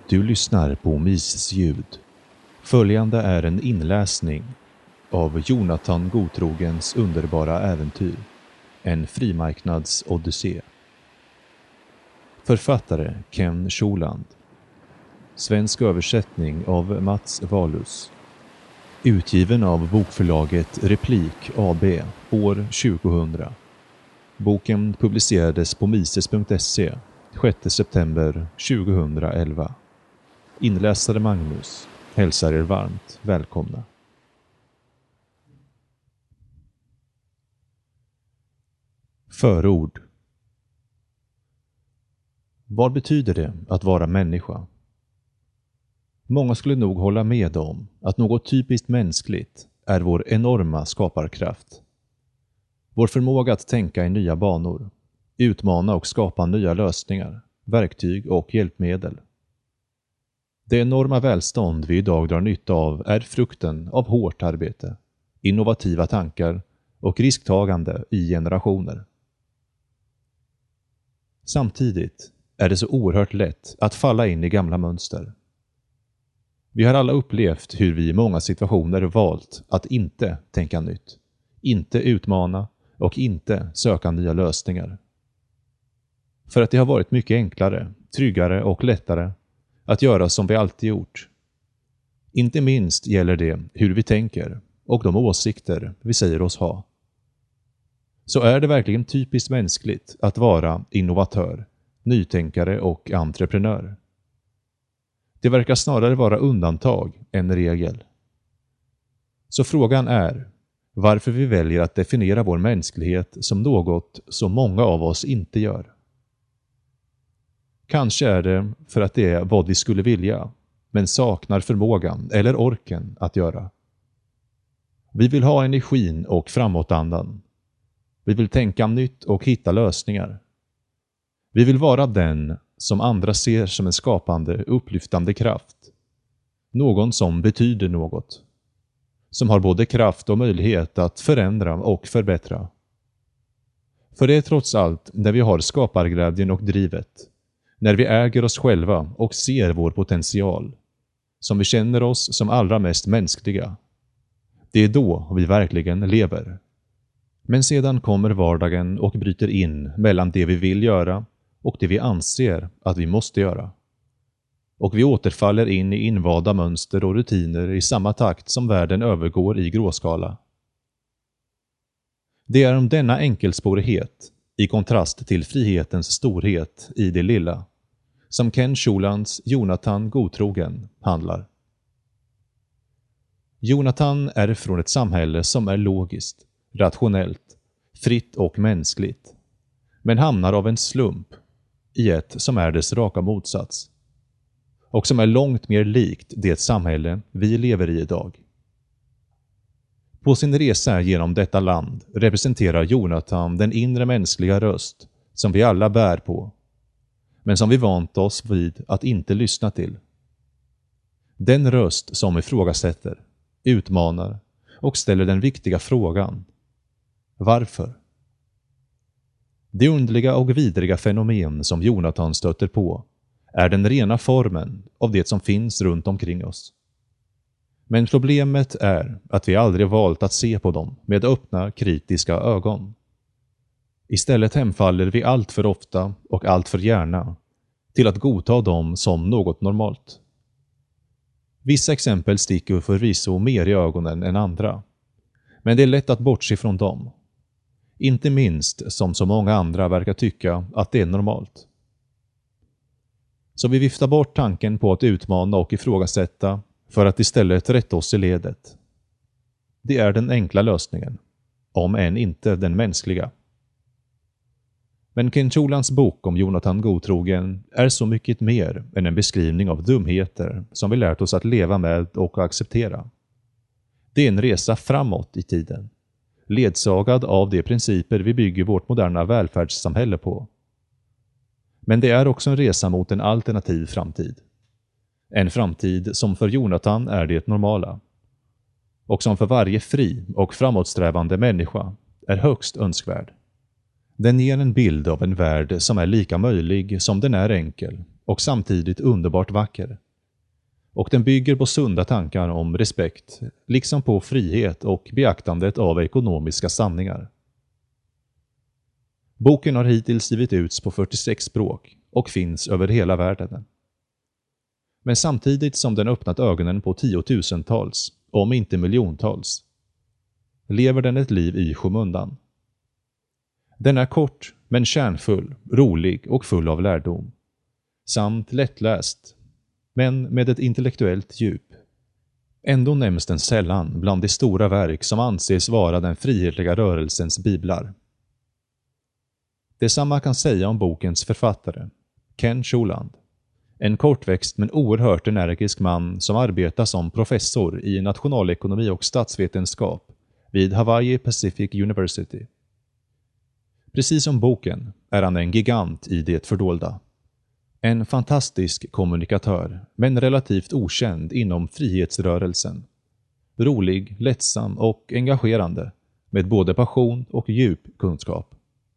Du lyssnar på Mises ljud. Följande är en inläsning av Jonathan Godtrogens underbara äventyr, en frimarknads odyssé. Författare Ken Schuland. Svensk översättning av Mats Wahlus. Utgiven av bokförlaget Replik AB år 2000. Boken publicerades på mises.se 6 september 2011. Inläsare Magnus hälsar er varmt välkomna. Förord. Vad betyder det att vara människa? Många skulle nog hålla med om att något typiskt mänskligt är vår enorma skaparkraft. Vår förmåga att tänka i nya banor, utmana och skapa nya lösningar, verktyg och hjälpmedel. Det enorma välstånd vi idag drar nytta av är frukten av hårt arbete, innovativa tankar och risktagande i generationer. Samtidigt är det så oerhört lätt att falla in i gamla mönster. Vi har alla upplevt hur vi i många situationer valt att inte tänka nytt, inte utmana och inte söka nya lösningar. För att det har varit mycket enklare, tryggare och lättare att göra som vi alltid gjort. Inte minst gäller det hur vi tänker och de åsikter vi säger oss ha. Så är det verkligen typiskt mänskligt att vara innovatör, nytänkare och entreprenör. Det verkar snarare vara undantag än regel. Så frågan är varför vi väljer att definiera vår mänsklighet som något som många av oss inte gör. Kanske är det för att det är vad vi skulle vilja, men saknar förmågan eller orken att göra. Vi vill ha energin och framåtandan. Vi vill tänka nytt och hitta lösningar. Vi vill vara den som andra ser som en skapande, upplyftande kraft. Någon som betyder något. Som har både kraft och möjlighet att förändra och förbättra. För det är trots allt när vi har skaparglädjen och drivet, när vi äger oss själva och ser vår potential, som vi känner oss som allra mest mänskliga. Det är då vi verkligen lever. Men sedan kommer vardagen och bryter in mellan det vi vill göra och det vi anser att vi måste göra. Och vi återfaller in i invanda mönster och rutiner i samma takt som världen övergår i gråskala. Det är om denna enkelspårighet, i kontrast till frihetens storhet i det lilla, som Ken Schulands Jonathan Godtrogen handlar. Jonathan är från ett samhälle som är logiskt, rationellt, fritt och mänskligt, men hamnar av en slump i ett som är dess raka motsats, och som är långt mer likt det samhälle vi lever i idag. På sin resa genom detta land representerar Jonathan den inre mänskliga röst som vi alla bär på, men som vi vant oss vid att inte lyssna till. Den röst som ifrågasätter, utmanar och ställer den viktiga frågan: varför? Det underliga och vidriga fenomen som Jonathan stöter på är den rena formen av det som finns runt omkring oss. Men problemet är att vi aldrig valt att se på dem med öppna, kritiska ögon. Istället hemfaller vi allt för ofta och allt för gärna till att godta dem som något normalt. Vissa exempel sticker förvisso mer i ögonen än andra, men det är lätt att bortse från dem. Inte minst som så många andra verkar tycka att det är normalt. Så vi viftar bort tanken på att utmana och ifrågasätta för att istället rätta oss i ledet. Det är den enkla lösningen, om än inte den mänskliga. Men Ken Schulands bok om Jonathan Godtrogen är så mycket mer än en beskrivning av dumheter som vi lärt oss att leva med och acceptera. Det är en resa framåt i tiden, ledsagad av de principer vi bygger vårt moderna välfärdssamhälle på. Men det är också en resa mot en alternativ framtid. En framtid som för Jonathan är det normala. Och som för varje fri och framåtsträvande människa är högst önskvärd. Den ger en bild av en värld som är lika möjlig som den är enkel och samtidigt underbart vacker. Och den bygger på sunda tankar om respekt, liksom på frihet och beaktandet av ekonomiska sanningar. Boken har hittills givit ut på 46 språk och finns över hela världen. Men samtidigt som den öppnat ögonen på tiotusentals, om inte miljontals, lever den ett liv i skymundan. Den är kort men kärnfull, rolig och full av lärdom. Samt lättläst, men med ett intellektuellt djup. Ändå nämns den sällan bland de stora verk som anses vara den frihetliga rörelsens biblar. Detsamma kan säga om bokens författare, Ken Schuland. En kortväxt men oerhört energisk man som arbetar som professor i nationalekonomi och statsvetenskap vid Hawaii Pacific University. Precis som boken är han en gigant i det fördolda. En fantastisk kommunikatör, men relativt okänd inom frihetsrörelsen. Rolig, lättsam och engagerande, med både passion och djup kunskap.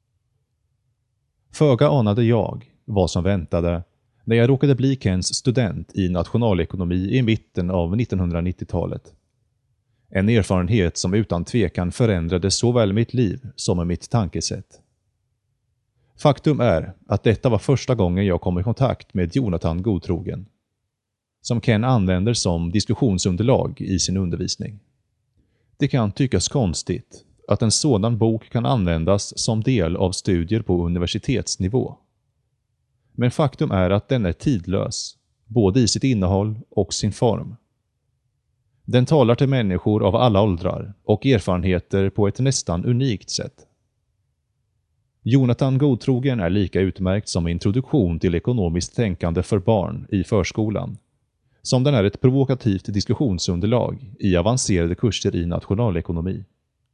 Föga anade jag vad som väntade när jag råkade bli Kens student i nationalekonomi i mitten av 1990-talet. En erfarenhet som utan tvekan förändrade såväl mitt liv som mitt tankesätt. Faktum är att detta var första gången jag kom i kontakt med Jonathan Godtrogen, som Ken använder som diskussionsunderlag i sin undervisning. Det kan tyckas konstigt att en sådan bok kan användas som del av studier på universitetsnivå. Men faktum är att den är tidlös, både i sitt innehåll och sin form. Den talar till människor av alla åldrar och erfarenheter på ett nästan unikt sätt. Jonathan Godtrogen är lika utmärkt som introduktion till ekonomiskt tänkande för barn i förskolan, som den är ett provokativt diskussionsunderlag i avancerade kurser i nationalekonomi.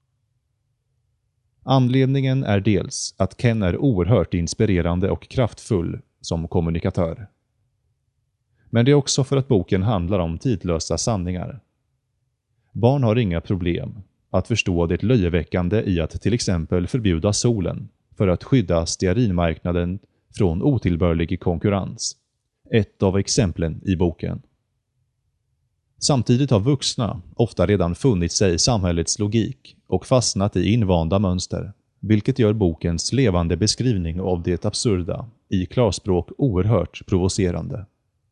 Anledningen är dels att Ken är oerhört inspirerande och kraftfull som kommunikatör. Men det är också för att boken handlar om tidlösa sanningar. Barn har inga problem att förstå det löjeväckande i att till exempel förbjuda solen för att skydda stearinmarknaden från otillbörlig konkurrens. Ett av exemplen i boken. Samtidigt har vuxna ofta redan funnit sig i samhällets logik och fastnat i invanda mönster, vilket gör bokens levande beskrivning av det absurda i klarspråk oerhört provocerande.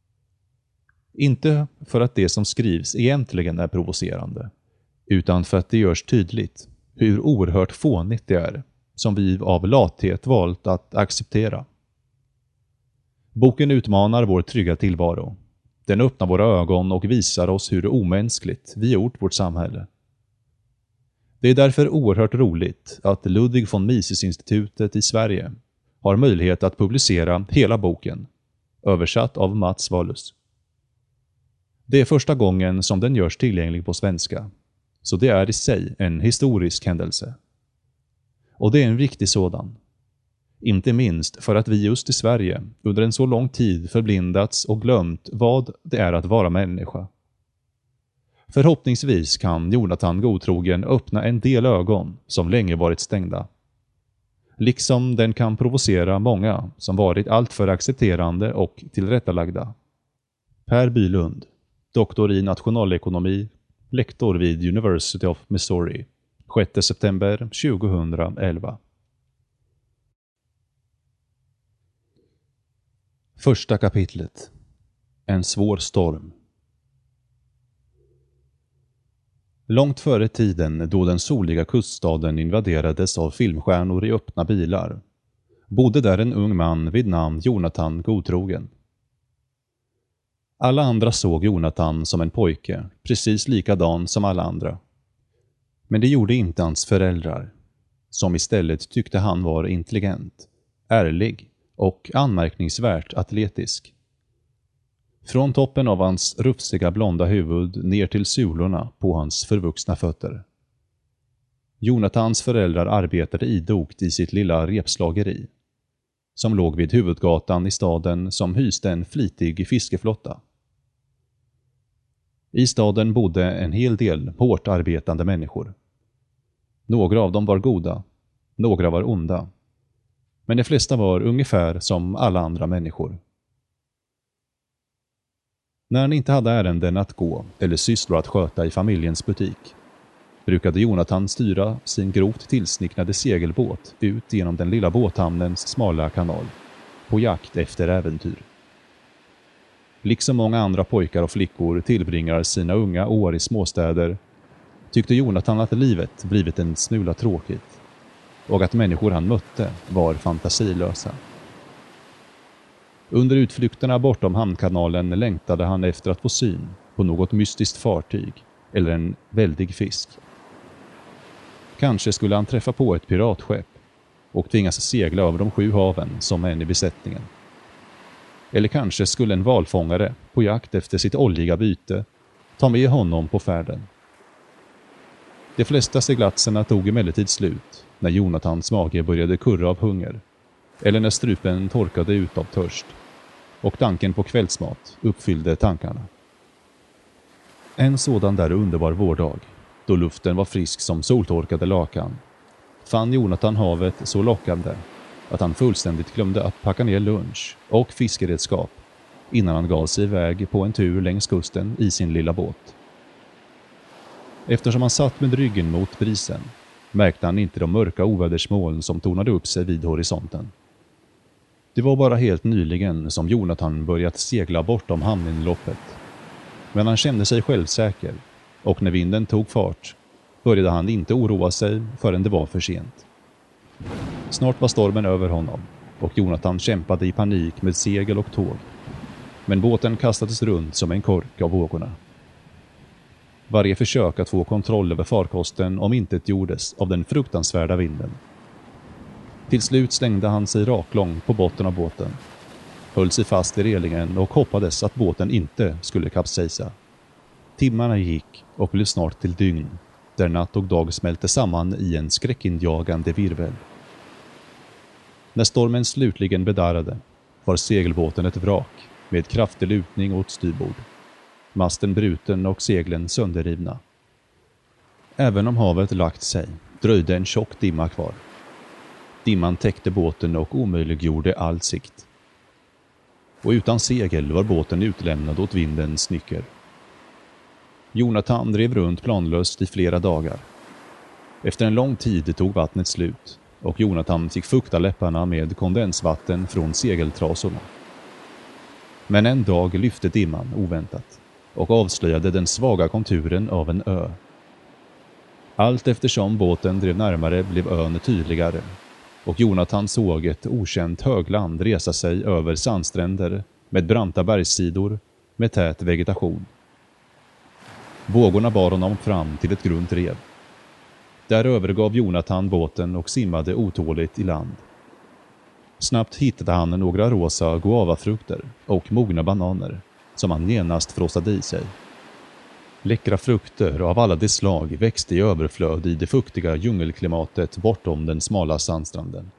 Inte för att det som skrivs egentligen är provocerande, utan för att det görs tydligt hur oerhört fånigt det är, som vi av lathet valt att acceptera. Boken utmanar vår trygga tillvaro. Den öppnar våra ögon och visar oss hur omänskligt vi gjort vårt samhälle. Det är därför oerhört roligt att Ludwig von Mises-institutet i Sverige har möjlighet att publicera hela boken, översatt av Mats Wallus. Det är första gången som den görs tillgänglig på svenska, så det är i sig en historisk händelse. Och det är en viktig sådan. Inte minst för att vi just i Sverige under en så lång tid förblindats och glömt vad det är att vara människa. Förhoppningsvis kan Jonathan Godtrogen öppna en del ögon som länge varit stängda. Liksom den kan provocera många som varit alltför accepterande och tillrättalagda. Per Bylund, doktor i nationalekonomi, lektor vid University of Missouri, 6 september 2011. Första kapitlet. En svår storm. Långt före tiden då den soliga kuststaden invaderades av filmstjärnor i öppna bilar, bodde där en ung man vid namn Jonathan Godtrogen. Alla andra såg Jonathan som en pojke, precis likadan som alla andra. Men det gjorde inte hans föräldrar, som istället tyckte han var intelligent, ärlig och anmärkningsvärt atletisk. Från toppen av hans rufsiga blonda huvud ner till sulorna på hans förvuxna fötter. Jonathans föräldrar arbetade idogt i sitt lilla repslageri, som låg vid huvudgatan i staden som hyste en flitig fiskeflotta. I staden bodde en hel del hårt arbetande människor. Några av dem var goda, några var onda. Men de flesta var ungefär som alla andra människor. När han inte hade ärenden att gå eller sysslor att sköta i familjens butik brukade Jonathan styra sin grovt tillsnicknade segelbåt ut genom den lilla båthamnens smala kanal på jakt efter äventyr. Liksom många andra pojkar och flickor tillbringar sina unga år i småstäder tyckte Jonathan att livet blivit en smula tråkigt och att människor han mötte var fantasilösa. Under utflykterna bortom hamnkanalen längtade han efter att få syn på något mystiskt fartyg eller en väldig fisk. Kanske skulle han träffa på ett piratskepp och tvingas segla över de 7 haven som en i besättningen. Eller kanske skulle en valfångare på jakt efter sitt oljiga byte ta med honom på färden. De flesta seglatserna tog emellertid slut när Jonathans mage började kurra av hunger eller när strupen torkade ut av törst och tanken på kvällsmat uppfyllde tankarna. En sådan där underbar vårdag, då luften var frisk som soltorkade lakan, fann Jonathan havet så lockande att han fullständigt glömde att packa ner lunch och fiskeredskap innan han gav sig iväg på en tur längs kusten i sin lilla båt. Eftersom han satt med ryggen mot brisen märkte han inte de mörka ovädersmoln som tornade upp sig vid horisonten. Det var bara helt nyligen som Jonathan börjat segla bortom hamninloppet. Men han kände sig självsäker och när vinden tog fart började han inte oroa sig förrän det var för sent. Snart var stormen över honom och Jonathan kämpade i panik med segel och tåg. Men båten kastades runt som en kork av vågorna. Varje försök att få kontroll över farkosten omintetgjordes av den fruktansvärda vinden. Till slut slängde han sig raklång på botten av båten, höll sig fast i relingen och hoppades att båten inte skulle kapsejsa. Timmarna gick och blev snart till dygn, där natt och dag smälte samman i en skräckinjagande virvel. När stormen slutligen bedarrade var segelbåten ett vrak med kraftig lutning åt styrbord. Masten bruten och seglen sönderrivna. Även om havet lagt sig dröjde en tjock dimma kvar. Dimman täckte båten och omöjliggjorde all sikt. Och utan segel var båten utlämnad åt vindens nycker. Jonathan drev runt planlöst i flera dagar. Efter en lång tid tog vattnet slut och Jonathan fick fukta läpparna med kondensvatten från segeltrasorna. Men en dag lyfte dimman oväntat och avslöjade den svaga konturen av en ö. Allt eftersom båten drev närmare blev ön tydligare och Jonathan såg ett okänt högland resa sig över sandstränder med branta bergssidor med tät vegetation. Vågorna bar honom fram till ett grunt rev. Där övergav Jonathan båten och simmade otåligt i land. Snabbt hittade han några rosa guavafrukter och mogna bananer som han genast frostade i sig. Läckra frukter av alla de slag växte i överflöd i det fuktiga djungelklimatet bortom den smala sandstranden.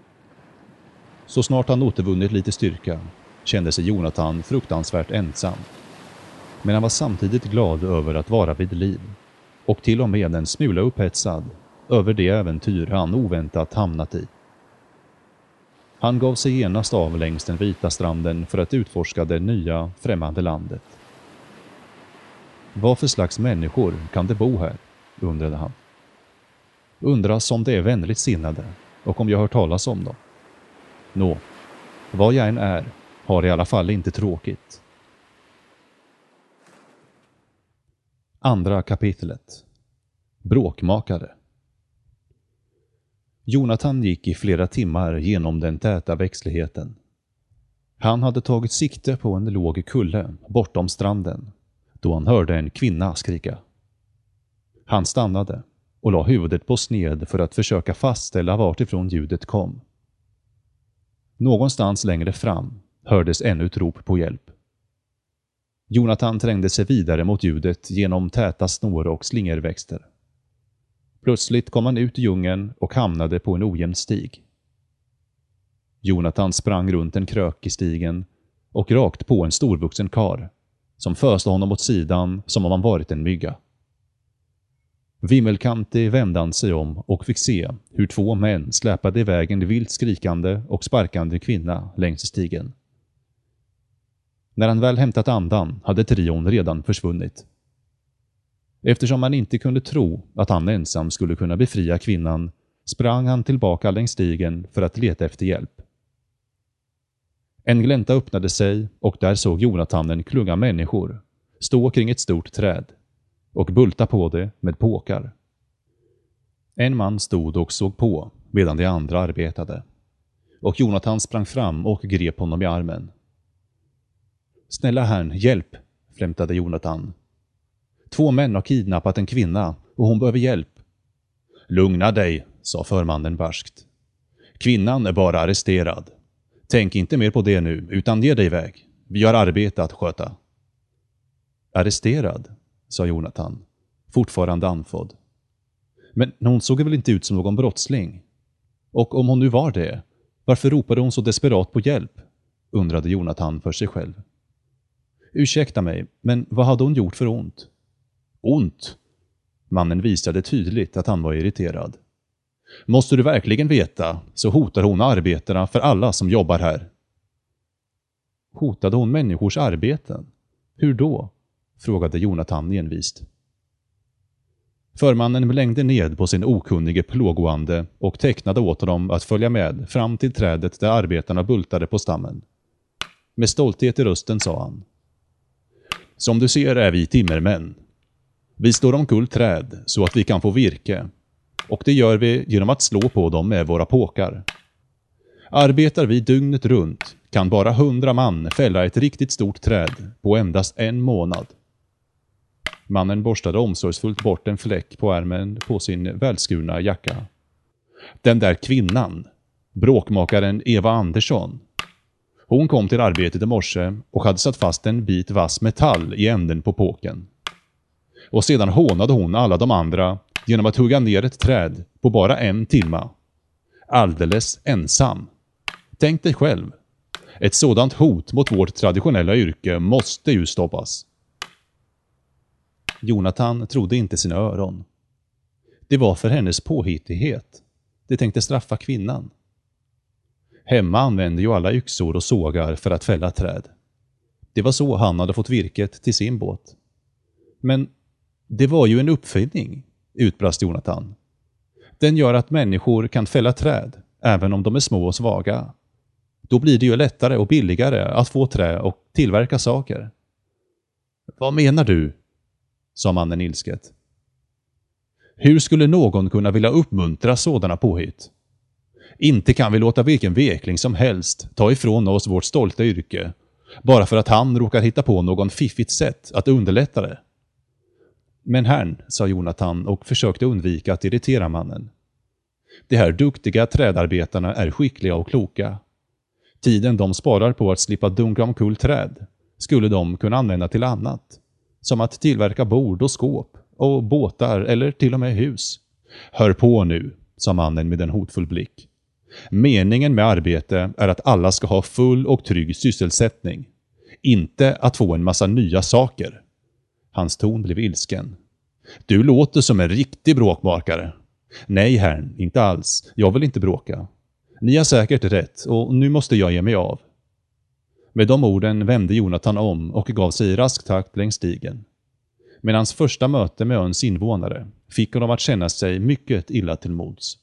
Så snart han återvunnit lite styrka kände sig Jonathan fruktansvärt ensam. Men han var samtidigt glad över att vara vid liv och till och med en smula upphetsad över det äventyr han oväntat hamnat i. Han gav sig genast av längs den vita stranden för att utforska det nya, främmande landet. Vad för slags människor kan det bo här, undrade han. Undras om det är vänligt sinnade och om jag hört talas om dem. Nå, vad jag än är har i alla fall inte tråkigt. Andra kapitlet. Bråkmakare. Jonathan gick i flera timmar genom den täta växtligheten. Han hade tagit sikte på en låg kulle bortom stranden då han hörde en kvinna skrika. Han stannade och la huvudet på sned för att försöka fastställa vart ifrån ljudet kom. Någonstans längre fram hördes ännu ett rop på hjälp. Jonathan trängde sig vidare mot ljudet genom täta snår och slingerväxter. Plötsligt kom han ut i djungeln och hamnade på en ojämn stig. Jonathan sprang runt en krök i stigen och rakt på en storvuxen kar som föste honom åt sidan som om han varit en mygga. Vimmelkantig vände han sig om och fick se hur 2 män släpade iväg en vilt skrikande och sparkande kvinna längs stigen. När han väl hämtat andan hade trion redan försvunnit. Eftersom han inte kunde tro att han ensam skulle kunna befria kvinnan sprang han tillbaka längs stigen för att leta efter hjälp. En glänta öppnade sig och där såg Jonathan en klunga människor stå kring ett stort träd och bulta på det med påkar. En man stod och såg på medan de andra arbetade, och Jonathan sprang fram och grep honom i armen. Snälla herrn, hjälp, flämtade Jonathan. 2 män har kidnappat en kvinna och hon behöver hjälp. Lugna dig, sa förmannen barskt. Kvinnan är bara arresterad. Tänk inte mer på det nu, utan ge dig iväg. Vi har arbete att sköta. Arresterad, sa Jonathan, fortfarande andfådd. Men hon såg väl inte ut som någon brottsling? Och om hon nu var det, varför ropade hon så desperat på hjälp? Undrade Jonathan för sig själv. Ursäkta mig, men vad hade hon gjort för ont? Ont? Mannen visade tydligt att han var irriterad. Måste du verkligen veta, så hotar hon arbetarna för alla som jobbar här. Hotade hon människors arbeten? Hur då? Frågade Jonathan envist. Förmannen blängde ned på sin okunnige plågoande och tecknade åt honom att följa med fram till trädet där arbetarna bultade på stammen. Med stolthet i rösten sa han. Som du ser är vi timmermän. Vi står omkull träd så att vi kan få virke, och det gör vi genom att slå på dem med våra påkar. Arbetar vi dygnet runt kan bara 100 man fälla ett riktigt stort träd på endast 1 månad. Mannen borstade omsorgsfullt bort en fläck på ärmen på sin välskurna jacka. Den där kvinnan, bråkmakaren Eva Andersson. Hon kom till arbetet i morse och hade satt fast en bit vass metall i änden på påken. Och sedan hånade hon alla de andra genom att hugga ner ett träd på bara 1 timme. Alldeles ensam. Tänk dig själv. Ett sådant hot mot vårt traditionella yrke måste ju stoppas. Jonathan trodde inte sina öron. Det var för hennes påhittighet. De tänkte straffa kvinnan. Hemma använde ju alla yxor och sågar för att fälla träd. Det var så han hade fått virket till sin båt. Men det var ju en uppfinning, utbrast Jonathan. Den gör att människor kan fälla träd, även om de är små och svaga. Då blir det ju lättare och billigare att få trä och tillverka saker. Vad menar du? Sa mannen ilsket. Hur skulle någon kunna vilja uppmuntra sådana påhitt? Inte kan vi låta vilken vekling som helst ta ifrån oss vårt stolta yrke, bara för att han råkar hitta på någon fiffigt sätt att underlätta det. Men herrn, sa Jonathan och försökte undvika att irritera mannen. De här duktiga trädarbetarna är skickliga och kloka. Tiden de sparar på att slippa dunka omkull träd skulle de kunna använda till annat, som att tillverka bord och skåp och båtar eller till och med hus. Hör på nu, sa mannen med en hotfull blick. Meningen med arbete är att alla ska ha full och trygg sysselsättning, inte att få en massa nya saker. Hans ton blev ilsken. Du låter som en riktig bråkmakare. Nej herrn, inte alls. Jag vill inte bråka. Ni har säkert rätt och nu måste jag ge mig av. Med de orden vände Jonathan om och gav sig i rask takt längs stigen. Men hans första möte med öns invånare fick honom att känna sig mycket illa till mods.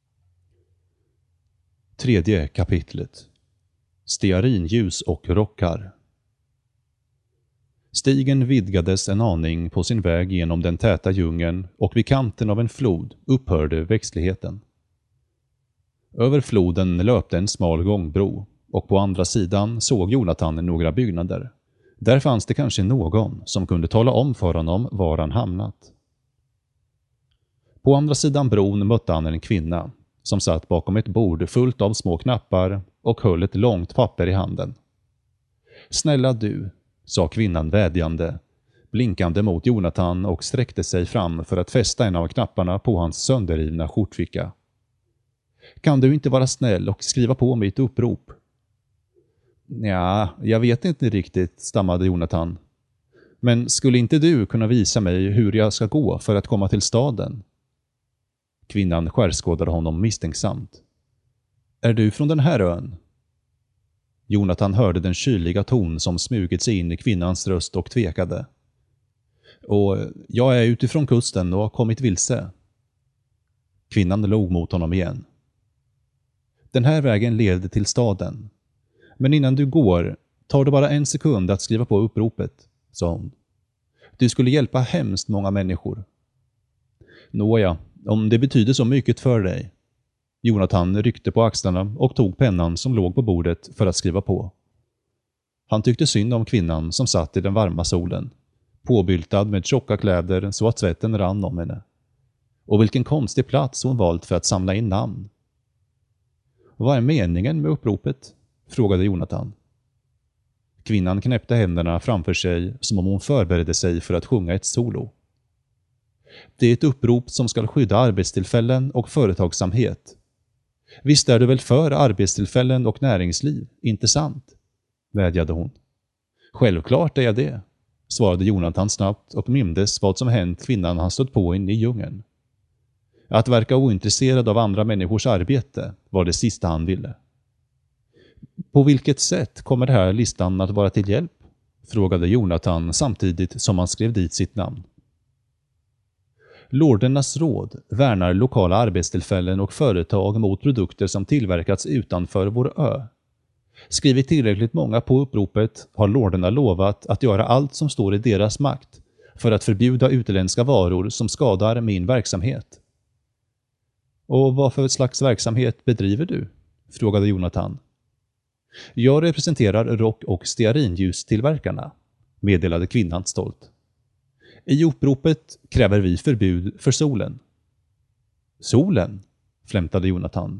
3:e kapitlet. Stearinljus och rockar. Stigen vidgades en aning på sin väg genom den täta djungeln och vid kanten av en flod upphörde växtligheten. Över floden löpte en smal gångbro och på andra sidan såg Jonathan några byggnader. Där fanns det kanske någon som kunde tala om för honom var han hamnat. På andra sidan bron mötte han en kvinna som satt bakom ett bord fullt av små knappar och höll ett långt papper i handen. Snälla du, sa kvinnan vädjande, blinkande mot Jonathan och sträckte sig fram för att fästa en av knapparna på hans sönderrivna skjortficka. Kan du inte vara snäll och skriva på mitt upprop? Ja, jag vet inte riktigt, stammade Jonathan. Men skulle inte du kunna visa mig hur jag ska gå för att komma till staden? Kvinnan skärskådade honom misstänksamt. Är du från den här ön? Jonathan hörde den kyliga ton som smugit sig in i kvinnans röst och tvekade. Och jag är utifrån kusten och har kommit vilse. Kvinnan log mot honom igen. Den här vägen leder till staden. Men innan du går tar det bara 1 sekund att skriva på uppropet, sa hon. Du skulle hjälpa hemskt många människor. Nåja, om det betyder så mycket för dig. Jonathan ryckte på axlarna och tog pennan som låg på bordet för att skriva på. Han tyckte synd om kvinnan som satt i den varma solen, påbyltad med tjocka kläder så att svetten rann om henne. Och vilken konstig plats hon valt för att samla in namn. Vad är meningen med uppropet? Frågade Jonathan. Kvinnan knäppte händerna framför sig som om hon förberedde sig för att sjunga ett solo. Det är ett upprop som ska skydda arbetstillfällen och företagsamhet. Visst är du väl för arbetstillfällen och näringsliv, inte sant? Vädjade hon. Självklart är jag det, svarade Jonathan snabbt och mindes vad som hänt kvinnan han stött på in i djungeln. Att verka ointresserad av andra människors arbete var det sista han ville. På vilket sätt kommer det här listan att vara till hjälp? Frågade Jonathan samtidigt som han skrev dit sitt namn. Lordernas råd värnar lokala arbetstillfällen och företag mot produkter som tillverkats utanför vår ö. Skrivit tillräckligt många på uppropet har lorderna lovat att göra allt som står i deras makt för att förbjuda utländska varor som skadar min verksamhet. Och vad för slags verksamhet bedriver du? Frågade Jonathan. Jag representerar rock- och stearinljustillverkarna, meddelade kvinnan stolt. I uppropet kräver vi förbud för solen. Solen? Flämtade Jonathan.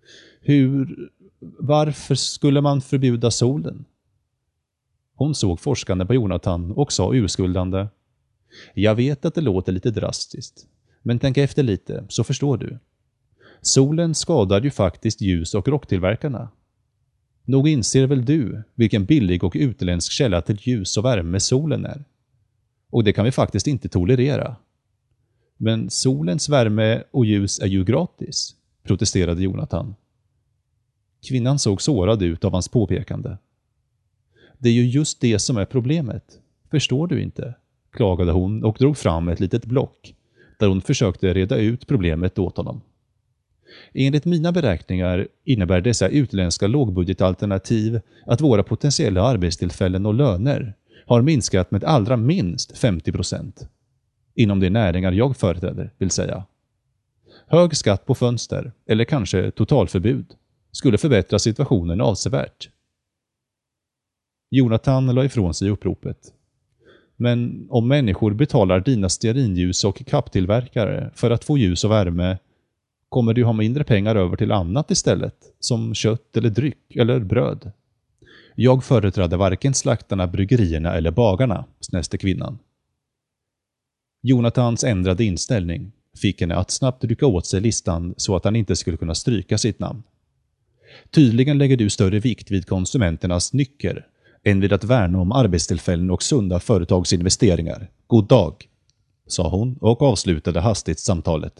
Varför skulle man förbjuda solen? Hon såg forskande på Jonathan och sa urskuldande. Jag vet att det låter lite drastiskt, men tänk efter lite så förstår du. Solen skadar ju faktiskt ljus- och rocktillverkarna. Nog inser väl du vilken billig och utländsk källa till ljus och värme solen är? Och det kan vi faktiskt inte tolerera. Men solens värme och ljus är ju gratis, protesterade Jonathan. Kvinnan såg sårad ut av hans påpekande. Det är ju just det som är problemet. Förstår du inte? Klagade hon och drog fram ett litet block där hon försökte reda ut problemet åt honom. Enligt mina beräkningar innebär dessa utländska lågbudgetalternativ att våra potentiella arbetstillfällen och löner har minskat med allra minst 50%. Inom de näringar jag företräder, vill säga. Hög skatt på fönster, eller kanske totalförbud, skulle förbättra situationen avsevärt. Jonathan la ifrån sig uppropet. Men om människor betalar dina stearinljus och kapptillverkare för att få ljus och värme, kommer du ha mindre pengar över till annat istället, som kött eller dryck eller bröd. Jag företrädde varken slaktarna, bryggerierna eller bagarna, snäste kvinnan. Jonathans ändrade inställning fick henne att snabbt rycka åt sig listan så att han inte skulle kunna stryka sitt namn. Tydligen lägger du större vikt vid konsumenternas nycker än vid att värna om arbetstillfällen och sunda företagsinvesteringar. God dag, sa hon och avslutade hastigt samtalet.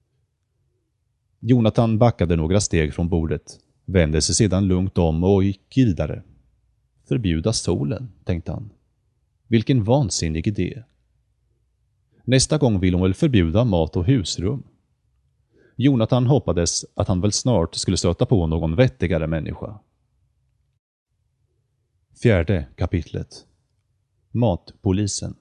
Jonathan backade några steg från bordet, vände sig sedan lugnt om och gick vidare. Förbjuda solen, tänkte han. Vilken vansinnig idé. Nästa gång vill hon väl förbjuda mat och husrum. Jonathan hoppades att han väl snart skulle stöta på någon vettigare människa. 4:e kapitlet. Matpolisen.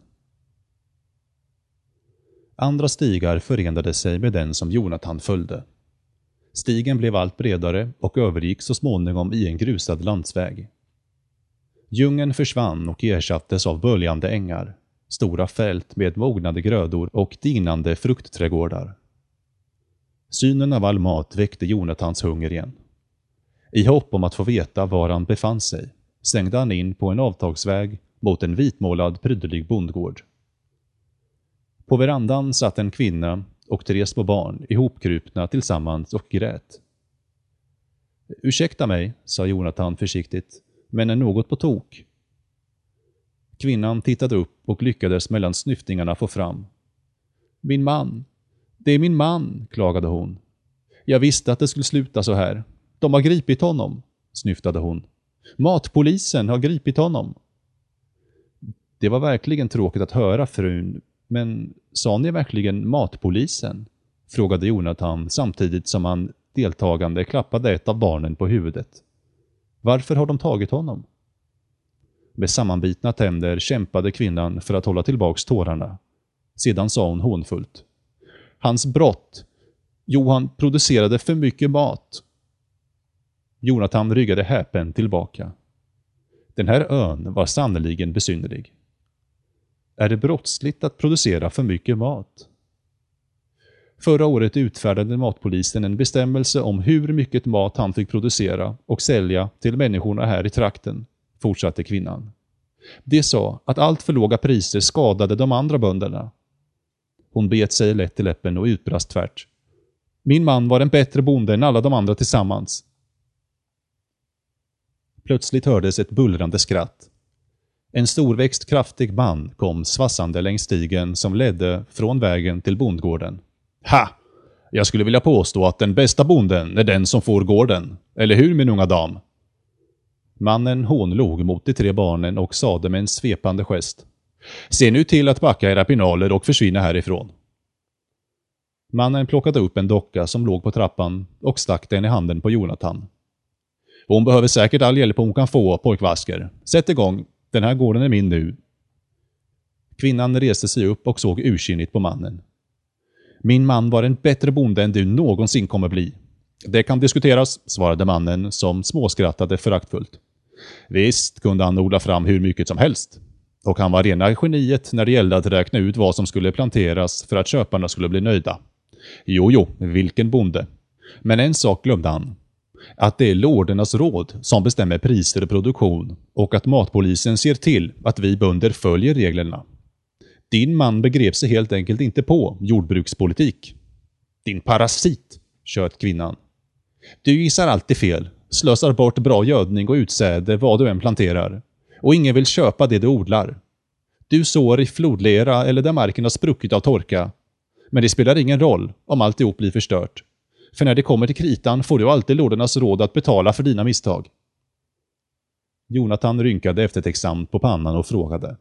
Andra stigar förenade sig med den som Jonathan följde. Stigen blev allt bredare och övergick så småningom i en grusad landsväg. Djungeln försvann och ersattes av böljande ängar, stora fält med mognade grödor och dinande fruktträdgårdar. Synen av all mat väckte Jonathans hunger igen. I hopp om att få veta var han befann sig, svängde han in på en avtagsväg mot en vitmålad prydlig bondgård. På verandan satt en kvinna och 3 små barn ihopkrupna tillsammans och grät. Ursäkta mig, sa Jonathan försiktigt, men är något på tok? Kvinnan tittade upp och lyckades mellan snyftningarna få fram. Min man. Det är min man, klagade hon. Jag visste att det skulle sluta så här. De har gripit honom, snyftade hon. Matpolisen har gripit honom. Det var verkligen tråkigt att höra, frun, men sa ni verkligen matpolisen? Frågade Jonathan samtidigt som han deltagande klappade ett av barnen på huvudet. Varför har de tagit honom? Med sammanbitna tänder kämpade kvinnan för att hålla tillbaks tårarna. Sedan sa hon hånfullt. Hans brott. Johan producerade för mycket mat. Jonathan ryggade häpen tillbaka. Den här ön var sannoliken besynnerlig. Är det brottsligt att producera för mycket mat? Förra året utfärdade matpolisen en bestämmelse om hur mycket mat han fick producera och sälja till människorna här i trakten, fortsatte kvinnan. Det sa att allt för låga priser skadade de andra bönderna. Hon bet sig lätt i läppen och utbrast tvärt. Min man var en bättre bonde än alla de andra tillsammans. Plötsligt hördes ett bullrande skratt. En storväxt kraftig man kom svassande längs stigen som ledde från vägen till bondgården. Ha! Jag skulle vilja påstå att den bästa bonden är den som får gården. Eller hur, min unga dam? Mannen hånlog mot de 3 barnen och sade med en svepande gest. Se nu till att backa era pinaler och försvinna härifrån. Mannen plockade upp en docka som låg på trappan och stack den i handen på Jonathan. Hon behöver säkert all hjälp hon kan få, pojkvasker. Sätt igång, den här gården är min nu. Kvinnan reste sig upp och såg ursinnigt på mannen. Min man var en bättre bonde än du någonsin kommer bli. Det kan diskuteras, svarade mannen som småskrattade föraktfullt. Visst kunde han odla fram hur mycket som helst. Och han var rena geniet när det gällde att räkna ut vad som skulle planteras för att köparna skulle bli nöjda. Jo, vilken bonde. Men en sak glömde han. Att det är lordernas råd som bestämmer priser och produktion och att matpolisen ser till att vi bönder följer reglerna. Din man begrep sig helt enkelt inte på jordbrukspolitik. Din parasit, tjöt kvinnan. Du gissar alltid fel, slösar bort bra gödning och utsäde vad du än planterar. Och ingen vill köpa det du odlar. Du sår i flodlera eller där marken har spruckit av torka. Men det spelar ingen roll om alltihop blir förstört. För när det kommer till kritan får du alltid lordernas råd att betala för dina misstag. Jonathan rynkade eftertänksamt på pannan och frågade.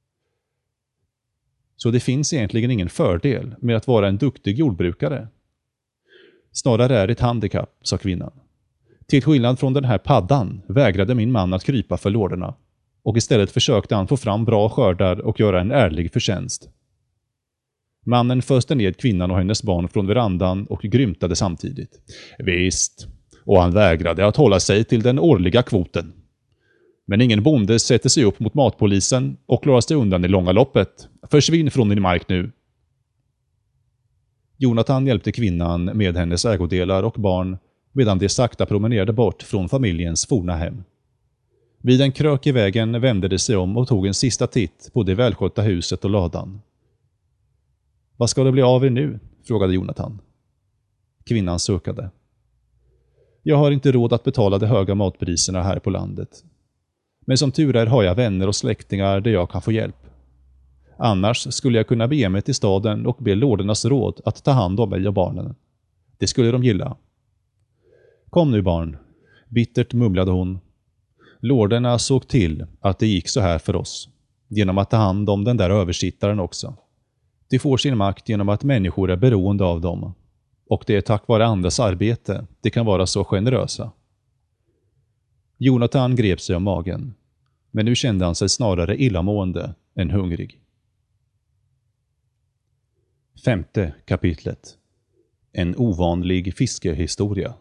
Så det finns egentligen ingen fördel med att vara en duktig jordbrukare? Snarare är det ett handikapp, sa kvinnan. Till skillnad från den här paddan vägrade min man att krypa för lorderna. Och istället försökte han få fram bra skördar och göra en ärlig förtjänst. Mannen föste ned kvinnan och hennes barn från verandan och grymtade samtidigt. Visst, och han vägrade att hålla sig till den årliga kvoten. Men ingen bonde sätter sig upp mot matpolisen och klarar sig undan i långa loppet. Försvinn från din mark nu. Jonathan hjälpte kvinnan med hennes ägodelar och barn medan de sakta promenerade bort från familjens forna hem. Vid en krök i vägen vände de sig om och tog en sista titt på det välskötta huset och ladan. Vad ska det bli av er nu? Frågade Jonathan. Kvinnan suckade. Jag har inte råd att betala de höga matpriserna här på landet. Men som tur är har jag vänner och släktingar där jag kan få hjälp. Annars skulle jag kunna bege mig till staden och be lordernas råd att ta hand om mig och barnen. Det skulle de gilla. Kom nu barn, bittert mumlade hon. Lorderna såg till att det gick så här för oss, genom att ta hand om den där översittaren också. De får sin makt genom att människor är beroende av dem. Och det är tack vare andras arbete de kan vara så generösa. Jonathan grep sig om magen. Men nu kände han sig snarare illamående än hungrig. 5:e kapitlet. En ovanlig fiskehistoria.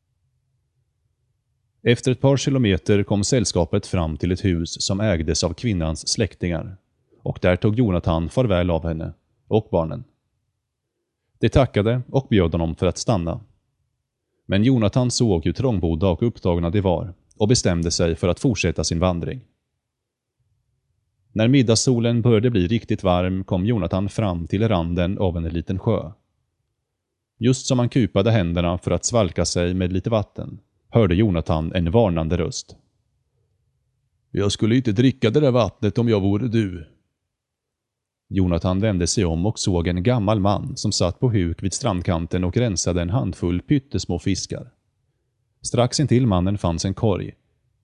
Efter ett par kilometer kom sällskapet fram till ett hus som ägdes av kvinnans släktingar. Och där tog Jonathan farväl av henne och barnen. De tackade och bjöd honom för att stanna. Men Jonathan såg hur trångbodda och upptagna de var och bestämde sig för att fortsätta sin vandring. När middagssolen började bli riktigt varm kom Jonathan fram till randen av en liten sjö. Just som han kupade händerna för att svalka sig med lite vatten hörde Jonathan en varnande röst. Jag skulle inte dricka det där vattnet om jag vore du. Jonathan vände sig om och såg en gammal man som satt på huk vid strandkanten och rensade en handfull pyttesmå fiskar. Strax intill mannen fanns en korg.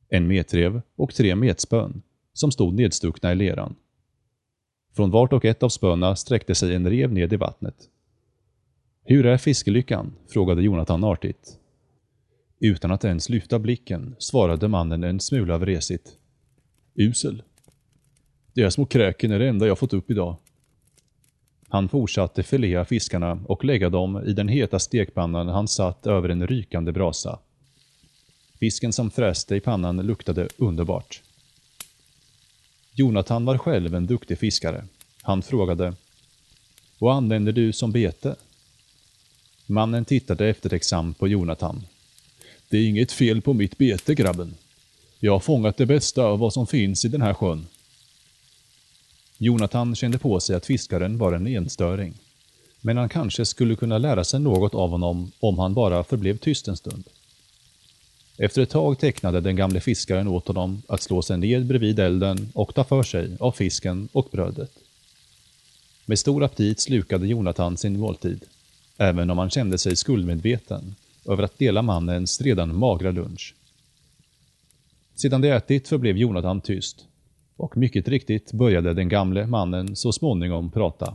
en metrev och 3 metspön som stod nedstuckna i leran. Från vart och ett av spöna sträckte sig en rev ned i vattnet. Hur är fiskelyckan? Frågade Jonathan artigt. Utan att ens lyfta blicken svarade mannen en smula vresigt. Usel. De små kräken är det enda jag fått upp idag. Han fortsatte filea fiskarna och lägga dem i den heta stekpannan han satt över en rykande brasa. Fisken som fräste i pannan luktade underbart. Jonathan var själv en duktig fiskare. Han frågade: vad använder du som bete? Mannen tittade eftertänksamt på Jonathan. Det är inget fel på mitt bete, grabben. Jag har fångat det bästa av vad som finns i den här sjön. Jonathan kände på sig att fiskaren var en enstöring. Men han kanske skulle kunna lära sig något av honom om han bara förblev tyst en stund. Efter ett tag tecknade den gamle fiskaren åt honom att slå sig ned bredvid elden och ta för sig av fisken och brödet. Med stor aptit slukade Jonathan sin måltid, även om han kände sig skuldmedveten över att dela mannens redan magra lunch. Sedan de ätit förblev Jonathan tyst, och mycket riktigt började den gamle mannen så småningom prata.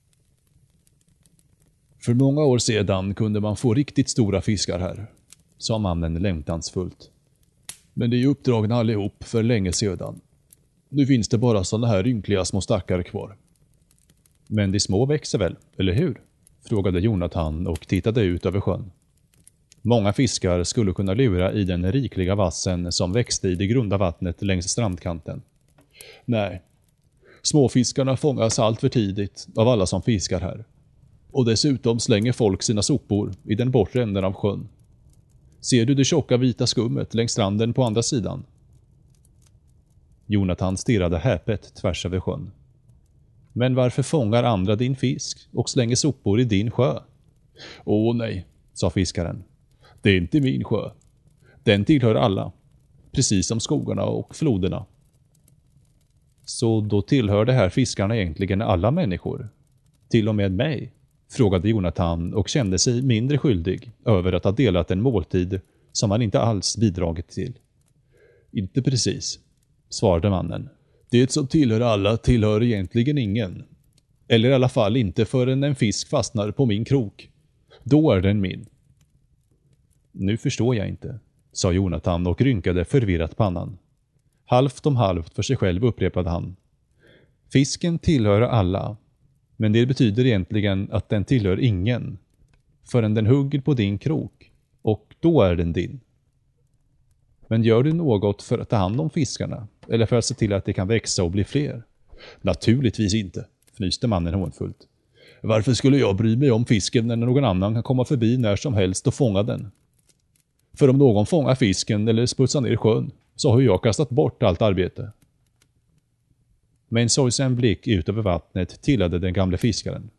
För många år sedan kunde man få riktigt stora fiskar här, sa mannen längtansfullt. Men det är ju uppdragna allihop för länge sedan. Nu finns det bara sådana här ynkliga små stackare kvar. Men de små växer väl, eller hur? Frågade Jonathan och tittade ut över sjön. Många fiskar skulle kunna lura i den rikliga vassen som växte i det grunda vattnet längs strandkanten. Nej, småfiskarna fångas allt för tidigt av alla som fiskar här. Och dessutom slänger folk sina sopor i den bortre änden av sjön. Ser du det tjocka vita skummet längs stranden på andra sidan? Jonathan stirrade häpet tvärs över sjön. Men varför fångar andra din fisk och slänger sopor i din sjö? Åh nej, sa fiskaren. Det är inte min sjö. Den tillhör alla, precis som skogarna och floderna. Så då tillhör det här fiskarna egentligen alla människor? Till och med mig? Frågade Jonathan och kände sig mindre skyldig över att ha delat en måltid som han inte alls bidragit till. Inte precis, svarade mannen. Det som tillhör alla tillhör egentligen ingen. Eller i alla fall inte förrän en fisk fastnar på min krok. Då är den min. Nu förstår jag inte, sa Jonathan och rynkade förvirrat pannan. Halvt om halvt för sig själv upprepade han. Fisken tillhör alla, men det betyder egentligen att den tillhör ingen. Förrän den hugger på din krok, och då är den din. Men gör du något för att ta hand om fiskarna? Eller för att se till att det kan växa och bli fler? Naturligtvis inte, fnyste mannen hånfullt. Varför skulle jag bry mig om fisken när någon annan kan komma förbi när som helst och fånga den? För om någon fångar fisken eller sputsar ner i sjön, så har jag kastat bort allt arbete. Med en sorgsen blick ut över vattnet tillade den gamle fiskaren.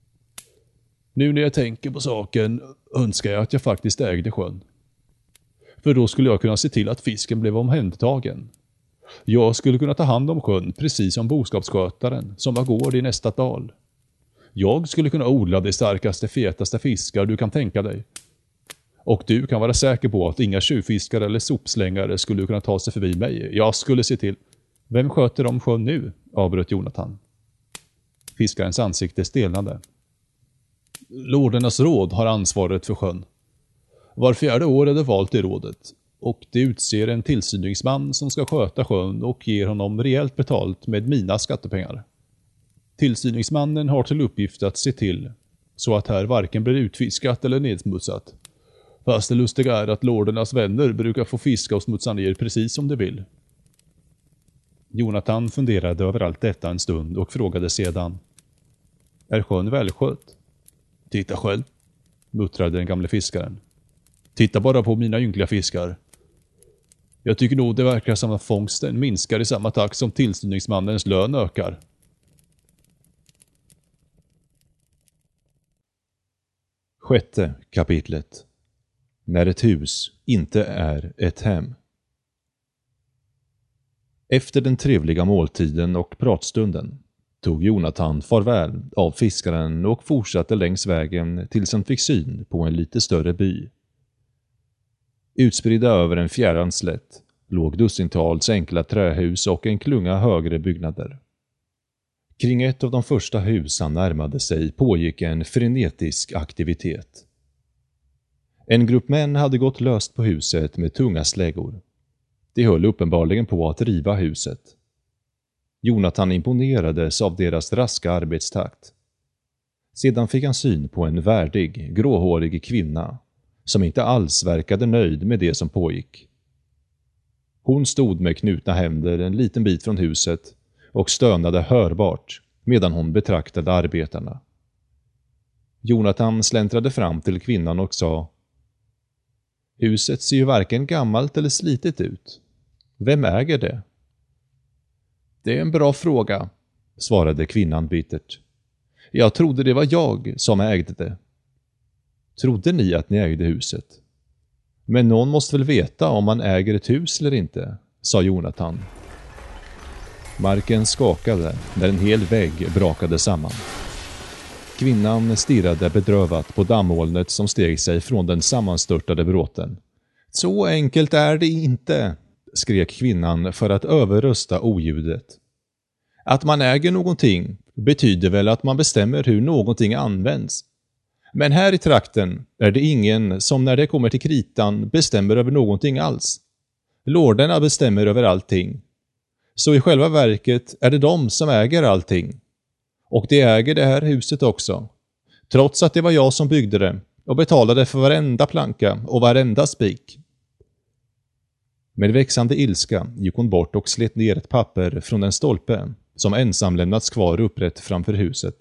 Nu när jag tänker på saken önskar jag att jag faktiskt ägde sjön. För då skulle jag kunna se till att fisken blev omhändertagen. Jag skulle kunna ta hand om sjön precis som boskapsskötaren som har gård i nästa dal. Jag skulle kunna odla de starkaste, fetaste fiskar du kan tänka dig. Och du kan vara säker på att inga tjuvfiskare eller sopslängare skulle kunna ta sig förbi mig. Jag skulle se till... Vem sköter om sjön nu? Avbröt Jonathan. Fiskarens ansikte stelnade. Lordernas råd har ansvaret för sjön. Var 4:e år är det valt i rådet. Och det utser en tillsyningsman som ska sköta sjön och ger honom rejält betalt med mina skattepengar. Tillsyningsmannen har till uppgift att se till så att här varken blir utfiskat eller nedsmutsat. Fast det lustiga är att lordernas vänner brukar få fiska och smutsa ner precis som de vill. Jonathan funderade över allt detta en stund och frågade sedan. Är sjön välskött? Titta själv, muttrade den gamle fiskaren. Titta bara på mina ynkliga fiskar. Jag tycker nog det verkar som att fångsten minskar i samma takt som tillsyningsmannens lön ökar. Sjätte kapitlet. När ett hus inte är ett hem. Efter den trevliga måltiden och pratstunden tog Jonathan farväl av fiskaren och fortsatte längs vägen tills han fick syn på en lite större by. Utspridda över en fjärran slätt låg dussintals enkla trähus och en klunga högre byggnader. Kring ett av de första hus han närmade sig pågick en frenetisk aktivitet. En grupp män hade gått löst på huset med tunga släggor. De höll uppenbarligen på att riva huset. Jonathan imponerades av deras raska arbetstakt. Sedan fick han syn på en värdig, gråhårig kvinna som inte alls verkade nöjd med det som pågick. Hon stod med knutna händer en liten bit från huset och stönade hörbart medan hon betraktade arbetarna. Jonathan släntrade fram till kvinnan och sa: "Huset ser ju varken gammalt eller slitet ut. Vem äger det?" "Det är en bra fråga", svarade kvinnan bittert. "Jag trodde det var jag som ägde det." "Trodde ni att ni ägde huset? Men någon måste väl veta om man äger ett hus eller inte", sa Jonathan. Marken skakade när en hel vägg brakade samman. Kvinnan stirrade bedrövat på dammolnet som steg sig från den sammanstörtade bråten. "Så enkelt är det inte", skrek kvinnan för att överrösta oljudet. "Att man äger någonting betyder väl att man bestämmer hur någonting används. Men här i trakten är det ingen som när det kommer till kritan bestämmer över någonting alls. Lorderna bestämmer över allting. Så i själva verket är det de som äger allting. Och de äger det här huset också. Trots att det var jag som byggde det och betalade för varenda planka och varenda spik." Med växande ilska gick hon bort och slet ner ett papper från en stolpe som ensam lämnats kvar upprätt framför huset.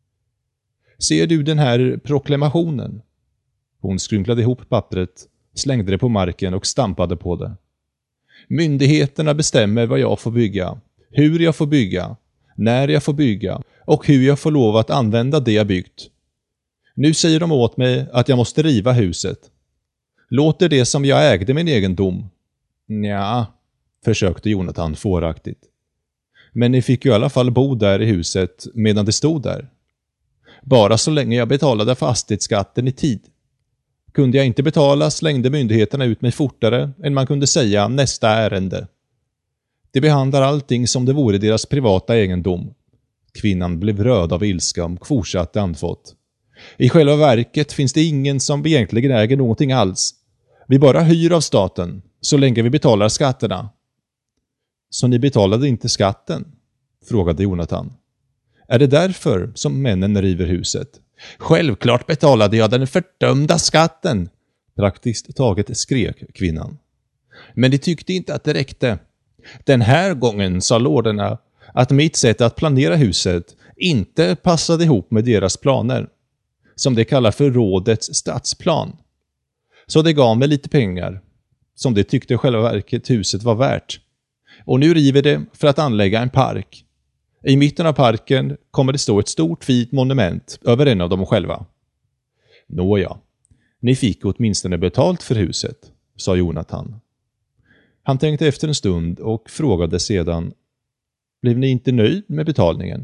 "Ser du den här proklamationen?" Hon skrynklade ihop pappret, slängde det på marken och stampade på det. "Myndigheterna bestämmer vad jag får bygga, hur jag får bygga, när jag får bygga och hur jag får lov att använda det jag byggt. Nu säger de åt mig att jag måste riva huset. Låter det som jag ägde min egendom?" "Nja", försökte Jonathan fåraktigt. "Men ni fick ju i alla fall bo där i huset medan det stod där." "Bara så länge jag betalade fastighetsskatten i tid. Kunde jag inte betala slängde myndigheterna ut mig fortare än man kunde säga nästa ärende. De behandlar allting som det vore deras privata egendom." Kvinnan blev röd av ilska och fortsatte andfått. "I själva verket finns det ingen som egentligen äger någonting alls. Vi bara hyr av staten, så länge vi betalar skatterna." "Så ni betalade inte skatten?" frågade Jonathan. "Är det därför som männen river huset?" "Självklart betalade jag den fördömda skatten", praktiskt taget skrek kvinnan. "Men de tyckte inte att det räckte. Den här gången sa lorderna att mitt sätt att planera huset inte passade ihop med deras planer, som de kallar för rådets stadsplan. Så det gav mig lite pengar, som de tyckte själva verket huset var värt. Och nu river det för att anlägga en park. I mitten av parken kommer det stå ett stort fint monument över en av dem själva." "Nåja, ni fick åtminstone betalt för huset", sa Jonathan. Han tänkte efter en stund och frågade sedan: "Blev ni inte nöjd med betalningen?"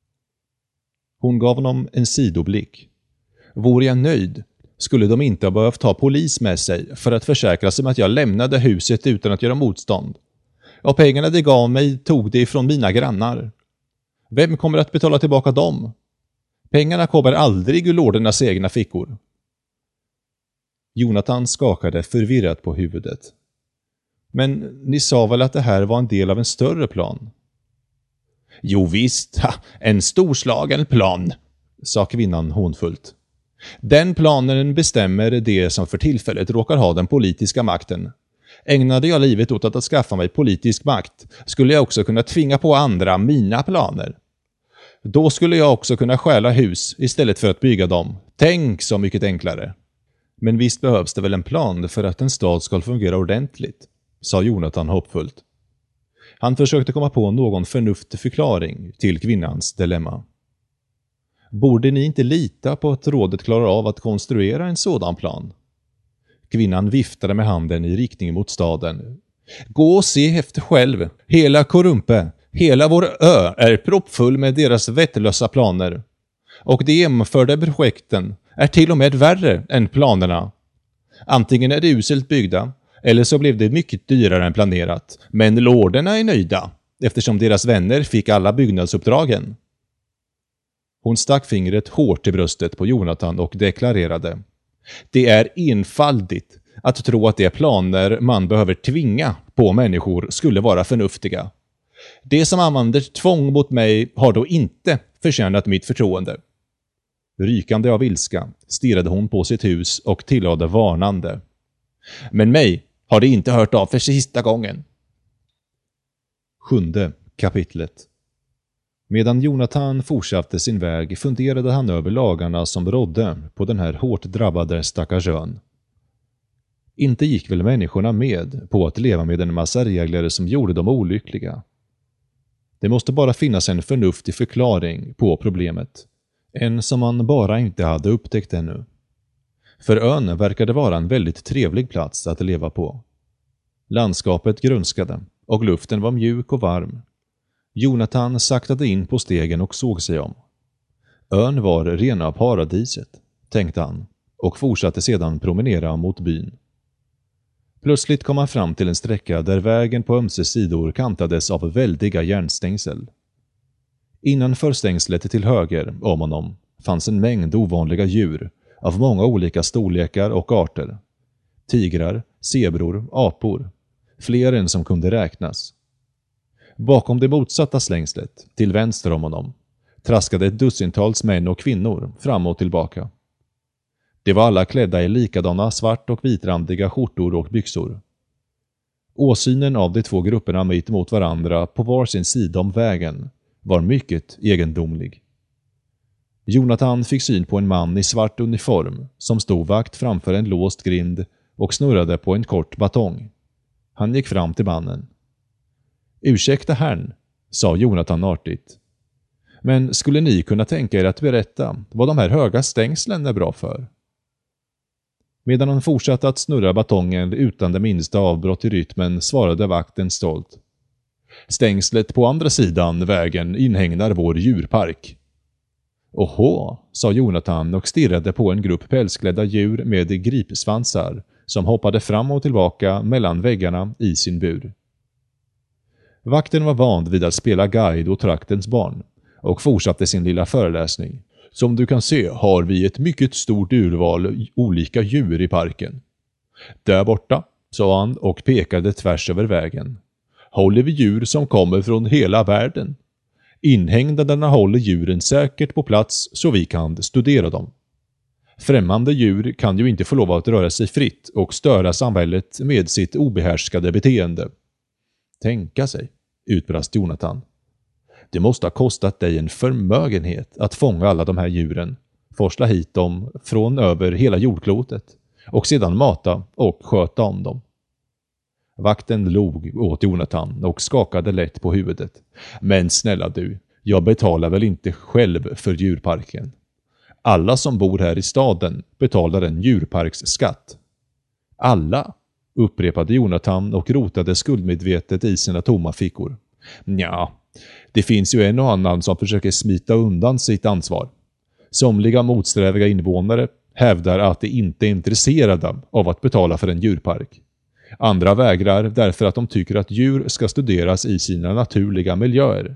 Hon gav honom en sidoblick. "Vore jag nöjd skulle de inte ha behövt ta polis med sig för att försäkra sig om att jag lämnade huset utan att göra motstånd. Och pengarna de gav mig tog de ifrån mina grannar. Vem kommer att betala tillbaka dem? Pengarna kommer aldrig ur lordernas egna fickor." Jonathan skakade förvirrat på huvudet. "Men ni sa väl att det här var en del av en större plan?" "Jo visst, en storslagen plan", sa kvinnan hånfullt. "Den planen bestämmer det som för tillfället råkar ha den politiska makten. Ägnade jag livet åt att skaffa mig politisk makt skulle jag också kunna tvinga på andra mina planer. Då skulle jag också kunna stjäla hus istället för att bygga dem. Tänk så mycket enklare." "Men visst behövs det väl en plan för att en stad ska fungera ordentligt", sa Jonathan hoppfullt. Han försökte komma på någon förnuftig förklaring till kvinnans dilemma. "Borde ni inte lita på att rådet klarar av att konstruera en sådan plan?" Kvinnan viftade med handen i riktning mot staden. "Gå och se efter själv. Hela Korumpe, hela vår ö är proppfull med deras vettlösa planer. Och de genomförda projekten är till och med värre än planerna. Antingen är de uselt byggda, Eller så blev det mycket dyrare än planerat, men lorderna är nöjda, eftersom deras vänner fick alla byggnadsuppdragen. Hon stack fingret hårt i bröstet på Jonathan och deklarerade: Det är enfaldigt att tro att de planer man behöver tvinga på människor skulle vara förnuftiga. Det som använder tvång mot mig har då inte förtjänat mitt förtroende. Rykande av ilska stirrade hon på sitt hus och tillade varnande: Men mig har det inte hört av för sista gången. 7:e kapitlet. Medan Jonathan fortsatte sin väg funderade han över lagarna som rådde på den här hårt drabbade stackars ön. Inte gick väl människorna med på att leva med en massa regler som gjorde dem olyckliga. Det måste bara finnas en förnuftig förklaring på problemet. En som man bara inte hade upptäckt ännu. För ön verkade vara en väldigt trevlig plats att leva på. Landskapet grönskade och luften var mjuk och varm. Jonathan saktade in på stegen och såg sig om. Ön var rena paradiset, tänkte han, och fortsatte sedan promenera mot byn. Plötsligt kom han fram till en sträcka där vägen på ömse sidor kantades av väldiga järnstängsel. Innanför stängslet till höger om honom fanns en mängd ovanliga djur av många olika storlekar och arter. Tigrar, zebror, apor, fler än som kunde räknas. Bakom det motsatta stängslet, till vänster om honom, traskade ett dussintals män och kvinnor fram och tillbaka. De var alla klädda i likadana svart- och vitrandiga skjortor och byxor. Åsynen av de två grupperna mitt emot varandra på var sin sida om vägen var mycket egendomlig. Jonathan fick syn på en man i svart uniform som stod vakt framför en låst grind och snurrade på en kort batong. Han gick fram till mannen. Ursäkta herrn, sa Jonathan artigt. Men skulle ni kunna tänka er att berätta vad de här höga stängslen är bra för? Medan han fortsatte att snurra batongen utan det minsta avbrott i rytmen svarade vakten stolt. Stängslet på andra sidan vägen inhägnar vår djurpark. Oho, sa Jonathan och stirrade på en grupp pälsklädda djur med gripsvansar som hoppade fram och tillbaka mellan väggarna i sin bur. Vakten var van vid att spela guide åt traktens barn och fortsatte sin lilla föreläsning. Som du kan se har vi ett mycket stort urval olika djur i parken. Där borta, sa han och pekade tvärs över vägen, håller vi djur som kommer från hela världen. Inhägnaderna håller djuren säkert på plats så vi kan studera dem. Främmande djur kan ju inte få lov att röra sig fritt och störa samhället med sitt obehärskade beteende. Tänka sig, utbrast Jonathan. Det måste ha kostat dig en förmögenhet att fånga alla de här djuren, forsla hit dem från över hela jordklotet och sedan mata och sköta om dem. Vakten log åt Jonathan och skakade lätt på huvudet. Men snälla du, jag betalar väl inte själv för djurparken. Alla som bor här i staden betalar en djurparksskatt. Alla, upprepade Jonathan och rotade skuldmedvetet i sina tomma fickor. Nja, det finns ju en och annan som försöker smita undan sitt ansvar. Somliga motsträviga invånare hävdar att de inte är intresserade av att betala för en djurpark. Andra vägrar därför att de tycker att djur ska studeras i sina naturliga miljöer.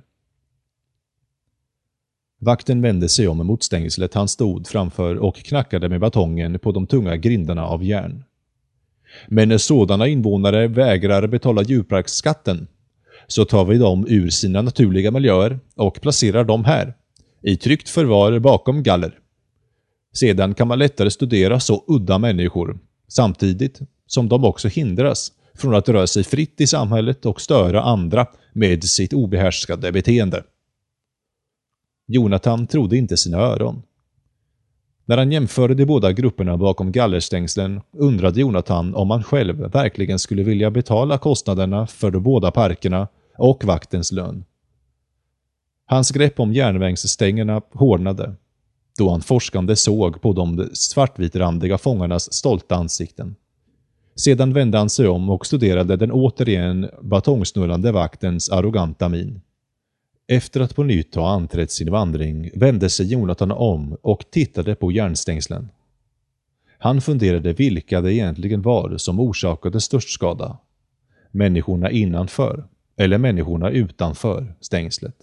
Vakten vände sig om mot stängslet han stod framför och knackade med batongen på de tunga grindarna av järn. Men när sådana invånare vägrar betala djurparksskatten så tar vi dem ur sina naturliga miljöer och placerar dem här, i tryggt förvar bakom galler. Sedan kan man lättare studera så udda människor, samtidigt som de också hindras från att röra sig fritt i samhället och störa andra med sitt obehärskade beteende. Jonathan trodde inte sina öron. När han jämförde de båda grupperna bakom gallerstängslen undrade Jonathan om han själv verkligen skulle vilja betala kostnaderna för de båda parkerna och vaktens lön. Hans grepp om järnvägsstängerna hårdnade då han forskande såg på de svartvitrandiga fångarnas stolta ansikten. Sedan vände han sig om och studerade den återigen batongsnurrande vaktens arroganta min. Efter att på nytt ha anträtt sin vandring vände sig Jonathan om och tittade på järnstängslen. Han funderade vilka det egentligen var som orsakade störst skada. Människorna innanför eller människorna utanför stängslet.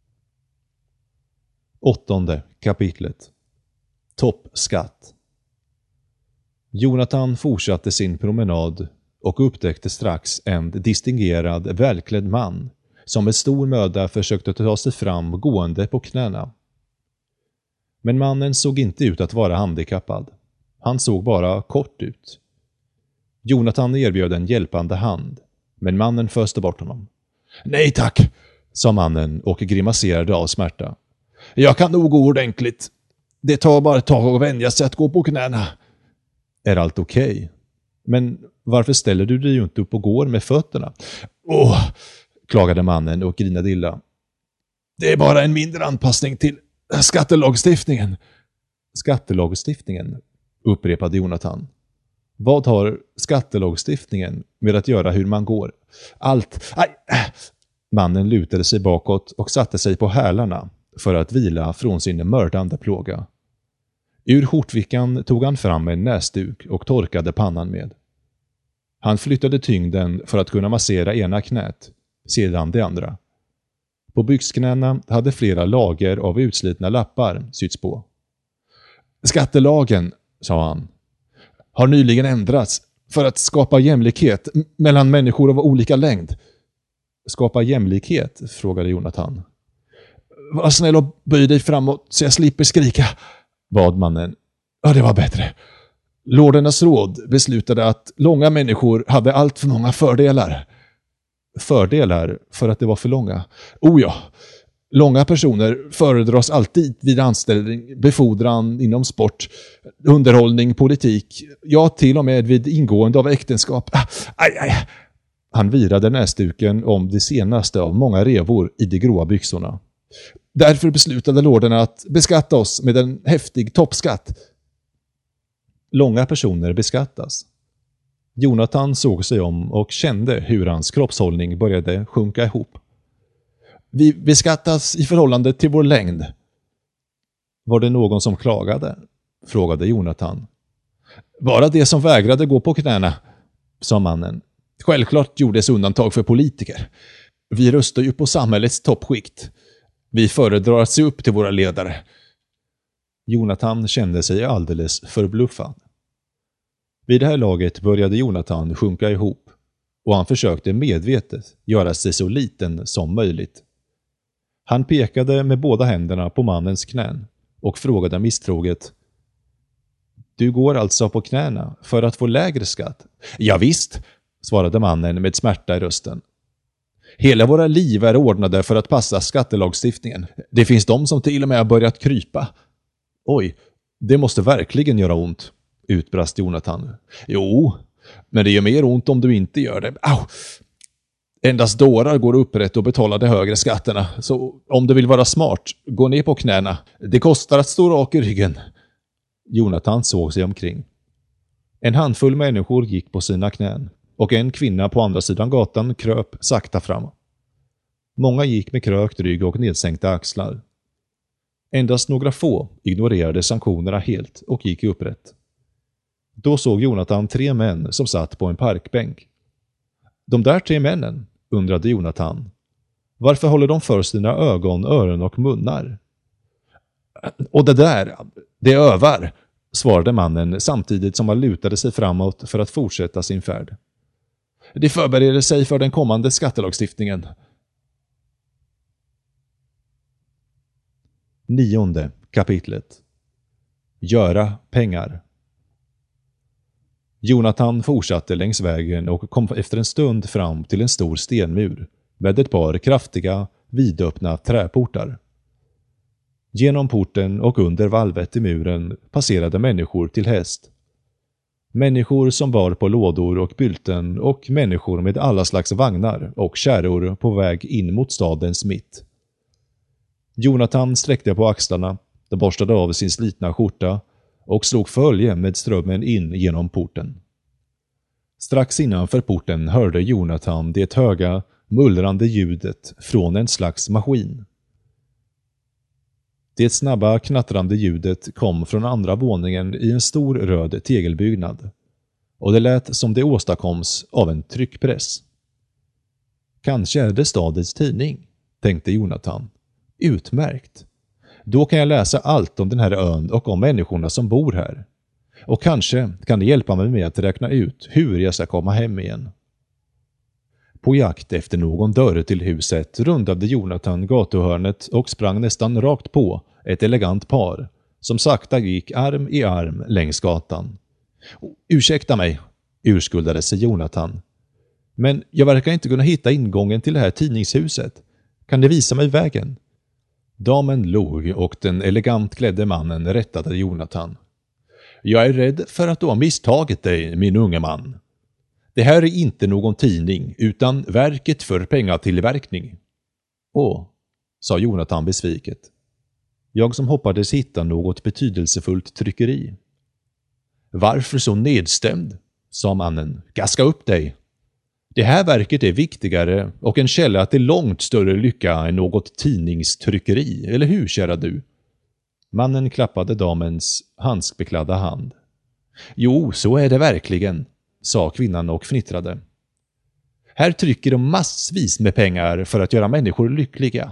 8:e kapitlet. Toppskatt. Jonathan fortsatte sin promenad och upptäckte strax en distingerad, välklädd man som med stor möda försökte ta sig fram gående på knäna. Men mannen såg inte ut att vara handikappad. Han såg bara kort ut. Jonathan erbjöd en hjälpande hand, men mannen föste bort honom. Nej tack, sa mannen och grimaserade av smärta. Jag kan nog gå ordentligt. Det tar bara ett tag att vänja sig att gå på knäna. Är allt okej? Men varför ställer du dig ju inte upp och går med fötterna? Klagade mannen och grinade illa. Det är bara en mindre anpassning till skattelagstiftningen. Skattelagstiftningen, upprepade Jonathan. Vad har skattelagstiftningen med att göra hur man går? Allt. Aj. Mannen lutade sig bakåt och satte sig på hälarna för att vila från sin mördande plåga. Ur skjortfickan tog han fram en näsduk och torkade pannan med. Han flyttade tyngden för att kunna massera ena knät, sedan det andra. På byxknäna hade flera lager av utslitna lappar sytts på. Skattelagen, sa han, har nyligen ändrats för att skapa jämlikhet mellan människor av olika längd. Skapa jämlikhet, frågade Jonathan. Var snäll och böj dig framåt så jag slipper skrika, bad mannen. Ja, det var bättre. Lordernas råd beslutade att långa människor hade allt för många fördelar. Fördelar för att det var för långa? Ja. Långa personer föredras alltid vid anställning, befordran inom sport, underhållning, politik, ja till och med vid ingående av äktenskap. Aj. Han virade näsduken om det senaste av många revor i de gråa byxorna. Därför beslutade lorderna att beskatta oss med en häftig toppskatt. Långa personer beskattas. Jonathan såg sig om och kände hur hans kroppshållning började sjunka ihop. Vi beskattas i förhållande till vår längd. Var det någon som klagade? Frågade Jonathan. Bara det som vägrade gå på knäna, sa mannen. Självklart gjordes undantag för politiker. Vi röstar ju på samhällets toppskikt. Vi föredrar att se upp till våra ledare. Jonathan kände sig alldeles förbluffad. Vid det här laget började Jonathan sjunka ihop och han försökte medvetet göra sig så liten som möjligt. Han pekade med båda händerna på mannens knän och frågade misstroget. Du går alltså på knäna för att få lägre skatt? Ja visst, svarade mannen med smärta i rösten. Hela våra liv är ordnade för att passa skattelagstiftningen. Det finns de som till och med har börjat krypa. Oj, det måste verkligen göra ont, utbrast Jonathan. Jo, men det gör mer ont om du inte gör det. Au! Endast dårar går upprätt och betalar de högre skatterna. Så om du vill vara smart, gå ner på knäna. Det kostar att stå rak i ryggen. Jonathan såg sig omkring. En handfull människor gick på sina knän och en kvinna på andra sidan gatan kröp sakta fram. Många gick med krökt rygg och nedsänkta axlar. Endast några få ignorerade sanktionerna helt och gick upprätt. Då såg Jonathan 3 män som satt på en parkbänk. De där 3 männen, undrade Jonathan. Varför håller de för sina ögon, öron och munnar? Och det övar, svarade mannen samtidigt som han lutade sig framåt för att fortsätta sin färd. De förbereder sig för den kommande skattelagstiftningen. 9:e kapitlet. Göra pengar. Jonathan fortsatte längs vägen och kom efter en stund fram till en stor stenmur med ett par kraftiga, vidöppna träportar. Genom porten och under valvet i muren passerade människor till häst. Människor som bar på lådor och bylten och människor med alla slags vagnar och kärror på väg in mot stadens mitt. Jonathan sträckte på axlarna, borstade av sin slitna skjorta och slog följe med strömmen in genom porten. Strax innanför porten hörde Jonathan det höga, mullrande ljudet från en slags maskin. Det snabba knattrande ljudet kom från andra våningen i en stor röd tegelbyggnad, och det lät som det åstadkoms av en tryckpress. Kanske är det stadens tidning, tänkte Jonathan. Utmärkt. Då kan jag läsa allt om den här ön och om människorna som bor här. Och kanske kan det hjälpa mig med att räkna ut hur jag ska komma hem igen. På jakt efter någon dörr till huset rundade Jonathan gatuhörnet och sprang nästan rakt på ett elegant par som sakta gick arm i arm längs gatan. Ursäkta mig, urskuldade sig Jonathan. Men jag verkar inte kunna hitta ingången till det här tidningshuset. Kan du visa mig vägen? Damen log och den elegant klädde mannen rättade Jonathan. Jag är rädd för att du har misstagit dig, min unge man. Det här är inte någon tidning, utan verket för pengatillverkning. Åh, sa Jonathan besviket. Jag som hoppades hitta något betydelsefullt tryckeri. Varför så nedstämd, sa mannen. Gaska upp dig. Det här verket är viktigare och en källa till långt större lycka än något tidningstryckeri, eller hur, kära du? Mannen klappade damens handskbeklädda hand. Jo, så är det verkligen, sa kvinnan och fnittrade. Här trycker de massvis med pengar för att göra människor lyckliga.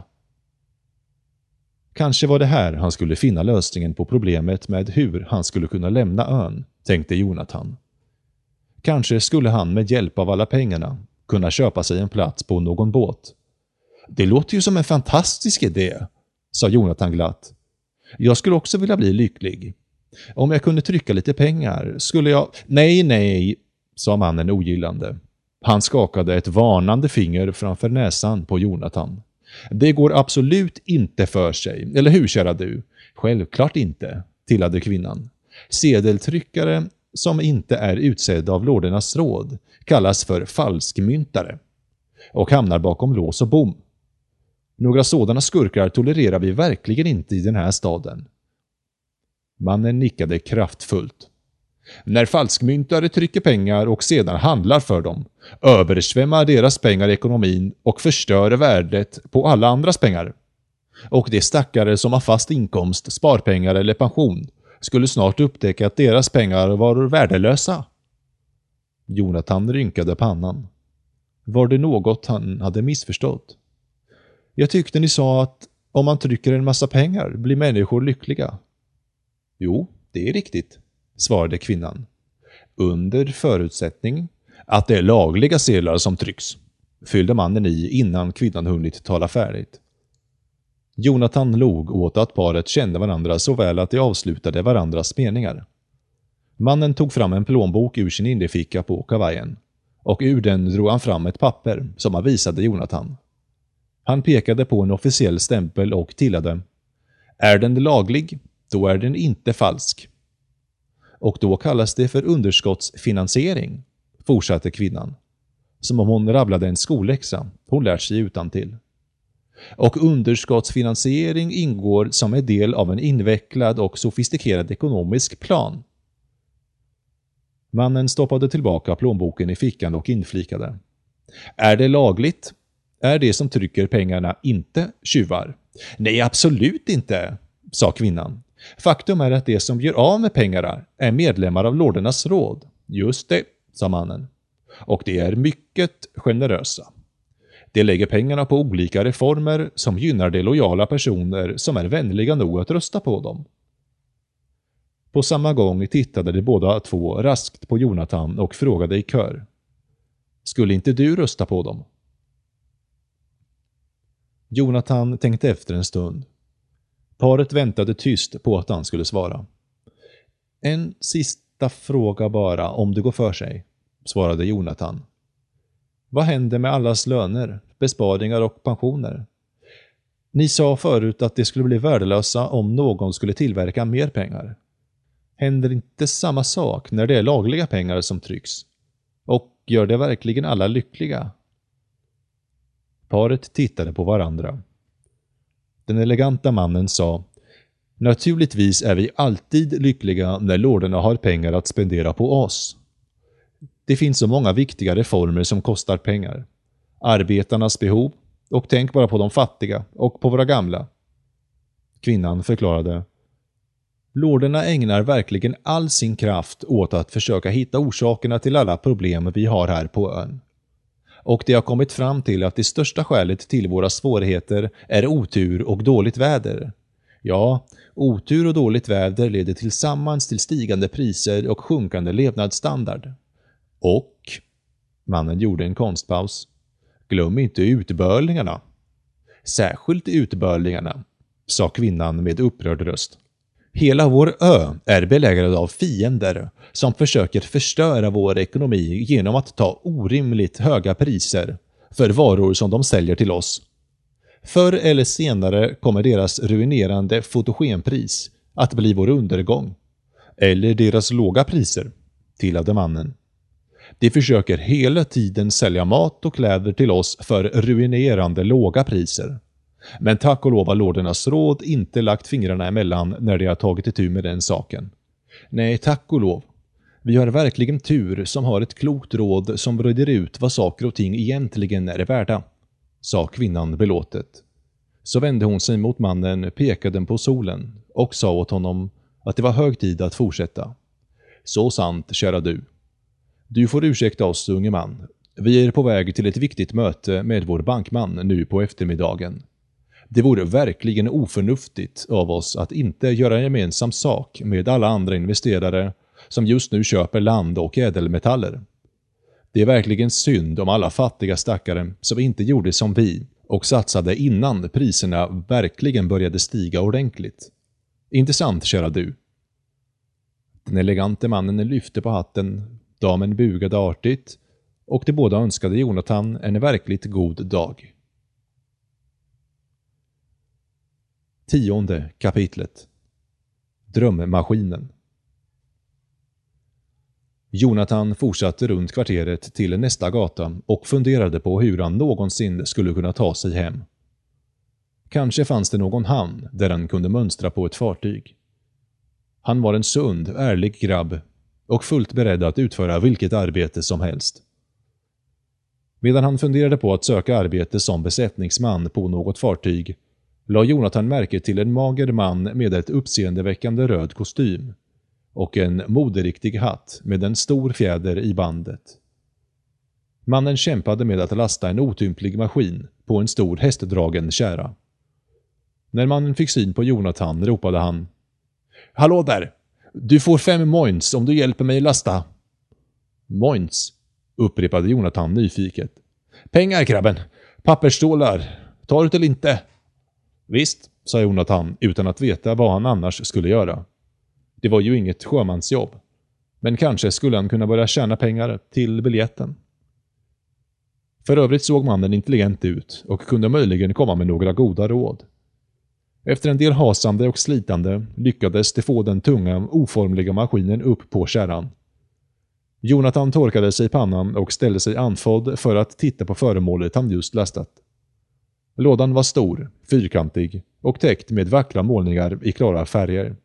Kanske var det här han skulle finna lösningen på problemet med hur han skulle kunna lämna ön, tänkte Jonathan. Kanske skulle han med hjälp av alla pengarna kunna köpa sig en plats på någon båt. Det låter ju som en fantastisk idé, sa Jonathan glatt. Jag skulle också vilja bli lycklig. Om jag kunde trycka lite pengar skulle jag... Nej, sa mannen ogillande. Han skakade ett varnande finger framför näsan på Jonathan. Det går absolut inte för sig, eller hur, kära du? Självklart inte, tillade kvinnan. Sedeltryckare som inte är utsedd av lordernas råd kallas för falskmyntare och hamnar bakom lås och bom. Några sådana skurkar tolererar vi verkligen inte i den här staden. Mannen nickade kraftfullt. När falskmyntare trycker pengar och sedan handlar för dem, översvämmar deras pengar ekonomin och förstör värdet på alla andras pengar. Och de stackare som har fast inkomst, sparpengar eller pension skulle snart upptäcka att deras pengar var värdelösa. Jonathan rynkade pannan. Var det något han hade missförstått? Jag tyckte ni sa att om man trycker en massa pengar blir människor lyckliga. Jo, det är riktigt, svarade kvinnan. Under förutsättning att det är lagliga sedlar som trycks, fyllde mannen i innan kvinnan hunnit tala färdigt. Jonathan log åt att paret kände varandra så väl att de avslutade varandras meningar. Mannen tog fram en plånbok ur sin innerficka på kavajen, och ur den drog han fram ett papper som han visade Jonathan. Han pekade på en officiell stämpel och tillade: Är den laglig, då är den inte falsk. Och då kallas det för underskottsfinansiering, fortsatte kvinnan. Som om hon rabblade en skolläxa hon lärt sig utantill. Och underskottsfinansiering ingår som en del av en invecklad och sofistikerad ekonomisk plan. Mannen stoppade tillbaka plånboken i fickan och inflikade. Är det lagligt? Är det som trycker pengarna inte tjuvar? Nej, absolut inte, sa kvinnan. Faktum är att det som gör av med pengarna är medlemmar av lordernas råd. Just det, sa mannen. Och det är mycket generösa. De lägger pengarna på olika reformer som gynnar de lojala personer som är vänliga nog att rösta på dem. På samma gång tittade de båda två raskt på Jonathan och frågade i kör. Skulle inte du rösta på dem? Jonathan tänkte efter en stund. Paret väntade tyst på att han skulle svara. En sista fråga bara, om det går för sig, svarade Jonathan. Vad händer med allas löner, besparingar och pensioner? Ni sa förut att det skulle bli värdelösa om någon skulle tillverka mer pengar. Händer inte samma sak när det är lagliga pengar som trycks? Och gör det verkligen alla lyckliga? Paret tittade på varandra. Den eleganta mannen sa: Naturligtvis är vi alltid lyckliga när lorderna har pengar att spendera på oss. Det finns så många viktiga reformer som kostar pengar. Arbetarnas behov, och tänk bara på de fattiga och på våra gamla. Kvinnan förklarade: Lorderna ägnar verkligen all sin kraft åt att försöka hitta orsakerna till alla problem vi har här på ön. Och de har kommit fram till att det största skälet till våra svårigheter är otur och dåligt väder. Ja, otur och dåligt väder leder tillsammans till stigande priser och sjunkande levnadsstandard. Och, mannen gjorde en konstpaus, glöm inte utbörlingarna. Särskilt utbörlingarna, sa kvinnan med upprörd röst. Hela vår ö är belägrad av fiender som försöker förstöra vår ekonomi genom att ta orimligt höga priser för varor som de säljer till oss. Förr eller senare kommer deras ruinerande fotogenpris att bli vår undergång. Eller deras låga priser, tillade mannen. De försöker hela tiden sälja mat och kläder till oss för ruinerande låga priser. Men tack och lov har lordernas råd inte lagt fingrarna emellan när de har tagit itu med den saken. Nej, tack och lov. Vi har verkligen tur som har ett klokt råd som reder ut vad saker och ting egentligen är värda, sa kvinnan belåtet. Så vände hon sig mot mannen, pekade på solen och sa åt honom att det var hög tid att fortsätta. Så sant, kära du. Du får ursäkta oss, unge man. Vi är på väg till ett viktigt möte med vår bankman nu på eftermiddagen. Det vore verkligen oförnuftigt av oss att inte göra gemensam sak med alla andra investerare som just nu köper land och ädelmetaller. Det är verkligen synd om alla fattiga stackare som inte gjorde som vi och satsade innan priserna verkligen började stiga ordentligt. Inte sant, kära du? Den elegante mannen lyfte på hatten, damen bugade artigt och de båda önskade Jonathan en verkligt god dag. 10:e kapitlet. Drömmaskinen. Jonathan fortsatte runt kvarteret till nästa gata och funderade på hur han någonsin skulle kunna ta sig hem. Kanske fanns det någon hamn där han kunde mönstra på ett fartyg. Han var en sund, ärlig grabb och fullt beredd att utföra vilket arbete som helst. Medan han funderade på att söka arbete som besättningsman på något fartyg la Jonathan märke till en mager man med ett uppseendeväckande röd kostym och en moderiktig hatt med en stor fjäder i bandet. Mannen kämpade med att lasta en otymplig maskin på en stor hästdragen kärra. När mannen fick syn på Jonathan ropade han: Hallå där! Du får 5 moins om du hjälper mig lasta. Moins, upprepade Jonathan nyfiket. Pengar, grabben! Pappersstålar! Tar du till inte? Visst, sa Jonathan utan att veta vad han annars skulle göra. Det var ju inget sjömansjobb. Men kanske skulle han kunna börja tjäna pengar till biljetten. För övrigt såg mannen intelligent ut och kunde möjligen komma med några goda råd. Efter en del hasande och slitande lyckades de få den tunga, oformliga maskinen upp på kärran. Jonathan torkade sig i pannan och ställde sig andfådd för att titta på föremålet han just lastat. Lådan var stor, fyrkantig och täckt med vackra målningar i klara färger.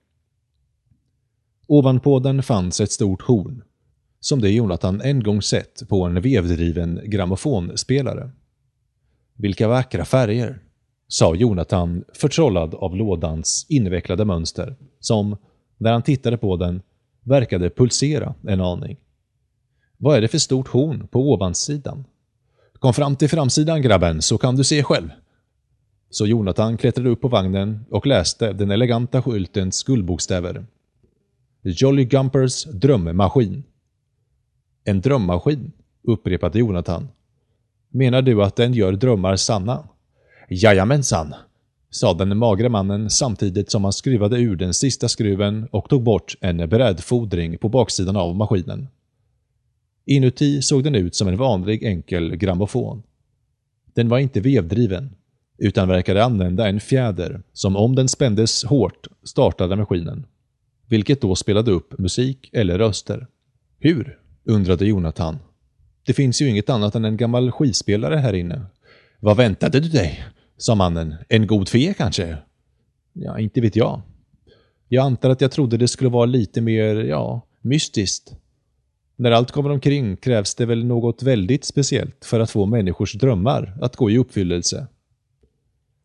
Ovanpå den fanns ett stort horn, som det Jonathan en gång sett på en vevdriven grammofonspelare. Vilka vackra färger, sa Jonathan förtrollad av lådans invecklade mönster, som, när han tittade på den, verkade pulsera en aning. Vad är det för stort horn på ovansidan? Kom fram till framsidan, grabben, så kan du se själv. Så Jonathan klättrade upp på vagnen och läste den eleganta skyltens guldbokstäver. Jolly Gumpers drömmaskin. En drömmaskin, upprepade Jonathan. Menar du att den gör drömmar sanna? Jajamensan, sa den magre mannen samtidigt som han skruvade ur den sista skruven och tog bort en brädfodring på baksidan av maskinen. Inuti såg den ut som en vanlig enkel grammofon. Den var inte vevdriven, utan verkade använda en fjäder som om den spändes hårt startade maskinen, vilket då spelade upp musik eller röster. Hur? Undrade Jonathan. Det finns ju inget annat än en gammal skivspelare här inne. Vad väntade du dig? Sa mannen. En god fe kanske? Ja, inte vet jag. Jag antar att jag trodde det skulle vara lite mer, mystiskt. När allt kommer omkring krävs det väl något väldigt speciellt för att få människors drömmar att gå i uppfyllelse.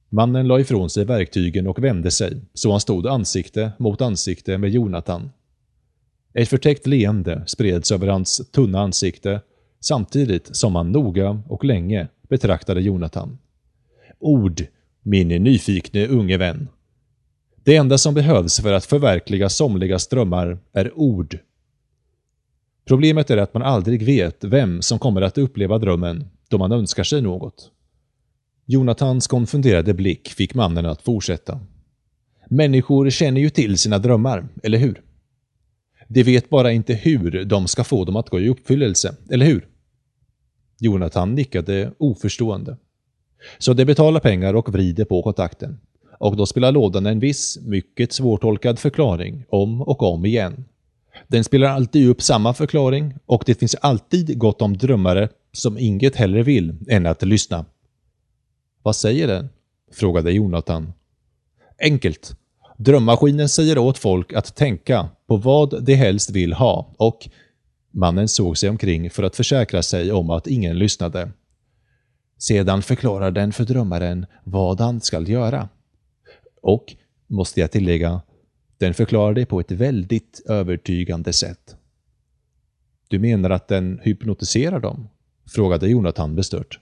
Mannen la ifrån sig verktygen och vände sig, så han stod ansikte mot ansikte med Jonathan. Ett förtäckt leende spreds över hans tunna ansikte, samtidigt som han noga och länge betraktade Jonathan. Ord, min nyfikne unge vän. Det enda som behövs för att förverkliga somliga drömmar är ord. Problemet är att man aldrig vet vem som kommer att uppleva drömmen då man önskar sig något. Jonathans konfunderade blick fick mannen att fortsätta. Människor känner ju till sina drömmar, eller hur? De vet bara inte hur de ska få dem att gå i uppfyllelse, eller hur? Jonathan nickade oförstående. Så de betalar pengar och vrider på kontakten. Och då spelar lådan en viss, mycket svårtolkad förklaring om och om igen. Den spelar alltid upp samma förklaring och det finns alltid gott om drömmare som inget hellre vill än att lyssna. Vad säger den? Frågade Jonathan. Enkelt. Drömmaskinen säger åt folk att tänka på vad de helst vill ha och mannen såg sig omkring för att försäkra sig om att ingen lyssnade. Sedan förklarar den för drömmaren vad han ska göra. Och, måste jag tillägga, den förklarar det på ett väldigt övertygande sätt. Du menar att den hypnotiserar dem? Frågade Jonathan bestört.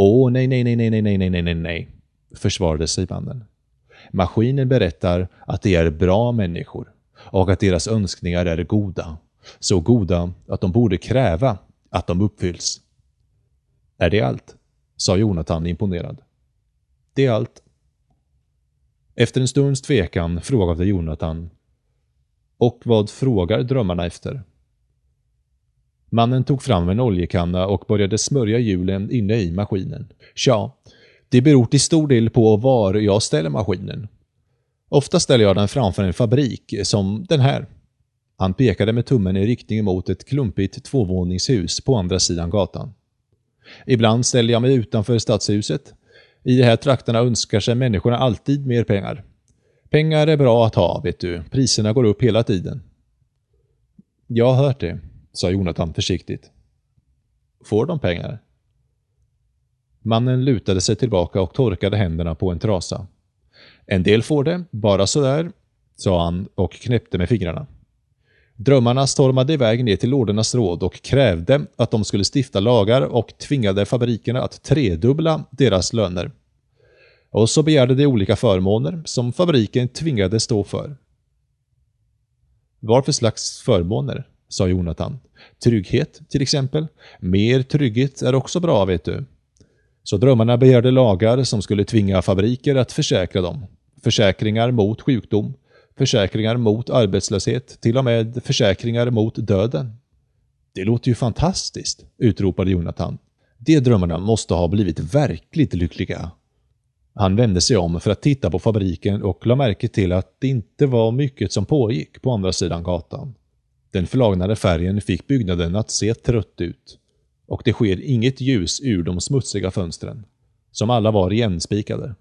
Nej, försvarade sig mannen. Maskinen berättar att de är bra människor och att deras önskningar är goda. Så goda att de borde kräva att de uppfylls. Är det allt? Sa Jonathan imponerad. Det är allt. Efter en stunds tvekan frågade Jonathan. Och vad frågar drömmarna efter? Mannen tog fram en oljekanna och började smörja hjulen inne i maskinen. Tja, det beror till stor del på var jag ställer maskinen. Ofta ställer jag den framför en fabrik som den här. Han pekade med tummen i riktning mot ett klumpigt tvåvåningshus på andra sidan gatan. Ibland ställer jag mig utanför stadshuset. I de här trakterna önskar sig människorna alltid mer pengar. Pengar är bra att ha, vet du. Priserna går upp hela tiden. Jag har hört det, sa Jonathan försiktigt. Får de pengar? Mannen lutade sig tillbaka och torkade händerna på en trasa. En del får det, bara så där, sa han och knäppte med fingrarna. Drömmarna stormade iväg ner till lordernas råd och krävde att de skulle stifta lagar och tvingade fabrikerna att tredubbla deras löner. Och så begärde de olika förmåner som fabriken tvingade stå för. Vad för slags förmåner? Sa Jonathan. Trygghet, till exempel. Mer trygghet är också bra, vet du. Så drömmarna begärde lagar som skulle tvinga fabriker att försäkra dem. Försäkringar mot sjukdom. Försäkringar mot arbetslöshet, till och med försäkringar mot döden. Det låter ju fantastiskt, utropade Jonathan. De drömmarna måste ha blivit verkligt lyckliga. Han vände sig om för att titta på fabriken och la märke till att det inte var mycket som pågick på andra sidan gatan. Den förlagnade färgen fick byggnaden att se trött ut. Och det sker inget ljus ur de smutsiga fönstren, som alla var igenspikade.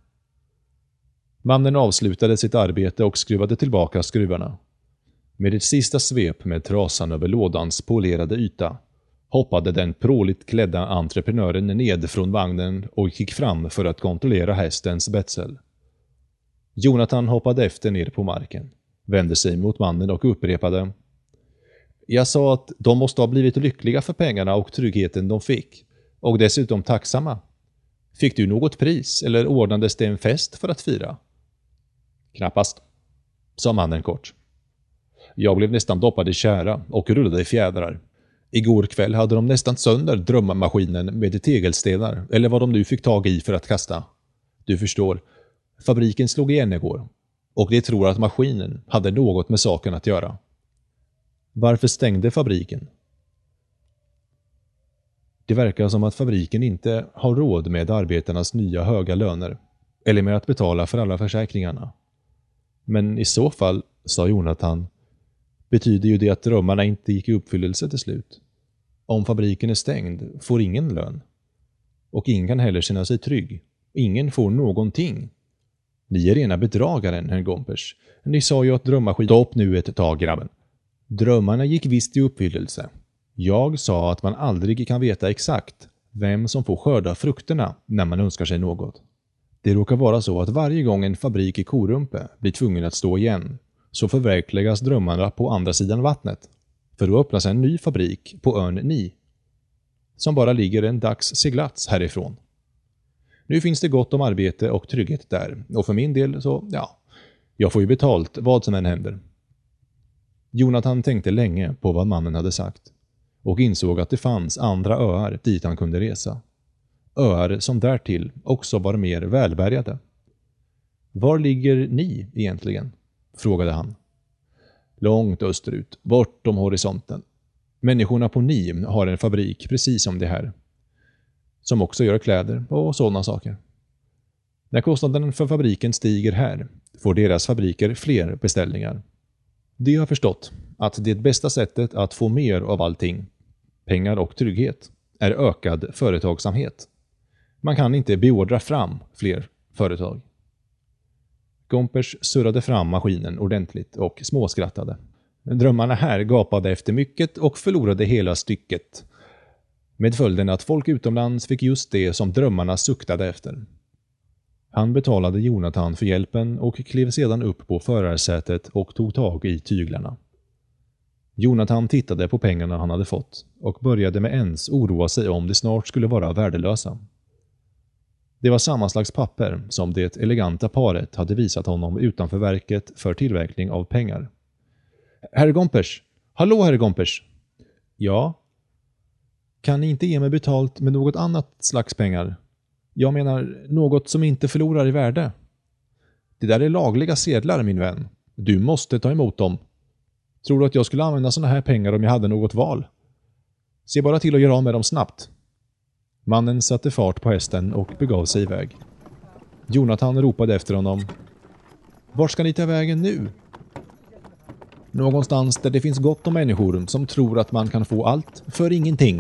Mannen avslutade sitt arbete och skruvade tillbaka skruvarna. Med ett sista svep med trasan över lådans polerade yta hoppade den pråligt klädda entreprenören ned från vagnen och gick fram för att kontrollera hästens betsel. Jonathan hoppade efter ner på marken, vände sig mot mannen och upprepade. Jag sa att de måste ha blivit lyckliga för pengarna och tryggheten de fick, och dessutom tacksamma. Fick du något pris eller ordnades det en fest för att fira? Knappast, sa mannen kort. Jag blev nästan doppad i kära och rullade i fjädrar. Igår kväll hade de nästan sönder drömmaskinen med tegelstenar eller vad de nu fick tag i för att kasta. Du förstår, fabriken slog igen igår och de tror att maskinen hade något med saken att göra. Varför stängde fabriken? Det verkar som att fabriken inte har råd med arbetarnas nya höga löner eller med att betala för alla försäkringarna. Men i så fall, sa Jonathan, betyder ju det att drömmarna inte gick i uppfyllelse till slut. Om fabriken är stängd får ingen lön. Och ingen kan heller känna sig trygg. Ingen får någonting. Ni är rena bedragaren, herr Gompers. Ni sa ju att drömmaskinen... Stopp nu ett tag, grabben. Drömmarna gick visst i uppfyllelse. Jag sa att man aldrig kan veta exakt vem som får skörda frukterna när man önskar sig något. Det råkar vara så att varje gång en fabrik i Korumpe blir tvungen att stå igen så förverkligas drömmarna på andra sidan vattnet. För då öppnas en ny fabrik på ön Ni, som bara ligger en dags seglats härifrån. Nu finns det gott om arbete och trygghet där, och för min del så, jag får ju betalt vad som än händer. Jonathan tänkte länge på vad mannen hade sagt och insåg att det fanns andra öar dit han kunde resa. Öar som därtill också var mer välbärgade. Var ligger Ni egentligen? Frågade han. Långt österut, bortom horisonten. Människorna på Ni har en fabrik precis som det här, som också gör kläder och sådana saker. När kostnaden för fabriken stiger här får deras fabriker fler beställningar. De har förstått att det bästa sättet att få mer av allting, pengar och trygghet, är ökad företagsamhet. Man kan inte beordra fram fler företag. Gompers surrade fram maskinen ordentligt och småskrattade. Drömmarna här gapade efter mycket och förlorade hela stycket. Med följden att folk utomlands fick just det som drömmarna suktade efter. Han betalade Jonathan för hjälpen och klev sedan upp på förarsätet och tog tag i tyglarna. Jonathan tittade på pengarna han hade fått och började med ens oroa sig om det snart skulle vara värdelösa. Det var samma slags papper som det eleganta paret hade visat honom utanför verket för tillverkning av pengar. Herr Gompers! Hallå, herr Gompers! Ja? Kan ni inte ge mig betalt med något annat slags pengar? Jag menar, något som inte förlorar i värde. Det där är lagliga sedlar, min vän. Du måste ta emot dem. Tror du att jag skulle använda såna här pengar om jag hade något val? Se bara till att göra av med dem snabbt. Mannen satte fart på hästen och begav sig iväg. Jonathan ropade efter honom. Vart ska ni ta vägen nu? Någonstans där det finns gott om människor som tror att man kan få allt för ingenting.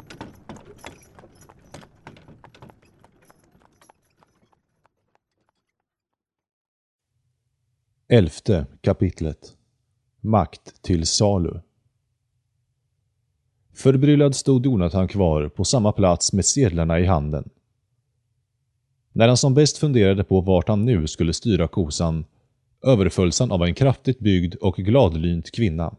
Elfte kapitlet. Makt till salu. Förbryllad stod Jonathan kvar på samma plats med sedlarna i handen. När han som bäst funderade på vart han nu skulle styra kosan, överfölls han av en kraftigt byggd och gladlynt kvinna.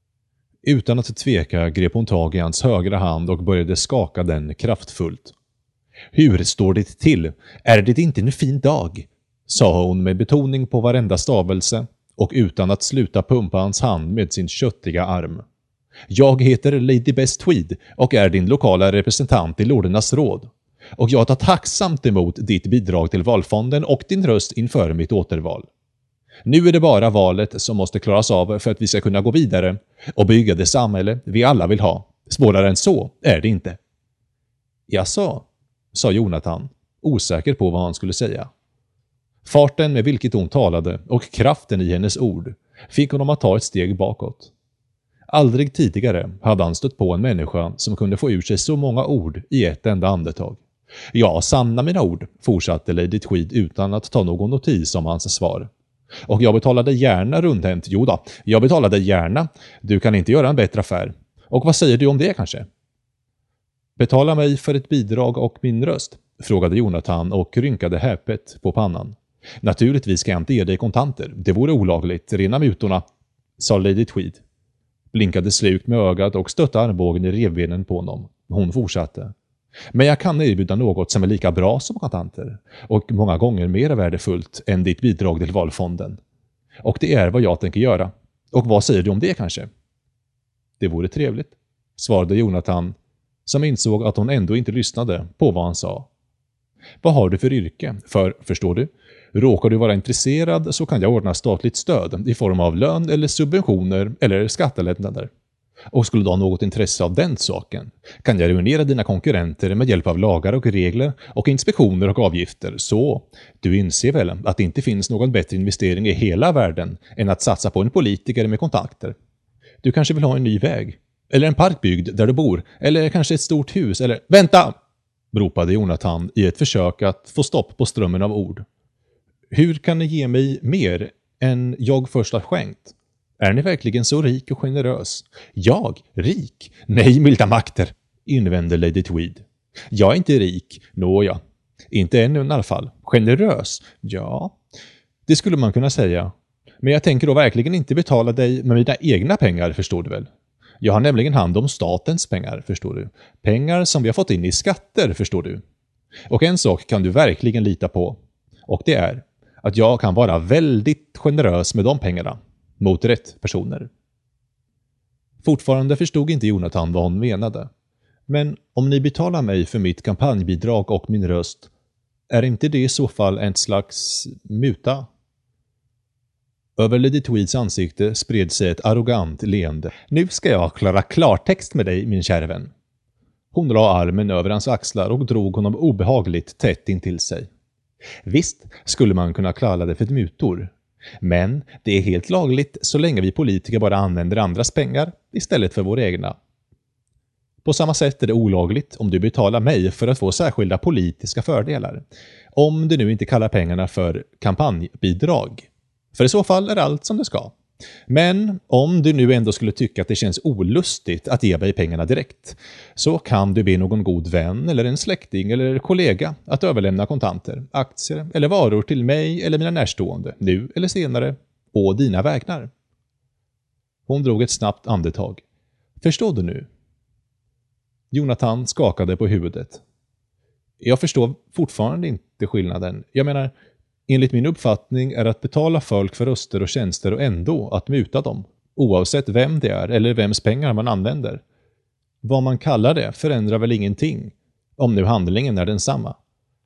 Utan att tveka grep hon tag i hans högra hand och började skaka den kraftfullt. Hur står det till? Är det inte en fin dag? Sa hon med betoning på varenda stavelse och utan att sluta pumpa hans hand med sin köttiga arm. Jag heter Lady Best Tweed och är din lokala representant i Lordernas råd. Och jag tar tacksamt emot ditt bidrag till valfonden och din röst inför mitt återval. Nu är det bara valet som måste klaras av för att vi ska kunna gå vidare och bygga det samhälle vi alla vill ha. Svårare än så är det inte. Jaså, sa Jonathan, osäker på vad han skulle säga. Farten med vilket hon talade och kraften i hennes ord fick honom att ta ett steg bakåt. Aldrig tidigare hade han stött på en människa som kunde få ur sig så många ord i ett enda andetag. Ja, sanna mina ord, fortsatte Lady Tweed utan att ta någon notis om hans svar. Och jag betalade gärna rundhänt. Joda, jag betalade gärna. Du kan inte göra en bättre affär. Och vad säger du om det kanske? Betala mig för ett bidrag och min röst, frågade Jonathan och rynkade häpet på pannan. Naturligtvis ska jag inte ge dig kontanter. Det vore olagligt. Rena mutorna, sa Lady Tweed. Blinkade slukt med ögat och stötte armbågen i revbenen på honom. Hon fortsatte. Men jag kan erbjuda något som är lika bra som kontanter och många gånger mer värdefullt än ditt bidrag till valfonden. Och det är vad jag tänker göra. Och vad säger du om det kanske? Det vore trevligt, svarade Jonathan, som insåg att hon ändå inte lyssnade på vad han sa. Vad har du för yrke? För, förstår du, råkar du vara intresserad så kan jag ordna statligt stöd i form av lön eller subventioner eller skattelättnader. Och skulle du ha något intresse av den saken kan jag ruinera dina konkurrenter med hjälp av lagar och regler och inspektioner och avgifter. Så, du inser väl att det inte finns någon bättre investering i hela världen än att satsa på en politiker med kontakter. Du kanske vill ha en ny väg, eller en park byggd där du bor, eller kanske ett stort hus, eller... Vänta! Ropade Jonathan i ett försök att få stopp på strömmen av ord. Hur kan ni ge mig mer än jag först har skänkt? Är ni verkligen så rik och generös? Jag? Rik? Nej, milda makter, invände Lady Tweed. Jag är inte rik, nåja. Inte ännu i alla fall. Generös? Ja, det skulle man kunna säga. Men jag tänker då verkligen inte betala dig med mina egna pengar, förstår du väl? Jag har nämligen hand om statens pengar, förstår du. Pengar som vi har fått in i skatter, förstår du. Och en sak kan du verkligen lita på. Och det är att jag kan vara väldigt generös med de pengarna. Mot rätt personer. Fortfarande förstod inte Jonathan vad hon menade. Men om ni betalar mig för mitt kampanjbidrag och min röst, är inte det i så fall en slags muta? Över Lady Tweeds ansikte spred sig ett arrogant leende. Nu ska jag klara klartext med dig, min kära vän. Hon la armen över hans axlar och drog honom obehagligt tätt intill sig. Visst skulle man kunna kalla det för ett mutor. Men det är helt lagligt så länge vi politiker bara använder andras pengar istället för våra egna. På samma sätt är det olagligt om du betalar mig för att få särskilda politiska fördelar. Om du nu inte kallar pengarna för kampanjbidrag. För i så fall är allt som det ska. Men om du nu ändå skulle tycka att det känns olustigt att ge mig pengarna direkt, så kan du be någon god vän eller en släkting eller kollega att överlämna kontanter, aktier eller varor till mig eller mina närstående, nu eller senare, på dina vägnar. Hon drog ett snabbt andetag. Förstår du nu? Jonathan skakade på huvudet. Jag förstår fortfarande inte skillnaden. Jag menar, enligt min uppfattning är att betala folk för röster och tjänster och ändå att muta dem, oavsett vem det är eller vems pengar man använder. Vad man kallar det förändrar väl ingenting, om nu handlingen är densamma.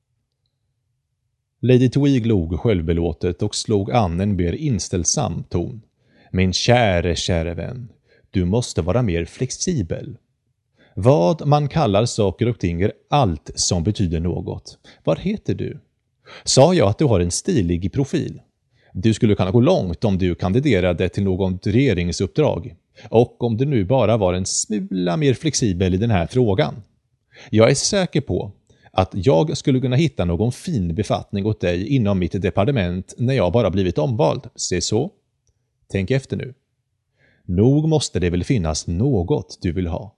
Lady Tweed log självbelåtet och slog an en mer inställsam ton. Min käre vän, du måste vara mer flexibel. Vad man kallar saker och ting är allt som betyder något. Vad heter du? Sa jag att du har en stilig profil? Du skulle kunna gå långt om du kandiderade till något regeringsuppdrag. Och om du nu bara var en smula mer flexibel i den här frågan. Jag är säker på att jag skulle kunna hitta någon fin befattning åt dig inom mitt departement när jag bara blivit omvald. Se så? Tänk efter nu. Nog måste det väl finnas något du vill ha.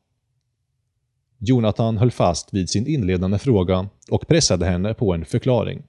Jonathan höll fast vid sin inledande fråga och pressade henne på en förklaring.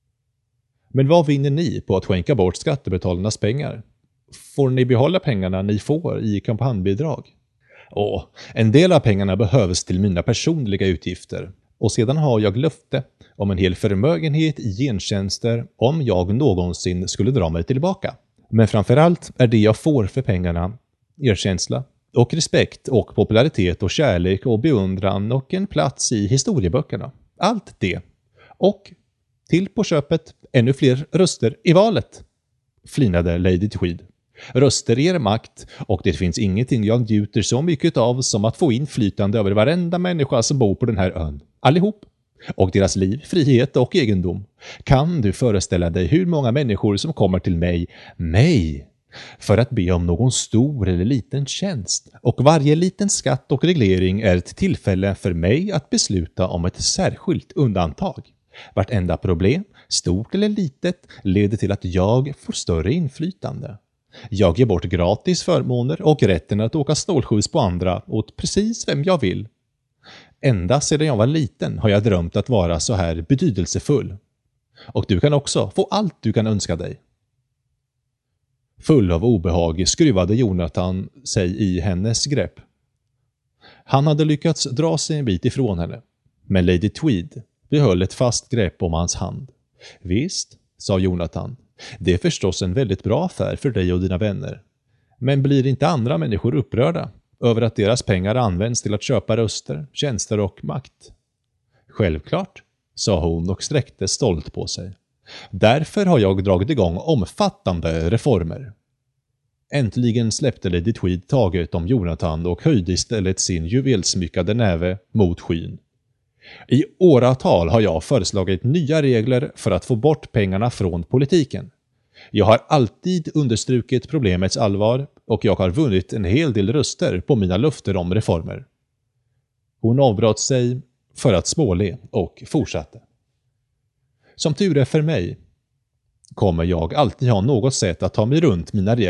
Men vad vinner ni på att skänka bort skattebetalarnas pengar? Får ni behålla pengarna ni får i kampanjbidrag? En del av pengarna behövs till mina personliga utgifter. Och sedan har jag löfte om en hel förmögenhet i gentjänster om jag någonsin skulle dra mig tillbaka. Men framförallt är det jag får för pengarna erkänsla och respekt och popularitet och kärlek och beundran och en plats i historieböckerna. Allt det. Och till på köpet ännu fler röster i valet, flinade Lady Tweed. Röster ger makt och det finns ingenting jag njuter så mycket av som att få inflytande över varenda människa som bor på den här ön. Allihop. Och deras liv, frihet och egendom. Kan du föreställa dig hur många människor som kommer till mig, för att be om någon stor eller liten tjänst? Och varje liten skatt och reglering är ett tillfälle för mig att besluta om ett särskilt undantag. Vartenda problem, stort eller litet, leder till att jag får större inflytande. Jag ger bort gratis förmåner och rätten att åka snålskjuts på andra åt precis vem jag vill. Ända sedan jag var liten har jag drömt att vara så här betydelsefull. Och du kan också få allt du kan önska dig. Full av obehag skruvade Jonathan sig i hennes grepp. Han hade lyckats dra sig en bit ifrån henne, men Lady Tweed behöll ett fast grepp om hans hand. Visst, sa Jonathan, det är förstås en väldigt bra affär för dig och dina vänner. Men blir inte andra människor upprörda över att deras pengar används till att köpa röster, tjänster och makt? Självklart, sa hon och sträckte stolt på sig. Därför har jag dragit igång omfattande reformer. Äntligen släppte Lady Tweed taget om Jonathan och höjde istället sin juvelsmyckade näve mot skyn. I åratal har jag föreslagit nya regler för att få bort pengarna från politiken. Jag har alltid understrukit problemets allvar och jag har vunnit en hel del röster på mina löften om reformer. Hon avbröt sig för att småle och fortsatte. Som tur är för mig kommer jag alltid ha något sätt att ta mig runt mina regler på, så länge det finns värdefulla tjänster att sälja.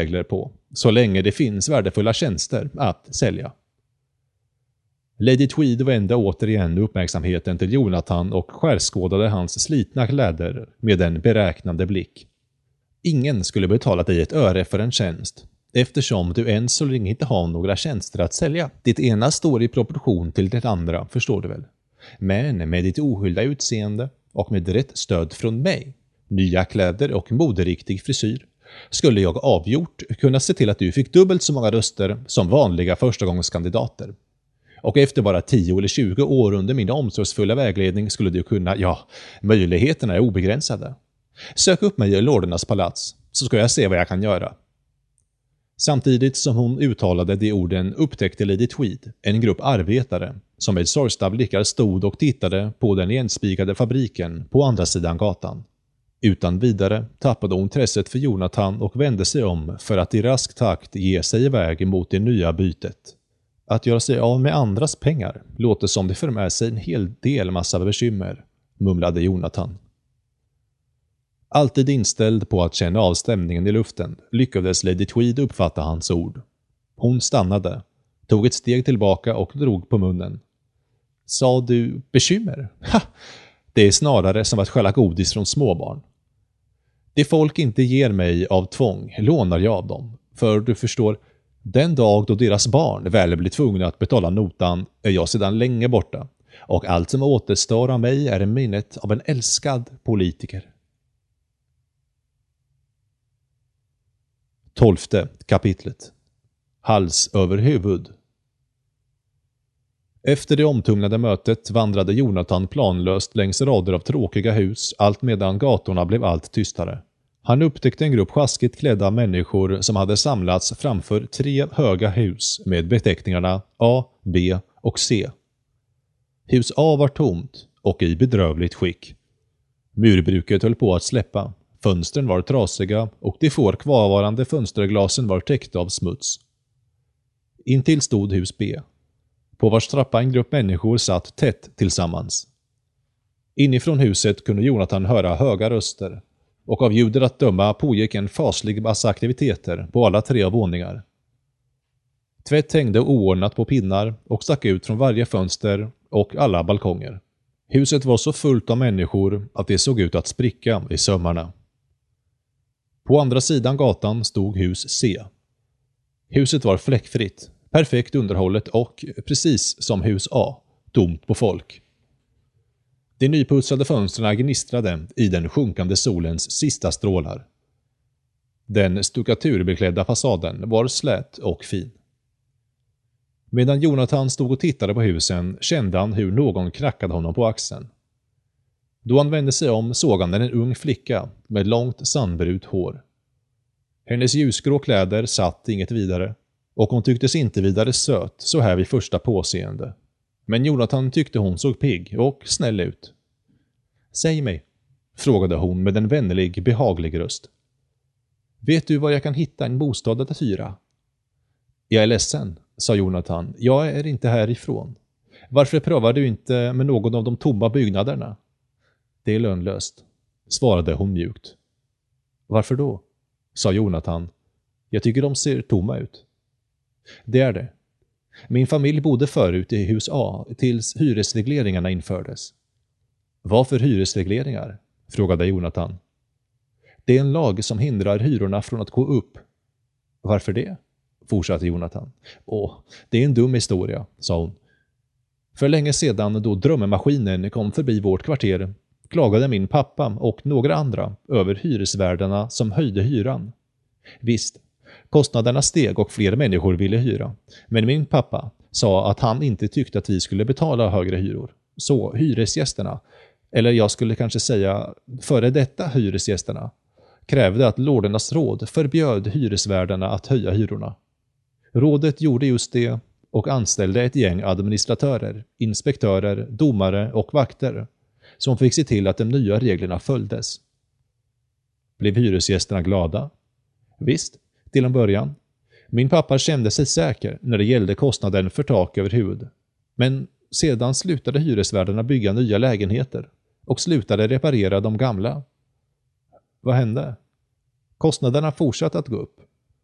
Lady Tweed vände återigen uppmärksamheten till Jonathan och skärskådade hans slitna kläder med en beräknande blick. Ingen skulle betala dig ett öre för en tjänst, eftersom du än så länge inte har några tjänster att sälja. Ditt ena står i proportion till det andra, förstår du väl? Men med ditt oskylda utseende och med rätt stöd från mig, nya kläder och moderiktig frisyr, skulle jag avgjort kunna se till att du fick dubbelt så många röster som vanliga förstagångskandidater. Och efter bara 10 eller 20 år under min omsorgsfulla vägledning skulle du kunna, möjligheterna är obegränsade. Sök upp mig i Lordernas palats, så ska jag se vad jag kan göra. Samtidigt som hon uttalade de orden upptäckte Lady Tweed en grupp arbetare som med sorgsta blickar stod och tittade på den igenspikade fabriken på andra sidan gatan. Utan vidare tappade hon intresset för Jonathan och vände sig om för att i rask takt ge sig iväg mot det nya bytet. Att göra sig av med andras pengar låter som det för med sig en hel del massa bekymmer, mumlade Jonathan. Alltid inställd på att känna av stämningen i luften lyckades Lady Tweed uppfatta hans ord. Hon stannade, tog ett steg tillbaka och drog på munnen. Sa du bekymmer? Ha! Det är snarare som att skälla godis från småbarn. Det folk inte ger mig av tvång lånar jag av dem. För du förstår, den dag då deras barn väl blir tvungna att betala notan är jag sedan länge borta. Och allt som återstår av mig är minnet av en älskad politiker. 12:e kapitlet. Hals över huvud. Efter det omtumlade mötet vandrade Jonathan planlöst längs rader av tråkiga hus allt medan gatorna blev allt tystare. Han upptäckte en grupp sjaskigt klädda människor som hade samlats framför 3 höga hus med beteckningarna A, B och C. Hus A var tomt och i bedrövligt skick. Murbruket höll på att släppa. Fönstren var trasiga och de få kvarvarande fönsterglasen var täckta av smuts. Intill stod hus B, på vars trappa en grupp människor satt tätt tillsammans. Inifrån huset kunde Jonathan höra höga röster, och av ljudet att döma pågick en faslig massa aktiviteter på alla 3 våningar. Tvätt hängde oordnat på pinnar och stack ut från varje fönster och alla balkonger. Huset var så fullt av människor att det såg ut att spricka i sömmarna. På andra sidan gatan stod hus C. Huset var fläckfritt, perfekt underhållet och, precis som hus A, tomt på folk. De nyputsade fönstren gnistrade i den sjunkande solens sista strålar. Den stuckaturbeklädda fasaden var slät och fin. Medan Jonathan stod och tittade på husen kände han hur någon knackade honom på axeln. Då han vände sig om såg han en ung flicka med långt sandbrut hår. Hennes ljusgrå kläder satt inget vidare, och hon tycktes inte vidare söt så här vid första påseende. Men Jonathan tyckte hon såg pigg och snäll ut. Säg mig, frågade hon med en vänlig, behaglig röst. Vet du var jag kan hitta en bostad att hyra? Jag är ledsen, sa Jonathan. Jag är inte härifrån. Varför prövar du inte med någon av de tomma byggnaderna? Det är lönlöst, svarade hon mjukt. Varför då? Sa Jonathan. Jag tycker de ser tomma ut. Det är det. Min familj bodde förut i hus A tills hyresregleringarna infördes. Vad för hyresregleringar? Frågade Jonathan. Det är en lag som hindrar hyrorna från att gå upp. Varför det? Fortsatte Jonathan. Det är en dum historia, sa hon. För länge sedan då drömmemaskinen kom förbi vårt kvarter klagade min pappa och några andra över hyresvärdarna som höjde hyran. Visst, kostnaderna steg och fler människor ville hyra. Men min pappa sa att han inte tyckte att vi skulle betala högre hyror. Så hyresgästerna, eller jag skulle kanske säga före detta hyresgästerna, krävde att Lordernas råd förbjöd hyresvärdarna att höja hyrorna. Rådet gjorde just det och anställde ett gäng administratörer, inspektörer, domare och vakter som fick se till att de nya reglerna följdes. Blev hyresgästerna glada? Visst, till en början. Min pappa kände sig säker när det gällde kostnaden för tak över huvud. Men sedan slutade hyresvärdarna bygga nya lägenheter och slutade reparera de gamla. Vad hände? Kostnaderna fortsatte att gå upp.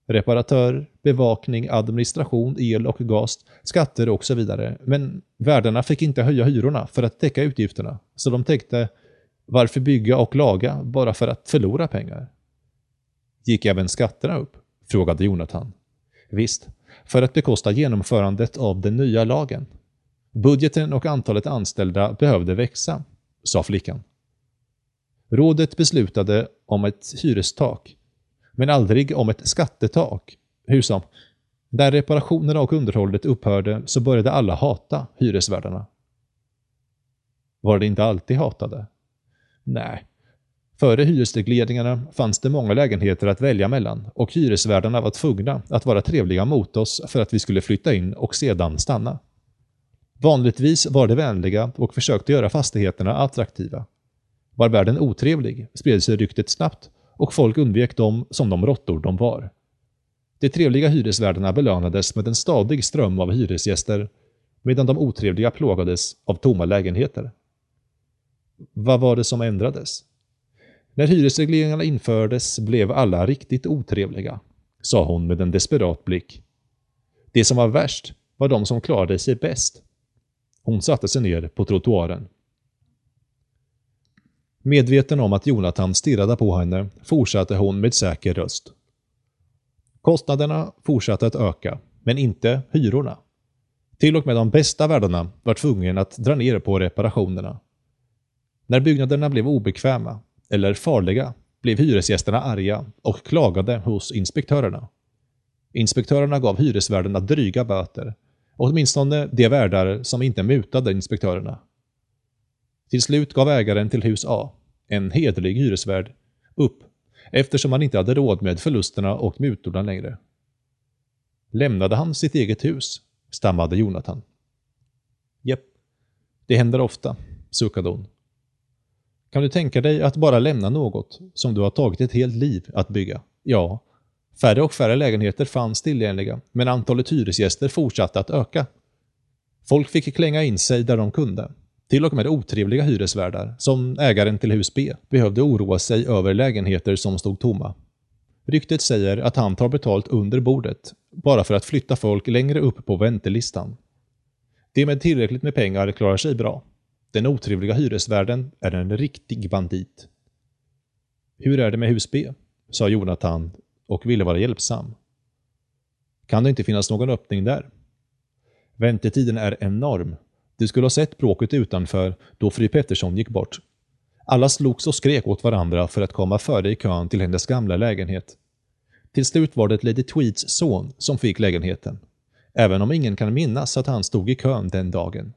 Reparatör, bevakning, administration, el och gas, skatter och så vidare. Men värdarna fick inte höja hyrorna för att täcka utgifterna. Så de tänkte, varför bygga och laga bara för att förlora pengar? Gick även skatterna upp? Frågade Jonathan. Visst, för att bekosta genomförandet av den nya lagen. Budgeten och antalet anställda behövde växa, sa flickan. Rådet beslutade om ett hyrestak, men aldrig om ett skattetak. Hur som, när reparationerna och underhållet upphörde så började alla hata hyresvärdarna. Var det inte alltid hatade? Nej. Före hyresregleringarna fanns det många lägenheter att välja mellan och hyresvärdarna var tvungna att vara trevliga mot oss för att vi skulle flytta in och sedan stanna. Vanligtvis var det vänliga och försökte göra fastigheterna attraktiva. Var värden otrevlig spred sig ryktet snabbt och folk undvek dem som de råttor de var. De trevliga hyresvärdarna belönades med en stadig ström av hyresgäster medan de otrevliga plågades av tomma lägenheter. Vad var det som ändrades? När hyresregleringarna infördes blev alla riktigt otrevliga, sa hon med en desperat blick. Det som var värst var de som klarade sig bäst. Hon satte sig ner på trottoaren. Medveten om att Jonathan stirrade på henne fortsatte hon med säker röst. Kostnaderna fortsatte att öka, men inte hyrorna. Till och med de bästa värdarna var tvungna att dra ner på reparationerna. När byggnaderna blev obekväma eller farliga blev hyresgästerna arga och klagade hos inspektörerna. Inspektörerna gav hyresvärdarna dryga böter, åtminstone de värdar som inte mutade inspektörerna. Till slut gav ägaren till hus A, en hederlig hyresvärd, upp eftersom han inte hade råd med förlusterna och mutorna längre. Lämnade han sitt eget hus? Stammade Jonathan. Japp, det händer ofta, suckade hon. Kan du tänka dig att bara lämna något som du har tagit ett helt liv att bygga? Ja, färre och färre lägenheter fanns tillgängliga, men antalet hyresgäster fortsatte att öka. Folk fick klänga in sig där de kunde. Till och med otrevliga hyresvärdar, som ägaren till hus B, behövde oroa sig över lägenheter som stod tomma. Ryktet säger att han tar betalt under bordet, bara för att flytta folk längre upp på väntelistan. Det med tillräckligt med pengar klarar sig bra. Den otrevliga hyresvärden är en riktig bandit. Hur är det med hus B? Sa Jonathan och ville vara hjälpsam. Kan det inte finnas någon öppning där? Väntetiden är enorm. Du skulle ha sett bråket utanför då fru Pettersson gick bort. Alla slogs och skrek åt varandra för att komma före i kön till hennes gamla lägenhet. Till slut var det Lady Tweeds son som fick lägenheten, även om ingen kan minnas att han stod i kön den dagen.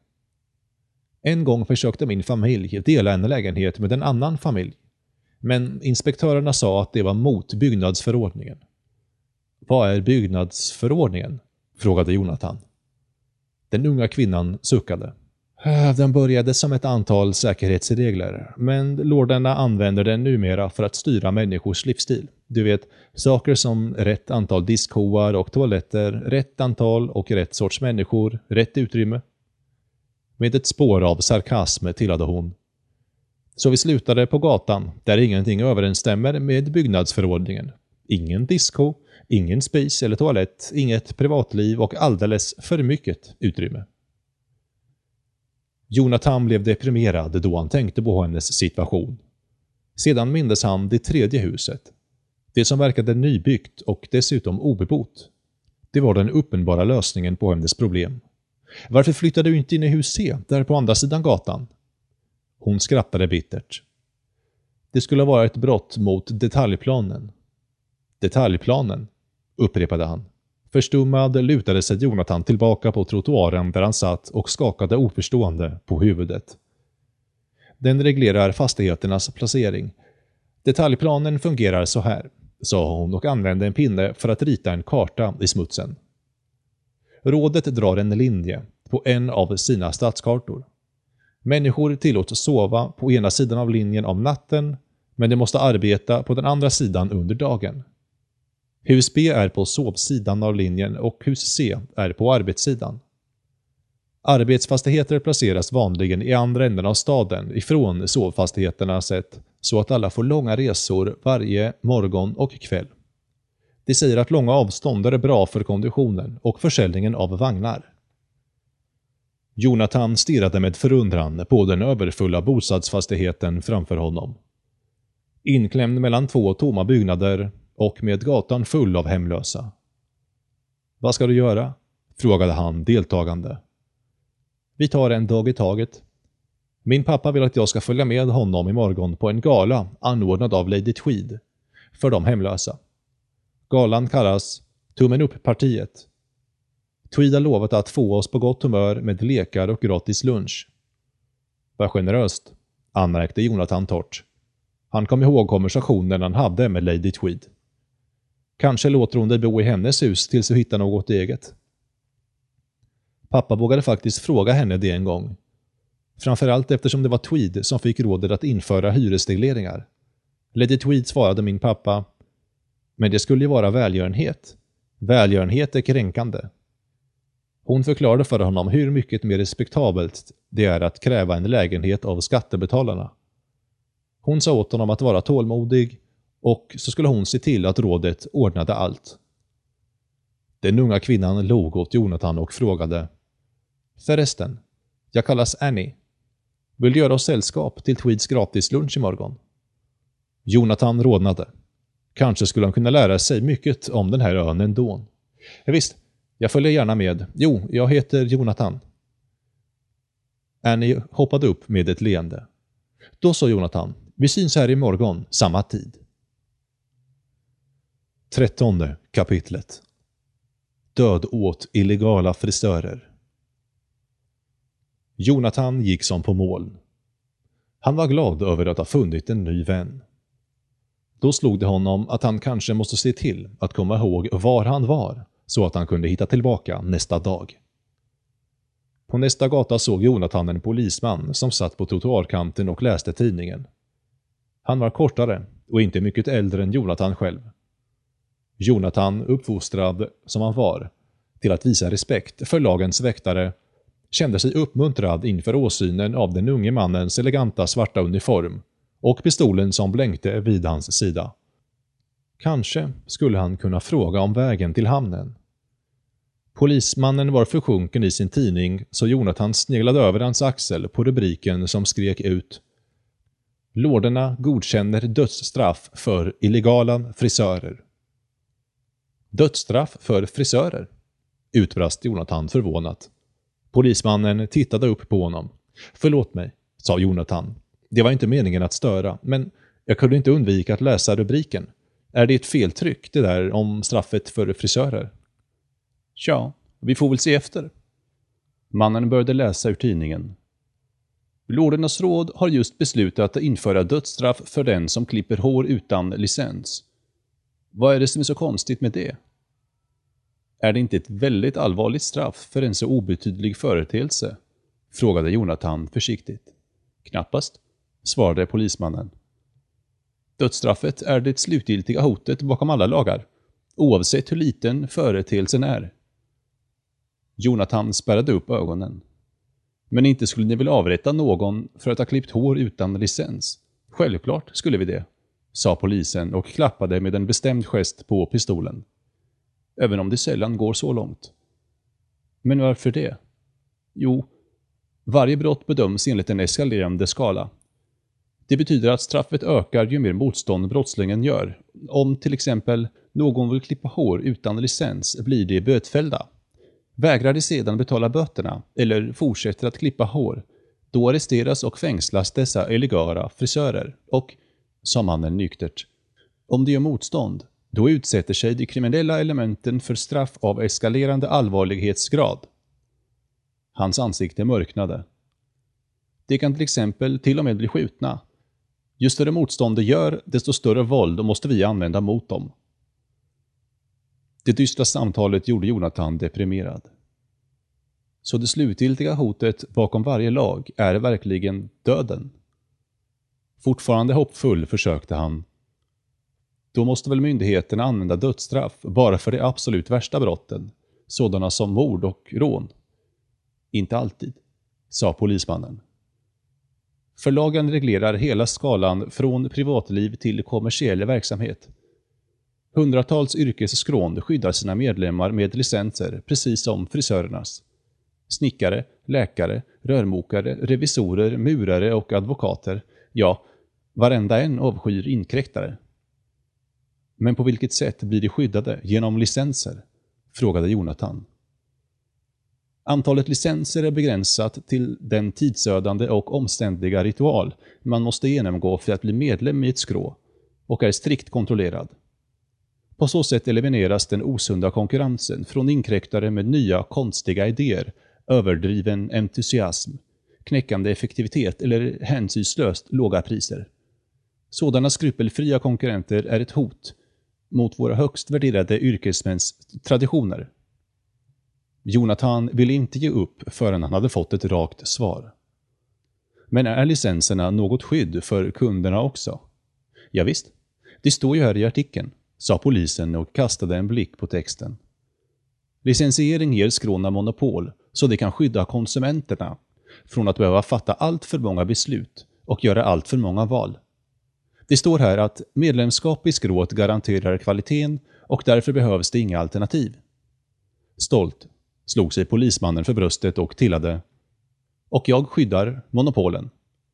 En gång försökte min familj dela en lägenhet med en annan familj, men inspektörerna sa att det var mot byggnadsförordningen. Vad är byggnadsförordningen? Frågade Jonathan. Den unga kvinnan suckade. Den började som ett antal säkerhetsregler, men lordarna använder den numera för att styra människors livsstil. Du vet, saker som rätt antal diskhoar och toaletter, rätt antal och rätt sorts människor, rätt utrymme. Med ett spår av sarkasm tillade hon. Så vi slutade på gatan, där ingenting överensstämmer med byggnadsförordningen. Ingen disco, ingen spis eller toalett, inget privatliv och alldeles för mycket utrymme. Jonathan blev deprimerad då han tänkte på hennes situation. Sedan mindes han det tredje huset. Det som verkade nybyggt och dessutom obebott. Det var den uppenbara lösningen på hennes problem. Varför flyttade du inte in i hus C, där på andra sidan gatan? Hon skrattade bittert. Det skulle vara ett brott mot detaljplanen. Detaljplanen, upprepade han. Förstummad lutade sig Jonathan tillbaka på trottoaren där han satt och skakade oförstående på huvudet. Den reglerar fastigheternas placering. Detaljplanen fungerar så här, sa hon och använde en pinne för att rita en karta i smutsen. Rådet drar en linje på en av sina stadskartor. Människor tillåts sova på ena sidan av linjen om natten, men de måste arbeta på den andra sidan under dagen. Hus B är på sovsidan av linjen och hus C är på arbetssidan. Arbetsfastigheter placeras vanligen i andra änden av staden ifrån sovfastigheterna sett så att alla får långa resor varje morgon och kväll. De säger att långa avstånd är bra för konditionen och försäljningen av vagnar. Jonathan stirrade med förundran på den överfulla bostadsfastigheten framför honom. Inklämd mellan 2 tomma byggnader och med gatan full av hemlösa. Vad ska du göra? Frågade han deltagande. Vi tar en dag i taget. Min pappa vill att jag ska följa med honom imorgon på en gala anordnad av Lady Tweed för de hemlösa. Galan kallas Tummen upp-partiet. Tweed har lovat att få oss på gott humör med lekar och gratis lunch. Vad generöst, anmärkte Jonathan torrt. Han kom ihåg konversationen han hade med Lady Tweed. Kanske låter hon dig bo i hennes hus tills du hittar något eget. Pappa vågade faktiskt fråga henne det en gång. Framförallt eftersom det var Tweed som fick rådet att införa hyresregleringar. Lady Tweed svarade min pappa, men det skulle ju vara välgörenhet. Välgörenhet är kränkande. Hon förklarade för honom hur mycket mer respektabelt det är att kräva en lägenhet av skattebetalarna. Hon sa åt honom att vara tålmodig och så skulle hon se till att rådet ordnade allt. Den unga kvinnan log åt Jonathan och frågade: Förresten, jag kallas Annie. Vill du göra oss sällskap till Tweeds gratis lunch imorgon? Jonathan rodnade. Kanske skulle han kunna lära sig mycket om den här ön ändå. Visst, jag följer gärna med. Jo, jag heter Jonathan. Annie hoppade upp med ett leende. Då sa Jonathan, vi syns här imorgon, samma tid. 13:e kapitlet. Död åt illegala frisörer. Jonathan gick som på moln. Han var glad över att ha funnit en ny vän. Då slog det honom att han kanske måste se till att komma ihåg var han var så att han kunde hitta tillbaka nästa dag. På nästa gata såg Jonathan en polisman som satt på trottoarkanten och läste tidningen. Han var kortare och inte mycket äldre än Jonathan själv. Jonathan, uppfostrad som han var till att visa respekt för lagens väktare, kände sig uppmuntrad inför åsynen av den unge mannens eleganta svarta uniform och pistolen som blänkte vid hans sida. Kanske skulle han kunna fråga om vägen till hamnen. Polismannen var försjunken i sin tidning så Jonathan sneglade över hans axel på rubriken som skrek ut: Lorderna godkänner dödsstraff för illegala frisörer. Dödsstraff för frisörer? Utbrast Jonathan förvånat. Polismannen tittade upp på honom. Förlåt mig, sa Jonathan. Det var inte meningen att störa, men jag kunde inte undvika att läsa rubriken. Är det ett feltryck det där om straffet för frisörer? Ja, vi får väl se efter. Mannen började läsa ur tidningen. Lordernas råd har just beslutat att införa dödsstraff för den som klipper hår utan licens. Vad är det som är så konstigt med det? Är det inte ett väldigt allvarligt straff för en så obetydlig företeelse? Frågade Jonathan försiktigt. Knappast, svarade polismannen. Dödsstraffet är det slutgiltiga hotet bakom alla lagar, oavsett hur liten företeelsen är. Jonathan spärrade upp ögonen. Men inte skulle ni väl avrätta någon för att ha klippt hår utan licens? Självklart skulle vi det, sa polisen och klappade med en bestämd gest på pistolen. Även om det sällan går så långt. Men varför det? Jo, varje brott bedöms enligt en eskalerande skala. Det betyder att straffet ökar ju mer motstånd brottslingen gör. Om till exempel någon vill klippa hår utan licens blir de bötfällda. Vägrar de sedan betala böterna eller fortsätter att klippa hår, då arresteras och fängslas dessa illegala frisörer och, sa mannen nyktert, om de gör motstånd, då utsätter sig de kriminella elementen för straff av eskalerande allvarlighetsgrad. Hans ansikte mörknade. Det kan till exempel till och med bli skjutna. Ju större motstånd de gör, desto större våld måste vi använda mot dem. Det dystra samtalet gjorde Jonathan deprimerad. Så det slutgiltiga hotet bakom varje lag är verkligen döden. Fortfarande hoppfull försökte han. Då måste väl myndigheterna använda dödsstraff bara för de absolut värsta brotten, sådana som mord och rån. Inte alltid, sa polismannen. För lagen reglerar hela skalan från privatliv till kommersiell verksamhet. Hundratals yrkesskrån skyddar sina medlemmar med licenser, precis som frisörernas. Snickare, läkare, rörmokare, revisorer, murare och advokater. Ja, varenda en avskyr inkräktare. Men på vilket sätt blir de skyddade genom licenser? Frågade Jonathan. Antalet licenser är begränsat till den tidsödande och omständliga ritual man måste genomgå för att bli medlem i ett skrå och är strikt kontrollerad. På så sätt elimineras den osunda konkurrensen från inkräktare med nya konstiga idéer, överdriven entusiasm, knäckande effektivitet eller hänsynslöst låga priser. Sådana skrupelfria konkurrenter är ett hot mot våra högst värderade yrkesmäns traditioner. Jonathan ville inte ge upp förrän han hade fått ett rakt svar. Men är licenserna något skydd för kunderna också? Ja visst, det står ju här i artikeln, sa polisen och kastade en blick på texten. Licensiering ger skråna monopol så det kan skydda konsumenterna från att behöva fatta allt för många beslut och göra allt för många val. Det står här att medlemskap i skrået garanterar kvaliteten och därför behövs det inga alternativ. Stolt slog sig polismannen för bröstet och tillade: och jag skyddar monopolen.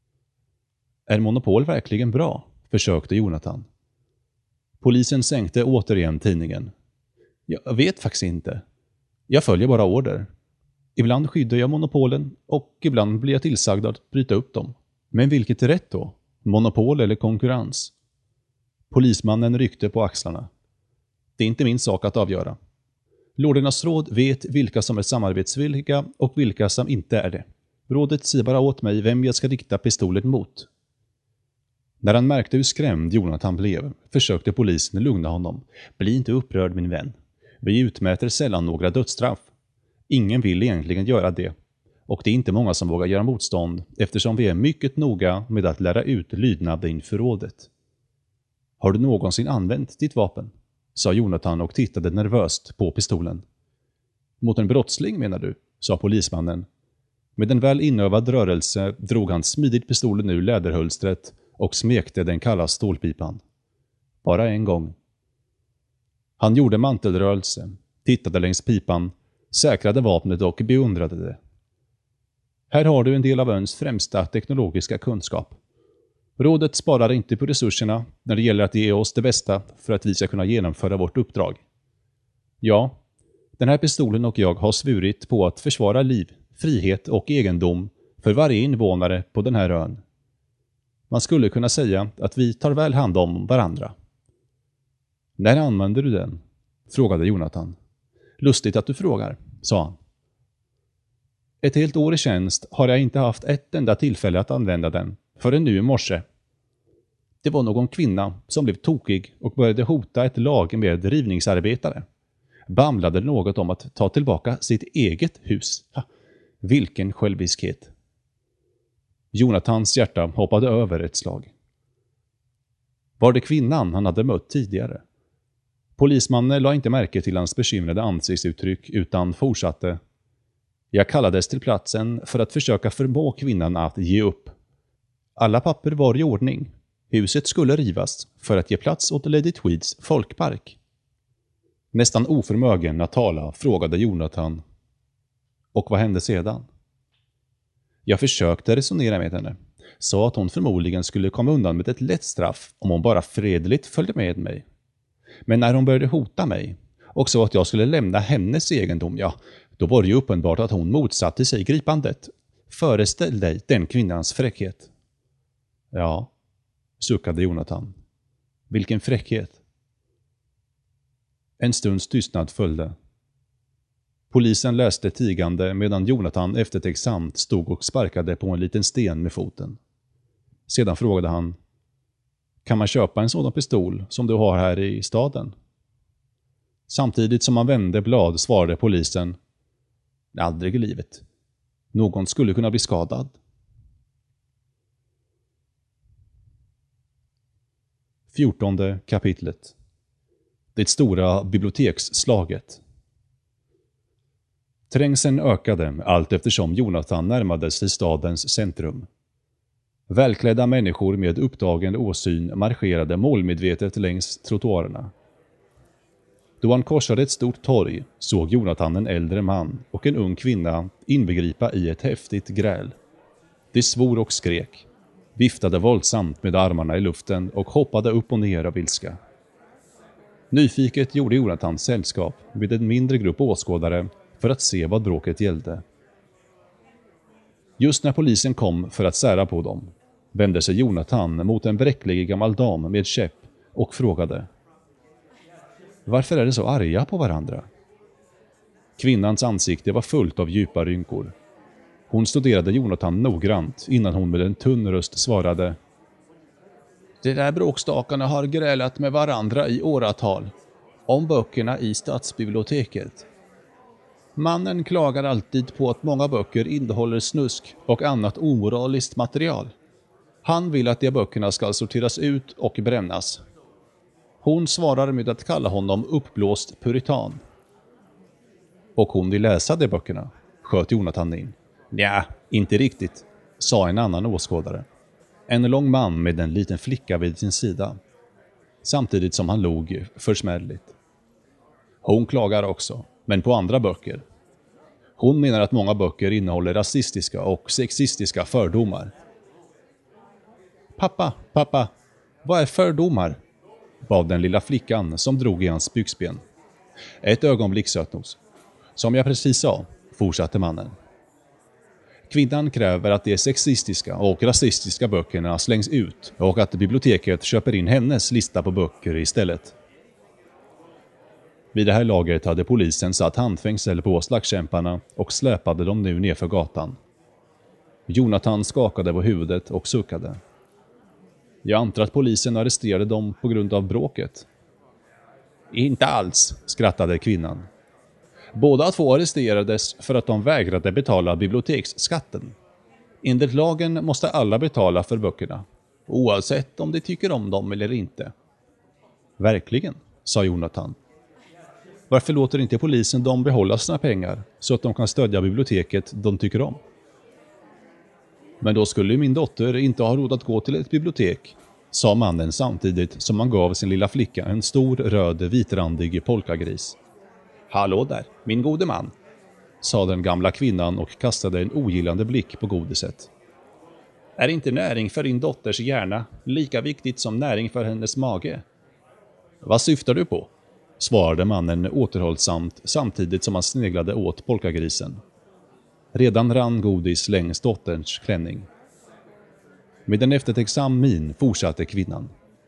Är monopol verkligen bra? Försökte Jonathan. Polisen sänkte återigen tidningen. Jag vet faktiskt inte. Jag följer bara order. Ibland skyddar jag monopolen och ibland blir jag tillsagd att bryta upp dem. Men vilket är rätt då? Monopol eller konkurrens? Polismannen ryckte på axlarna. Det är inte min sak att avgöra. Lordernas råd vet vilka som är samarbetsvilliga och vilka som inte är det. Rådet säger bara åt mig vem jag ska rikta pistolen mot. När han märkte hur skrämd Jonathan blev, försökte polisen lugna honom. Bli inte upprörd, min vän. Vi utmäter sällan några dödsstraff. Ingen vill egentligen göra det. Och det är inte många som vågar göra motstånd eftersom vi är mycket noga med att lära ut lydnad inför rådet. Har du någonsin använt ditt vapen? Sa Jonathan och tittade nervöst på pistolen. Mot en brottsling menar du? Sa polismannen. Med en väl inövad rörelse drog han smidigt pistolen ur läderhölstret och smekte den kalla stålpipan. Bara en gång. Han gjorde mantelrörelse, tittade längs pipan, säkrade vapnet och beundrade det. Här har du en del av öns främsta teknologiska kunskap. Rådet sparar inte på resurserna när det gäller att ge oss det bästa för att vi ska kunna genomföra vårt uppdrag. Ja, den här pistolen och jag har svurit på att försvara liv, frihet och egendom för varje invånare på den här ön. Man skulle kunna säga att vi tar väl hand om varandra. När använder du den? Frågade Jonathan. Lustigt att du frågar, sa han. Ett helt år i tjänst har jag inte haft ett enda tillfälle att använda den, förrän nu i morse. Det var någon kvinna som blev tokig och började hota ett lag med rivningsarbetare. Bamlade något om att ta tillbaka sitt eget hus. Vilken själviskhet. Jonathans hjärta hoppade över ett slag. Var det kvinnan han hade mött tidigare? Polismannen la inte märke till hans bekymrade ansiktsuttryck utan fortsatte. Jag kallades till platsen för att försöka förmå kvinnan att ge upp. Alla papper var i ordning. Huset skulle rivas för att ge plats åt Lady Tweeds folkpark. Nästan oförmögen att tala frågade Jonathan. Och vad hände sedan? Jag försökte resonera med henne. Sa att hon förmodligen skulle komma undan med ett lätt straff om hon bara fredligt följde med mig. Men när hon började hota mig och sa att jag skulle lämna hennes egendom, ja, då var det ju uppenbart att hon motsatte sig gripandet. Föreställ dig den kvinnans fräckhet. Ja, suckade Jonathan. Vilken fräckhet. En stunds tystnad följde. Polisen läste tigande medan Jonathan eftertänksamt stod och sparkade på en liten sten med foten. Sedan frågade han. Kan man köpa en sådan pistol som du har här i staden? Samtidigt som han vände blad svarade polisen. Aldrig i livet. Någon skulle kunna bli skadad. 14:e kapitlet. Det stora biblioteksslaget. Trängseln ökade allt eftersom Jonathan närmade sig stadens centrum. Välklädda människor med upptagen åsyn marscherade målmedvetet längs trottoarerna. Då han korsade ett stort torg såg Jonathan en äldre man och en ung kvinna inbegripa i ett häftigt gräl. De svor och skrek, viftade våldsamt med armarna i luften och hoppade upp och ner av ilska. Nyfiket gjorde Jonathan sällskap med en mindre grupp åskådare för att se vad bråket gällde. Just när polisen kom för att sära på dem vände sig Jonathan mot en bräcklig gammal dam med käpp och frågade: Varför är de så arga på varandra? Kvinnans ansikte var fullt av djupa rynkor. Hon studerade Jonathan noggrant innan hon med en tunn röst svarade: De där bråkstakarna har grälat med varandra i åratal om böckerna i stadsbiblioteket. Mannen klagar alltid på att många böcker innehåller snusk och annat omoraliskt material. Han vill att de böckerna ska sorteras ut och brännas. Hon svarar med att kalla honom uppblåst puritan. Och hon vill läsa de böckerna, sköt Jonathan in. Ja, inte riktigt, sa en annan åskådare. En lång man med en liten flicka vid sin sida. Samtidigt som han log försmädligt. Hon klagar också, men på andra böcker. Hon menar att många böcker innehåller rasistiska och sexistiska fördomar. Pappa, vad är fördomar? Bad den lilla flickan som drog i hans byxben. Ett ögonblick, sötnos. Som jag precis sa, fortsatte mannen. Kvinnan kräver att de sexistiska och rasistiska böckerna slängs ut och att biblioteket köper in hennes lista på böcker istället. Vid det här laget hade polisen satt handfängsel på slagskämparna och släpade dem nu nerför gatan. Jonathan skakade på huvudet och suckade. Jag antar att polisen arresterade dem på grund av bråket. Inte alls, skrattade kvinnan. Båda två arresterades för att de vägrade betala biblioteksskatten. Enligt lagen måste alla betala för böckerna, oavsett om de tycker om dem eller inte. Verkligen, sa Jonathan. Varför låter inte polisen dem behålla sina pengar så att de kan stödja biblioteket de tycker om? Men då skulle min dotter inte ha råd att gå till ett bibliotek, sa mannen samtidigt som han gav sin lilla flicka en stor röd vitrandig polkagris. Hallå där, min gode man, sa den gamla kvinnan och kastade en ogillande blick på godiset. Är inte näring för din dotters hjärna lika viktigt som näring för hennes mage? Vad syftar du på? Svarade mannen återhållsamt samtidigt som han sneglade åt polkagrisen. Redan rann godis längs dotterns klänning. Med en eftertänksam min fortsatte kvinnan.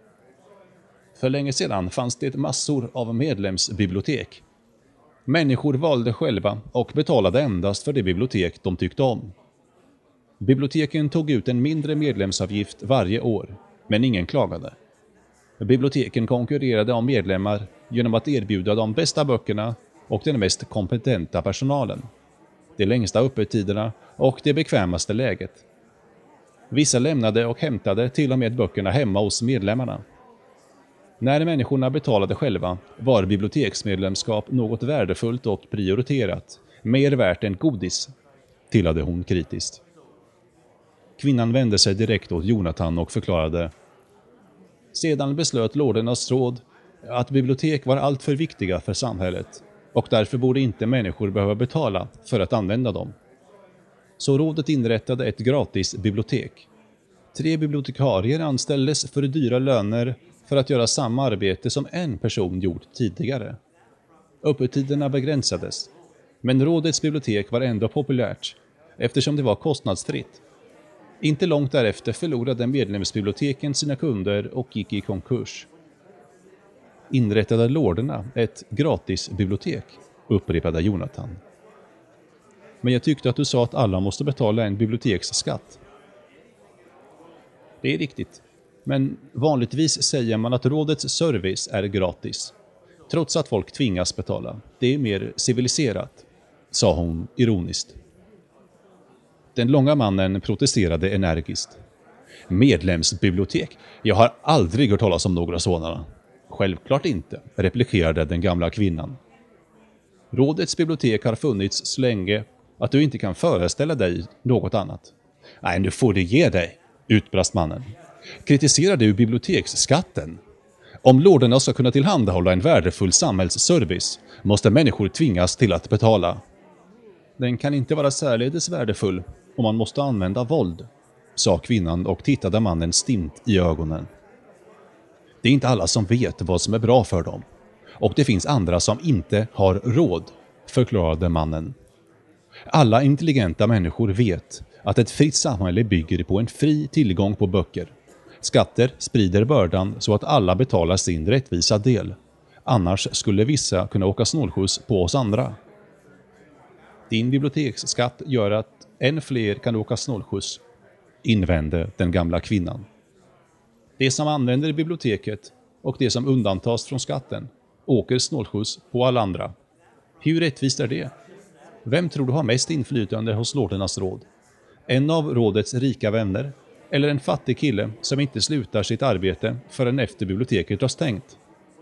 För länge sedan fanns det massor av medlemsbibliotek. Människor valde själva och betalade endast för det bibliotek de tyckte om. Biblioteken tog ut en mindre medlemsavgift varje år, men ingen klagade. Biblioteken konkurrerade om medlemmar genom att erbjuda de bästa böckerna och den mest kompetenta personalen, de längsta öppettiderna och det bekvämaste läget. Vissa lämnade och hämtade till och med böckerna hemma hos medlemmarna. När människorna betalade själva var biblioteksmedlemskap något värdefullt och prioriterat, mer värt än godis, tillade hon kritiskt. Kvinnan vände sig direkt åt Jonathan och förklarade: Sedan beslöt lordernas råd att bibliotek var allt för viktiga för samhället och därför borde inte människor behöva betala för att använda dem. Så rådet inrättade ett gratis bibliotek. 3 bibliotekarier anställdes för dyra löner för att göra samma arbete som en person gjort tidigare. Öppettiderna begränsades, men rådets bibliotek var ändå populärt eftersom det var kostnadsfritt. Inte långt därefter förlorade medlemsbiblioteken sina kunder och gick i konkurs. Inrättade lorderna ett gratis bibliotek, upprepade Jonathan. Men jag tyckte att du sa att alla måste betala en biblioteksskatt. Det är riktigt, men vanligtvis säger man att rådets service är gratis, trots att folk tvingas betala. Det är mer civiliserat, sa hon ironiskt. Den långa mannen protesterade energiskt. Medlemsbibliotek? Jag har aldrig hört talas om några sådana. Självklart inte, replikerade den gamla kvinnan. Rådets bibliotek har funnits så länge att du inte kan föreställa dig något annat. Nej, nu får det ge dig, utbrast mannen. Kritiserar du biblioteksskatten? Om lorderna ska kunna tillhandahålla en värdefull samhällsservice måste människor tvingas till att betala. Den kan inte vara särledes värdefull om man måste använda våld, sa kvinnan och tittade mannen stint i ögonen. Det är inte alla som vet vad som är bra för dem. Och det finns andra som inte har råd, förklarade mannen. Alla intelligenta människor vet att ett fritt samhälle bygger på en fri tillgång på böcker. Skatter sprider bördan så att alla betalar sin rättvisa del. Annars skulle vissa kunna åka snålskjuts på oss andra. Din biblioteksskatt gör att än fler kan åka snålskjuts, invände den gamla kvinnan. Det som använder biblioteket och det som undantas från skatten åker snålskjuts på alla andra. Hur rättvist är det? Vem tror du har mest inflytande hos lordernas råd? En av rådets rika vänner eller en fattig kille som inte slutar sitt arbete förrän efter biblioteket har stängt?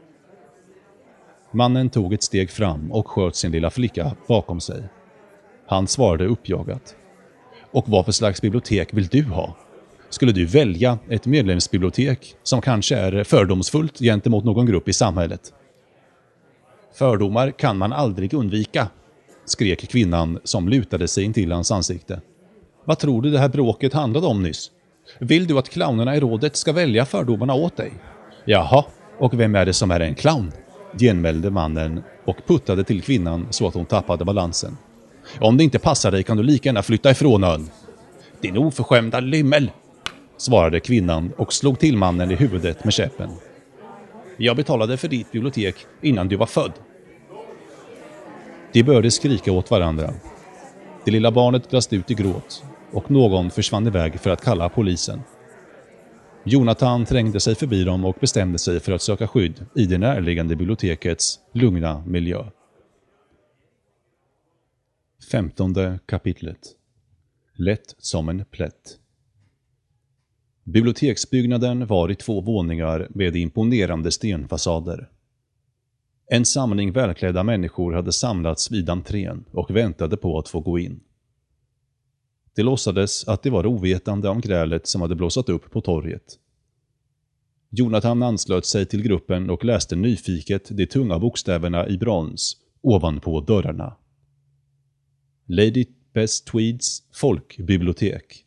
Mannen tog ett steg fram och sköt sin lilla flicka bakom sig. Han svarade uppjagat. Och vad för slags bibliotek vill du ha? Skulle du välja ett medlemsbibliotek som kanske är fördomsfullt gentemot någon grupp i samhället? Fördomar kan man aldrig undvika, skrek kvinnan som lutade sig in till hans ansikte. Vad tror du det här bråket handlade om nyss? Vill du att clownerna i rådet ska välja fördomarna åt dig? Jaha, och vem är det som är en clown? Genmälde mannen och puttade till kvinnan så att hon tappade balansen. Om det inte passar dig kan du lika gärna flytta ifrån ön. Din oförskämda lymmel, svarade kvinnan och slog till mannen i huvudet med käppen. Jag betalade för ditt bibliotek innan du var född. De började skrika åt varandra. Det lilla barnet brast ut i gråt och någon försvann iväg för att kalla polisen. Jonathan trängde sig förbi dem och bestämde sig för att söka skydd i det närliggande bibliotekets lugna miljö. 15:e kapitlet. Lätt som en plätt. Biblioteksbyggnaden var i 2 våningar med imponerande stenfasader. En samling välklädda människor hade samlats vid entrén och väntade på att få gå in. Det låtsades att det var ovetande om grälet som hade blåsat upp på torget. Jonathan anslöt sig till gruppen och läste nyfiket de tunga bokstäverna i brons ovanpå dörrarna. Lady Bess Tweeds folkbibliotek.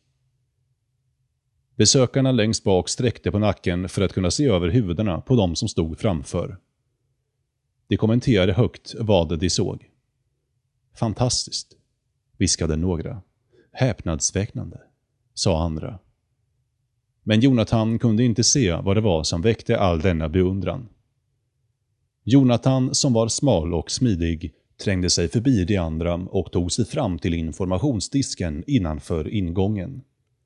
Besökarna längst bak sträckte på nacken för att kunna se över huvudena på dem som stod framför. De kommenterade högt vad de såg. Fantastiskt, viskade några. Häpnadsväckande, sa andra. Men Jonathan kunde inte se vad det var som väckte all denna beundran. Jonathan, som var smal och smidig, trängde sig förbi de andra och tog sig fram till informationsdisken innanför ingången.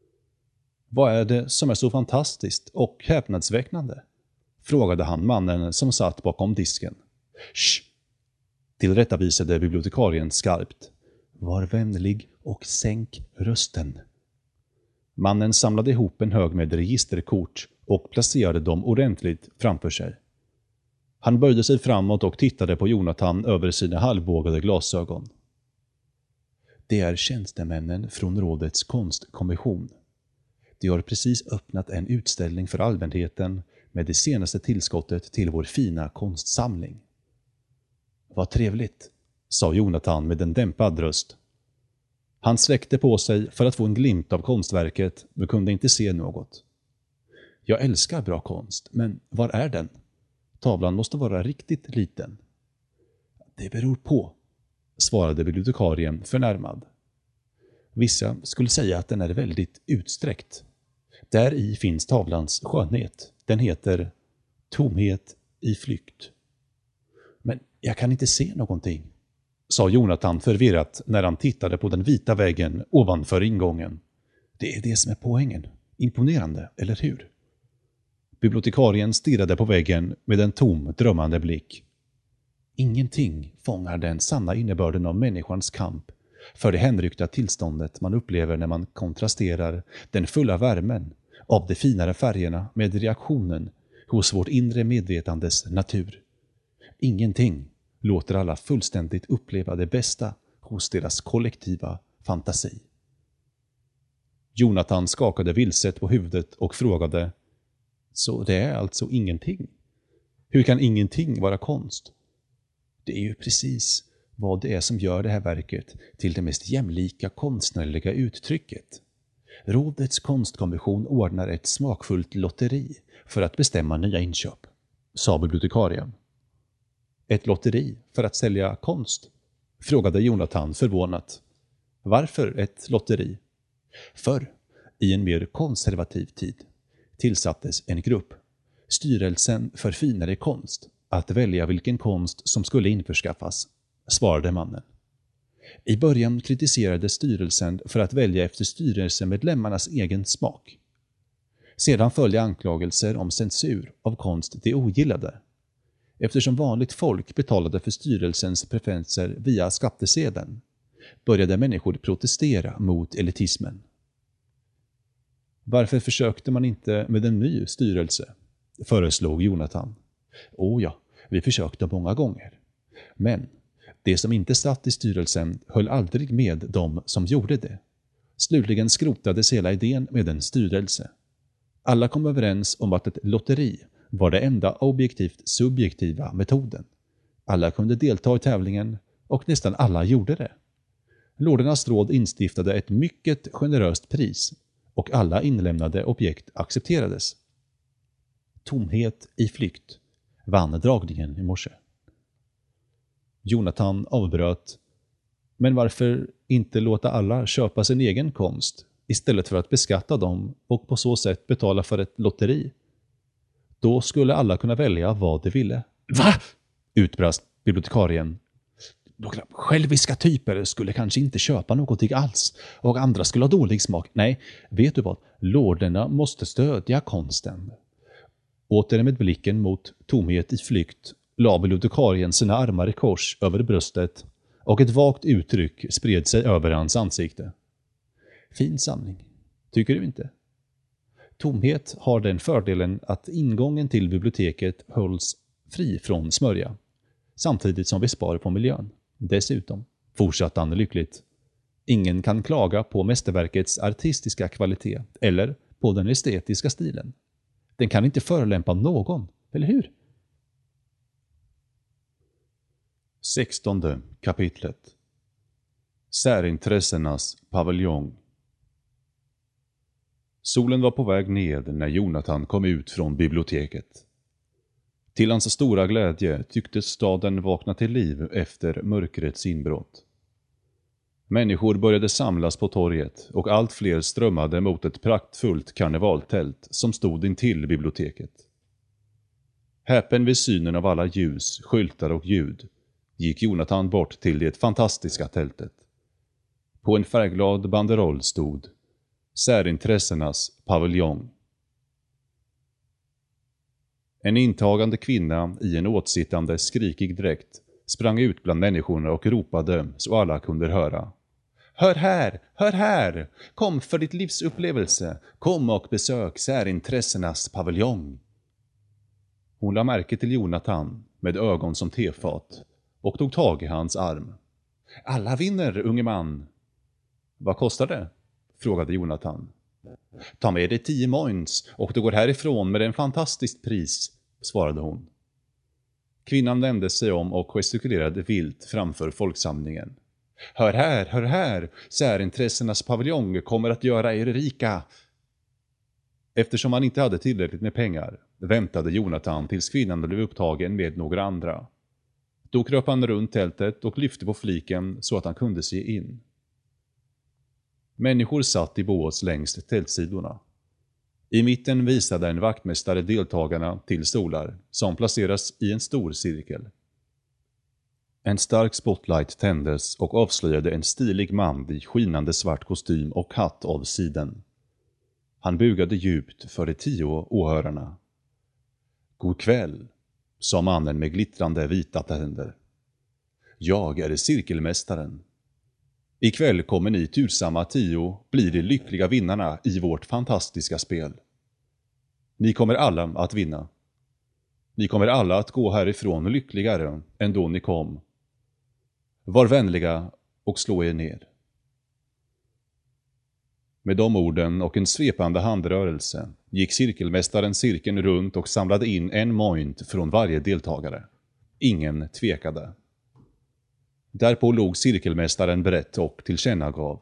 Vad är det som är så fantastiskt och häpnadsväckande? Frågade han mannen som satt bakom disken. Shh! Tillrättavisade bibliotekarien skarpt. Var vänlig och sänk rösten. Mannen samlade ihop en hög med registerkort och placerade dem ordentligt framför sig. Han böjde sig framåt och tittade på Jonathan över sina halvbågade glasögon. Det är tjänstemännen från rådets konstkommission. De har precis öppnat en utställning för allmänheten med det senaste tillskottet till vår fina konstsamling. Vad trevligt, sa Jonathan med en dämpad röst. Han släckte på sig för att få en glimt av konstverket men kunde inte se något. Jag älskar bra konst, men var är den? Tavlan måste vara riktigt liten. Det beror på, svarade bibliotekarien förnärmad. Vissa skulle säga att den är väldigt utsträckt. Där i finns tavlans skönhet. Den heter Tomhet i flykt. Men jag kan inte se någonting, sa Jonathan förvirrat när han tittade på den vita väggen ovanför ingången. Det är det som är poängen. Imponerande, eller hur? Bibliotekarien stirrade på väggen med en tom, drömmande blick. Ingenting fångar den sanna innebörden av människans kamp för det hänryckta tillståndet man upplever när man kontrasterar den fulla värmen av de finare färgerna med reaktionen hos vårt inre medvetandes natur. Ingenting låter alla fullständigt uppleva det bästa hos deras kollektiva fantasi. Jonathan skakade vilset på huvudet och frågade: Så det är alltså ingenting? Hur kan ingenting vara konst? Det är ju precis vad det är som gör det här verket till det mest jämlika konstnärliga uttrycket. Rådets konstkommission ordnar ett smakfullt lotteri för att bestämma nya inköp, sa bibliotekarien. Ett lotteri för att sälja konst? Frågade Jonathan förvånat. Varför ett lotteri? Förr, i en mer konservativ tid, tillsattes en grupp, Styrelsen för finare konst, att välja vilken konst som skulle införskaffas, svarade mannen. I början kritiserades styrelsen för att välja efter styrelsemedlemmarnas egen smak. Sedan följde anklagelser om censur av konst de ogillade. Eftersom vanligt folk betalade för styrelsens preferenser via skattesedeln, började människor protestera mot elitismen. Varför försökte man inte med en ny styrelse? Föreslog Jonathan. Ja, vi försökte många gånger. Men det som inte satt i styrelsen höll aldrig med de som gjorde det. Slutligen skrotades hela idén med en styrelse. Alla kom överens om att ett lotteri var det enda objektivt subjektiva metoden. Alla kunde delta i tävlingen och nästan alla gjorde det. Lordernas råd instiftade ett mycket generöst pris och alla inlämnade objekt accepterades. Tomhet i flykt vann dragningen i morse. Jonathan avbröt. Men varför inte låta alla köpa sin egen konst istället för att beskatta dem och på så sätt betala för ett lotteri? Då skulle alla kunna välja vad de ville. Va? Utbrast bibliotekarien. Några själviska typer skulle kanske inte köpa någonting alls och andra skulle ha dålig smak. Nej, vet du vad? Lorderna måste stödja konsten. Åter med blicken mot tomhet i flykt la bibliotekarien sina armar i kors över bröstet och ett vagt uttryck spred sig över hans ansikte. Fin samling, tycker du inte? Tomhet har den fördelen att ingången till biblioteket hålls fri från smörja, samtidigt som vi sparar på miljön. Dessutom, fortsatte han lyckligt, ingen kan klaga på mästerverkets artistiska kvalitet eller på den estetiska stilen. Den kan inte förolämpa någon, eller hur? 16:e kapitlet. Särintressenas paviljong. Solen var på väg ned när Jonathan kom ut från biblioteket. Till hans stora glädje tycktes staden vakna till liv efter mörkrets inbrott. Människor började samlas på torget och allt fler strömmade mot ett praktfullt karnevaltält som stod intill biblioteket. Häpen vid synen av alla ljus, skyltar och ljud gick Jonathan bort till det fantastiska tältet. På en färgglad banderoll stod Särintressenas paviljong. En intagande kvinna i en åtsittande skrikig dräkt sprang ut bland människorna och ropade så alla kunde höra. Hör här, hör här! Kom för ditt livs upplevelse! Kom och besök särintressenas paviljong! Hon la märke till Jonathan med ögon som tefat och tog tag i hans arm. Alla vinner, unge man! Vad kostar det? Frågade Jonathan. Ta med dig 10 moins och du går härifrån med en fantastiskt pris, svarade hon. Kvinnan vände sig om och gestikulerade vilt framför folksamlingen. Hör här, särintressenas paviljong kommer att göra er rika. Eftersom han inte hade tillräckligt med pengar väntade Jonathan tills kvinnan blev upptagen med några andra. Då kröp han runt tältet och lyfte på fliken så att han kunde se in. Människor satt i bås längs tältsidorna. I mitten visade en vaktmästare deltagarna till stolar som placeras i en stor cirkel. En stark spotlight tändes och avslöjade en stilig man i skinande svart kostym och hatt av siden. Han bugade djupt för de 10 åhörarna. God kväll, sa mannen med glittrande vita tänder. Jag är cirkelmästaren. Ikväll kommer ni tursamma 10 bli de lyckliga vinnarna i vårt fantastiska spel. Ni kommer alla att vinna. Ni kommer alla att gå härifrån lyckligare än då ni kom. Var vänliga och slå er ner. Med de orden och en svepande handrörelse gick cirkelmästaren cirkeln runt och samlade in en moint från varje deltagare. Ingen tvekade. Därpå log cirkelmästaren brett och tillkännagav: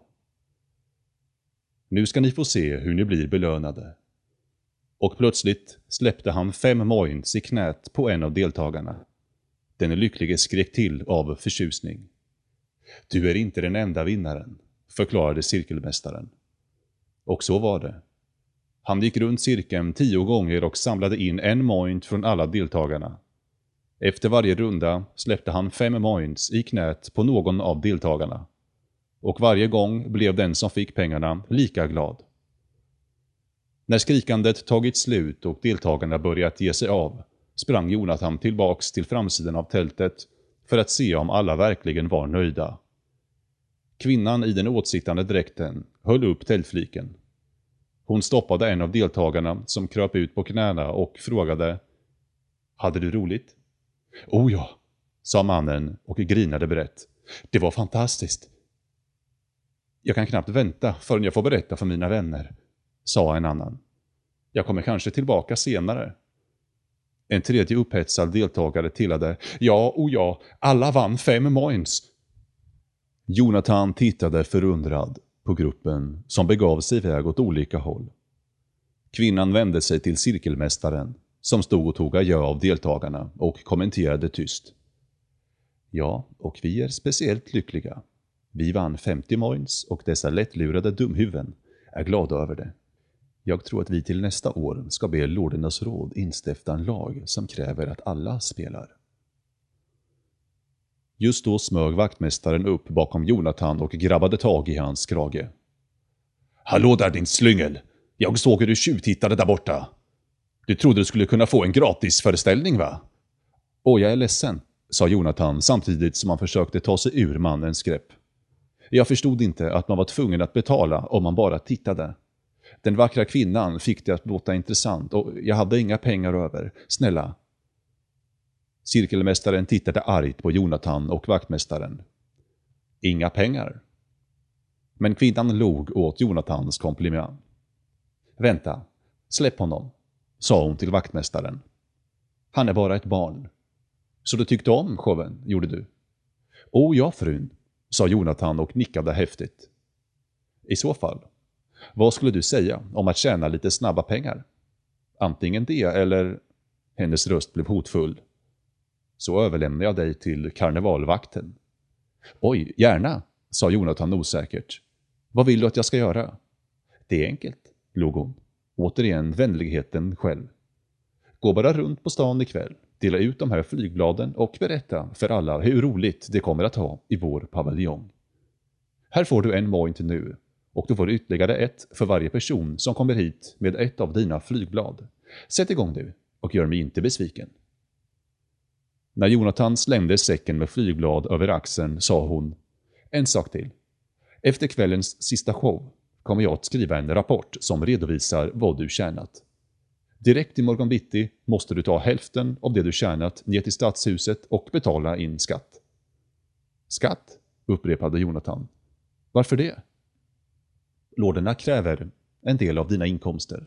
nu ska ni få se hur ni blir belönade. Och plötsligt släppte han 5 moints i knät på en av deltagarna. Den lycklige skrek till av förtjusning. Du är inte den enda vinnaren, förklarade cirkelmästaren. Och så var det. Han gick runt cirkeln 10 gånger och samlade in en moint från alla deltagarna. Efter varje runda släppte han 5 moints i knät på någon av deltagarna. Och varje gång blev den som fick pengarna lika glad. När skrikandet tagit slut och deltagarna börjat ge sig av, sprang Jonathan tillbaks till framsidan av tältet för att se om alla verkligen var nöjda. Kvinnan i den åtsittande dräkten höll upp tältfliken. Hon stoppade en av deltagarna som kröp ut på knäna och frågade: hade du roligt? Oh ja, sa mannen och grinade brett. Det var fantastiskt. Jag kan knappt vänta förrän jag får berätta för mina vänner, sa en annan. Jag kommer kanske tillbaka senare. En tredje upphetsad deltagare tillade: ja, och ja, alla vann 5 moints. Jonathan tittade förundrad på gruppen som begav sig iväg åt olika håll. Kvinnan vände sig till cirkelmästaren som stod och tog adjö av deltagarna och kommenterade tyst. Ja, och vi är speciellt lyckliga. Vi vann 50 moints och dessa lättlurade dumhuvuden är glada över det. Jag tror att vi till nästa år ska be Lordernas råd instifta en lag som kräver att alla spelar. Just då smög vaktmästaren upp bakom Jonathan och grabbade tag i hans krage. Hallå där din slyngel! Jag såg hur du tjuvtittade där borta. Du trodde du skulle kunna få en gratis föreställning, va? Åh, jag är ledsen, sa Jonathan samtidigt som han försökte ta sig ur mannens grepp. Jag förstod inte att man var tvungen att betala om man bara tittade. Den vackra kvinnan fick det att låta intressant och jag hade inga pengar över. Snälla. Cirkelmästaren tittade argt på Jonathan och vaktmästaren. Inga pengar. Men kvinnan log åt Jonathans komplimang. Vänta, släpp honom, sa hon till vaktmästaren. Han är bara ett barn. Så du tyckte om showen, gjorde du? Åh ja, frun, sa Jonathan och nickade häftigt. I så fall, vad skulle du säga om att tjäna lite snabba pengar? Antingen det eller... Hennes röst blev hotfull. Så överlämnar jag dig till karnevalvakten. Oj, gärna, sa Jonathan osäkert. Vad vill du att jag ska göra? Det är enkelt, log hon. Återigen vänligheten själv. Gå bara runt på stan ikväll, dela ut de här flygbladen och berätta för alla hur roligt det kommer att ha i vår paviljong. Här får du en moint nu, och du får ytterligare ett för varje person som kommer hit med ett av dina flygblad. Sätt igång du, och gör mig inte besviken. När Jonathan slängde säcken med flygblad över axeln sa hon: en sak till. Efter kvällens sista show kommer jag att skriva en rapport som redovisar vad du tjänat. Direkt i morgon bitti måste du ta hälften av det du tjänat ner till stadshuset och betala in skatt. Skatt, upprepade Jonathan. Varför det? Lorderna kräver en del av dina inkomster.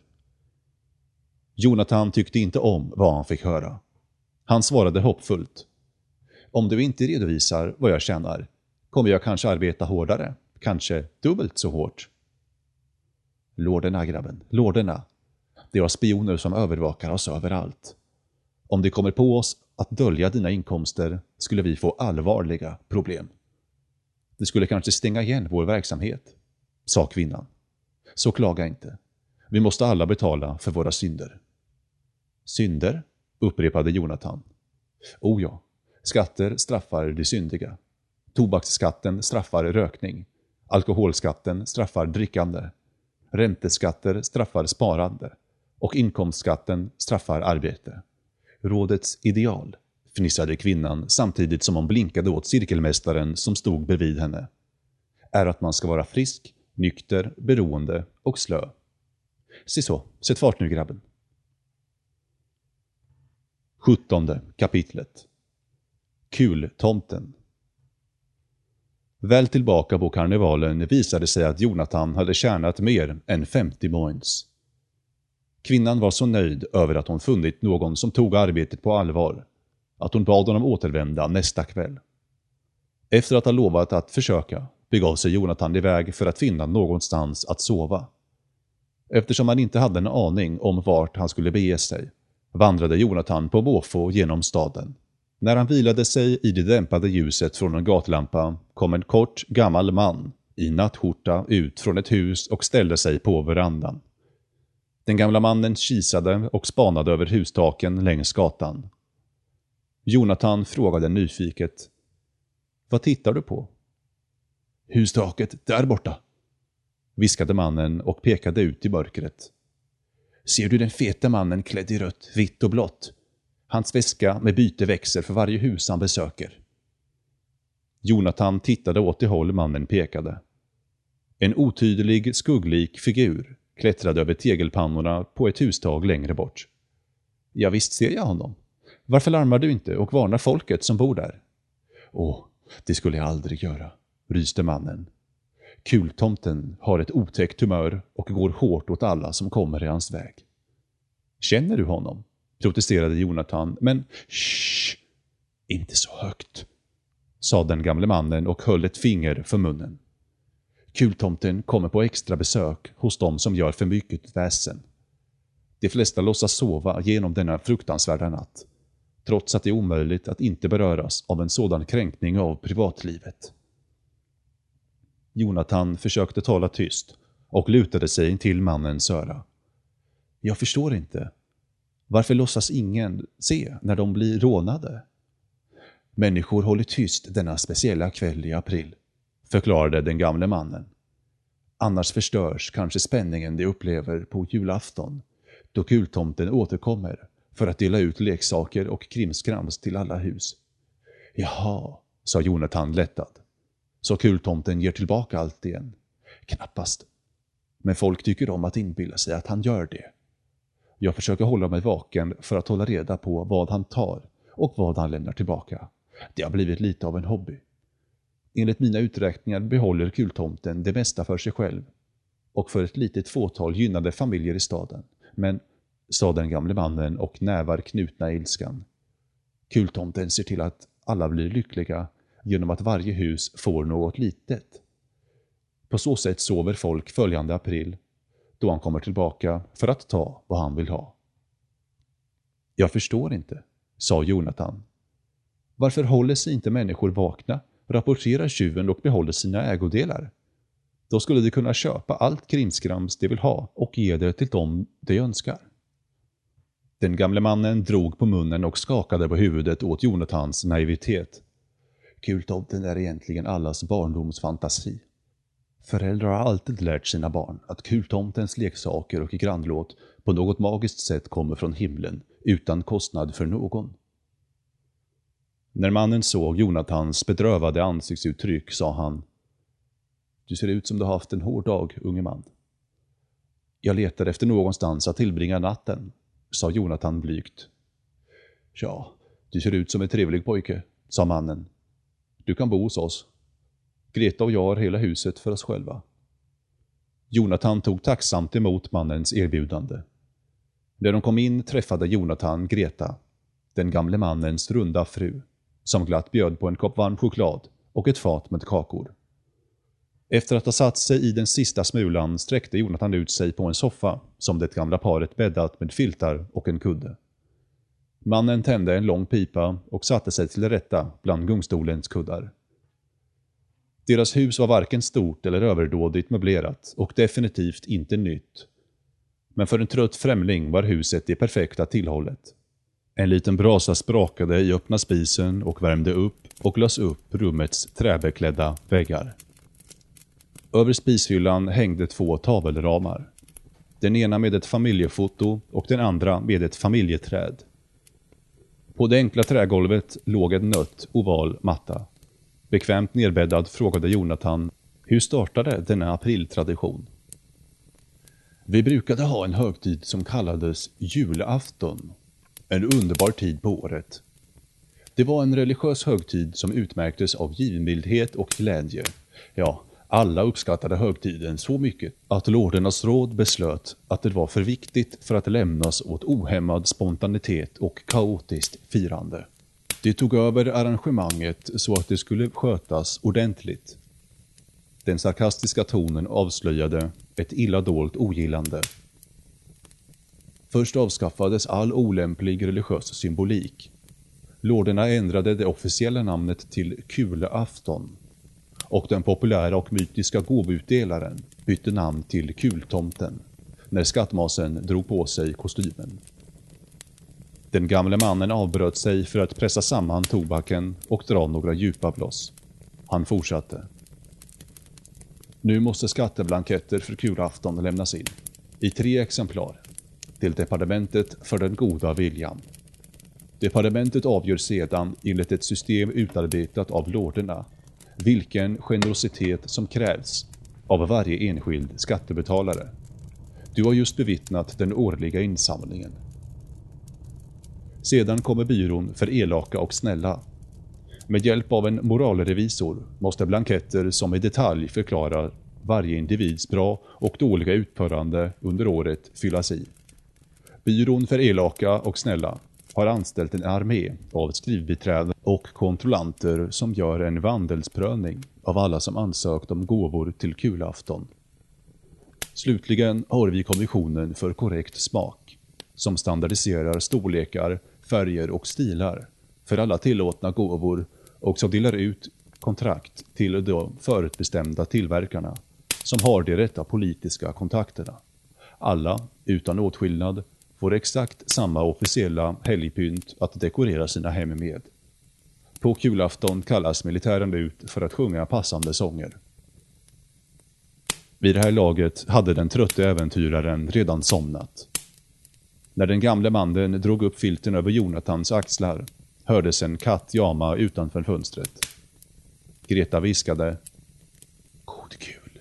Jonathan tyckte inte om vad han fick höra. Han svarade hoppfullt. Om du inte redovisar vad jag tjänar kommer jag kanske arbeta hårdare, kanske dubbelt så hårt. Lorderna, grabben, lorderna. Det har spioner som övervakar oss överallt. Om det kommer på oss att dölja dina inkomster skulle vi få allvarliga problem. Det skulle kanske stänga igen vår verksamhet, sa kvinnan. Så klaga inte. Vi måste alla betala för våra synder. Synder? Upprepade Jonathan. Oh ja, skatter straffar de syndiga. Tobaksskatten straffar rökning. Alkoholskatten straffar drickande. Ränteskatter straffar sparande. Och inkomstskatten straffar arbete. Rådets ideal, fnissade kvinnan samtidigt som hon blinkade åt cirkelmästaren som stod bredvid henne, är att man ska vara frisk, nykter, beroende och slö. Se så, sätt fart nu grabben. 17:e kapitlet. Kultomten. Väl tillbaka på karnevalen visade sig att Jonathan hade tjänat mer än 50 points. Kvinnan var så nöjd över att hon funnit någon som tog arbetet på allvar att hon bad honom återvända nästa kväll. Efter att ha lovat att försöka begav sig Jonathan iväg för att finna någonstans att sova. Eftersom han inte hade en aning om vart han skulle bege sig vandrade Jonathan på måfå genom staden. När han vilade sig i det dämpade ljuset från en gatlampa kom en kort, gammal man i nattskjorta ut från ett hus och ställde sig på verandan. Den gamla mannen kisade och spanade över hustaken längs gatan. Jonathan frågade nyfiket: "Vad tittar du på?" "Hustaket där borta", viskade mannen och pekade ut i mörkret. "Ser du den feta mannen klädd i rött, vitt och blått? Hans väska med byte växer för varje hus han besöker." Jonathan tittade åt det håll mannen pekade. En otydlig, skugglik figur klättrade över tegelpannorna på ett hustag längre bort. "Ja, visst ser jag honom. Varför larmar du inte och varnar folket som bor där?" "Åh, det skulle jag aldrig göra", ryste mannen. "Kultomten har ett otäckt humör och går hårt åt alla som kommer i hans väg." "Känner du honom?" protesterade Jonathan, men "Shh, inte så högt", sa den gamle mannen och höll ett finger för munnen. "Kultomten kommer på extra besök hos dem som gör för mycket väsen. De flesta låtsas sova genom denna fruktansvärda natt, trots att det är omöjligt att inte beröras av en sådan kränkning av privatlivet." Jonathan försökte tala tyst och lutade sig in till mannens öra. "Jag förstår inte. Varför låtsas ingen se när de blir rånade?" "Människor håller tyst denna speciella kväll i april", förklarade den gamle mannen. "Annars förstörs kanske spänningen de upplever på julafton, då kultomten återkommer för att dela ut leksaker och krimskrams till alla hus." "Jaha", sa Jonathan lättad. "Så kultomten ger tillbaka allt igen?" "Knappast. Men folk tycker om att inbilla sig att han gör det. Jag försöker hålla mig vaken för att hålla reda på vad han tar och vad han lämnar tillbaka. Det har blivit lite av en hobby. Enligt mina uträkningar behåller kultomten det mesta för sig själv och för ett litet fåtal gynnade familjer i staden. Men", sa den gamle mannen och nävar knutna i ilskan, "kultomten ser till att alla blir lyckliga genom att varje hus får något litet. På så sätt sover folk följande april, då han kommer tillbaka för att ta vad han vill ha." "Jag förstår inte", sa Jonathan. "Varför håller sig inte människor vakna, rapporterar tjuven och behåller sina ägodelar? Då skulle de kunna köpa allt krimskrams de vill ha och ge det till dem de önskar." Den gamle mannen drog på munnen och skakade på huvudet åt Jonathans naivitet. "Kultomten är egentligen allas barndomsfantasi. Föräldrar har alltid lärt sina barn att kultomtens leksaker och grannlåt på något magiskt sätt kommer från himlen utan kostnad för någon." När mannen såg Jonathans bedrövade ansiktsuttryck sa han: "Du ser ut som du har haft en hård dag, unge man." "Jag letar efter någonstans att tillbringa natten", sa Jonathan blygt. "Ja, du ser ut som en trevlig pojke", sa mannen. "Du kan bo hos oss. Greta och jag har hela huset för oss själva." Jonathan tog tacksamt emot mannens erbjudande. När de kom in träffade Jonathan Greta, den gamle mannens runda fru, som glatt bjöd på en kopp varm choklad och ett fat med kakor. Efter att ha satt sig i den sista smulan sträckte Jonathan ut sig på en soffa som det gamla paret bäddat med filtar och en kudde. Mannen tände en lång pipa och satte sig till rätta bland gungstolens kuddar. Deras hus var varken stort eller överdådigt möblerat och definitivt inte nytt. Men för en trött främling var huset det perfekta tillhållet. En liten brasa sprakade i öppna spisen och värmde upp och lös upp rummets träbeklädda väggar. Över spishyllan hängde 2 tavelramar. Den ena med ett familjefoto och den andra med ett familjeträd. På det enkla trägolvet låg en nött oval matta. Bekvämt nerbäddad frågade Jonathan: "Hur startade denna apriltradition?" "Vi brukade ha en högtid som kallades julafton. En underbar tid på året. Det var en religiös högtid som utmärktes av givmildhet och glädje. Ja, alla uppskattade högtiden så mycket att lordernas råd beslöt att det var för viktigt för att lämnas åt ohämmad spontanitet och kaotiskt firande. De tog över arrangemanget så att det skulle skötas ordentligt. Den sarkastiska tonen avslöjade ett illa dolt ogillande. Först avskaffades all olämplig religiös symbolik. Lorderna ändrade det officiella namnet till Kulafton, och den populära och mytiska gåvoutdelaren bytte namn till Kultomten när skattmasen drog på sig kostymen. Den gamle mannen avbröt sig för att pressa samman tobaken och dra några djupa blås. Han fortsatte. Nu måste skatteblanketter för Kulafton lämnas in, i 3 exemplar, till departementet för den goda viljan. Departementet avgör sedan enligt ett system utarbetat av lorderna vilken generositet som krävs av varje enskild skattebetalare. Du har just bevittnat den årliga insamlingen. Sedan kommer byrån för elaka och snälla. Med hjälp av en moralrevisor måste blanketter som i detalj förklarar varje individs bra och dåliga utförande under året fyllas i. Byrån för elaka och snälla har anställt en armé av skrivbiträden och kontrollanter som gör en vandelsprövning av alla som ansökt om gåvor till Kulafton. Slutligen har vi kommissionen för korrekt smak, som standardiserar storlekar, färger och stilar för alla tillåtna gåvor och som delar ut kontrakt till de förutbestämda tillverkarna som har de rätta politiska kontakterna. Alla, utan åtskillnad, får exakt samma officiella helgpynt att dekorera sina hem med. På Kulafton kallas militären ut för att sjunga passande sånger. Vid det här laget hade den trötte äventyraren redan somnat. När den gamle mannen drog upp filten över Jonathans axlar hördes en katt jama utanför fönstret. Greta viskade: God kul.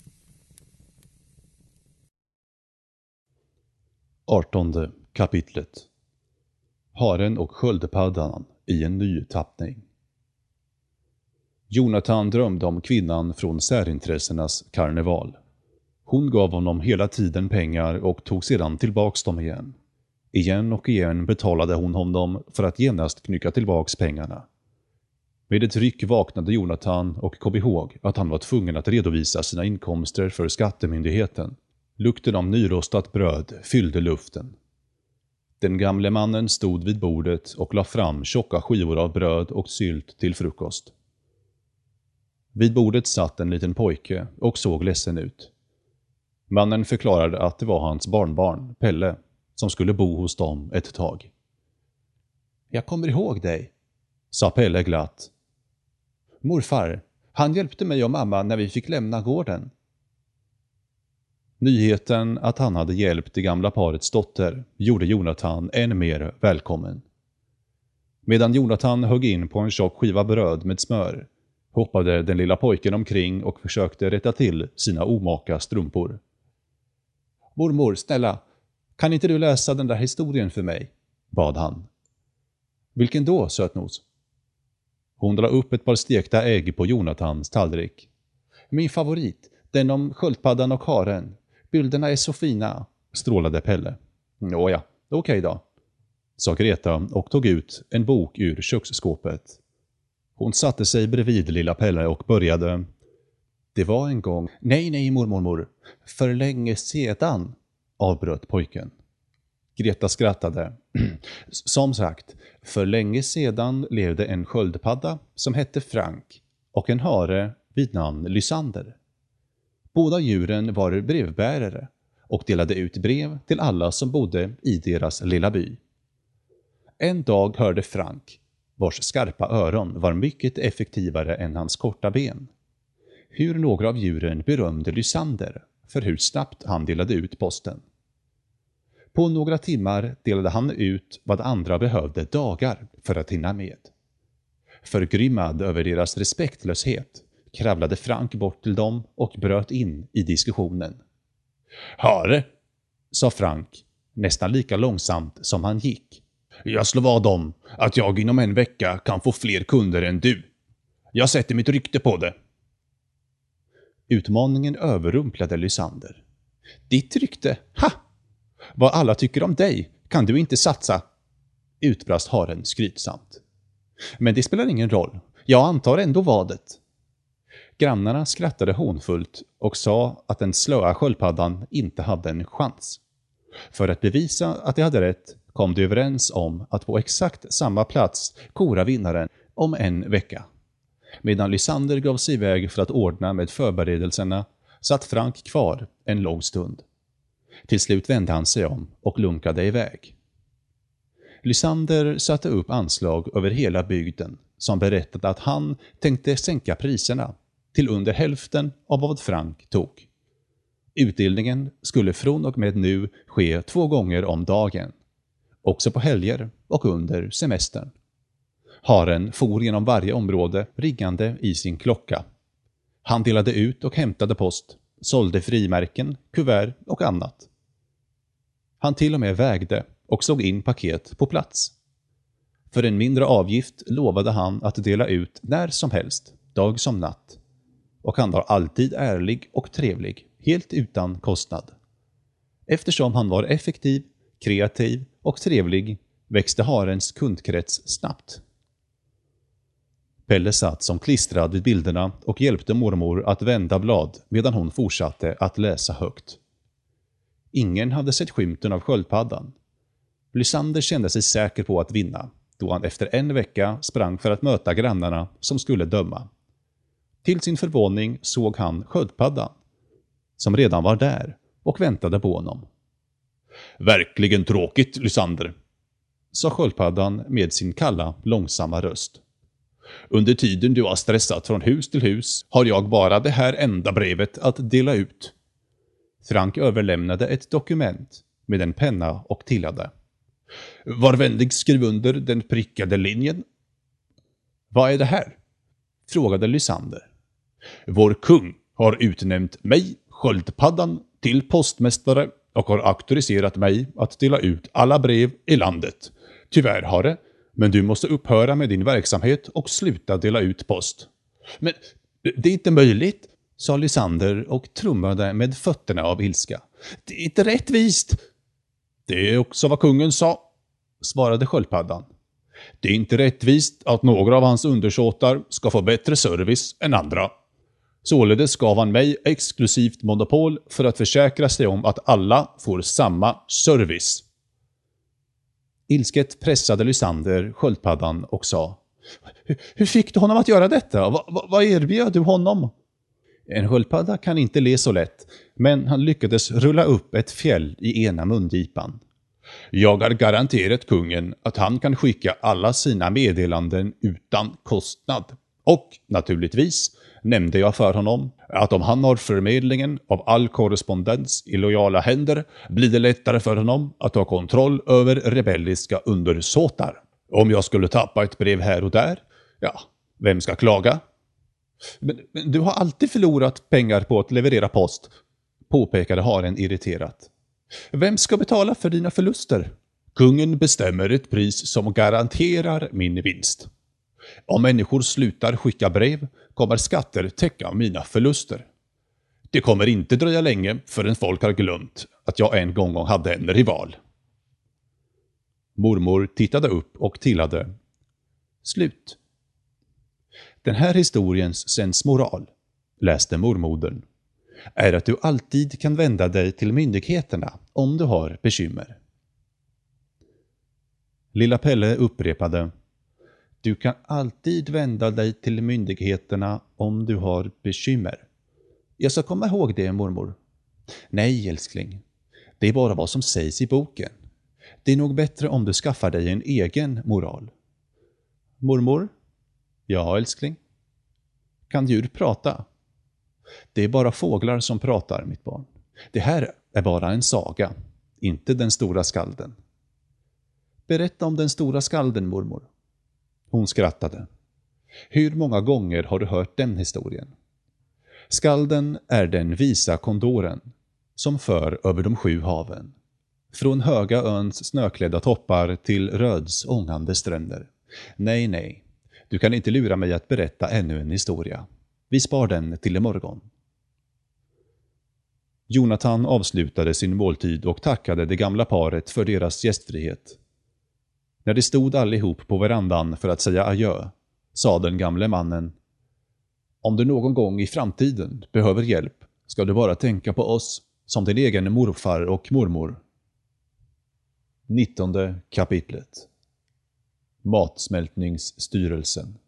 18:e kapitlet. Haren och sköldpaddan i en ny tappning. Jonathan drömde om kvinnan från särintressenas karneval. Hon gav honom hela tiden pengar och tog sedan tillbaks dem igen. Igen och igen betalade hon honom för att genast knycka tillbaks pengarna. Med ett ryck vaknade Jonathan och kom ihåg att han var tvungen att redovisa sina inkomster för skattemyndigheten. Lukten av nyrostat bröd fyllde luften. Den gamle mannen stod vid bordet och la fram tjocka skivor av bröd och sylt till frukost. Vid bordet satt en liten pojke och såg ledsen ut. Mannen förklarade att det var hans barnbarn, Pelle, som skulle bo hos dem ett tag. Jag kommer ihåg dig, sa Pelle glatt. Morfar, han hjälpte mig och mamma när vi fick lämna gården. Nyheten att han hade hjälpt det gamla parets dotter gjorde Jonathan än mer välkommen. Medan Jonathan högg in på en tjock skiva bröd med smör hoppade den lilla pojken omkring och försökte rätta till sina omaka strumpor. Mormor, snälla, kan inte du läsa den där historien för mig? Bad han. Vilken då, sötnos? Hon la upp ett par stekta ägg på Jonathans tallrik. Min favorit, den om sköldpaddan och haren. Bilderna är så fina, strålade Pelle. Nåja, okej då, sa Greta och tog ut en bok ur köksskåpet. Hon satte sig bredvid lilla Pelle och började. Det var en gång. Nej, mormor. För länge sedan, avbröt pojken. Greta skrattade. Som sagt, för länge sedan levde en sköldpadda som hette Frank och en hare vid namn Lysander. Båda djuren var brevbärare och delade ut brev till alla som bodde i deras lilla by. En dag hörde Frank, vars skarpa öron var mycket effektivare än hans korta ben, hur några av djuren berömde Lysander för hur snabbt han delade ut posten. På några timmar delade han ut vad andra behövde dagar för att hinna med. Förgrymmad över deras respektlöshet kravlade Frank bort till dem och bröt in i diskussionen. Hare, sa Frank, nästan lika långsamt som han gick. Jag slår vad om att jag inom en vecka kan få fler kunder än du. Jag sätter mitt rykte på det. Utmaningen överrumplade Lysander. Ditt rykte? Ha! Vad alla tycker om dig kan du inte satsa, utbrast haren skrytsamt. Men det spelar ingen roll. Jag antar ändå vadet. Grannarna skrattade hånfullt och sa att den slöa sköldpaddan inte hade en chans. För att bevisa att de hade rätt kom de överens om att på exakt samma plats kora vinnaren om en vecka. Medan Lysander gav sig iväg för att ordna med förberedelserna satt Frank kvar en lång stund. Till slut vände han sig om och lunkade iväg. Lysander satte upp anslag över hela bygden som berättade att han tänkte sänka priserna till under hälften av vad Frank tog. Utdelningen skulle från och med nu ske 2 gånger om dagen, också på helger och under semestern. Haren for genom varje område ringande i sin klocka. Han delade ut och hämtade post, sålde frimärken, kuvert och annat. Han till och med vägde och såg in paket på plats. För en mindre avgift lovade han att dela ut när som helst, dag som natt. Och han var alltid ärlig och trevlig, helt utan kostnad. Eftersom han var effektiv, kreativ och trevlig växte harens kundkrets snabbt. Pelle satt som klistrad vid bilderna och hjälpte mormor att vända blad medan hon fortsatte att läsa högt. Ingen hade sett skymten av sköldpaddan. Lysander kände sig säker på att vinna, då han efter en vecka sprang för att möta grannarna som skulle döma. Till sin förvåning såg han sköldpaddan, som redan var där och väntade på honom. Verkligen tråkigt, Lysander, sa sköldpaddan med sin kalla, långsamma röst. Under tiden du har stressat från hus till hus har jag bara det här enda brevet att dela ut. Frank överlämnade ett dokument med en penna och tillade. Var vänlig skriv under den prickade linjen. Vad är det här? Frågade Lysander. Vår kung har utnämnt mig, sköldpaddan, till postmästare och har auktoriserat mig att dela ut alla brev i landet. Tyvärr har det, men du måste upphöra med din verksamhet och sluta dela ut post. Men det är inte möjligt, sa Lysander och trummade med fötterna av ilska. Det är inte rättvist. Det är också vad kungen sa, svarade sköldpaddan. Det är inte rättvist att några av hans undersåtar ska få bättre service än andra. Således gav han mig exklusivt monopol för att försäkra sig om att alla får samma service. Ilsket pressade Lysander sköldpaddan och sa. Hur fick du honom att göra detta? Vad erbjöd du honom? En sköldpadda kan inte le så lätt, men han lyckades rulla upp ett fjäll i ena mungipan. Jag har garanterat kungen att han kan skicka alla sina meddelanden utan kostnad. Och naturligtvis nämnde jag för honom att om han har förmedlingen av all korrespondens i lojala händer blir det lättare för honom att ha kontroll över rebelliska undersåtar. Om jag skulle tappa ett brev här och där, ja, vem ska klaga? Men du har alltid förlorat pengar på att leverera post, påpekade haren irriterat. Vem ska betala för dina förluster? Kungen bestämmer ett pris som garanterar min vinst. Om människor slutar skicka brev kommer skatter täcka mina förluster. Det kommer inte dröja länge förrän folk har glömt att jag en gång hade en rival. Mormor tittade upp och tillade. Slut. Den här historiens sensmoral, läste mormodern, är att du alltid kan vända dig till myndigheterna om du har bekymmer. Lilla Pelle upprepade. Du kan alltid vända dig till myndigheterna om du har bekymmer. Jag ska komma ihåg det, mormor. Nej, älskling. Det är bara vad som sägs i boken. Det är nog bättre om du skaffar dig en egen moral. Mormor? Ja, älskling. Kan djur prata? Det är bara fåglar som pratar, mitt barn. Det här är bara en saga, inte den stora skalden. Berätta om den stora skalden, mormor. Hon skrattade. Hur många gånger har du hört den historien? Skalden är den visa kondoren som för över de 7 haven. Från höga öns snöklädda toppar till Röds ångande stränder. Nej, nej. Du kan inte lura mig att berätta ännu en historia. Vi spar den till imorgon. Jonathan avslutade sin måltid och tackade det gamla paret för deras gästfrihet. När de stod allihop på verandan för att säga adjö, sa den gamle mannen: Om du någon gång i framtiden behöver hjälp ska du bara tänka på oss som din egen morfar och mormor. 19:e kapitlet. Matsmältningsstyrelsen.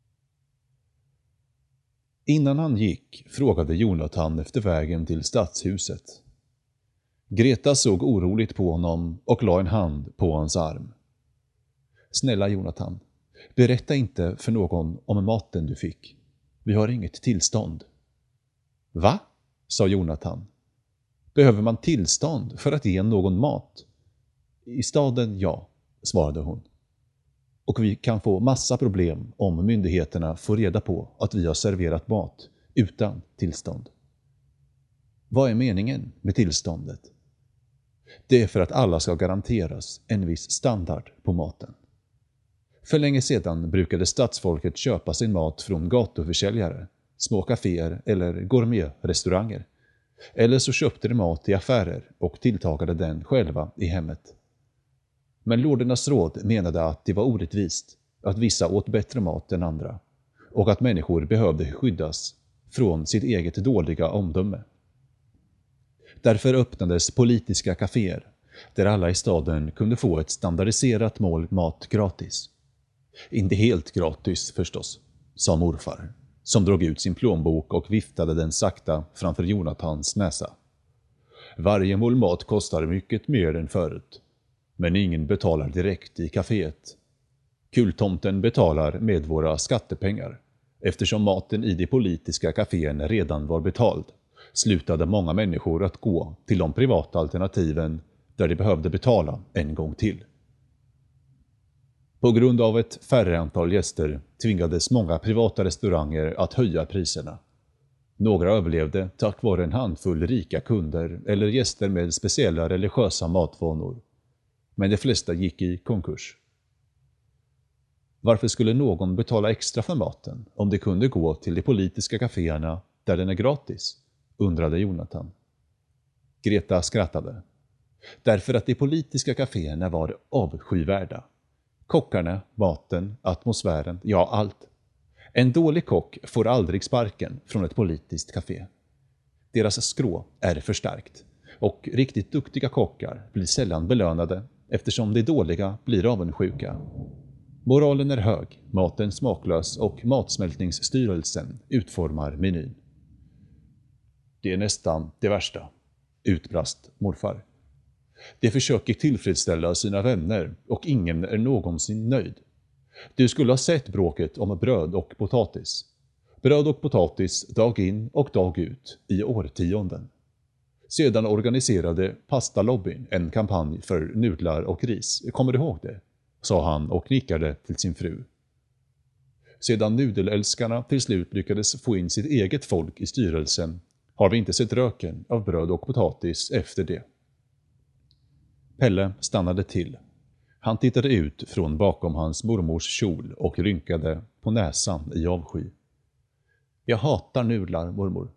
Innan han gick frågade Jonathan efter vägen till stadshuset. Greta såg oroligt på honom och la en hand på hans arm. Snälla Jonathan, berätta inte för någon om maten du fick. Vi har inget tillstånd. Va? Sa Jonathan. Behöver man tillstånd för att ge någon mat? I staden, ja, svarade hon. Och vi kan få massa problem om myndigheterna får reda på att vi har serverat mat utan tillstånd. Vad är meningen med tillståndet? Det är för att alla ska garanteras en viss standard på maten. För länge sedan brukade stadsfolket köpa sin mat från gatuförsäljare, små kaféer eller gourmetrestauranger. Eller så köpte de mat i affärer och tilltagade den själva i hemmet. Men lordernas råd menade att det var orättvist, att vissa åt bättre mat än andra och att människor behövde skyddas från sitt eget dåliga omdöme. Därför öppnades politiska kaféer där alla i staden kunde få ett standardiserat mål mat gratis. Inte helt gratis förstås, sa morfar, som drog ut sin plånbok och viftade den sakta framför Jonathans näsa. Varje mål mat kostar mycket mer än förut, men ingen betalar direkt i kaféet. Kultomten betalar med våra skattepengar. Eftersom maten i de politiska kaféerna redan var betald, slutade många människor att gå till de privata alternativen där de behövde betala en gång till. På grund av ett färre antal gäster tvingades många privata restauranger att höja priserna. Några överlevde tack vare en handfull rika kunder eller gäster med speciella religiösa matvanor. Men de flesta gick i konkurs. Varför skulle någon betala extra för maten om det kunde gå till de politiska kaféerna där den är gratis? Undrade Jonathan. Greta skrattade. Därför att de politiska kaféerna var avskyvärda. Kockarna, maten, atmosfären, ja allt. En dålig kock får aldrig sparken från ett politiskt kafé. Deras skrå är för starkt och riktigt duktiga kockar blir sällan belönade eftersom de dåliga blir avundsjuka. Moralen är hög, maten smaklös och matsmältningsstyrelsen utformar menyn. Det är nästan det värsta, utbrast morfar. De försöker tillfredsställa sina vänner och ingen är någonsin nöjd. Du skulle ha sett bråket om bröd och potatis. Bröd och potatis dag in och dag ut i årtionden. Sedan organiserade Pastalobbyn en kampanj för nudlar och ris. Kommer du ihåg det? Sa han och nickade till sin fru. Sedan nudelälskarna till slut lyckades få in sitt eget folk i styrelsen har vi inte sett röken av bröd och potatis efter det. Pelle stannade till. Han tittade ut från bakom hans mormors kjol och rynkade på näsan i avsky. Jag hatar nudlar, mormor.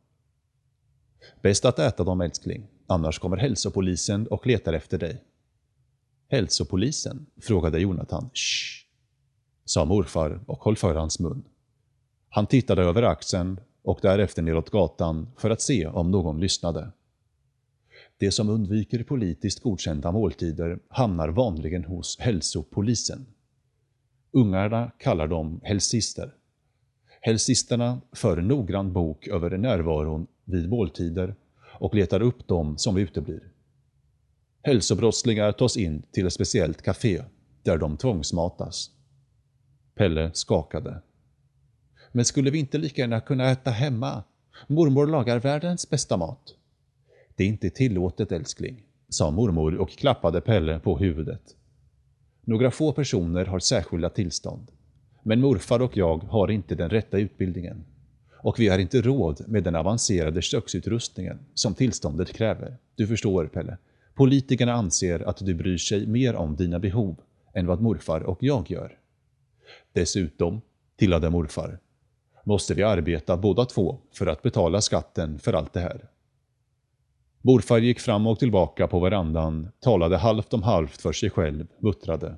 Bäst att äta dem, älskling. Annars kommer hälsopolisen och letar efter dig. Hälsopolisen? Frågade Jonathan. Shh, sa morfar och höll för hans mun. Han tittade över axeln och därefter neråt gatan för att se om någon lyssnade. Det som undviker politiskt godkända måltider hamnar vanligen hos hälsopolisen. Ungarna kallar dem hälsister. Hälsisterna för en noggrann bok över närvaron vid måltider och letar upp dem som uteblir. Hälsobrottslingar tas in till ett speciellt café där de tvångsmatas. Pelle skakade. Men skulle vi inte lika gärna kunna äta hemma? Mormor lagar världens bästa mat. Det är inte tillåtet, älskling, sa mormor och klappade Pelle på huvudet. Några få personer har särskilda tillstånd. Men morfar och jag har inte den rätta utbildningen. Och vi har inte råd med den avancerade köksutrustningen som tillståndet kräver. Du förstår, Pelle. Politikerna anser att du bryr sig mer om dina behov än vad morfar och jag gör. Dessutom, tillade morfar, måste vi arbeta båda två för att betala skatten för allt det här. Morfar gick fram och tillbaka på verandan, talade halvt om halvt för sig själv, muttrade.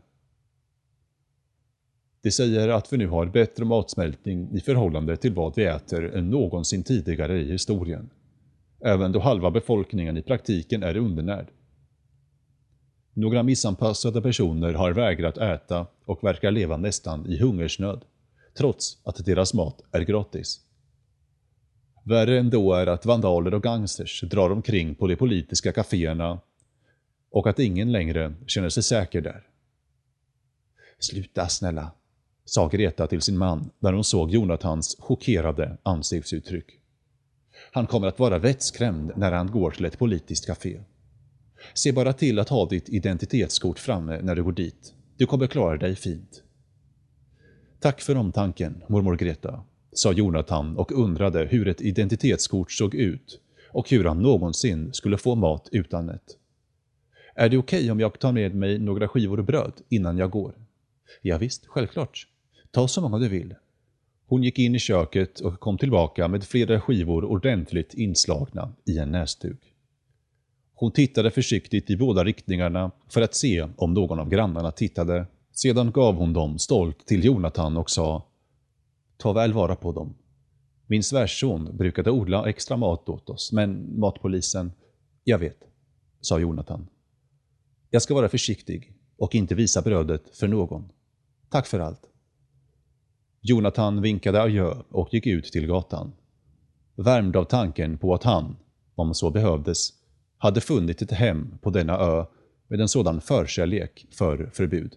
Det säger att vi nu har bättre matsmältning i förhållande till vad vi äter än någonsin tidigare i historien. Även då halva befolkningen i praktiken är undernärd. Några missanpassade personer har vägrat äta och verkar leva nästan i hungersnöd, trots att deras mat är gratis. Värre ändå är att vandaler och gangsters drar omkring på de politiska kaféerna och att ingen längre känner sig säker där. Sluta snälla, sa Greta till sin man när hon såg Jonathans chockerade ansiktsuttryck. Han kommer att vara vettskrämd när han går till ett politiskt café. Se bara till att ha ditt identitetskort framme när du går dit. Du kommer klara dig fint. Tack för omtanken, mormor Greta, sa Jonathan och undrade hur ett identitetskort såg ut och hur han någonsin skulle få mat utan det. Är det okej om jag tar med mig några skivor bröd innan jag går? Ja visst, självklart. Ta så många du vill. Hon gick in i köket och kom tillbaka med flera skivor ordentligt inslagna i en näsduk. Hon tittade försiktigt i båda riktningarna för att se om någon av grannarna tittade. Sedan gav hon dem stolt till Jonathan och sa: Ta väl vara på dem. Min svärson brukade odla extra mat åt oss, men matpolisen... Jag vet, sa Jonathan. Jag ska vara försiktig och inte visa brödet för någon. Tack för allt. Jonathan vinkade adjö och gick ut till gatan. Värmd av tanken på att han, om så behövdes, hade funnit ett hem på denna ö med en sådan förkärlek för förbud.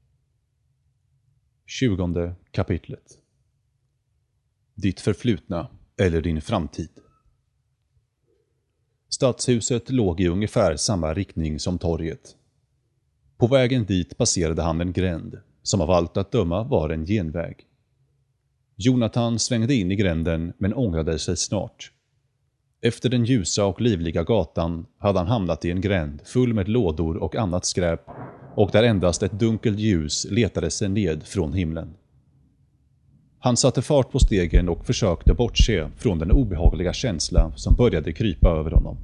20 kapitlet. Ditt förflutna eller din framtid. Stadshuset låg i ungefär samma riktning som torget. På vägen dit passerade han en gränd, som av allt att döma var en genväg. Jonathan svängde in i gränden men ångrade sig snart. Efter den ljusa och livliga gatan hade han hamnat i en gränd full med lådor och annat skräp och där endast ett dunkelt ljus letade sig ned från himlen. Han satte fart på stegen och försökte bortse från den obehagliga känsla som började krypa över honom.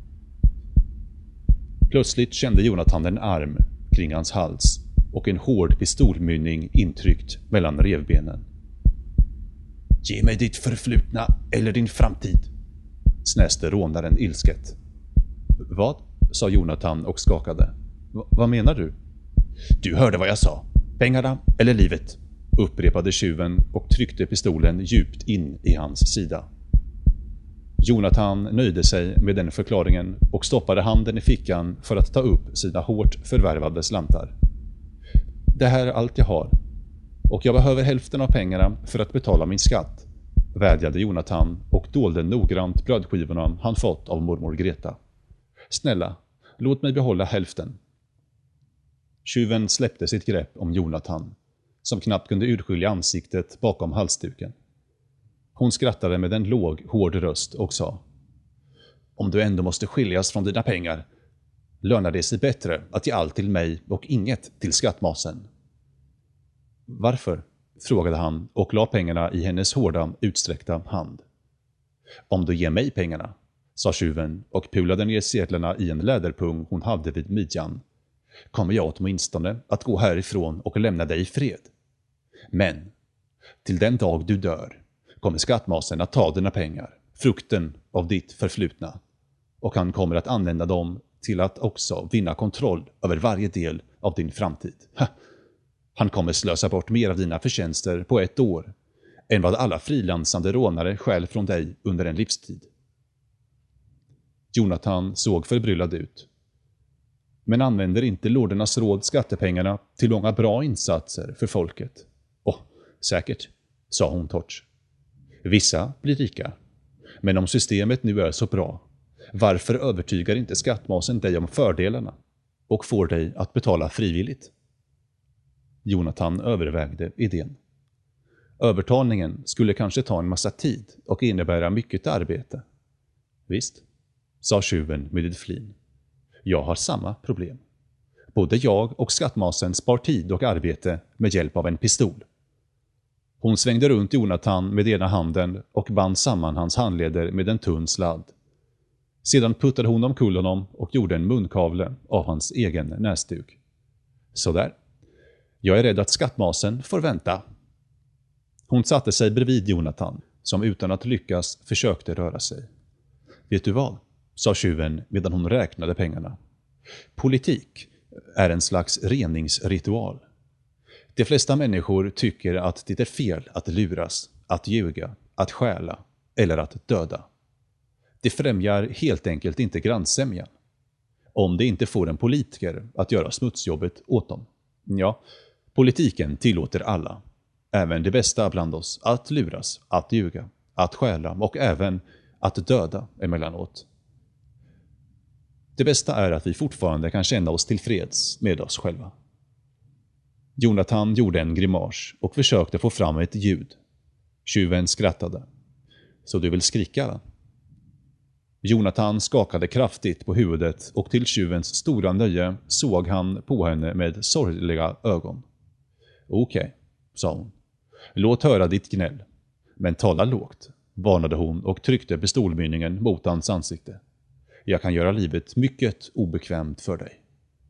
Plötsligt kände Jonathan en arm kring hans hals och en hård pistolmynning intryckt mellan revbenen. Ge mig ditt förflutna eller din framtid, snäste rånaren ilsket. Vad? Sa Jonathan och skakade. Vad menar du? Du hörde vad jag sa. Pengarna eller livet, upprepade tjuven och tryckte pistolen djupt in i hans sida. Jonathan nöjde sig med den förklaringen och stoppade handen i fickan för att ta upp sina hårt förvärvade slantar. Det här är allt jag har. Och jag behöver hälften av pengarna för att betala min skatt, vädjade Jonathan och dolde noggrant brödskivorna han fått av mormor Greta. Snälla, låt mig behålla hälften. Tjuven släppte sitt grepp om Jonathan, som knappt kunde urskilja ansiktet bakom halsduken. Hon skrattade med en låg, hård röst och sa: Om du ändå måste skiljas från dina pengar, lönar det sig bättre att ge allt till mig och inget till skattmasen. Varför? Frågade han och la pengarna i hennes hårda, utsträckta hand. Om du ger mig pengarna, sa tjuven och pulade ner sedlarna i en läderpung hon hade vid midjan, kommer jag åtminstone att gå härifrån och lämna dig i fred. Men, till den dag du dör, kommer skattmasen att ta dina pengar, frukten av ditt förflutna, och han kommer att använda dem till att också vinna kontroll över varje del av din framtid. Han kommer slösa bort mer av dina förtjänster på ett år än vad alla frilansande rånare stjäl från dig under en livstid. Jonathan såg förbryllad ut. Men använder inte lordernas råd skattepengarna till många bra insatser för folket? Säkert, sa hon torrt. Vissa blir rika. Men om systemet nu är så bra, varför övertygar inte skattmasen dig om fördelarna och får dig att betala frivilligt? Jonathan övervägde idén. Övertalningen skulle kanske ta en massa tid och innebära mycket arbete. Visst, sa tjuven med ett flin. Jag har samma problem. Både jag och skattmasen spar tid och arbete med hjälp av en pistol. Hon svängde runt Jonathan med ena handen och band samman hans handleder med en tunn sladd. Sedan puttade hon omkull honom och gjorde en munkavle av hans egen näsduk. Sådär. Jag är rädd att skattmasen får vänta. Hon satte sig bredvid Jonathan, som utan att lyckas försökte röra sig. Vet du vad? Sa tjuven medan hon räknade pengarna. Politik är en slags reningsritual. De flesta människor tycker att det är fel att luras, att ljuga, att stjäla eller att döda. Det främjar helt enkelt inte grannsämjan. Om det inte får en politiker att göra smutsjobbet åt dem. Ja, politiken tillåter alla, även det bästa bland oss, att luras, att ljuga, att stjäla och även att döda emellanåt. Det bästa är att vi fortfarande kan känna oss tillfreds med oss själva. Jonathan gjorde en grimas och försökte få fram ett ljud. Tjuven skrattade. Så du vill skrika? Jonathan skakade kraftigt på huvudet och till tjuvens stora nöje såg han på henne med sorgliga ögon. Okej, sa hon. Låt höra ditt gnäll. Men tala lågt, varnade hon och tryckte pistolmynningen mot hans ansikte. Jag kan göra livet mycket obekvämt för dig.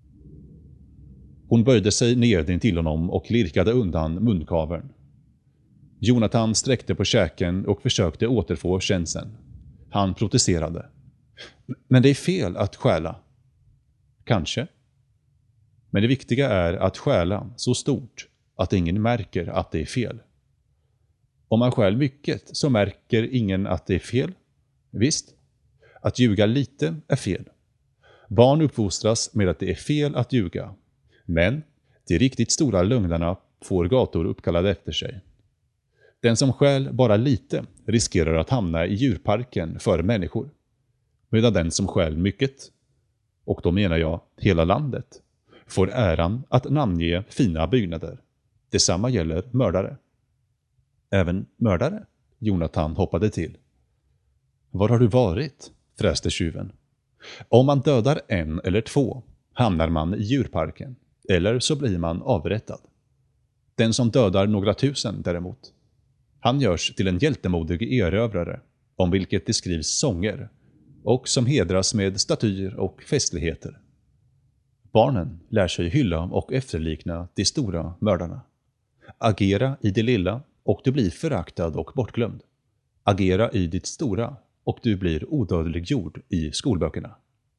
Hon böjde sig ner till honom och lirkade undan munkaveln. Jonathan sträckte på käken och försökte återfå känseln. Han protesterade. Men det är fel att stjäla. Kanske. Men det viktiga är att stjäla så stort att ingen märker att det är fel. Om man stjäl mycket så märker ingen att det är fel. Visst, att ljuga lite är fel. Barn uppfostras med att det är fel att ljuga. Men de riktigt stora lögnerna får gator uppkallade efter sig. Den som stjäl bara lite riskerar att hamna i djurparken för människor. Medan den som stjäl mycket, och då menar jag hela landet, får äran att namnge fina byggnader. Detsamma gäller mördare. Även mördare? Jonathan hoppade till. Var har du varit? Fräste tjuven. Om man dödar en eller två hamnar man i djurparken, eller så blir man avrättad. Den som dödar några tusen däremot, han görs till en hjältemodig erövrare, om vilket det skrivs sånger, och som hedras med statyer och festligheter. Barnen lär sig hylla och efterlikna de stora mördarna. Agera i det lilla och du blir föraktad och bortglömd. Agera i ditt stora och du blir odödliggjord i skolböckerna.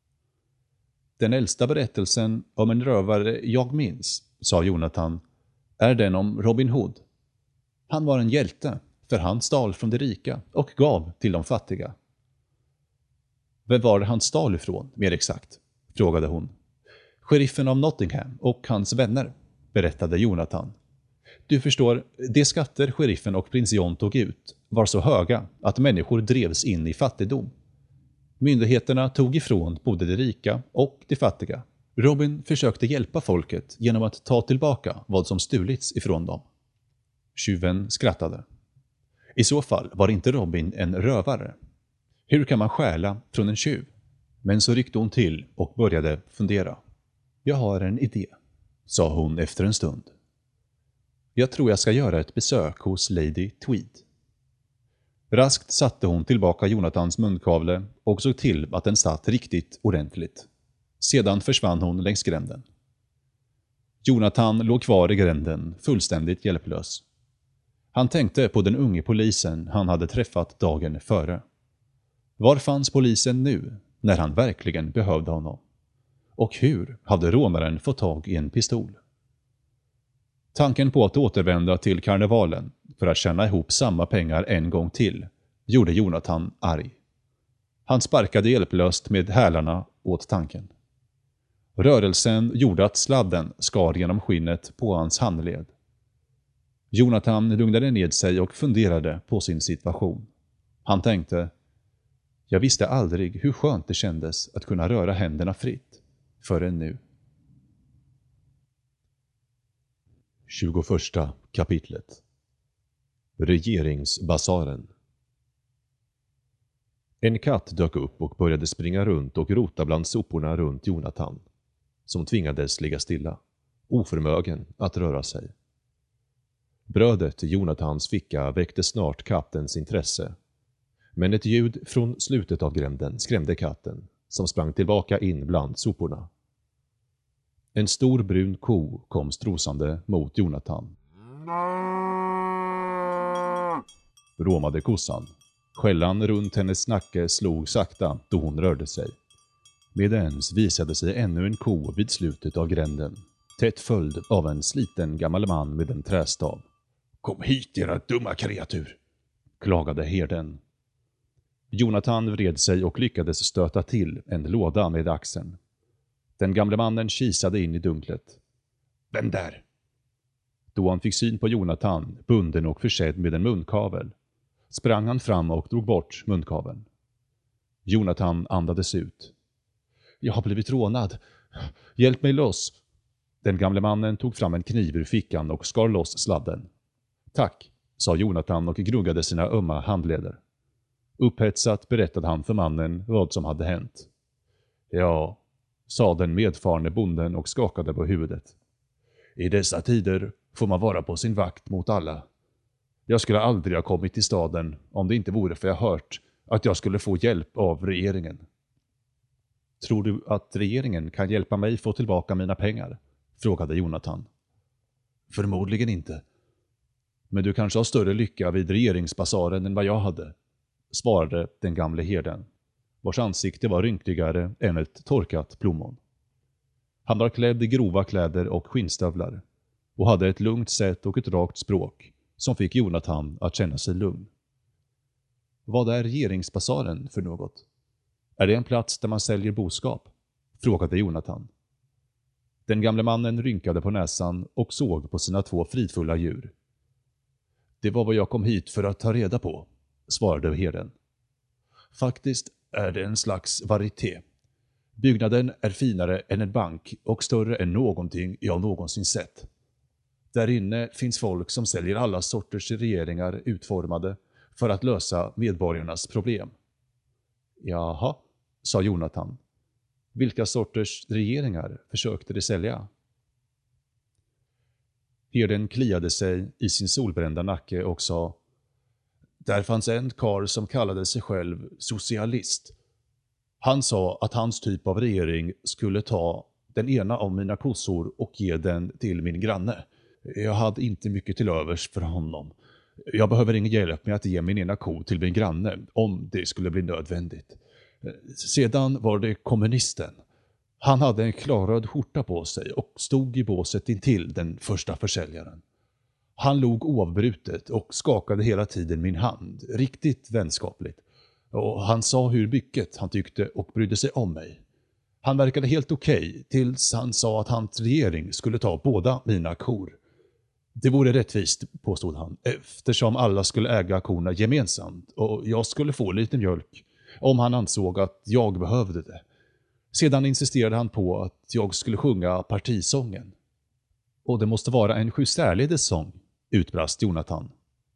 Den äldsta berättelsen om en rövare jag minns, sa Jonathan, är den om Robin Hood. Han var en hjälte, för han stal från de rika och gav till de fattiga. Vem var han stal ifrån, mer exakt? Frågade hon. Sheriffen av Nottingham och hans vänner, berättade Jonathan. Du förstår, de skatter sheriffen och prins John tog ut var så höga att människor drevs in i fattigdom. Myndigheterna tog ifrån både de rika och de fattiga. Robin försökte hjälpa folket genom att ta tillbaka vad som stulits ifrån dem. Tjuven skrattade. I så fall var inte Robin en rövare. Hur kan man stjäla från en tjuv? Men så ryckte hon till och började fundera. Jag har en idé, sa hon efter en stund. Jag tror jag ska göra ett besök hos Lady Tweed. Raskt satte hon tillbaka Jonathans munkavle och såg till att den satt riktigt ordentligt. Sedan försvann hon längs gränden. Jonathan låg kvar i gränden, fullständigt hjälplös. Han tänkte på den unge polisen han hade träffat dagen före. Var fanns polisen nu, när han verkligen behövde honom? Och hur hade rånaren fått tag i en pistol? Tanken på att återvända till karnevalen för att tjäna ihop samma pengar en gång till gjorde Jonathan arg. Han sparkade hjälplöst med hälarna åt tanken. Rörelsen gjorde att sladden skar genom skinnet på hans handled. Jonathan lugnade ned sig och funderade på sin situation. Han tänkte, jag visste aldrig hur skönt det kändes att kunna röra händerna fritt, förrän nu. 21 kapitlet. Regeringsbasaren. En katt dök upp och började springa runt och rota bland soporna runt Jonathan, som tvingades ligga stilla, oförmögen att röra sig. Brödet i Jonathans ficka väckte snart kattens intresse, men ett ljud från slutet av gränden skrämde katten, som sprang tillbaka in bland soporna. En stor brun ko kom strosande mot Jonathan. Råmade kossan. Skällan runt hennes nacke slog sakta då hon rörde sig. Medens visade sig ännu en ko vid slutet av gränden, tätt följd av en sliten gammal man med en trästav. Kom hit, era dumma kreatur, klagade herden. Jonathan vred sig och lyckades stöta till en låda med axeln. Den gamle mannen kisade in i dunklet. Vem där? Då han fick syn på Jonathan, bunden och försedd med en munkavel, sprang han fram och drog bort munkaveln. Jonathan andades ut. Jag har blivit rånad. Hjälp mig loss. Den gamle mannen tog fram en kniv ur fickan och skar loss sladden. Tack, sa Jonathan och gnuggade sina ömma handleder. Upphetsat berättade han för mannen vad som hade hänt. Ja, sa den medfarne bonden och skakade på huvudet. I dessa tider får man vara på sin vakt mot alla. Jag skulle aldrig ha kommit till staden om det inte vore för jag hört att jag skulle få hjälp av regeringen. Tror du att regeringen kan hjälpa mig få tillbaka mina pengar? Frågade Jonathan. Förmodligen inte. Men du kanske har större lycka vid regeringsbasaren än vad jag hade, svarade den gamle herden, vars ansikte var rynkligare än ett torkat plommon. Han var klädd i grova kläder och skinnstövlar och hade ett lugnt sätt och ett rakt språk som fick Jonathan att känna sig lugn. Vad är regeringsbasaren för något? Är det en plats där man säljer boskap? Frågade Jonathan. Den gamle mannen rynkade på näsan och såg på sina 2 fridfulla djur. Det var vad jag kom hit för att ta reda på, svarade herden. Faktiskt är det en slags varieté. Byggnaden är finare än en bank och större än någonting jag någonsin sett. Där inne finns folk som säljer alla sorters regeringar utformade för att lösa medborgarnas problem. Jaha, sa Jonathan. Vilka sorters regeringar försökte de sälja? Herden kliade sig i sin solbrända nacke och sa: Där fanns en karl som kallade sig själv socialist. Han sa att hans typ av regering skulle ta den ena av mina kossor och ge den till min granne. Jag hade inte mycket till övers för honom. Jag behöver ingen hjälp med att ge min ena ko till min granne om det skulle bli nödvändigt. Sedan var det kommunisten. Han hade en klarröd skjorta på sig och stod i båset intill den första försäljaren. Han log oavbrutet och skakade hela tiden min hand, riktigt vänskapligt. Och han sa hur mycket han tyckte och brydde sig om mig. Han verkade helt okej tills han sa att hans regering skulle ta båda mina kor. Det vore rättvist, påstod han, eftersom alla skulle äga korna gemensamt och jag skulle få lite mjölk om han ansåg att jag behövde det. Sedan insisterade han på att jag skulle sjunga partisången. Och det måste vara en sjusärledes sång, utbrast Jonathan.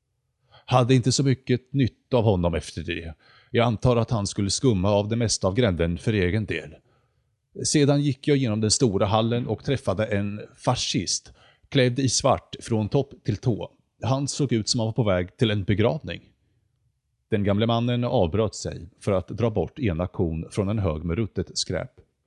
Hade inte så mycket nytt av honom efter det. Jag antar att han skulle skumma av det mesta av gränden för egen del. Sedan gick jag genom den stora hallen och träffade en fascist, klädd i svart från topp till tå. Han såg ut som han var på väg till en begravning. Den gamle mannen avbröt sig för att dra bort ena kon från en hög med ruttet skräp.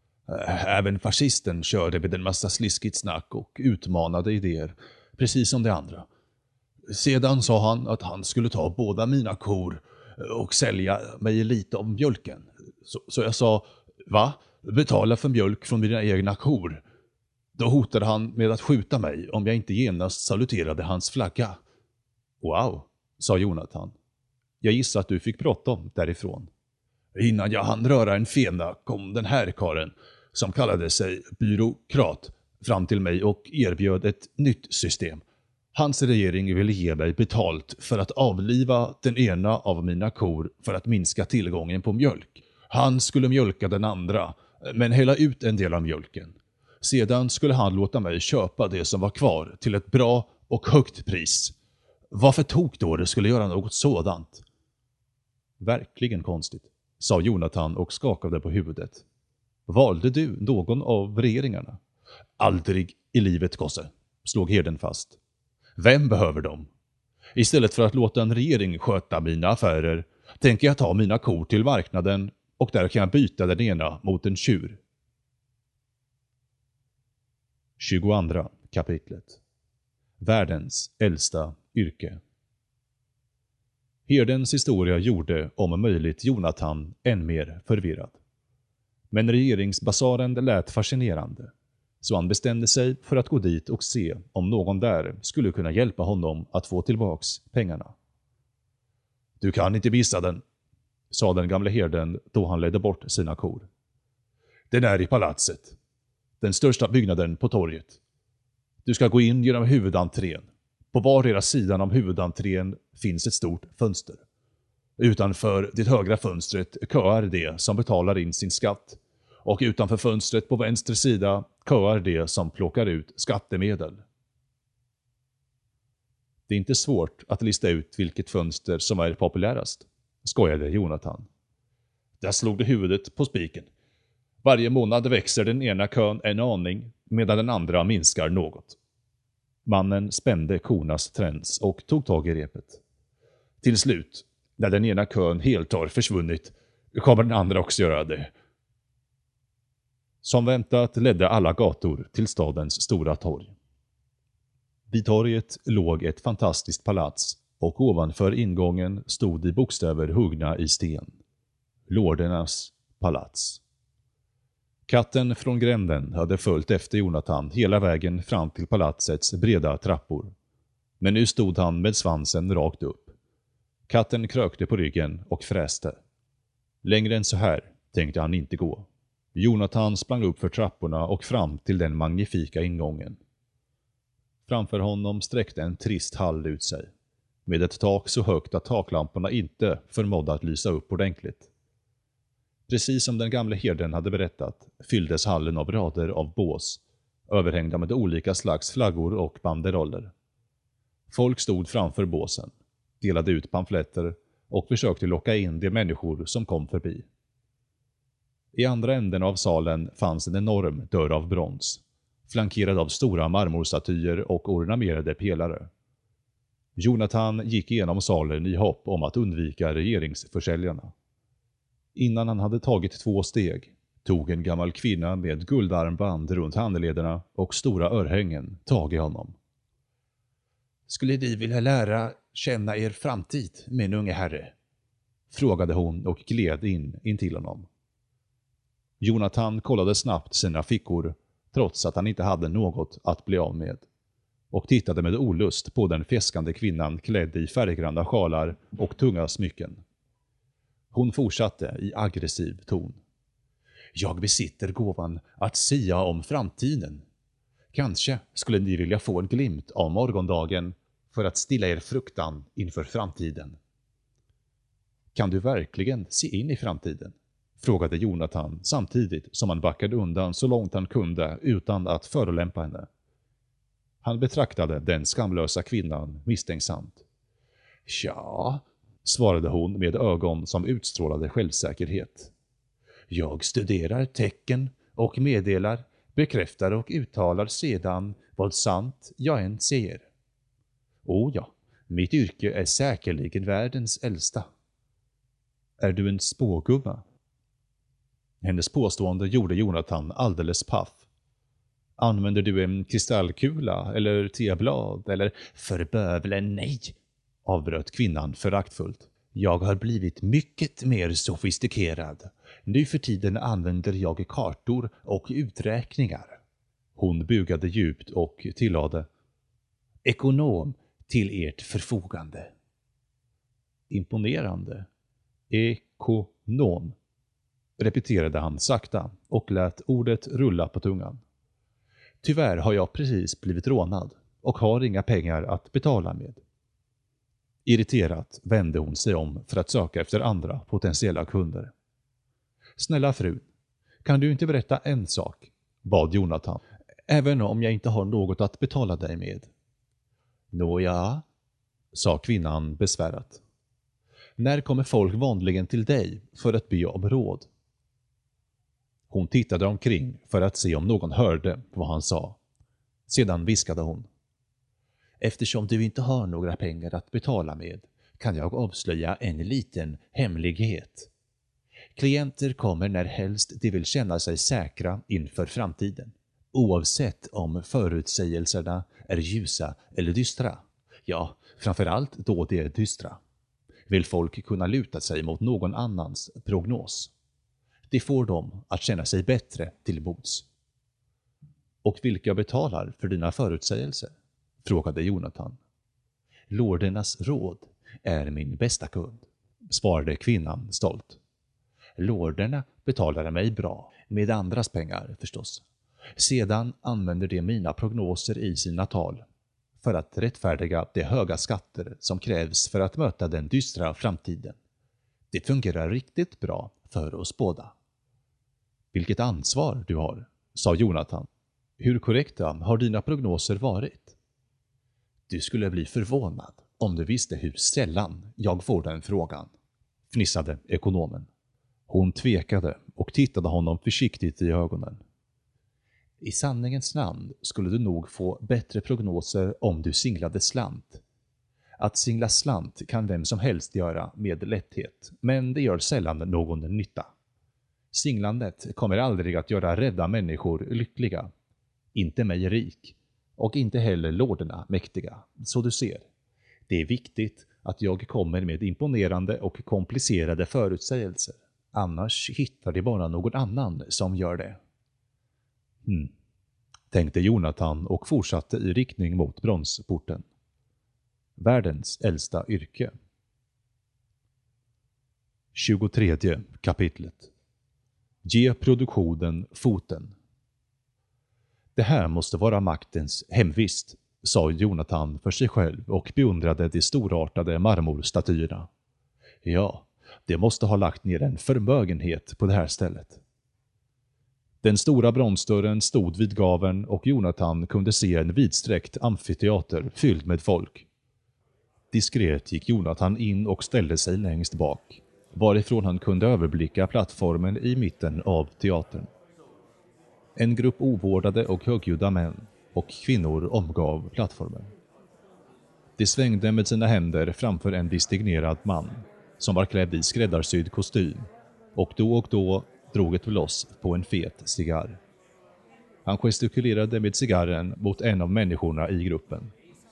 Även fascisten körde med en massa sliskigt snack och utmanade idéer, precis som de andra. Sedan sa han att han skulle ta båda mina kor och sälja mig lite av mjölken. Så jag sa, va? Betala för mjölk från mina egna kor? Då hotade han med att skjuta mig om jag inte genast saluterade hans flagga. Wow, sa Jonathan. Jag gissar att du fick bråttom därifrån. Innan jag hann röra en fena kom den här karen, som kallade sig byråkrat, fram till mig och erbjöd ett nytt system. Hans regering ville ge mig betalt för att avliva den ena av mina kor för att minska tillgången på mjölk. Han skulle mjölka den andra, men hälla ut en del av mjölken. Sedan skulle han låta mig köpa det som var kvar till ett bra och högt pris. Varför tog då det skulle göra något sådant? Verkligen konstigt, sa Jonathan och skakade på huvudet. Valde du någon av regeringarna? Aldrig i livet, gosse, slog herden fast. Vem behöver dem? Istället för att låta en regering sköta mina affärer tänker jag ta mina kor till marknaden och där kan jag byta den ena mot en tjur. 22 kapitlet. Världens äldsta yrke. Herdens historia gjorde om möjligt Jonathan än mer förvirrad. Men regeringsbasaren lät fascinerande, så han bestämde sig för att gå dit och se om någon där skulle kunna hjälpa honom att få tillbaks pengarna. Du kan inte missa den, sa den gamla herden då han ledde bort sina kor. Den är i palatset, den största byggnaden på torget. Du ska gå in genom huvudentrén. På vardera sidan av huvudentrén finns ett stort fönster. Utanför det högra fönstret köar de som betalar in sin skatt. Och utanför fönstret på vänster sida köar de som plockar ut skattemedel. Det är inte svårt att lista ut vilket fönster som är populärast, skojade Jonathan. Där slog det huvudet på spiken. Varje månad växer den ena kön en aning medan den andra minskar något. Mannen spände kornas träns och tog tag i repet. Till slut, när den ena kön helt har försvunnit, kommer den andra också göra det. Som väntat ledde alla gator till stadens stora torg. Vid torget låg ett fantastiskt palats och ovanför ingången stod i bokstäver huggna i sten. Lordernas palats. Katten från gränden hade följt efter Jonathan hela vägen fram till palatsets breda trappor. Men nu stod han med svansen rakt upp. Katten krökte på ryggen och fräste. Längre än så här tänkte han inte gå. Jonathan sprang upp för trapporna och fram till den magnifika ingången. Framför honom sträckte en trist hall ut sig, med ett tak så högt att taklamporna inte förmådde att lysa upp ordentligt. Precis som den gamla herden hade berättat fylldes hallen av rader av bås, överhängda med olika slags flaggor och banderoller. Folk stod framför båsen, delade ut pamfletter och försökte locka in de människor som kom förbi. I andra änden av salen fanns en enorm dörr av brons, flankerad av stora marmorstatyer och ornamerade pelare. Jonathan gick igenom salen i hopp om att undvika regeringsförsäljarna. Innan han hade tagit 2 steg tog en gammal kvinna med guldarmband runt handlederna och stora örhängen tag i honom. Skulle ni vilja lära känna er framtid, min unge herre? Frågade hon och gled in till honom. Jonathan kollade snabbt sina fickor trots att han inte hade något att bli av med och tittade med olust på den fjäskande kvinnan klädd i färggranna sjalar och tunga smycken. Hon fortsatte i aggressiv ton. Jag besitter gåvan att sia om framtiden. Kanske skulle ni vilja få en glimt av morgondagen för att stilla er fruktan inför framtiden. Kan du verkligen se in i framtiden? Frågade Jonathan samtidigt som han backade undan så långt han kunde utan att förolämpa henne. Han betraktade den skamlösa kvinnan misstänksamt. Ja, svarade hon med ögon som utstrålade självsäkerhet. Jag studerar tecken och meddelar, bekräftar och uttalar sedan vad sant jag än ser. Ja, mitt yrke är säkerligen världens äldsta. Är du en spågumma? Hennes påstående gjorde Jonathan alldeles paff. Använder du en kristallkula eller teblad eller förbövlen nej? Avbröt kvinnan föraktfullt. Jag har blivit mycket mer sofistikerad. Nu för tiden använder jag kartor och uträkningar. Hon bugade djupt och tillade. Ekonom till ert förfogande. Imponerande. Ekonom. Repeterade han sakta och lät ordet rulla på tungan. Tyvärr har jag precis blivit rånad och har inga pengar att betala med. Irriterat vände hon sig om för att söka efter andra potentiella kunder. Snälla fru, kan du inte berätta en sak? Bad Jonathan. Även om jag inte har något att betala dig med. Nåja, sa kvinnan besvärat. När kommer folk vanligen till dig för att be om råd? Hon tittade omkring för att se om någon hörde vad han sa. Sedan viskade hon. Eftersom du inte har några pengar att betala med kan jag avslöja en liten hemlighet. Klienter kommer när helst de vill känna sig säkra inför framtiden. Oavsett om förutsägelserna är ljusa eller dystra. Ja, framförallt då de är dystra. Vill folk kunna luta sig mot någon annans prognos. Det får dem att känna sig bättre till mods. Och vilka betalar för dina förutsägelser? Frågade Jonathan. Lordernas råd är min bästa kund, svarade kvinnan stolt. Lorderna betalar mig bra, med andras pengar förstås. Sedan använder de mina prognoser i sina tal för att rättfärdiga de höga skatter som krävs för att möta den dystra framtiden. Det fungerar riktigt bra för oss båda. Vilket ansvar du har, sa Jonathan. Hur korrekta har dina prognoser varit? Du skulle bli förvånad om du visste hur sällan jag får den frågan, fnissade ekonomen. Hon tvekade och tittade honom försiktigt i ögonen. I sanningens namn skulle du nog få bättre prognoser om du singlade slant. Att singla slant kan vem som helst göra med lätthet, men det gör sällan någon nytta. Singlandet kommer aldrig att göra rädda människor lyckliga. Inte mig rik, och inte heller lorderna mäktiga, så du ser. Det är viktigt att jag kommer med imponerande och komplicerade förutsägelser. Annars hittar de bara någon annan som gör det. Tänkte Jonathan och fortsatte i riktning mot bronsporten. Världens äldsta yrke. 23 kapitlet. Ge produktionen foten. Det här måste vara maktens hemvist, sa Jonathan för sig själv och beundrade de storartade marmorstatyerna. Ja, det måste ha lagt ner en förmögenhet på det här stället. Den stora bronsdörren stod vid gaveln och Jonathan kunde se en vidsträckt amfiteater fylld med folk. Diskret gick Jonathan in och ställde sig längst bak, varifrån han kunde överblicka plattformen i mitten av teatern. En grupp ovårdade och högljudda män och kvinnor omgav plattformen. De svängde med sina händer framför en distingerad man som var klädd i skräddarsydd kostym och då drog ett loss på en fet cigarr. Han gestikulerade med cigarren mot en av människorna i gruppen.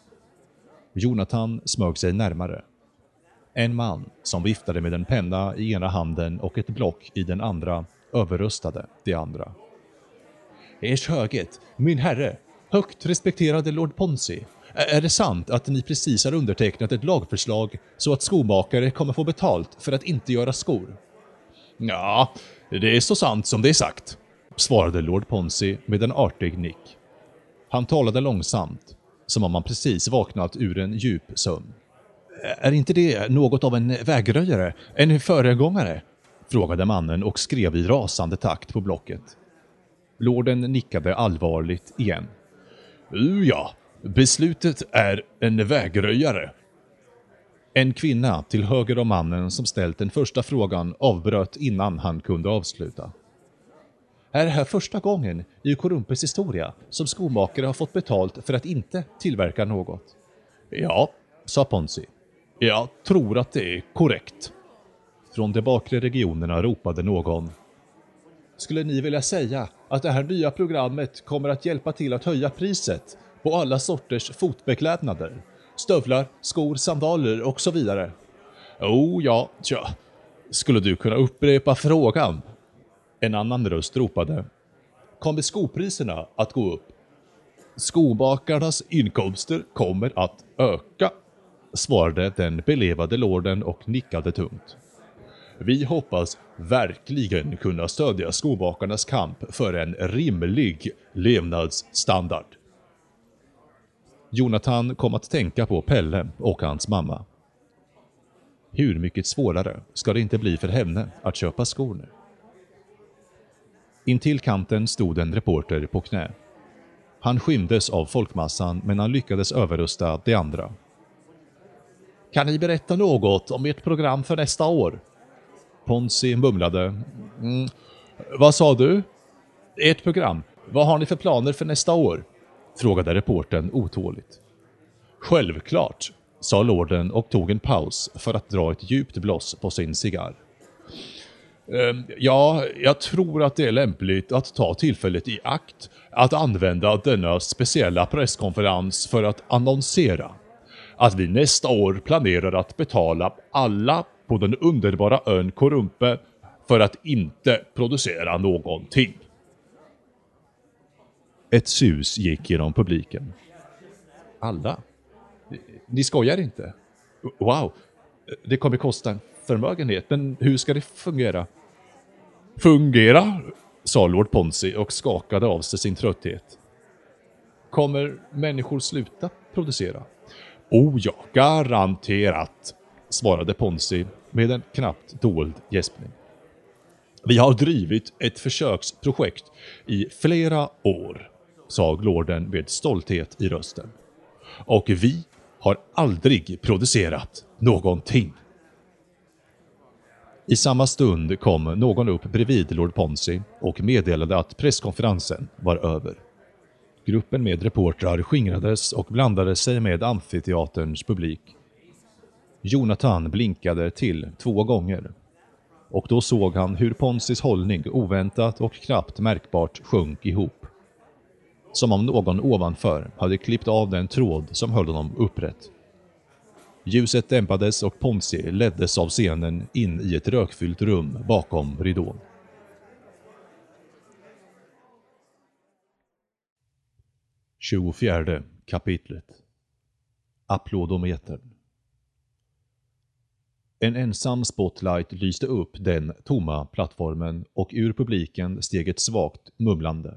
Jonathan smög sig närmare. En man som viftade med en penna i ena handen och ett block i den andra överröstade de andra. Ers höghet, min herre, högt respekterade Lord Ponsi, är det sant att ni precis har undertecknat ett lagförslag så att skomakare kommer få betalt för att inte göra skor? Ja, det är så sant som det är sagt, svarade Lord Ponsi med en artig nick. Han talade långsamt, som om han precis vaknat ur en djup sömn. Är inte det något av en vägröjare, en föregångare? Frågade mannen och skrev i rasande takt på blocket. Lorden nickade allvarligt igen. Ja, beslutet är en vägröjare. En kvinna till höger om mannen som ställt den första frågan avbröt innan han kunde avsluta. Är det här första gången i Korumpes historia som skomakare har fått betalt för att inte tillverka något? Ja, sa Ponsi. Jag tror att det är korrekt. Från de bakre regionerna ropade någon. Skulle ni vilja säga att det här nya programmet kommer att hjälpa till att höja priset på alla sorters fotbeklädnader? Stövlar, skor, sandaler och så vidare. Ja, tja. Skulle du kunna upprepa frågan? En annan röst ropade. Kommer skopriserna att gå upp? Skobakarnas inkomster kommer att öka, svarade den belevade lorden och nickade tungt. Vi hoppas verkligen kunna stödja skobakarnas kamp för en rimlig levnadsstandard. Jonathan kom att tänka på Pelle och hans mamma. Hur mycket svårare ska det inte bli för henne att köpa skor nu? Intill kanten stod en reporter på knä. Han skymdes av folkmassan men han lyckades överrösta de andra. Kan ni berätta något om ert program för nästa år? Ponzi mumlade. Vad sa du? Ert program. Vad har ni för planer för nästa år? Frågade reportern otåligt. Självklart, sa lorden och tog en paus för att dra ett djupt bloss på sin cigarr. Ja, jag tror att det är lämpligt att ta tillfället i akt att använda denna speciella presskonferens för att annonsera att vi nästa år planerar att betala alla på den underbara ön Korumpe för att inte producera någonting. Ett sus gick genom publiken. Alla? Ni skojar inte? Wow, det kommer kosta en förmögenhet, men hur ska det fungera? Fungera, sa Lord Ponzi och skakade av sig sin trötthet. Kommer människor sluta producera? Oh ja, garanterat, svarade Ponzi med en knappt dold gäspning. Vi har drivit ett försöksprojekt i flera år, sa lorden med stolthet i rösten. Och vi har aldrig producerat någonting. I samma stund kom någon upp bredvid Lord Ponzi och meddelade att presskonferensen var över. Gruppen med reportrar skingrades och blandade sig med amfiteaterns publik. Jonathan blinkade till 2 gånger. Och då såg han hur Ponzis hållning oväntat och knappt märkbart sjönk ihop. Som om någon ovanför hade klippt av den tråd som höll honom upprätt. Ljuset dämpades och Ponzi leddes av scenen in i ett rökfyllt rum bakom ridån. –24 kapitlet. Applådometern. En ensam spotlight lyste upp den tomma plattformen och ur publiken steg ett svagt mumlande.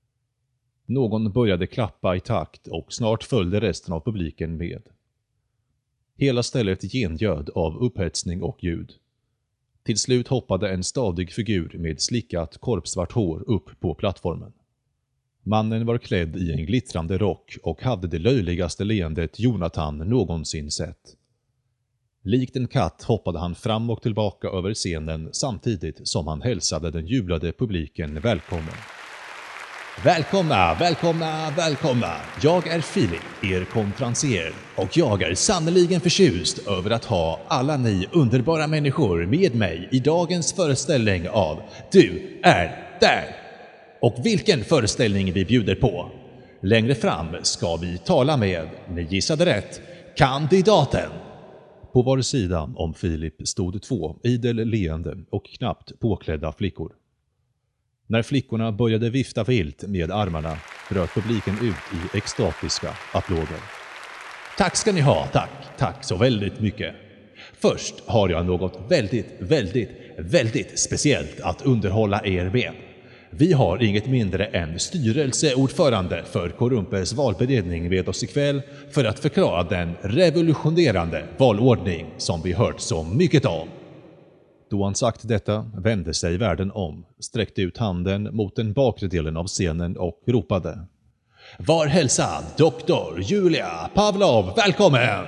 Någon började klappa i takt och snart följde resten av publiken med. Hela stället gengöd av upphetsning och ljud. Till slut hoppade en stadig figur med slickat korpsvart hår upp på plattformen. Mannen var klädd i en glittrande rock och hade det löjligaste leendet Jonathan någonsin sett. Likt en katt hoppade han fram och tillbaka över scenen samtidigt som han hälsade den jublade publiken välkommen. Välkomna, välkomna, välkomna! Jag är Filip, er konferencier, och jag är sannoliken förtjust över att ha alla ni underbara människor med mig i dagens föreställning av Du är där! Och vilken föreställning vi bjuder på! Längre fram ska vi tala med, ni gissade rätt, kandidaten! På var sida om Filip stod 2 idel leende och knappt påklädda flickor. När flickorna började vifta vilt med armarna bröt publiken ut i extatiska applåder. Tack ska ni ha, tack så väldigt mycket. Först har jag något väldigt speciellt att underhålla er med. Vi har inget mindre än styrelseordförande för Korumpes valberedning med oss ikväll för att förklara den revolutionerande valordning som vi hört så mycket om. Då han sagt detta vände sig värden om, sträckte ut handen mot den bakre delen av scenen och ropade. Var hälsad, doktor Julia Pavlov, välkommen!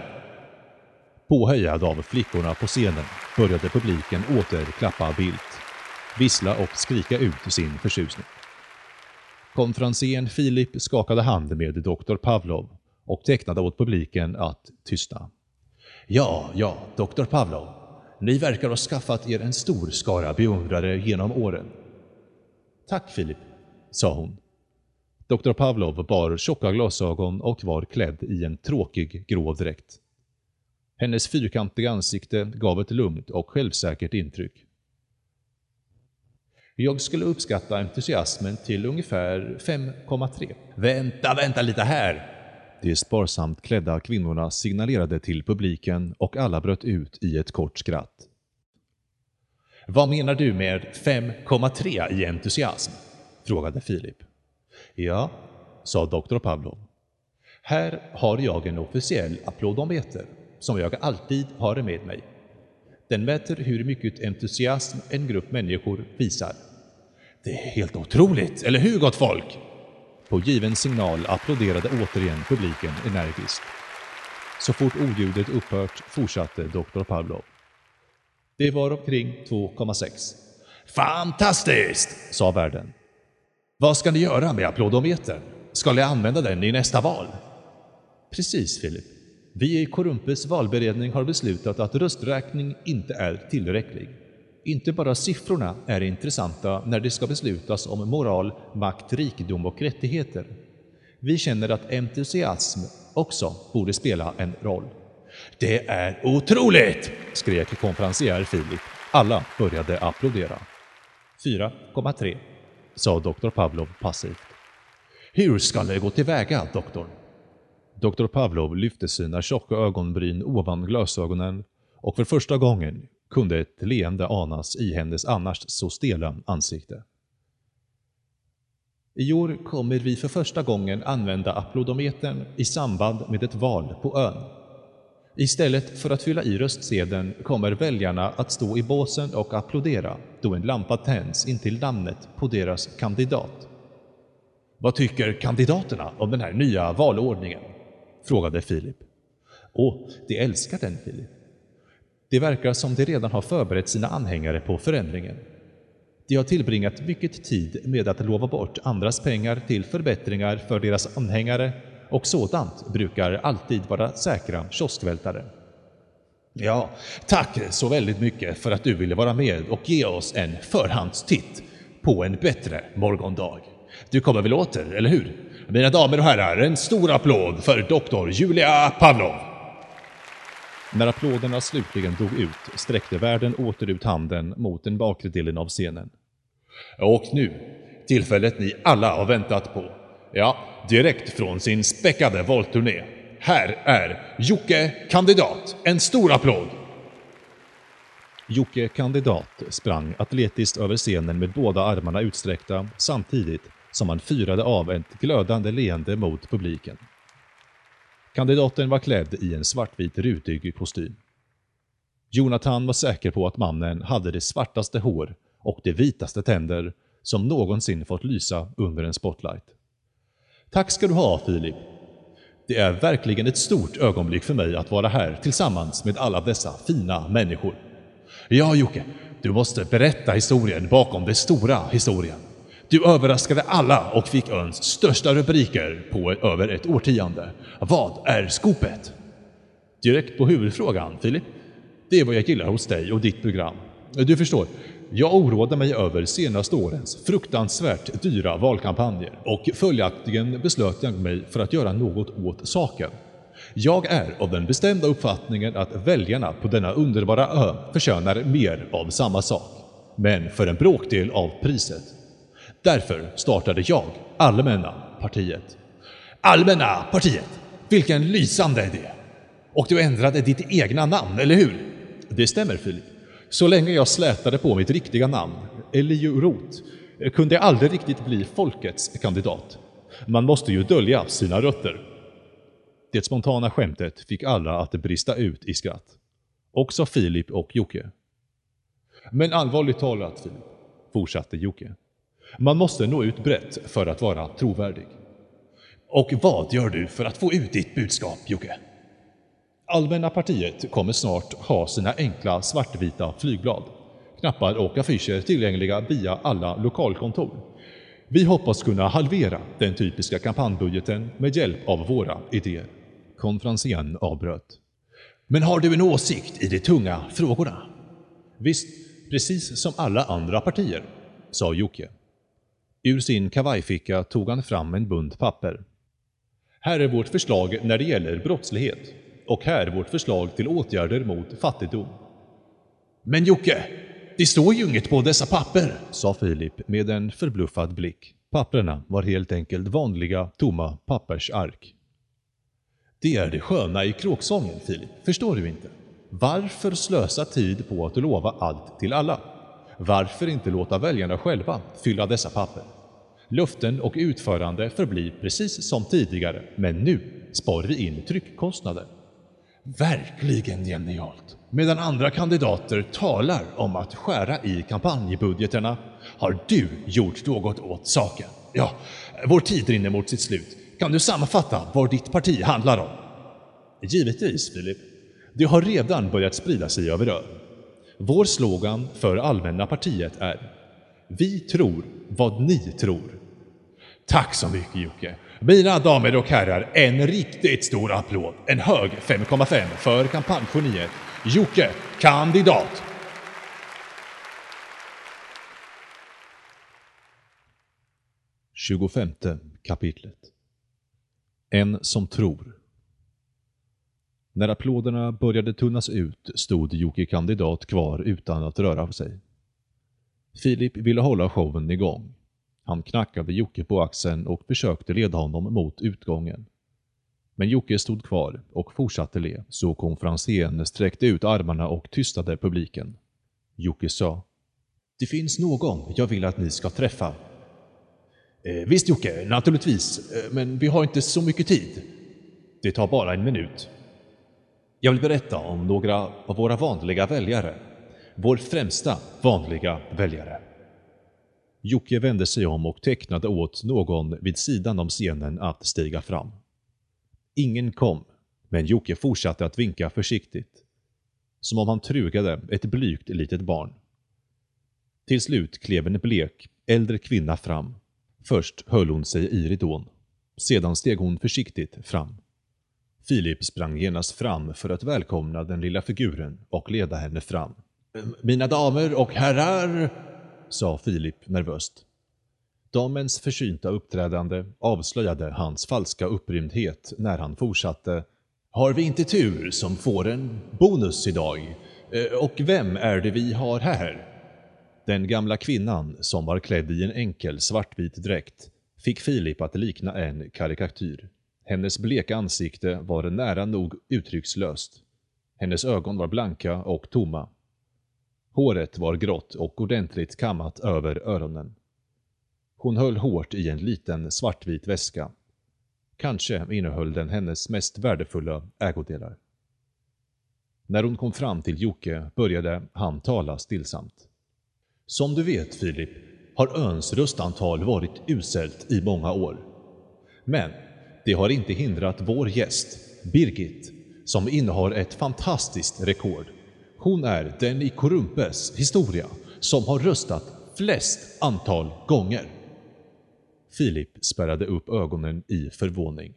Påhejad av flickorna på scenen började publiken åter klappa vilt, vissla och skrika ut sin förtjusning. Konferencieren Filip skakade hand med doktor Pavlov och tecknade åt publiken att tystna. Ja, doktor Pavlov. Ni verkar ha skaffat er en stor skara beundrare genom åren. Tack Filip, sa hon. Dr. Pavlov bar tjocka glasögon och var klädd i en tråkig grå dräkt. Hennes fyrkantiga ansikte gav ett lugnt och självsäkert intryck. Jag skulle uppskatta entusiasmen till ungefär 5,3. Vänta lite här! De sparsamt klädda kvinnorna signalerade till publiken och alla bröt ut i ett kort skratt. Vad menar du med 5,3 i entusiasm? Frågade Filip. Ja, sa doktor Pavlov. Här har jag en officiell applådometer som jag alltid har med mig. Den mäter hur mycket entusiasm en grupp människor visar. Det är helt otroligt, eller hur gott folk? På given signal applåderade återigen publiken energiskt. Så fort oljudet upphört fortsatte Dr. Pavlov. Det var omkring 2,6. Fantastiskt, sa värden. Vad ska ni göra med applådometern? Ska ni använda den i nästa val? Precis, Filip. Vi i Korumpes valberedning har beslutat att rösträkning inte är tillräcklig. Inte bara siffrorna är intressanta när det ska beslutas om moral, makt, rikedom och rättigheter. Vi känner att entusiasm också borde spela en roll. Det är otroligt, skrek konferencier Filip. Alla började applådera. 4,3, sa Dr. Pavlov passivt. Hur ska det gå tillväga, doktor? Dr. Pavlov lyfte sina tjocka ögonbryn ovan glasögonen och för första gången kunde ett leende anas i hennes annars så stela ansikte. I år kommer vi för första gången använda applådometern i samband med ett val på ön. Istället för att fylla i röstsedeln kommer väljarna att stå i båsen och applådera då en lampa tänds intill namnet på deras kandidat. Vad tycker kandidaterna om den här nya valordningen? Frågade Filip. De älskar den, Filip. Det verkar som de redan har förberett sina anhängare på förändringen. De har tillbringat mycket tid med att lova bort andras pengar till förbättringar för deras anhängare, och sådant brukar alltid vara säkra kioskvältare. Ja, tack så väldigt mycket för att du ville vara med och ge oss en förhandstitt på en bättre morgondag. Du kommer väl åter, eller hur? Mina damer och herrar, en stor applåd för doktor Julia Pavlov. När applåderna slutligen dog ut sträckte värden åter ut handen mot den bakre delen av scenen. Och nu, tillfället ni alla har väntat på. Ja, direkt från sin späckade valturné. Här är Jocke Kandidat. En stor applåd! Jocke Kandidat sprang atletiskt över scenen med båda armarna utsträckta samtidigt som han fyrade av ett glödande leende mot publiken. Kandidaten var klädd i en svartvit rutig kostym. Jonathan var säker på att mannen hade det svartaste hår och de vitaste tänder som någonsin fått lysa under en spotlight. Tack ska du ha, Filip. Det är verkligen ett stort ögonblick för mig att vara här tillsammans med alla dessa fina människor. Ja, Jocke, du måste berätta historien bakom den stora historien. Du överraskade alla och fick öns största rubriker på över ett årtionde. Vad är skopet? Direkt på huvudfrågan, Filip. Det är vad jag gillar hos dig och ditt program. Du förstår, jag oroade mig över senaste årens fruktansvärt dyra valkampanjer och följaktligen beslöt jag mig för att göra något åt saken. Jag är av den bestämda uppfattningen att väljarna på denna underbara ö förtjänar mer av samma sak, men för en bråkdel av priset. Därför startade jag Allmänna partiet. Allmänna partiet? Vilken lysande idé! Och du ändrade ditt egna namn, eller hur? Det stämmer, Filip. Så länge jag slätade på mitt riktiga namn, Elio Roth, kunde jag aldrig riktigt bli folkets kandidat. Man måste ju dölja sina rötter. Det spontana skämtet fick alla att brista ut i skratt. Också Filip och Jocke. Men allvarligt talat, Filip, fortsatte Jocke. Man måste nå ut brett för att vara trovärdig. Och vad gör du för att få ut ditt budskap, Jocke? Allmänna partiet kommer snart ha sina enkla svartvita flygblad, knappar och affischer tillgängliga via alla lokalkontor. Vi hoppas kunna halvera den typiska kampanjbudgeten med hjälp av våra idéer. Konferencieren avbröt. Men har du en åsikt i de tunga frågorna? Visst, precis som alla andra partier, sa Jocke. Ur sin kavajficka tog han fram en bunt papper. Här är vårt förslag när det gäller brottslighet. Och här är vårt förslag till åtgärder mot fattigdom. Men Jocke, det står ju inget på dessa papper, sa Filip med en förbluffad blick. Papperna var helt enkelt vanliga, tomma pappersark. Det är det sköna i kråksången, Filip. Förstår du inte? Varför slösa tid på att lova allt till alla? Varför inte låta väljarna själva fylla dessa papper? Luften och utförande förblir precis som tidigare, men nu sparar vi in tryckkostnader. Verkligen genialt. Medan andra kandidater talar om att skära i kampanjbudgeterna har du gjort något åt saken. Ja, vår tid rinner mot sitt slut. Kan du sammanfatta vad ditt parti handlar om? Givetvis, Filip. Det har redan börjat sprida sig över ön. Vår slogan för Allmänna partiet är: vi tror vad ni tror. Tack så mycket, Jocke. Mina damer och herrar, en riktigt stor applåd. En hög 5,5 för kampanjgeniet Jocke Kandidat. Tjugofemte kapitlet. En som tror. När applåderna började tunnas ut stod Jocke Kandidat kvar utan att röra sig. Filip ville hålla showen igång. Han knackade Jocke på axeln och försökte leda honom mot utgången. Men Jocke stod kvar och fortsatte le, så konferencieren sträckte ut armarna och tystade publiken. Jocke sa: det finns någon jag vill att ni ska träffa. Visst Jocke, naturligtvis, men vi har inte så mycket tid. Det tar bara 1 minut. Jag vill berätta om några av våra vanliga väljare. Vår främsta vanliga väljare. Jocke vände sig om och tecknade åt någon vid sidan om scenen att stiga fram. Ingen kom, men Jocke fortsatte att vinka försiktigt. Som om han trugade ett blygt litet barn. Till slut klev en blek, äldre kvinna fram. Först höll hon sig i ridån. Sedan steg hon försiktigt fram. Filip sprang genast fram för att välkomna den lilla figuren och leda henne fram. Mina damer och herrar, sa Filip nervöst. Damens försynta uppträdande avslöjade hans falska upprymdhet när han fortsatte. Har vi inte tur som får en bonus idag? Och vem är det vi har här? Den gamla kvinnan, som var klädd i en enkel svartvit dräkt, fick Filip att likna en karikatyr. Hennes bleka ansikte var nära nog uttryckslöst. Hennes ögon var blanka och tomma. Håret var grått och ordentligt kammat över öronen. Hon höll hårt i en liten svartvit väska. Kanske innehöll den hennes mest värdefulla ägodelar. När hon kom fram till Jocke började han tala stillsamt. Som du vet, Filip, har öns röstantal varit uselt i många år. Men det har inte hindrat vår gäst, Birgit, som innehar ett fantastiskt rekord. Hon är den i Korumpes historia som har röstat flest antal gånger. Filip spärrade upp ögonen i förvåning.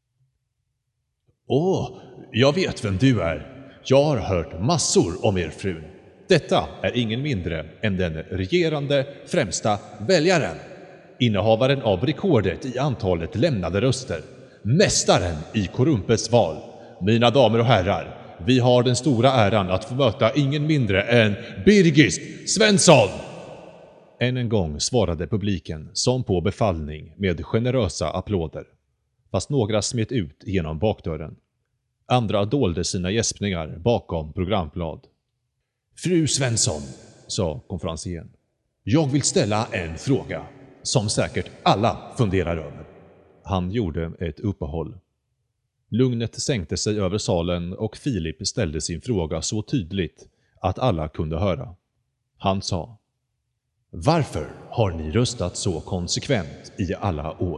Jag vet vem du är. Jag har hört massor om er frun. Detta är ingen mindre än den regerande främsta väljaren. Innehavaren av rekordet i antalet lämnade röster. Mästaren i Korumpes val. Mina damer och herrar, vi har den stora äran att få möta ingen mindre än Birgit Svensson! Än en gång svarade publiken som på befallning med generösa applåder. Fast några smet ut genom bakdörren. Andra dolde sina gäspningar bakom programblad. Fru Svensson, sa konferencieren. Jag vill ställa en fråga som säkert alla funderar över. Han gjorde ett uppehåll. Lugnet sänkte sig över salen och Filip ställde sin fråga så tydligt att alla kunde höra. Han sa: varför har ni röstat så konsekvent i alla år?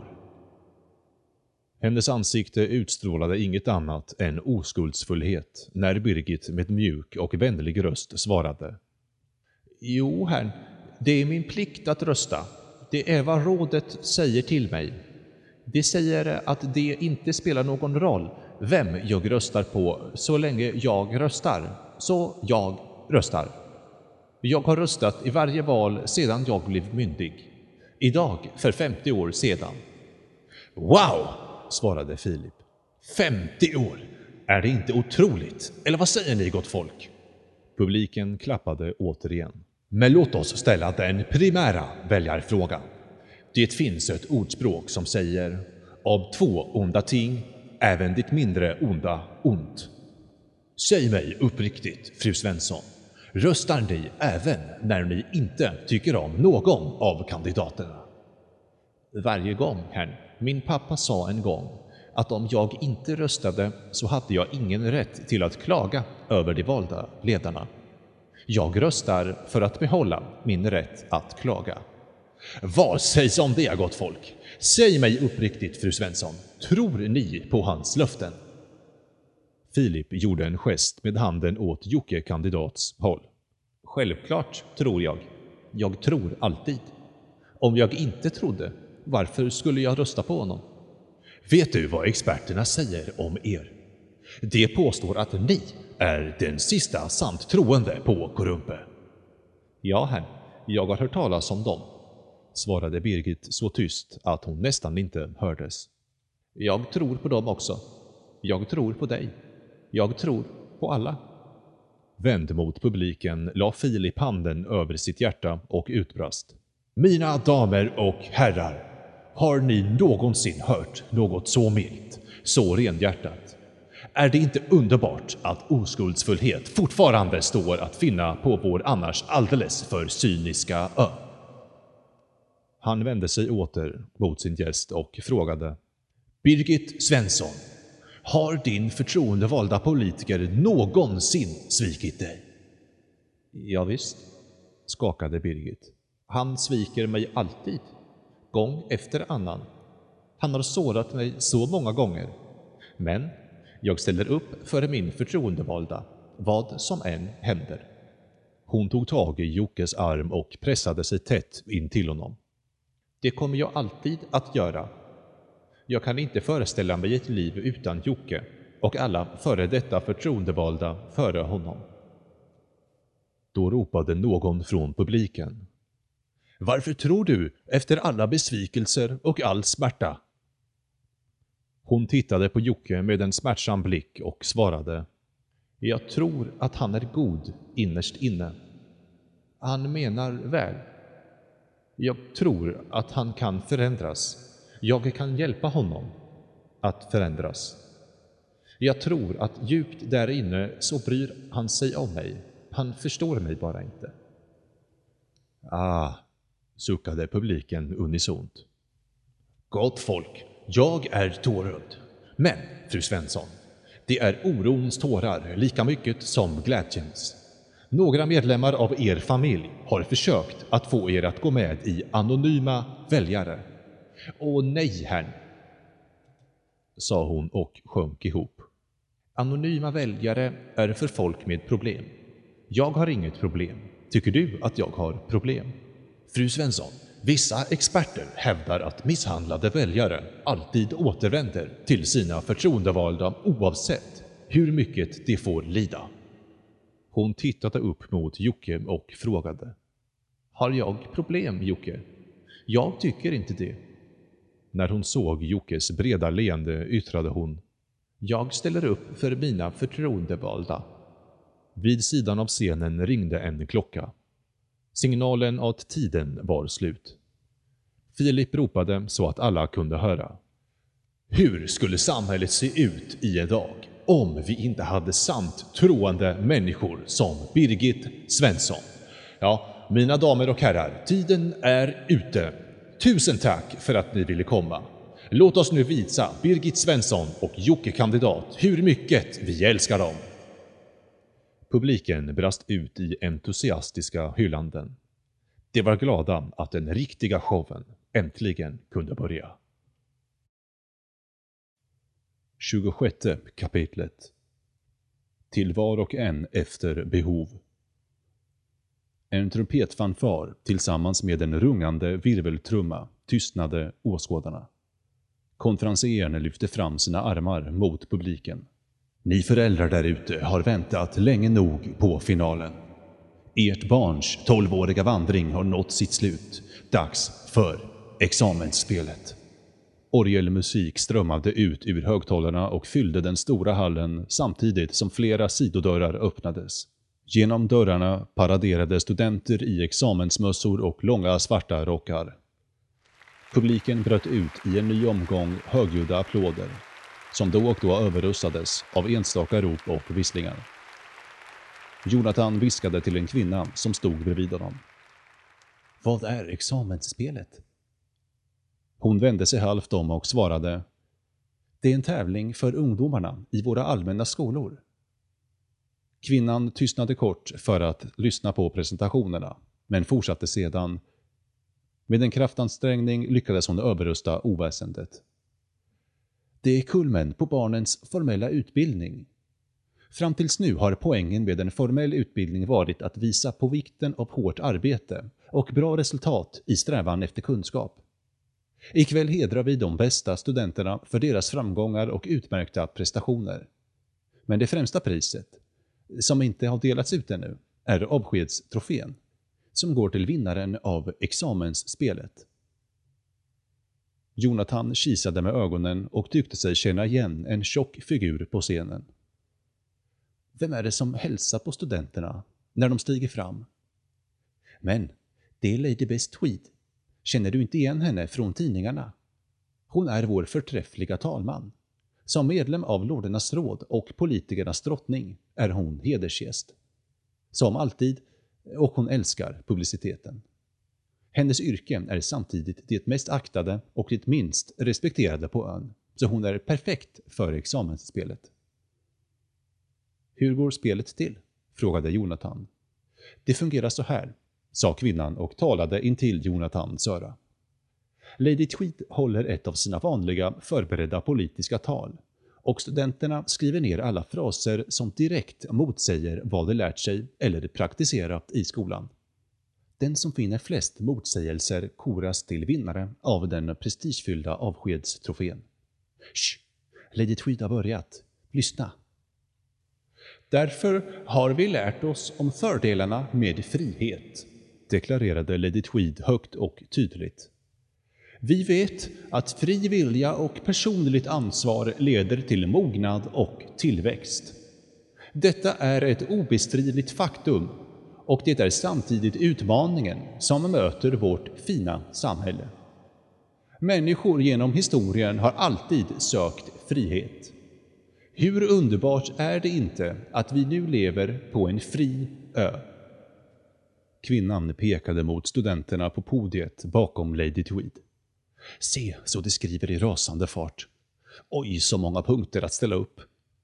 Hennes ansikte utstrålade inget annat än oskuldsfullhet när Birgit med mjuk och vänlig röst svarade. Jo, herr, det är min plikt att rösta. Det är vad rådet säger till mig. Det säger att det inte spelar någon roll vem jag röstar på så länge jag röstar. Så jag röstar. Jag har röstat i varje val sedan jag blev myndig. Idag för 50 år sedan. Wow, svarade Filip. 50 år! Är det inte otroligt? Eller vad säger ni, gott folk? Publiken klappade återigen. Men låt oss ställa den primära väljarfrågan. Det finns ett ordspråk som säger: av 2 onda ting, även det mindre onda ont. Säg mig uppriktigt, fru Svensson. Röstar ni även när ni inte tycker om någon av kandidaterna? Varje gång, herr. Min pappa sa en gång att om jag inte röstade så hade jag ingen rätt till att klaga över de valda ledarna. Jag röstar för att behålla min rätt att klaga. Vad sägs om det, gott folk? Säg mig uppriktigt, fru Svensson. Tror ni på hans löften? Filip gjorde en gest med handen åt Jocke-kandidats håll. Självklart tror jag. Jag tror alltid. Om jag inte trodde, varför skulle jag rösta på honom? Vet du vad experterna säger om er? De påstår att ni är den sista sant troende på Korumpe. Ja, herr. Jag har hört talas om dem, svarade Birgit så tyst att hon nästan inte hördes. Jag tror på dem också. Jag tror på dig. Jag tror på alla. Vänd mot publiken la Filip handen över sitt hjärta och utbrast. Mina damer och herrar, har ni någonsin hört något så milt, så renhjärtat? Är det inte underbart att oskuldsfullhet fortfarande står att finna på vår annars alldeles för cyniska ö? Han vände sig åter mot sin gäst och frågade. Birgit Svensson, har din förtroendevalda politiker någonsin svikit dig? Ja, visst, skakade Birgit. Han sviker mig alltid, gång efter annan. Han har sårat mig så många gånger. Men jag ställer upp för min förtroendevalda, vad som än händer. Hon tog tag i Jockes arm och pressade sig tätt in till honom. Det kommer jag alltid att göra. Jag kan inte föreställa mig ett liv utan Jocke och alla före detta förtroendevalda före honom. Då ropade någon från publiken. Varför tror du, efter alla besvikelser och all smärta? Hon tittade på Jocke med en smärtsam blick och svarade. Jag tror att han är god innerst inne. Han menar väl. Jag tror att han kan förändras. Jag kan hjälpa honom att förändras. Jag tror att djupt där inne så bryr han sig om mig. Han förstår mig bara inte. Suckade publiken unisont. Gott folk, jag är tårögd. Men, fru Svensson, det är orons tårar lika mycket som glädjens. Några medlemmar av er familj har försökt att få er att gå med i anonyma väljare. Åh nej, herrn, sa hon och sjönk ihop. Anonyma väljare är för folk med problem. Jag har inget problem. Tycker du att jag har problem? Fru Svensson, vissa experter hävdar att misshandlade väljare alltid återvänder till sina förtroendevalda oavsett hur mycket de får lida. Hon tittade upp mot Jocke och frågade. Har jag problem, Jocke? Jag tycker inte det. När hon såg Jockes breda leende yttrade hon. Jag ställer upp för mina förtroendevalda. Vid sidan av scenen ringde en klocka. Signalen att tiden var slut. Filip ropade så att alla kunde höra. Hur skulle samhället se ut idag om vi inte hade sant troende människor som Birgit Svensson? Ja, mina damer och herrar, tiden är ute. Tusen tack för att ni ville komma. Låt oss nu visa Birgit Svensson och Jocke-kandidat hur mycket vi älskar dem. Publiken brast ut i entusiastiska hyllanden. De var glada att den riktiga showen äntligen kunde börja. 26 kapitlet. Till var och en efter behov. En trumpetfanfar tillsammans med en rungande virveltrumma tystnade åskådarna. Konferencieren lyfte fram sina armar mot publiken. Ni föräldrar där ute har väntat länge nog på finalen. Ert barns 12-åriga vandring har nått sitt slut. Dags för examensspelet. Orgelmusik strömmade ut ur högtalarna och fyllde den stora hallen samtidigt som flera sidodörrar öppnades. Genom dörrarna paraderade studenter i examensmössor och långa svarta rockar. Publiken bröt ut i en ny omgång högljudda applåder, som då och då överröstades av enstaka rop och visslingar. Jonathan viskade till en kvinna som stod bredvid honom. Vad är examensspelet? Hon vände sig halvt om och svarade. Det är en tävling för ungdomarna i våra allmänna skolor. Kvinnan tystnade kort för att lyssna på presentationerna, men fortsatte sedan. Med en kraftansträngning lyckades hon överrösta oväsendet. Det är kulmen på barnens formella utbildning. Fram tills nu har poängen med en formell utbildning varit att visa på vikten av hårt arbete och bra resultat i strävan efter kunskap. Ikväll hedrar vi de bästa studenterna för deras framgångar och utmärkta prestationer. Men det främsta priset, som inte har delats ut ännu, är avskedstrofén, som går till vinnaren av examensspelet. Jonathan kisade med ögonen och tyckte sig känna igen en tjock figur på scenen. Vem är det som hälsar på studenterna när de stiger fram? Men, det är Lady Bess Tweed. Känner du inte igen henne från tidningarna? Hon är vår förträffliga talman. Som medlem av Lordernas råd och politikernas drottning är hon hedersgäst. Som alltid, och hon älskar publiciteten. Hennes yrke är samtidigt det mest aktade och det minst respekterade på ön, så hon är perfekt för examensspelet. Hur går spelet till? Frågade Jonathan. Det fungerar så här, sa kvinnan och talade intill Jonathans öra. Lady Tweed håller ett av sina vanliga förberedda politiska tal, och studenterna skriver ner alla fraser som direkt motsäger vad de lärt sig eller praktiserat i skolan. Den som finner flest motsägelser koras till vinnare av den prestigefyllda avskedstrofén. Shh! Lady Tweed har börjat. Lyssna! Därför har vi lärt oss om fördelarna med frihet, deklarerade Lady Tweed högt och tydligt. Vi vet att fri vilja och personligt ansvar leder till mognad och tillväxt. Detta är ett obestridligt faktum, och det är samtidigt utmaningen som möter vårt fina samhälle. Människor genom historien har alltid sökt frihet. Hur underbart är det inte att vi nu lever på en fri ö? Kvinnan pekade mot studenterna på podiet bakom Lady Tweed. Se, så det skriver i rasande fart. Oj, så många punkter att ställa upp.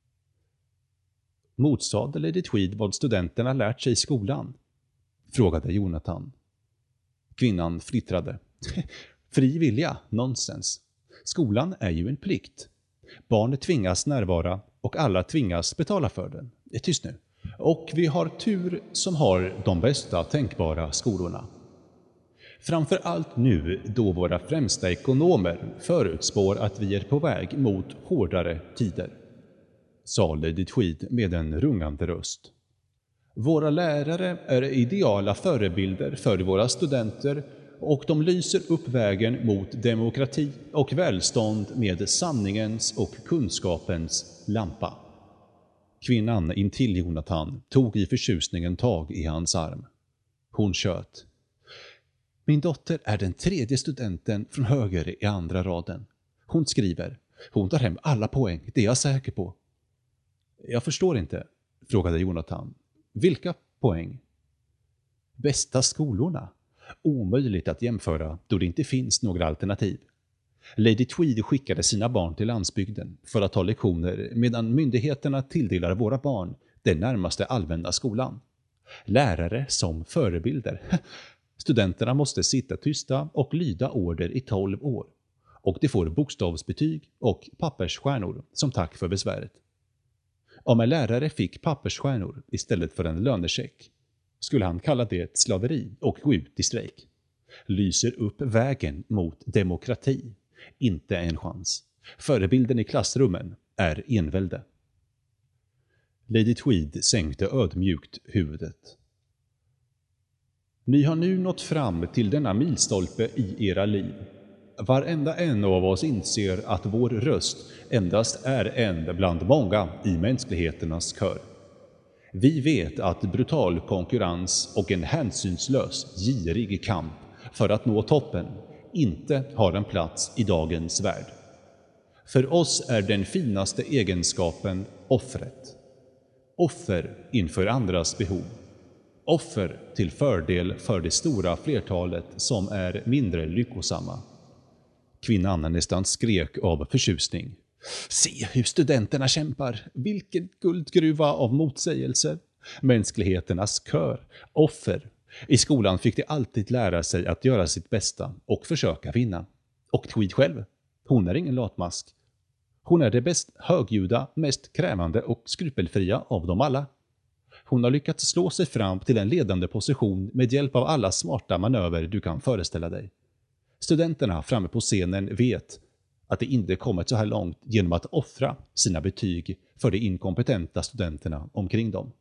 Motsade Lady Tweed vad studenterna lärt sig i skolan? Frågade Jonathan. Kvinnan flittrade. Fri vilja, nonsens. Skolan är ju en plikt. Barn tvingas närvara och alla tvingas betala för den. Tyst nu. Och vi har tur som har de bästa tänkbara skolorna. Framför allt nu då våra främsta ekonomer förutspår att vi är på väg mot hårdare tider, sa Lady Tweed med en rungande röst. Våra lärare är ideala förebilder för våra studenter och de lyser upp vägen mot demokrati och välstånd med sanningens och kunskapens lampa. Kvinnan intill Jonathan tog i förtjusningen tag i hans arm. Hon tjöt. Min dotter är den 3:e studenten från höger i andra raden. Hon skriver. Hon tar hem alla poäng, det är jag säker på. Jag förstår inte, frågade Jonathan. Vilka poäng? Bästa skolorna. Omöjligt att jämföra då det inte finns några alternativ. Lady Tweed skickade sina barn till landsbygden för att ta lektioner medan myndigheterna tilldelar våra barn den närmaste allmänna skolan. Lärare som förebilder. Studenterna måste sitta tysta och lyda order i 12 år. Och de får bokstavsbetyg och pappersstjärnor som tack för besväret. Om en lärare fick pappersstjärnor istället för en lönecheck skulle han kalla det slaveri och gå ut i strejk. Lyser upp vägen mot demokrati. Inte en chans. Förebilden i klassrummen är envälde. Lady Tweed sänkte ödmjukt huvudet. Ni har nu nått fram till denna milstolpe i era liv. Varenda en av oss inser att vår röst endast är en bland många i mänskligheternas kör. Vi vet att brutal konkurrens och en hänsynslös, girig kamp för att nå toppen inte har en plats i dagens värld. För oss är den finaste egenskapen offret. Offer inför andras behov. Offer till fördel för det stora flertalet som är mindre lyckosamma. Kvinnan nästan skrek av förtjusning. Se hur studenterna kämpar. Vilken guldgruva av motsägelser. Mänskligheternas kör. Offer. I skolan fick de alltid lära sig att göra sitt bästa och försöka vinna. Och Tweed själv. Hon är ingen latmask. Hon är det bäst högljudda, mest krävande och skrupelfria av dem alla. Hon har lyckats slå sig fram till en ledande position med hjälp av alla smarta manöver du kan föreställa dig. Studenterna framme på scenen vet att de inte kommit så här långt genom att offra sina betyg för de inkompetenta studenterna omkring dem.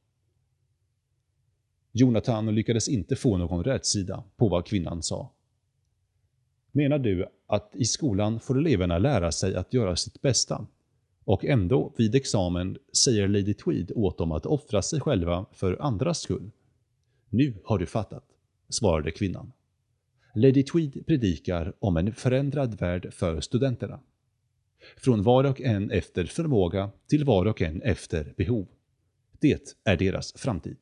Jonathan lyckades inte få någon rätsida på vad kvinnan sa. Menar du att i skolan får eleverna lära sig att göra sitt bästa? Och ändå vid examen säger Lady Tweed åt dem att offra sig själva för andras skull. Nu har du fattat, svarade kvinnan. Lady Tweed predikar om en förändrad värld för studenterna. Från var och en efter förmåga till var och en efter behov. Det är deras framtid.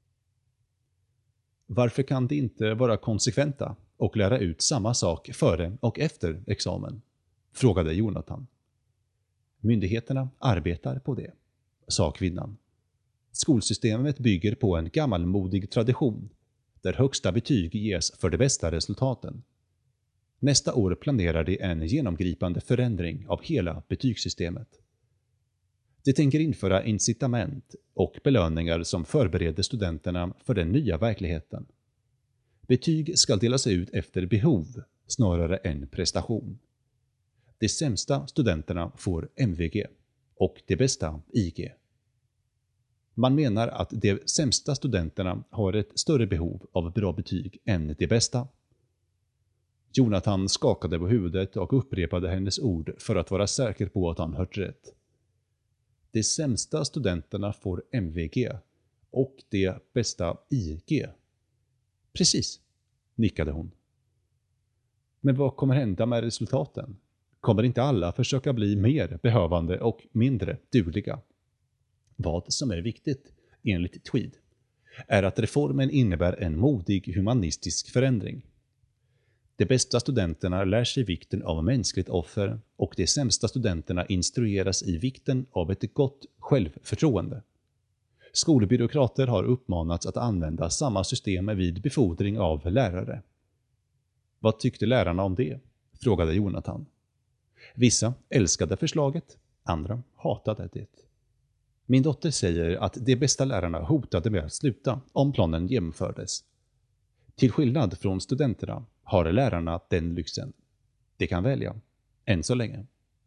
Varför kan de inte vara konsekventa och lära ut samma sak före och efter examen? Frågade Jonathan. Myndigheterna arbetar på det, sa kvinnan. Skolsystemet bygger på en gammalmodig tradition där högsta betyg ges för de bästa resultaten. Nästa år planerar de en genomgripande förändring av hela betygssystemet. De tänker införa incitament och belöningar som förbereder studenterna för den nya verkligheten. Betyg ska delas ut efter behov snarare än prestation. De sämsta studenterna får MVG och de bästa IG. Man menar att de sämsta studenterna har ett större behov av bra betyg än de bästa. Jonathan skakade på huvudet och upprepade hennes ord för att vara säker på att han hört rätt. De sämsta studenterna får MVG och de bästa IG. Precis, nickade hon. Men vad kommer hända med resultaten? Kommer inte alla försöka bli mer behövande och mindre dugliga? Vad som är viktigt, enligt Tweed, är att reformen innebär en modig humanistisk förändring. De bästa studenterna lär sig vikten av mänskligt offer och de sämsta studenterna instrueras i vikten av ett gott självförtroende. Skolbyråkrater har uppmanats att använda samma system vid befordring av lärare. Vad tyckte lärarna om det? Frågade Jonathan. Vissa älskade förslaget, andra hatade det. Min dotter säger att de bästa lärarna hotade med att sluta om planen genomfördes. Till skillnad från studenterna har lärarna den lyxen. De kan välja, än så länge.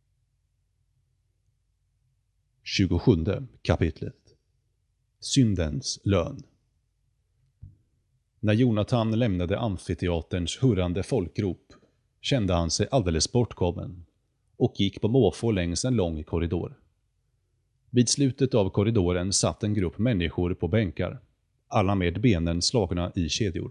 27 kapitlet. Syndens lön. När Jonathan lämnade amfiteaterns hurrande folkrop kände han sig alldeles bortkommen och gick på måfå längs en lång korridor. Vid slutet av korridoren satt en grupp människor på bänkar, alla med benen slagna i kedjor.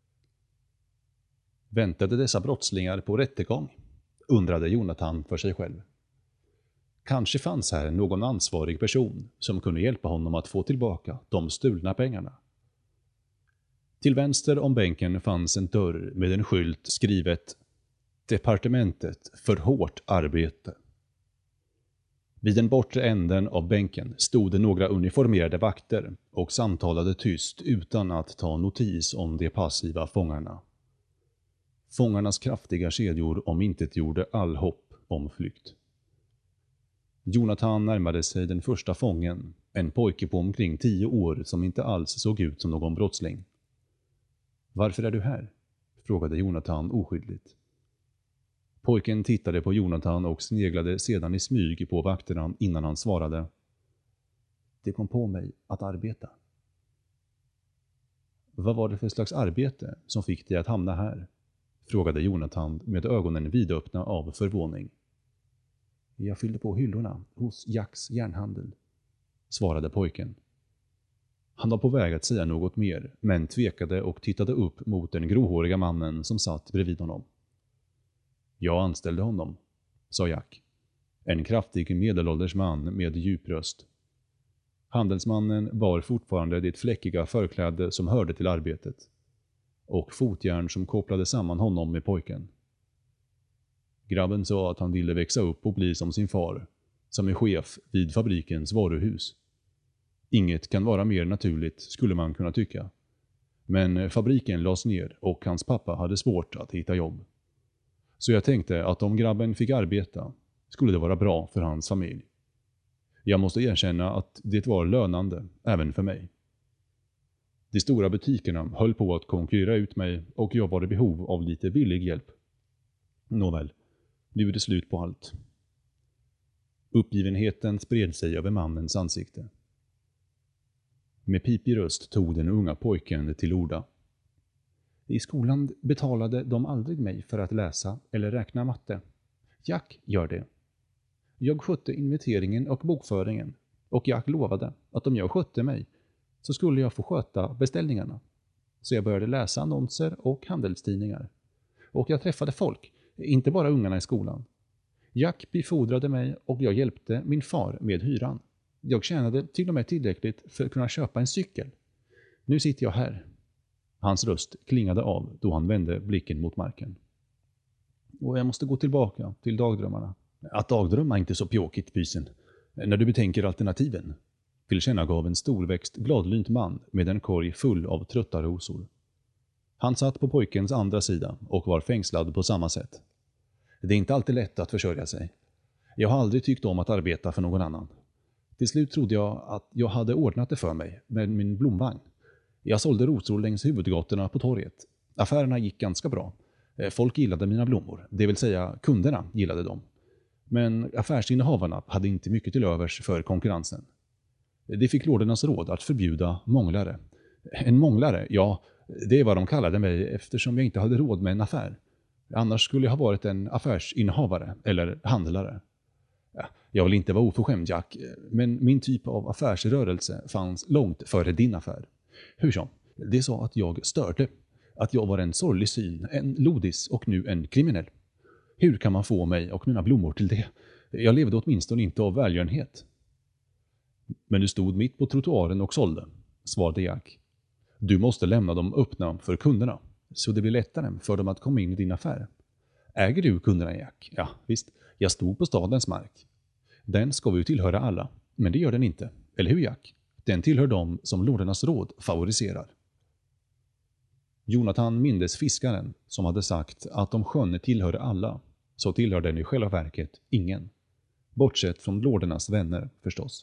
Väntade dessa brottslingar på rättegång? Undrade Jonathan för sig själv. Kanske fanns här någon ansvarig person som kunde hjälpa honom att få tillbaka de stulna pengarna. Till vänster om bänken fanns en dörr med en skylt skrivet Departementet för hårt arbete. Vid den bortre änden av bänken stod det några uniformerade vakter och samtalade tyst utan att ta notis om de passiva fångarna. Fångarnas kraftiga kedjor omintetgjorde all hopp om flykt. Jonathan närmade sig den första fången, en pojke på omkring 10 år som inte alls såg ut som någon brottsling. Varför är du här? Frågade Jonathan oskyldigt. Pojken tittade på Jonathan och sneglade sedan i smyg på vakterna innan han svarade. Det kom på mig att arbeta. Vad var det för slags arbete som fick dig att hamna här? Frågade Jonathan med ögonen vidöppna av förvåning. Jag fyllde på hyllorna hos Jacks järnhandel, svarade pojken. Han var på väg att säga något mer, men tvekade och tittade upp mot den gråhåriga mannen som satt bredvid honom. Jag anställde honom, sa Jack. En kraftig medelålders man med djup röst. Handelsmannen bar fortfarande det fläckiga förkläde som hörde till arbetet och fotjärn som kopplade samman honom med pojken. Grabben sa att han ville växa upp och bli som sin far, som är chef vid fabrikens varuhus. Inget kan vara mer naturligt, skulle man kunna tycka. Men fabriken lades ner och hans pappa hade svårt att hitta jobb. Så jag tänkte att om grabben fick arbeta, skulle det vara bra för hans familj. Jag måste erkänna att det var lönande, även för mig. De stora butikerna höll på att konkurrera ut mig och jag var i behov av lite billig hjälp. Nåväl, nu är det slut på allt. Uppgivenheten spred sig över mannens ansikte. Med pipig röst tog den unga pojken till orda. I skolan betalade de aldrig mig för att läsa eller räkna matte. Jack gör det. Jag skötte inventeringen och bokföringen, och Jack lovade att om jag skötte mig så skulle jag få sköta beställningarna. Så jag började läsa annonser och handelstidningar. Och jag träffade folk, inte bara ungarna i skolan. Jack befordrade mig och jag hjälpte min far med hyran. Jag tjänade till och med tillräckligt för att kunna köpa en cykel. Nu sitter jag här. Hans röst klingade av då han vände blicken mot marken. Och jag måste gå tillbaka till dagdrömmarna. Att dagdrömma är inte så pjåkigt, pysen. När du betänker alternativen, tillkännagav en storväxt gladlynt man med en korg full av trötta rosor. Han satt på pojkens andra sida och var fängslad på samma sätt. Det är inte alltid lätt att försörja sig. Jag har aldrig tyckt om att arbeta för någon annan. Till slut trodde jag att jag hade ordnat det för mig med min blomvagn. Jag sålde rosor längs huvudgatorna på torget. Affärerna gick ganska bra. Folk gillade mina blommor, det vill säga kunderna gillade dem. Men affärsinnehavarna hade inte mycket till övers för konkurrensen. De fick lordernas råd att förbjuda månglare. En månglare, ja, det är vad de kallade mig eftersom jag inte hade råd med en affär. Annars skulle jag ha varit en affärsinnehavare eller handlare. Jag vill inte vara oförskämd, Jack, men min typ av affärsrörelse fanns långt före din affär. Hur som, det sa att jag störde. Att jag var en sorglig syn, en lodis och nu en kriminell. Hur kan man få mig och mina blommor till det? Jag levde åtminstone inte av välgörenhet. Men du stod mitt på trottoaren och sålde, svarade Jack. Du måste lämna dem öppna för kunderna, så det blir lättare för dem att komma in i din affär. Äger du kunderna, Jack? Ja, visst. Jag stod på stadens mark. Den ska ju tillhöra alla, men det gör den inte. Eller hur, Jack? Den tillhör dem som lordernas råd favoriserar. Jonathan mindes fiskaren som hade sagt att om sjön tillhör alla, så tillhör den i själva verket ingen. Bortsett från lordernas vänner, förstås.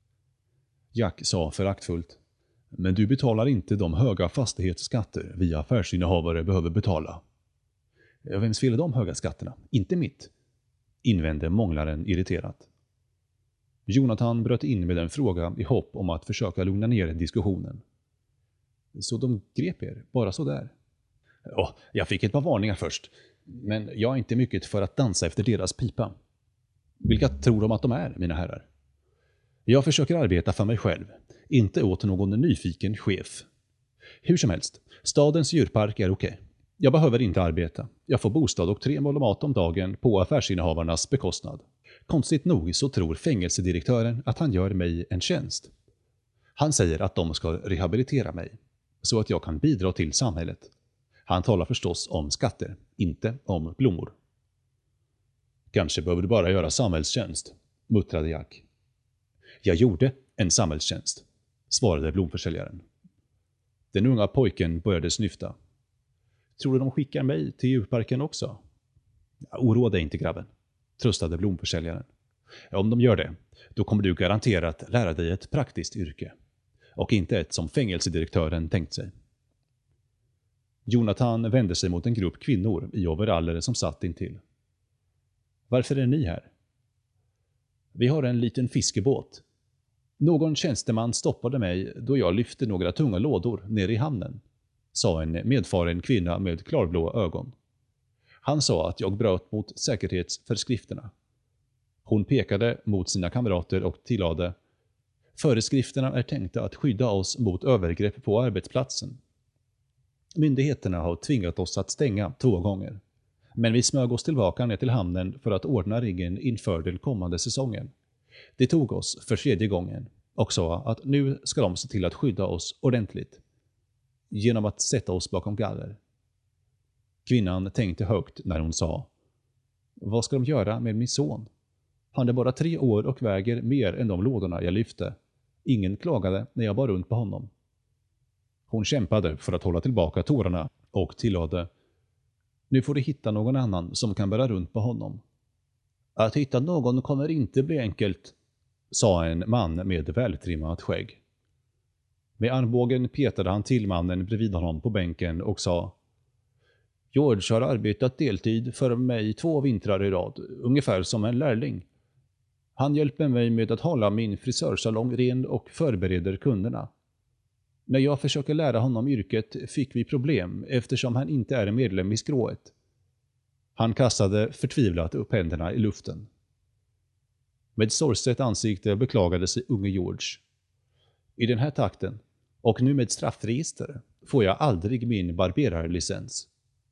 Jack sa föraktfullt. Men du betalar inte de höga fastighetsskatter vi affärsinnehavare behöver betala. Vems fel är de höga skatterna? Inte mitt, invände månglaren irriterat. Jonathan bröt in med en fråga i hopp om att försöka lugna ner diskussionen. Så de grep er, bara så där. Jag fick ett par varningar först, men jag är inte mycket för att dansa efter deras pipa. Vilka tror de att de är, mina herrar? Jag försöker arbeta för mig själv, inte åt någon nyfiken chef. Hur som helst, stadens djurpark är okej. Jag behöver inte arbeta. Jag får bostad och 3 mål mat om dagen på affärsinnehavarnas bekostnad. Konstigt nog så tror fängelsedirektören att han gör mig en tjänst. Han säger att de ska rehabilitera mig, så att jag kan bidra till samhället. Han talar förstås om skatter, inte om blommor. Kanske behöver du bara göra samhällstjänst, muttrade Jack. Jag gjorde en samhällstjänst, svarade blomförsäljaren. Den unga pojken började snyfta. Tror du de skickar mig till djurparken också? Oroa dig inte, grabben, tröstade blomförsäljaren. Om de gör det, då kommer du garanterat lära dig ett praktiskt yrke. Och inte ett som fängelsedirektören tänkt sig. Jonathan vände sig mot en grupp kvinnor i overaller som satt intill. Varför är ni här? Vi har en liten fiskebåt. Någon tjänsteman stoppade mig då jag lyfte några tunga lådor ner i hamnen, sa en medfaren kvinna med klarblå ögon. Han sa att jag bröt mot säkerhetsföreskrifterna. Hon pekade mot sina kamrater och tillade: föreskrifterna är tänkta att skydda oss mot övergrepp på arbetsplatsen. Myndigheterna har tvingat oss att stänga 2 gånger. Men vi smög oss tillbaka ner till hamnen för att ordna riggen inför den kommande säsongen. Det tog oss för 3:e gången och sa att nu ska de se till att skydda oss ordentligt. Genom att sätta oss bakom galler. Kvinnan tänkte högt när hon sa: vad ska de göra med min son? Han är bara 3 år och väger mer än de lådorna jag lyfte. Ingen klagade när jag bar runt på honom. Hon kämpade för att hålla tillbaka tårarna och tillade: nu får du hitta någon annan som kan bära runt på honom. Att hitta någon kommer inte bli enkelt, sa en man med vältrimmat skägg. Med armbågen petade han till mannen bredvid honom på bänken och sa: George har arbetat deltid för mig 2 vintrar i rad, ungefär som en lärling. Han hjälper mig med att hålla min frisörsalong ren och förbereder kunderna. När jag försöker lära honom yrket fick vi problem eftersom han inte är medlem i skrået. Han kastade förtvivlat upp händerna i luften. Med sorgset ansikte beklagade sig unge George. I den här takten, och nu med straffregister, får jag aldrig min barberarlicens.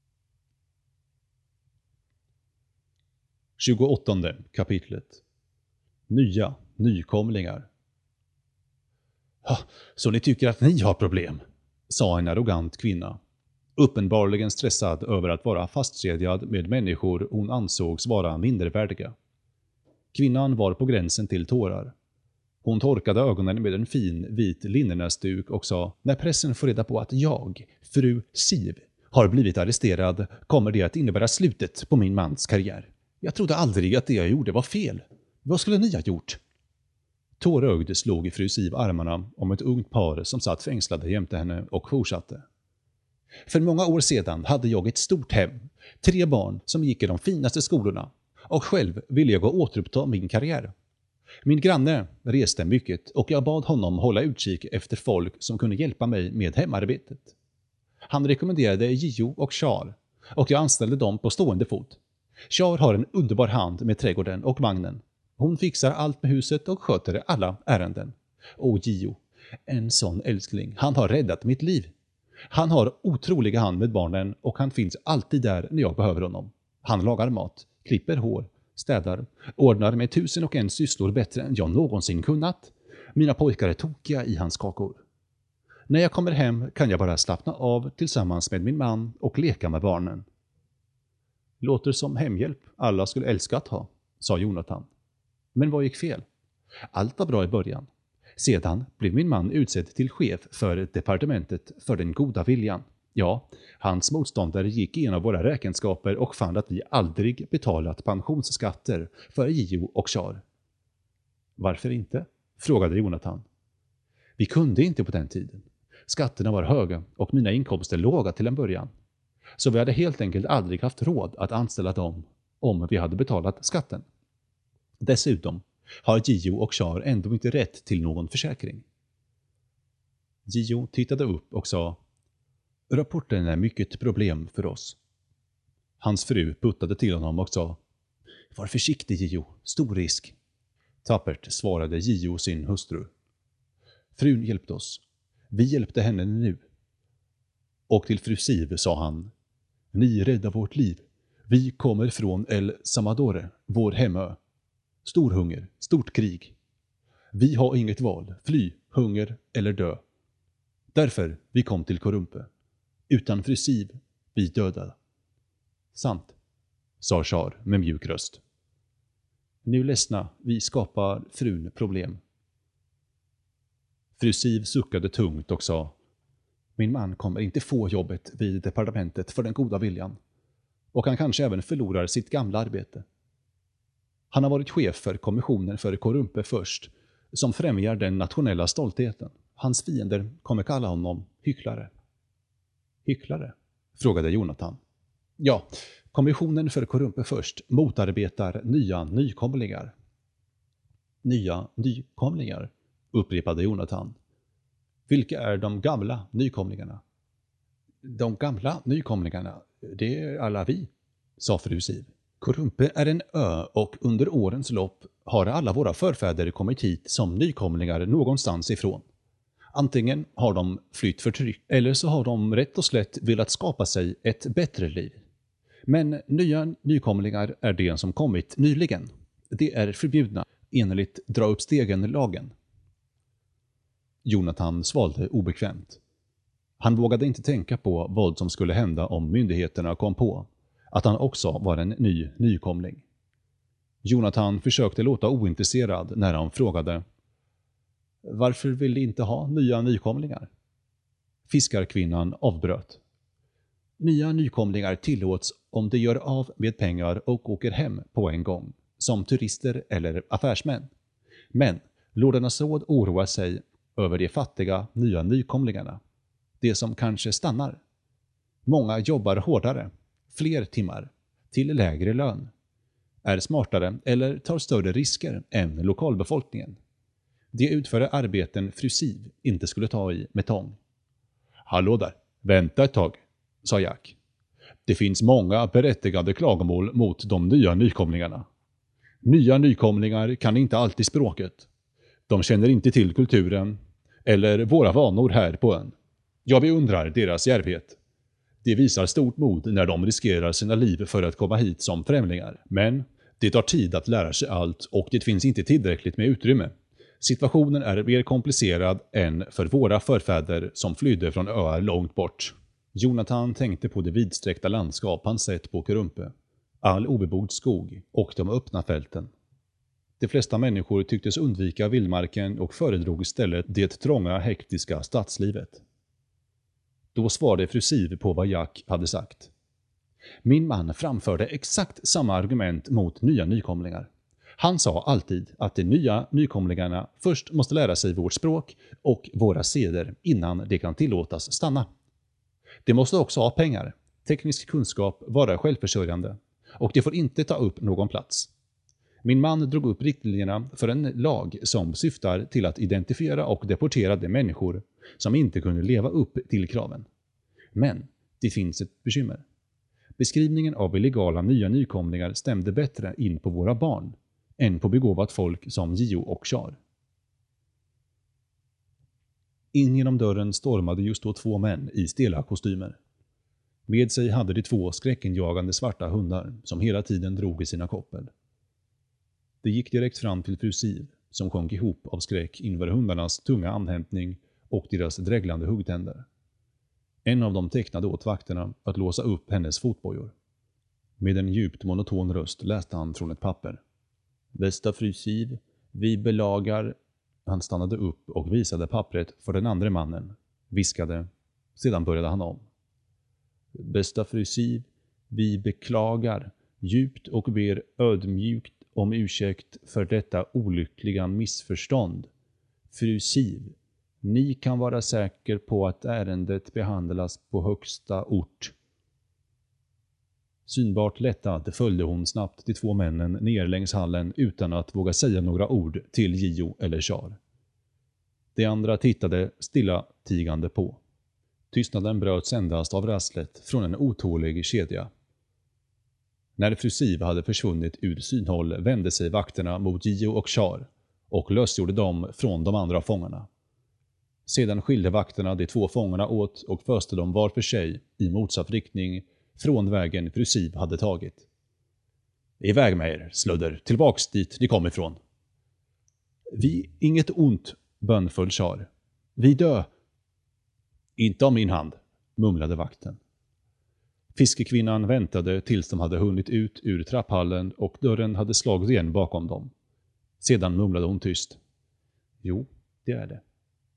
28 kapitlet. Nykomlingar. Så ni tycker att ni har problem, sa en arrogant kvinna. Uppenbarligen stressad över att vara fastkedjad med människor hon ansågs vara mindervärdiga. Kvinnan var på gränsen till tårar. Hon torkade ögonen med en fin vit linnenäsduk och sa: när pressen får reda på att jag, fru Siv, har blivit arresterad kommer det att innebära slutet på min mans karriär. Jag trodde aldrig att det jag gjorde var fel. Vad skulle ni ha gjort? Tårögd slog fru Siv armarna om ett ungt par som satt fängslade jämte henne och fortsatte. För många år sedan hade jag ett stort hem, 3 barn som gick i de finaste skolorna, och själv ville jag återuppta min karriär. Min granne reste mycket och jag bad honom hålla utkik efter folk som kunde hjälpa mig med hemarbetet. Han rekommenderade Gio och Char och jag anställde dem på stående fot. Char har en underbar hand med trädgården och vagnen. Hon fixar allt med huset och sköter alla ärenden. Och Gio, en sån älskling, han har räddat mitt liv. Han har otroliga hand med barnen och han finns alltid där när jag behöver honom. Han lagar mat, klipper hår, städar, ordnar med 1001 sysslor bättre än jag någonsin kunnat. Mina pojkar är tokiga i hans kakor. När jag kommer hem kan jag bara slappna av tillsammans med min man och leka med barnen. Låter som hemhjälp alla skulle älska att ha, sa Jonathan. Men vad gick fel? Allt var bra i början. Sedan blev min man utsedd till chef för departementet för den goda viljan. Ja, hans motståndare gick igenom våra räkenskaper och fann att vi aldrig betalat pensionsskatter för Gio och Char. Varför inte? Frågade Jonathan. Vi kunde inte på den tiden. Skatterna var höga och mina inkomster låga till en början. Så vi hade helt enkelt aldrig haft råd att anställa dem om vi hade betalat skatten. Dessutom har Gio och Char ändå inte rätt till någon försäkring. Gio tittade upp och sa: rapporten är mycket problem för oss. Hans fru puttade till honom och sa: var försiktig Gio, stor risk. Tappert svarade Gio sin hustru. Frun hjälpte oss. Vi hjälpte henne nu. Och till fru Siv sa han: ni räddar vårt liv. Vi kommer från El Salvador, vår hemö. Stor hunger, stort krig. Vi har inget val, fly, hunger eller dö. Därför vi kom till Corumpe. Utan fru Siv, vi döda. Sant, sa Char med mjuk röst. Nu ledsna, vi skapar frun problem. Fru Siv suckade tungt och sa: min man kommer inte få jobbet vid departementet för den goda viljan. Och han kanske även förlorar sitt gamla arbete. Han har varit chef för kommissionen för Corumpe först, som främjar den nationella stoltheten. Hans fiender kommer kalla honom hycklare. Hycklare? Frågade Jonathan. Ja, kommissionen för Corumpe först motarbetar nya nykomlingar. Nya nykomlingar, upprepade Jonathan. Vilka är de gamla nykomlingarna? De gamla nykomlingarna, det är alla vi, sa fru Siv. Corumpe är en ö och under årens lopp har alla våra förfäder kommit hit som nykomlingar någonstans ifrån. Antingen har de flytt förtryck eller så har de rätt och slätt velat skapa sig ett bättre liv. Men nya nykomlingar är de som kommit nyligen. De är förbjudna enligt dra upp stegen-lagen. Jonathan svalde obekvämt. Han vågade inte tänka på vad som skulle hända om myndigheterna kom på att han också var en nykomling. Jonathan försökte låta ointresserad när han frågade: varför vill de inte ha nya nykomlingar? Fiskarkvinnan avbröt. Nya nykomlingar tillåts om de gör av med pengar och åker hem på en gång. som turister eller affärsmän. Men Lordernas råd oroar sig över de fattiga nya nykomlingarna. De som kanske stannar. Många jobbar hårdare, fler timmar, till lägre lön. Är smartare eller tar större risker än lokalbefolkningen. De utför arbeten fru Siv inte skulle ta i med tång. Hallå där, vänta ett tag, sa Jack. Det finns många berättigade klagomål mot de nya nykomlingarna. Nya nykomlingar kan inte alltid språket. De känner inte till kulturen eller våra vanor här på ön. Jag beundrar deras djärvhet. De visar stort mod när de riskerar sina liv för att komma hit som främlingar. Men det tar tid att lära sig allt och det finns inte tillräckligt med utrymme. Situationen är mer komplicerad än för våra förfäder som flydde från öar långt bort. Jonathan tänkte på det vidsträckta landskap han sett på Kurumpe. All obebodd skog och de öppna fälten. De flesta människor tycktes undvika vildmarken och föredrog istället det trånga, hektiska stadslivet. Då svarade fru Siv på vad Jack hade sagt. Min man framförde exakt samma argument mot nya nykomlingar. Han sa alltid att de nya nykomlingarna först måste lära sig vårt språk och våra seder innan de kan tillåtas stanna. De måste också ha pengar, teknisk kunskap, vara självförsörjande och de får inte ta upp någon plats. Min man drog upp riktlinjerna för en lag som syftar till att identifiera och deportera de människor som inte kunde leva upp till kraven. Men det finns ett bekymmer. Beskrivningen av illegala nya nykomlingar stämde bättre in på våra barn än på begåvat folk som Gio och Char. In genom dörren stormade just då 2 män i stela kostymer. Med sig hade de 2 skräckinjagande svarta hundar som hela tiden drog i sina koppel. De gick direkt fram till fru Siv som sjönk ihop av skräck inför hundarnas tunga andhämtning och deras dräglande huggtänder. En av dem tecknade åt vakterna att låsa upp hennes fotbojor. Med en djupt monoton röst läste han från ett papper. Bästa fru Siv, vi belagar... Han stannade upp och visade pappret för den andra mannen, viskade, sedan började han om. Bästa fru Siv, vi beklagar djupt och ber ödmjukt om ursäkt för detta olyckliga missförstånd. Fru Siv, ni kan vara säker på att ärendet behandlas på högsta ort. Synbart lättad följde hon snabbt de 2 männen ner längs hallen utan att våga säga några ord till Gio eller Char. De andra tittade stilla tigande på. Tystnaden bröts endast av rasslet från en otålig kedja. När fru Siv hade försvunnit ur synhåll vände sig vakterna mot Gio och Char och lösgjorde dem från de andra fångarna. Sedan skilde vakterna de 2 fångarna åt och föste dem var för sig i motsatt riktning från vägen fru Siv hade tagit. Iväg med er, sludder, tillbaks dit ni kom ifrån. Vi, inget ont, bönföll Char. Vi dö. Inte om min hand, mumlade vakten. Fiskekvinnan väntade tills de hade hunnit ut ur trapphallen och dörren hade slagit igen bakom dem. Sedan mumlade hon tyst. Jo, det är det.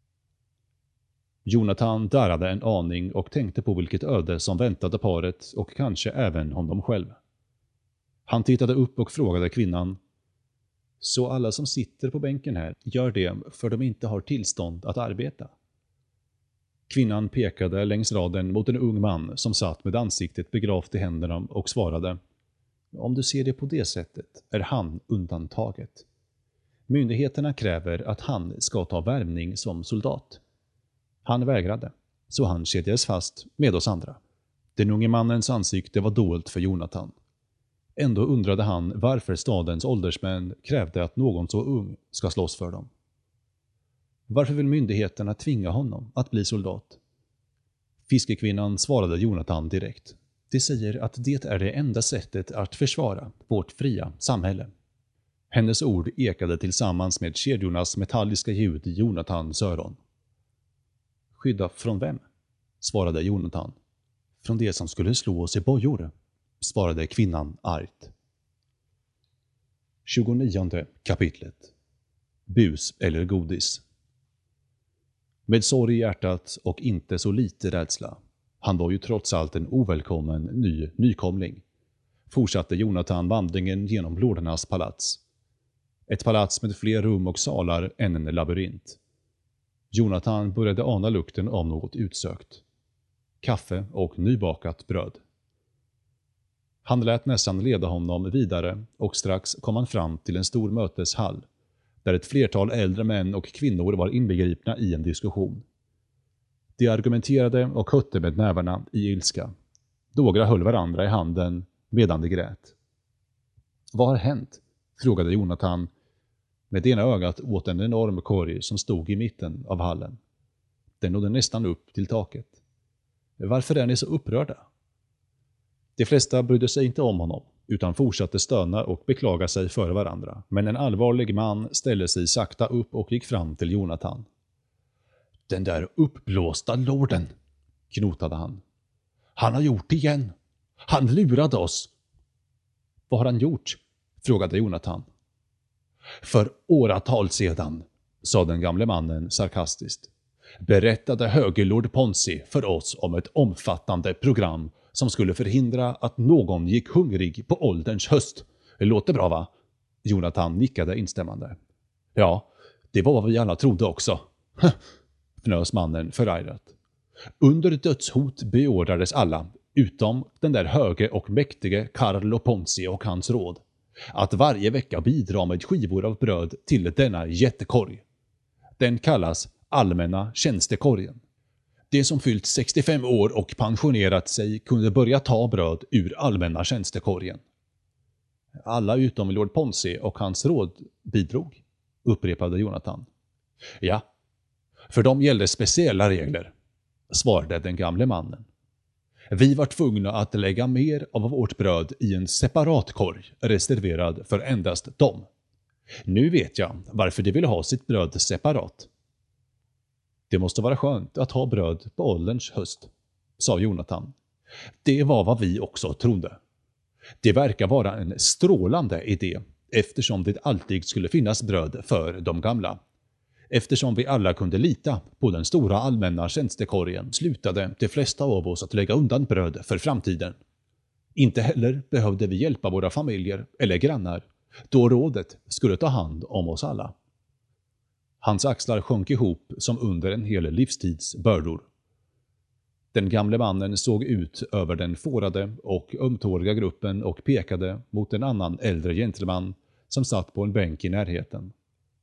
Jonathan darrade en aning och tänkte på vilket öde som väntade paret och kanske även honom själv. Han tittade upp och frågade kvinnan. Så alla som sitter på bänken här gör det för de inte har tillstånd att arbeta? Kvinnan pekade längs raden mot en ung man som satt med ansiktet begravt i händerna och svarade. Om du ser det på det sättet är han undantaget. Myndigheterna kräver att han ska ta värvning som soldat. Han vägrade, så han kedjades fast med oss andra. Den unge mannens ansikte var dolt för Jonathan. Ändå undrade han varför stadens åldersmän krävde att någon så ung ska slåss för dem. Varför vill myndigheterna tvinga honom att bli soldat? Fiskekvinnan svarade Jonathan direkt. Det säger att det är det enda sättet att försvara vårt fria samhälle. Hennes ord ekade tillsammans med kedjornas metalliska ljud i Jonathans öron. Skydda från vem? Svarade Jonathan. Från det som skulle slå oss i bojor, svarade kvinnan argt. 29 kapitlet. Bus eller godis. Med sorg i hjärtat och inte så lite rädsla. Han var ju trots allt en ovälkommen nykomling. fortsatte Jonathan vandringen genom lordernas palats. Ett palats med fler rum och salar än en labyrint. Jonathan började ana lukten av något utsökt. Kaffe och nybakat bröd. Han lät nästan leda honom vidare och strax kom han fram till en stor möteshall där ett flertal äldre män och kvinnor var inbegripna i en diskussion. De argumenterade och hötte med nävarna i ilska. Några höll varandra i handen medan de grät. Vad har hänt? Frågade Jonathan med ena ögat åt en enorm korg som stod i mitten av hallen. Den nådde nästan upp till taket. Varför är ni så upprörda? De flesta brydde sig inte om honom, utan fortsatte stöna och beklaga sig för varandra. Men en allvarlig man ställde sig sakta upp och gick fram till Jonathan. Den där uppblåsta lorden, knotade han. Han har gjort det igen. Han lurade oss. Vad har han gjort? Frågade Jonathan. För åratal sedan, sa den gamle mannen sarkastiskt, berättade högerlord Ponzi för oss om ett omfattande program som skulle förhindra att någon gick hungrig på ålderns höst. Det låter bra, va? Jonathan nickade instämmande. Ja, det var vad vi alla trodde också. Fnös mannen förargat. Under dödshot beordrades alla, utom den där höge och mäktige Carlo Ponzi och hans råd, att varje vecka bidra med skivor av bröd till denna jättekorg. Den kallas allmänna tjänstekorgen. De som fyllt 65 år och pensionerat sig kunde börja ta bröd ur allmänna tjänstekorgen. Alla utom Lord Ponzi och hans råd bidrog, upprepade Jonathan. Ja, för dem gällde speciella regler, svarade den gamle mannen. Vi var tvungna att lägga mer av vårt bröd i en separat korg reserverad för endast dem. Nu vet jag varför de ville ha sitt bröd separat. Det måste vara skönt att ha bröd på ålderns höst, sa Jonathan. Det var vad vi också trodde. Det verkar vara en strålande idé, eftersom det alltid skulle finnas bröd för de gamla. Eftersom vi alla kunde lita på den stora allmänna tjänstekorgen slutade de flesta av oss att lägga undan bröd för framtiden. Inte heller behövde vi hjälpa våra familjer eller grannar, då rådet skulle ta hand om oss alla. Hans axlar sjönk ihop som under en hel livstids bördor. Den gamle mannen såg ut över den fårade och ömtåliga gruppen och pekade mot en annan äldre gentleman som satt på en bänk i närheten.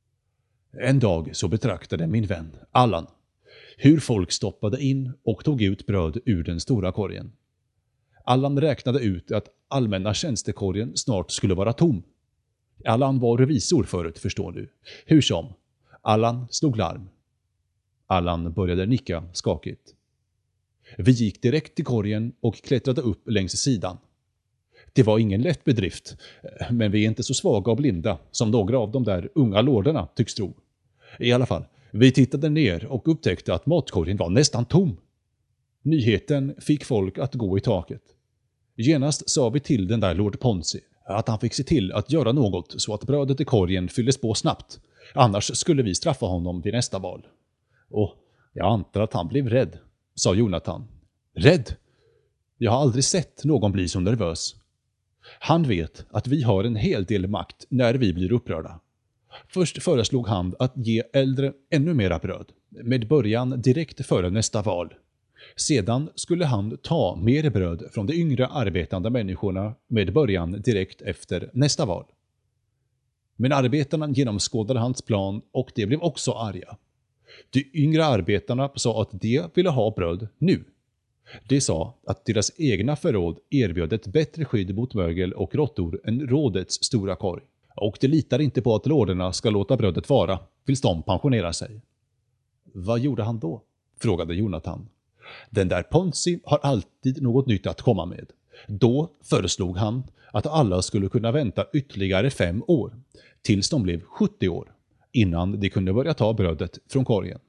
En dag så betraktade min vän, Allan, hur folk stoppade in och tog ut bröd ur den stora korgen. Allan räknade ut att allmänna tjänstekorgen snart skulle vara tom. Allan var revisor förut, förstår du. Hur som, Allan slog larm. Allan började nicka skakigt. Vi gick direkt till korgen och klättrade upp längs sidan. Det var ingen lätt bedrift, men vi är inte så svaga och blinda som några av de där unga lorderna tycks tro. I alla fall, vi tittade ner och upptäckte att matkorgen var nästan tom. Nyheten fick folk att gå i taket. Genast sa vi till den där Lord Ponzi att han fick se till att göra något så att brödet i korgen fylldes på snabbt. Annars skulle vi straffa honom vid nästa val. Och jag antar att han blev rädd, sa Jonathan. Rädd? Jag har aldrig sett någon bli så nervös. Han vet att vi har en hel del makt när vi blir upprörda. Först föreslog han att ge äldre ännu mera bröd, med början direkt före nästa val. Sedan skulle han ta mer bröd från de yngre arbetande människorna med början direkt efter nästa val. Men arbetarna genomskådade hans plan och de blev också arga. De yngre arbetarna sa att de ville ha bröd nu. De sa att deras egna förråd erbjöd ett bättre skydd mot mögel och råttor än rådets stora korg. Och de litar inte på att lorderna ska låta brödet vara tills de pensionerar sig. Vad gjorde han då? Frågade Jonathan. Den där Ponzi har alltid något nytt att komma med. Då föreslog han att alla skulle kunna vänta ytterligare 5 år, tills de blev 70 år, innan de kunde börja ta brödet från korgen.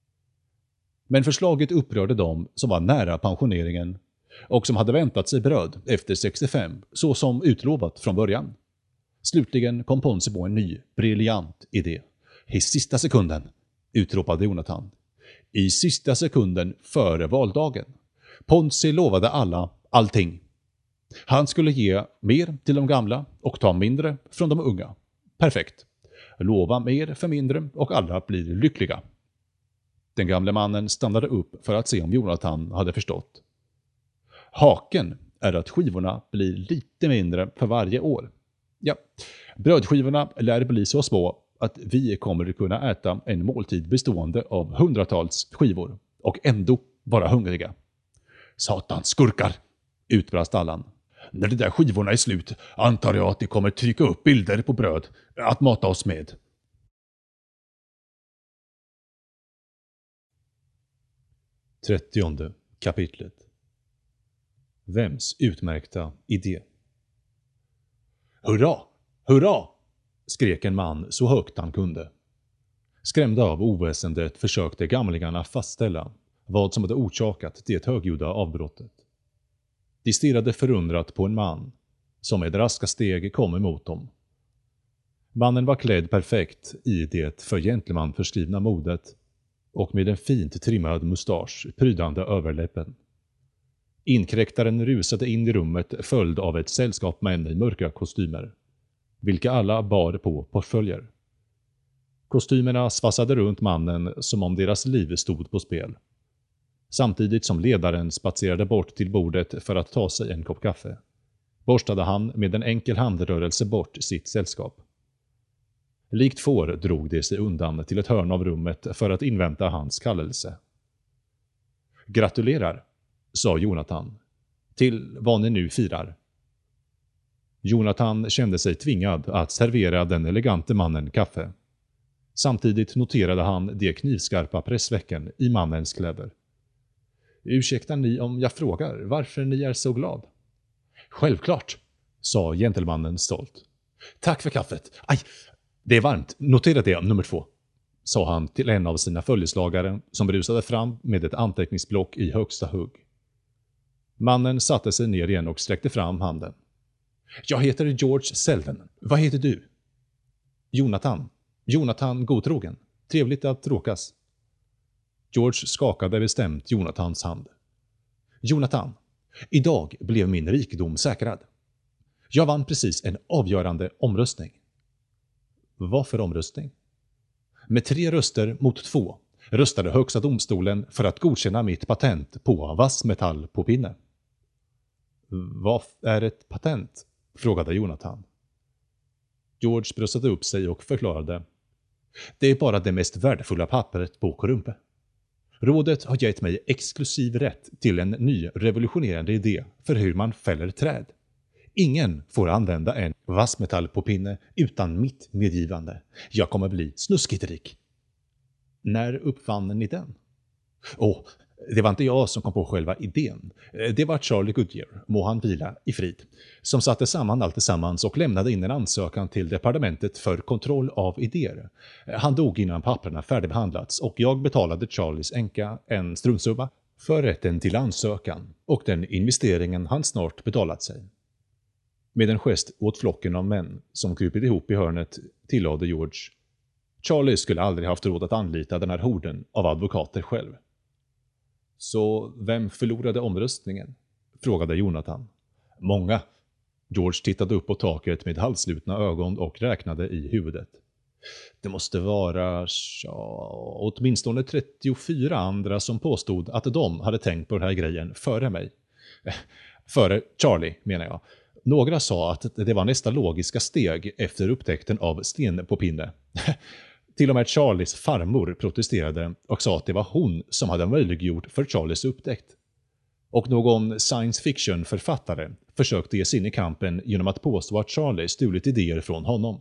Men förslaget upprörde dem som var nära pensioneringen och som hade väntat sig bröd efter 65, så som utlovat från början. Slutligen kom Ponzi på en ny, briljant idé. I sista sekunden, utropade Jonathan. I sista sekunden före valdagen. Ponzi lovade alla allting. Han skulle ge mer till de gamla och ta mindre från de unga. Perfekt. Lova mer för mindre och alla blir lyckliga. Den gamle mannen stannade upp för att se om Jonathan hade förstått. Haken är att skivorna blir lite mindre för varje år. Ja, brödskivorna lär bli så små att vi kommer att kunna äta en måltid bestående av hundratals skivor och ändå vara hungriga. Satans skurkar, utbrast Allan. När de där skivorna är slut antar jag att de kommer trycka upp bilder på bröd att mata oss med. Trettionde kapitlet. Vems utmärkta idé? Hurra! Hurra! Skrek en man så högt han kunde. Skrämda av oväsendet försökte gamlingarna fastställa vad som hade orsakat det högljudda avbrottet. De stirrade förundrat på en man som med raska steg kom emot dem. Mannen var klädd perfekt i det för gentleman förskrivna modet och med en fint trimmad mustasch prydande överläppen. Inkräktaren rusade in i rummet följd av ett sällskap män i mörka kostymer, vilka alla bar på portföljer. Kostymerna svassade runt mannen som om deras liv stod på spel. Samtidigt som ledaren spatserade bort till bordet för att ta sig en kopp kaffe, borstade han med en enkel handrörelse bort sitt sällskap. Likt får drog det sig undan till ett hörn av rummet för att invänta hans kallelse. Gratulerar, sa Jonathan, till vad ni nu firar. Jonathan kände sig tvingad att servera den elegante mannen kaffe. Samtidigt noterade han de knivskarpa pressvecken i mannens kläder. Ursäktar ni om jag frågar varför ni är så glad? Självklart, sa gentlemannen stolt. Tack för kaffet. Aj, det är varmt. Notera det, nummer 2. Sa han till en av sina följeslagare som rusade fram med ett anteckningsblock i högsta hugg. Mannen satte sig ner igen och sträckte fram handen. Jag heter George Selden. Vad heter du? Jonathan. Jonathan Godtrogen. Trevligt att råkas. George skakade bestämt Jonathans hand. Jonathan, idag blev min rikedom säkrad. Jag vann precis en avgörande omröstning. Vad för omröstning? Med 3 röster mot 2 röstade högsta domstolen för att godkänna mitt patent på vassmetall på pinne. Vad är ett patent? Frågade Jonathan. George bröstade upp sig och förklarade. Det är bara det mest värdefulla pappret på Korumpe. Rådet har gett mig exklusiv rätt till en ny revolutionerande idé för hur man fäller träd. Ingen får använda en vassmetall på pinne utan mitt medgivande. Jag kommer bli snuskigt rik. När uppfann ni den? Det var inte jag som kom på själva idén. Det var Charlie Goodyear, må han vila i frid, som satte samman allt tillsammans och lämnade in en ansökan till departementet för kontroll av idéer. Han dog innan papperna färdigbehandlats och jag betalade Charlies änka en struntsumma för rätten till ansökan och den investeringen han snart betalat sig. Med en gest åt flocken av män som krupit ihop i hörnet tillade George. Charlie skulle aldrig haft råd att anlita den här horden av advokater själv. Så vem förlorade omröstningen? Frågade Jonathan. Många. George tittade upp på taket med halvslutna ögon och räknade i huvudet. Det måste vara åtminstone 34 andra som påstod att de hade tänkt på den här grejen före mig. Före Charlie, menar jag. Några sa att det var nästa logiska steg efter upptäckten av sten på pinne. Till och med Charlies farmor protesterade och sa att det var hon som hade möjliggjort för Charlies upptäckt. Och någon science fiction-författare försökte ge sig in i kampen genom att påstå att Charlie stulit idéer från honom.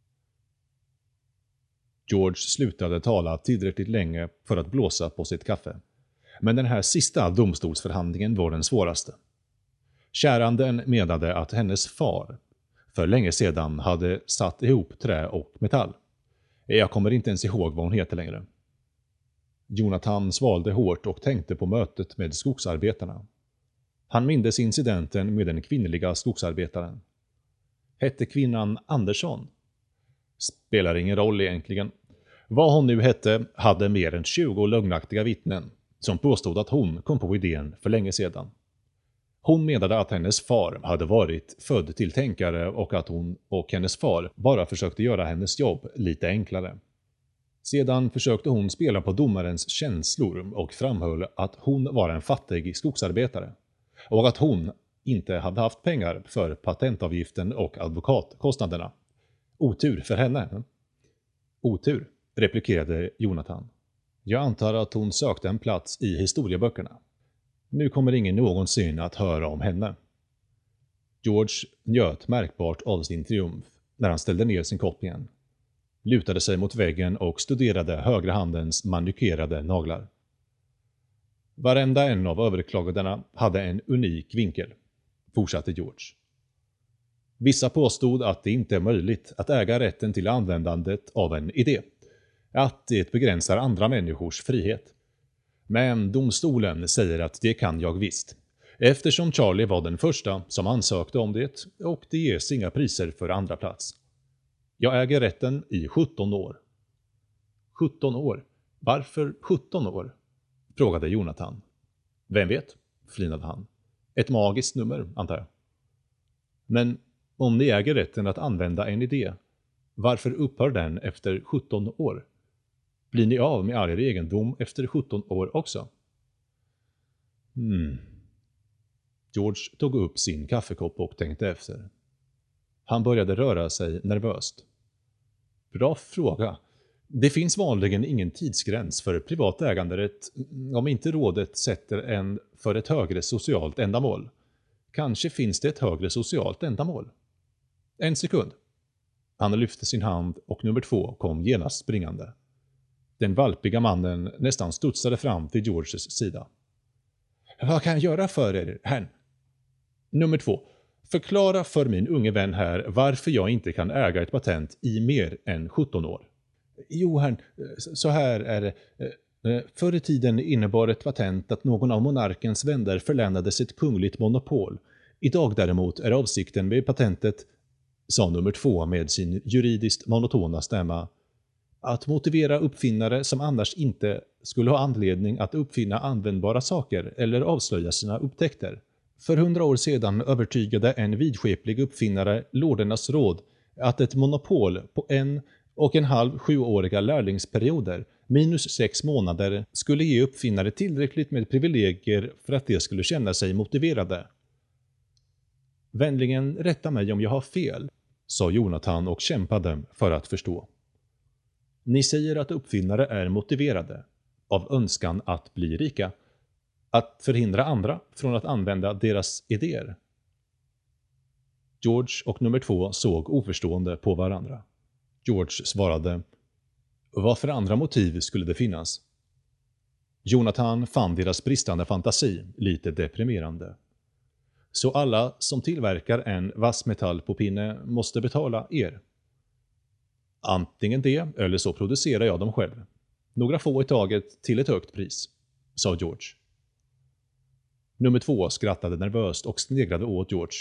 George slutade tala tillräckligt länge för att blåsa på sitt kaffe. Men den här sista domstolsförhandlingen var den svåraste. Käranden menade att hennes far för länge sedan hade satt ihop trä och metall. Jag kommer inte ens ihåg vad hon heter längre. Jonathan svalde hårt och tänkte på mötet med skogsarbetarna. Han mindes incidenten med den kvinnliga skogsarbetaren. Hette kvinnan Andersson? Spelar ingen roll egentligen. Vad hon nu hette hade mer än 20 lögnaktiga vittnen som påstod att hon kom på idén för länge sedan. Hon menade att hennes far hade varit född till tänkare och att hon och hennes far bara försökte göra hennes jobb lite enklare. Sedan försökte hon spela på domarens känslor och framhöll att hon var en fattig skogsarbetare och att hon inte hade haft pengar för patentavgiften och advokatkostnaderna. Otur för henne. Otur, replikerade Jonathan. Jag antar att hon sökte en plats i historieböckerna. Nu kommer ingen någonsin att höra om henne. George njöt märkbart av sin triumf när han ställde ner sin kopp igen. Lutade sig mot väggen och studerade högra handens manikerade naglar. Varenda en av överklagandena hade en unik vinkel, fortsatte George. Vissa påstod att det inte är möjligt att äga rätten till användandet av en idé, att det begränsar andra människors frihet. Men domstolen säger att det kan jag visst, eftersom Charlie var den första som ansökte om det och det ges inga priser för andra plats. Jag äger rätten i 17 år. 17 år? Varför 17 år? Frågade Jonathan. Vem vet, flinade han. Ett magiskt nummer, antar jag. Men om ni äger rätten att använda en idé, varför upphör den efter 17 år? Blir ni av med all er egendom efter 17 år också? George tog upp sin kaffekopp och tänkte efter. Han började röra sig nervöst. Bra fråga. Det finns vanligen ingen tidsgräns för privat äganderätt om inte rådet sätter en för ett högre socialt ändamål. Kanske finns det ett högre socialt ändamål. En sekund. Han lyfte sin hand och nummer 2 kom genast springande. Den valpiga mannen nästan studsade fram till Georges sida. Vad kan jag göra för er, herrn? Nummer 2. Förklara för min unge vän här varför jag inte kan äga ett patent i mer än 17 år. Jo, herrn, så här är det. Förr i tiden innebar ett patent att någon av monarkens vänner förlänades ett kungligt monopol. Idag däremot är avsikten med patentet, sa nummer 2 med sin juridiskt monotona stämma, att motivera uppfinnare som annars inte skulle ha anledning att uppfinna användbara saker eller avslöja sina upptäckter. För 100 år sedan övertygade en vidskeplig uppfinnare lordernas råd att ett monopol på 1,5 7-åriga lärlingsperioder minus 6 månader skulle ge uppfinnare tillräckligt med privilegier för att de skulle känna sig motiverade. Vänligen rätta mig om jag har fel, sa Jonathan och kämpade för att förstå. Ni säger att uppfinnare är motiverade av önskan att bli rika, att förhindra andra från att använda deras idéer. George och nummer 2 såg oförstående på varandra. George svarade, vad för andra motiv skulle det finnas? Jonathan fann deras bristande fantasi lite deprimerande. Så alla som tillverkar en vassmetall på pinne måste betala er. Antingen det, eller så producerar jag dem själv. Några få i taget till ett högt pris, sa George. Nummer 2 skrattade nervöst och sneglade åt George.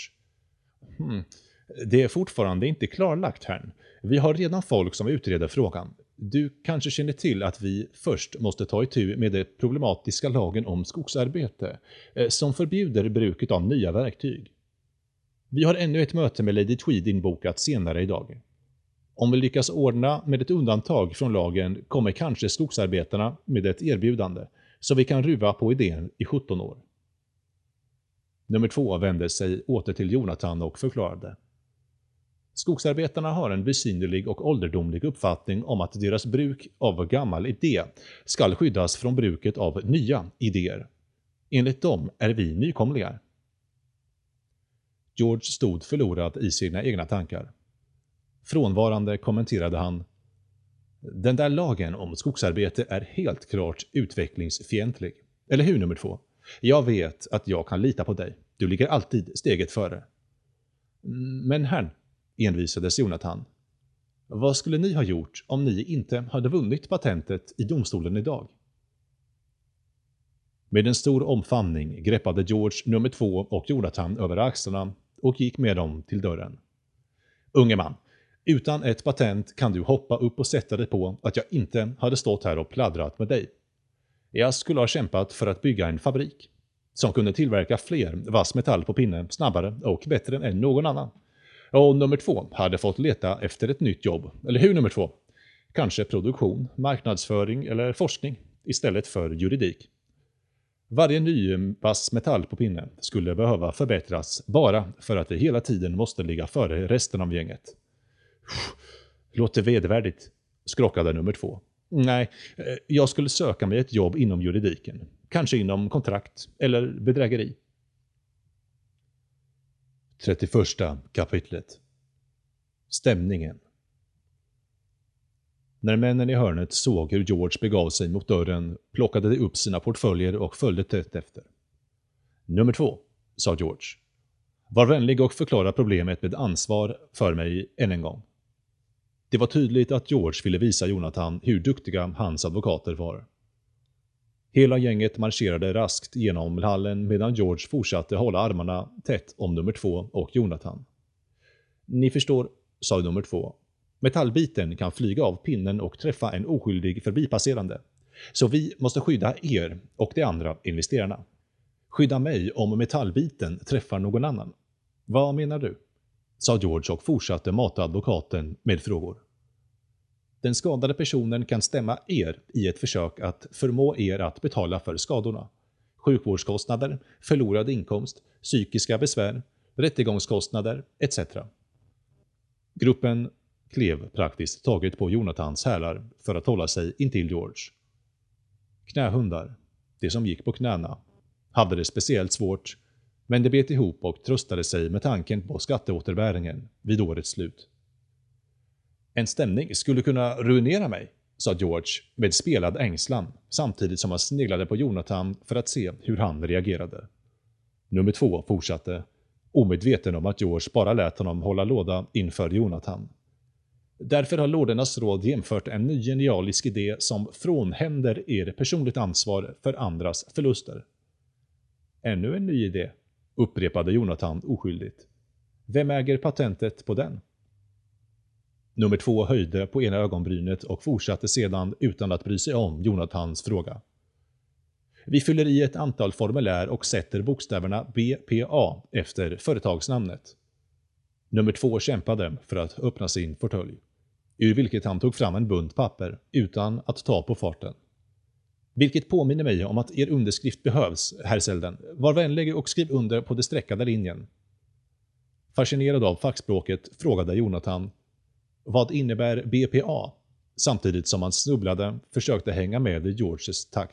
Det är fortfarande inte klarlagt, herrn. Vi har redan folk som utreder frågan. Du kanske känner till att vi först måste ta itu med den problematiska lagen om skogsarbete, som förbjuder bruket av nya verktyg. Vi har ännu ett möte med Lady Tweed inbokat senare idag. Om vi lyckas ordna med ett undantag från lagen kommer kanske skogsarbetarna med ett erbjudande, så vi kan ruva på idén i 17 år. Nummer 2 vände sig åter till Jonathan och förklarade. Skogsarbetarna har en besynnerlig och ålderdomlig uppfattning om att deras bruk av gammal idé ska skyddas från bruket av nya idéer. Enligt dem är vi nykomlingar. George stod förlorad i sina egna tankar. Frånvarande kommenterade han. Den där lagen om skogsarbete är helt klart utvecklingsfientlig. Eller hur, nummer 2? Jag vet att jag kan lita på dig. Du ligger alltid steget före. Men herrn, envisades Jonathan. Vad skulle ni ha gjort om ni inte hade vunnit patentet i domstolen idag? Med en stor omfamning greppade George nummer 2 och Jonathan över axlarna och gick med dem till dörren. Unge man, utan ett patent kan du hoppa upp och sätta dig på att jag inte hade stått här och pladdrat med dig. Jag skulle ha kämpat för att bygga en fabrik. som kunde tillverka fler vass metall på pinnen snabbare och bättre än någon annan. Och nummer 2 hade fått leta efter ett nytt jobb. Eller hur, nummer 2? Kanske produktion, marknadsföring eller forskning istället för juridik. Varje ny vass metall på pinnen skulle behöva förbättras bara för att vi hela tiden måste ligga före resten av gänget. Låter vedervärdigt, skrockade nummer 2. Nej, jag skulle söka mig ett jobb inom juridiken. Kanske inom kontrakt eller bedrägeri. 31 kapitlet. Stämningen. När männen i hörnet såg hur George begav sig mot dörren plockade de upp sina portföljer och följde tätt efter. Nummer 2, sa George. Var vänlig och förklara problemet med ansvar för mig än en gång. Det var tydligt att George ville visa Jonathan hur duktiga hans advokater var. Hela gänget marscherade raskt genom hallen medan George fortsatte hålla armarna tätt om nummer 2 och Jonathan. Ni förstår, sa nummer 2. Metallbiten kan flyga av pinnen och träffa en oskyldig förbipasserande. Så vi måste skydda er och de andra investerarna. Skydda mig om metallbiten träffar någon annan. Vad menar du? Sa George och fortsatte mata advokaten med frågor. Den skadade personen kan stämma er i ett försök att förmå er att betala för skadorna. Sjukvårdskostnader, förlorad inkomst, psykiska besvär, rättegångskostnader etc. Gruppen klev praktiskt taget på Jonathans hälar för att hålla sig intill George. Knähundar, det som gick på knäna, hade det speciellt svårt, men det bet ihop och tröstade sig med tanken på skatteåterbäringen vid årets slut. En stämning skulle kunna ruinera mig, sa George med spelad ängslan samtidigt som han sneglade på Jonathan för att se hur han reagerade. Nummer 2 fortsatte, omedveten om att George bara lät honom hålla låda inför Jonathan. Därför har lordernas råd jämfört en ny genialisk idé som frånhänder er personligt ansvar för andras förluster. Ännu en ny idé, upprepade Jonathan oskyldigt. Vem äger patentet på den? Nummer 2 höjde på ena ögonbrynet och fortsatte sedan utan att bry sig om Jonathans fråga. Vi fyller i ett antal formulär och sätter bokstäverna BPA efter företagsnamnet. Nummer 2 kämpade för att öppna sin fåtölj, ur vilket han tog fram en bunt papper utan att ta på farten. Vilket påminner mig om att er underskrift behövs, herr Selden. Var vänlig och skriv under på den streckade linjen. Fascinerad av fackspråket frågade Jonathan, vad innebär BPA? Samtidigt som han snubblade försökte hänga med i Georges takt.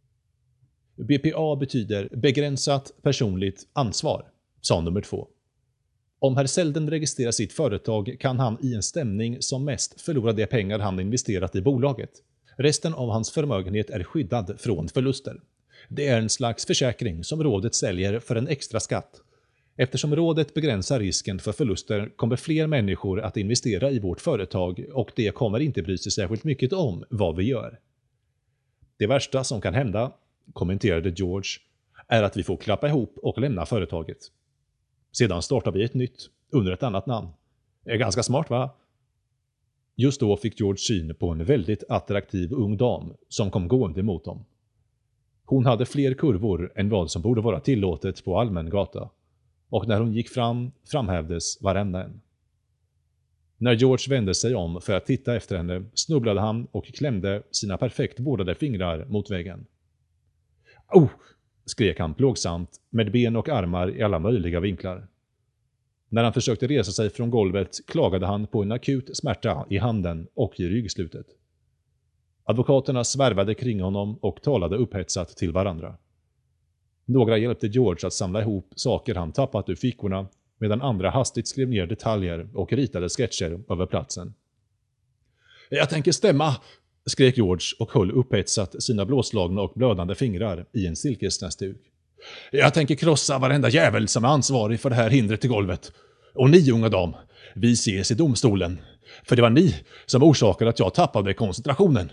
BPA betyder begränsat personligt ansvar, sa nummer 2. Om herr Selden registrerar sitt företag kan han i en stämning som mest förlora de pengar han investerat i bolaget. Resten av hans förmögenhet är skyddad från förluster. Det är en slags försäkring som rådet säljer för en extra skatt. Eftersom rådet begränsar risken för förluster kommer fler människor att investera i vårt företag och det kommer inte bry sig särskilt mycket om vad vi gör. Det värsta som kan hända, kommenterade George, är att vi får klappa ihop och lämna företaget. Sedan startar vi ett nytt, under ett annat namn. Det är ganska smart, va? Just då fick George syn på en väldigt attraktiv ung dam som kom gående mot dem. Hon hade fler kurvor än vad som borde vara tillåtet på allmän gata. Och när hon gick framhävdes varenda en. När George vände sig om för att titta efter henne snubblade han och klämde sina perfekt vårdade fingrar mot väggen. Oh! Skrek han plågsamt med ben och armar i alla möjliga vinklar. När han försökte resa sig från golvet klagade han på en akut smärta i handen och i ryggslutet. Advokaterna svärvade kring honom och talade upphetsat till varandra. Några hjälpte George att samla ihop saker han tappat ur fickorna medan andra hastigt skrev ner detaljer och ritade sketcher över platsen. Jag tänker stämma, skrek George och höll upphetsat sina blåslagna och blödande fingrar i en silkesnäsduk. Jag tänker krossa varenda jävel som är ansvarig för det här hindret till golvet. Och ni, unga dam, vi ses i domstolen. För det var ni som orsakade att jag tappade koncentrationen.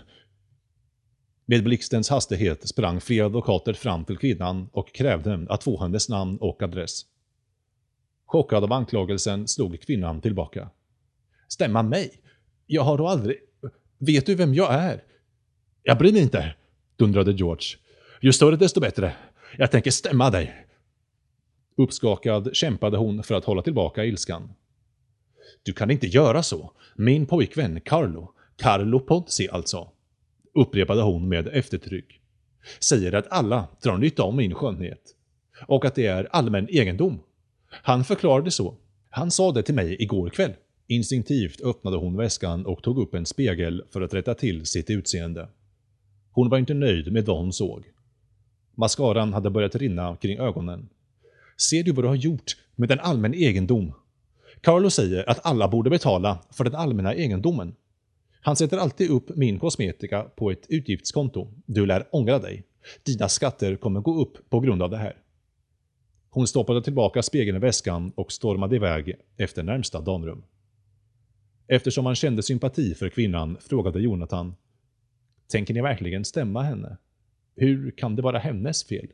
Med blixtens hastighet sprang flera advokater fram till kvinnan och krävde att få hennes namn och adress. Chockad av anklagelsen slog kvinnan tillbaka. Stämma mig? Jag har då aldrig... Vet du vem jag är? Jag bryr mig inte, dundrade George. Ju större desto bättre. Jag tänker stämma dig. Uppskakad kämpade hon för att hålla tillbaka ilskan. Du kan inte göra så. Min pojkvän Carlo Ponzi alltså, upprepade hon med eftertryck, säger att alla drar nytta av min skönhet och att det är allmän egendom. Han förklarade så. Han sa det till mig igår kväll. Instinktivt öppnade hon väskan och tog upp en spegel för att rätta till sitt utseende. Hon var inte nöjd med vad hon såg. Mascaran hade börjat rinna kring ögonen. Ser du vad du har gjort med den allmän egendom? Carlo säger att alla borde betala för den allmänna egendomen. Han sätter alltid upp min kosmetika på ett utgiftskonto. Du lär ångra dig. Dina skatter kommer gå upp på grund av det här. Hon stoppade tillbaka spegeln i väskan och stormade iväg efter närmsta damrum. Eftersom han kände sympati för kvinnan frågade Jonathan: tänker ni verkligen stämma henne? Hur kan det vara hennes fel?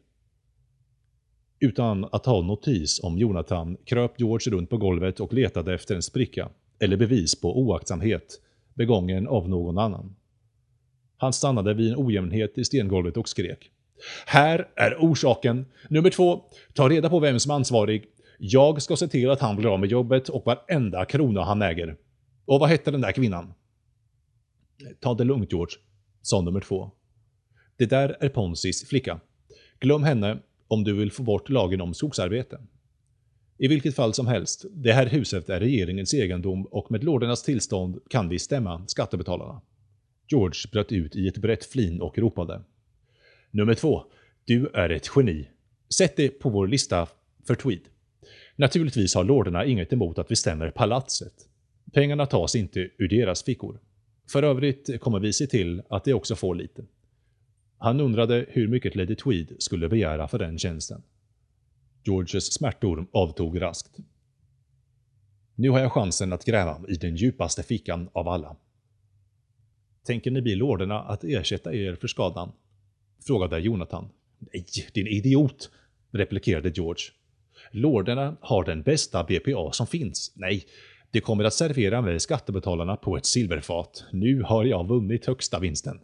Utan att ha notis om Jonathan kröp George runt på golvet och letade efter en spricka eller bevis på oaktsamhet begången av någon annan. Han stannade vid en ojämnhet i stengolvet och skrek: här är orsaken. Nummer 2, ta reda på vem som är ansvarig. Jag ska se till att han blir av med jobbet och varenda krona han äger. Och vad hette den där kvinnan? Ta det lugnt, George, sa nummer 2. Det där är Ponzis flicka. Glöm henne om du vill få bort lagen om skogsarbete. I vilket fall som helst, det här huset är regeringens egendom och med lordernas tillstånd kan vi stämma skattebetalarna. George bröt ut i ett brett flin och ropade: nummer 2, du är ett geni. Sätt det på vår lista för tweed. Naturligtvis har lorderna inget emot att vi stämmer palatset. Pengarna tas inte ur deras fickor. För övrigt kommer vi se till att de också får lite. Han undrade hur mycket Lady Tweed skulle begära för den tjänsten. Georges smärtor avtog raskt. Nu har jag chansen att gräva i den djupaste fickan av alla. Tänker ni be lorderna att ersätta er för skadan? Frågade Jonathan. Nej, din idiot, replikerade George. Lorderna har den bästa BPA som finns. Nej, det kommer att servera mig skattebetalarna på ett silverfat. Nu har jag vunnit högsta vinsten.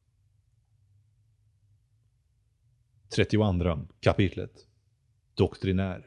32 kapitlet. Doktrinär.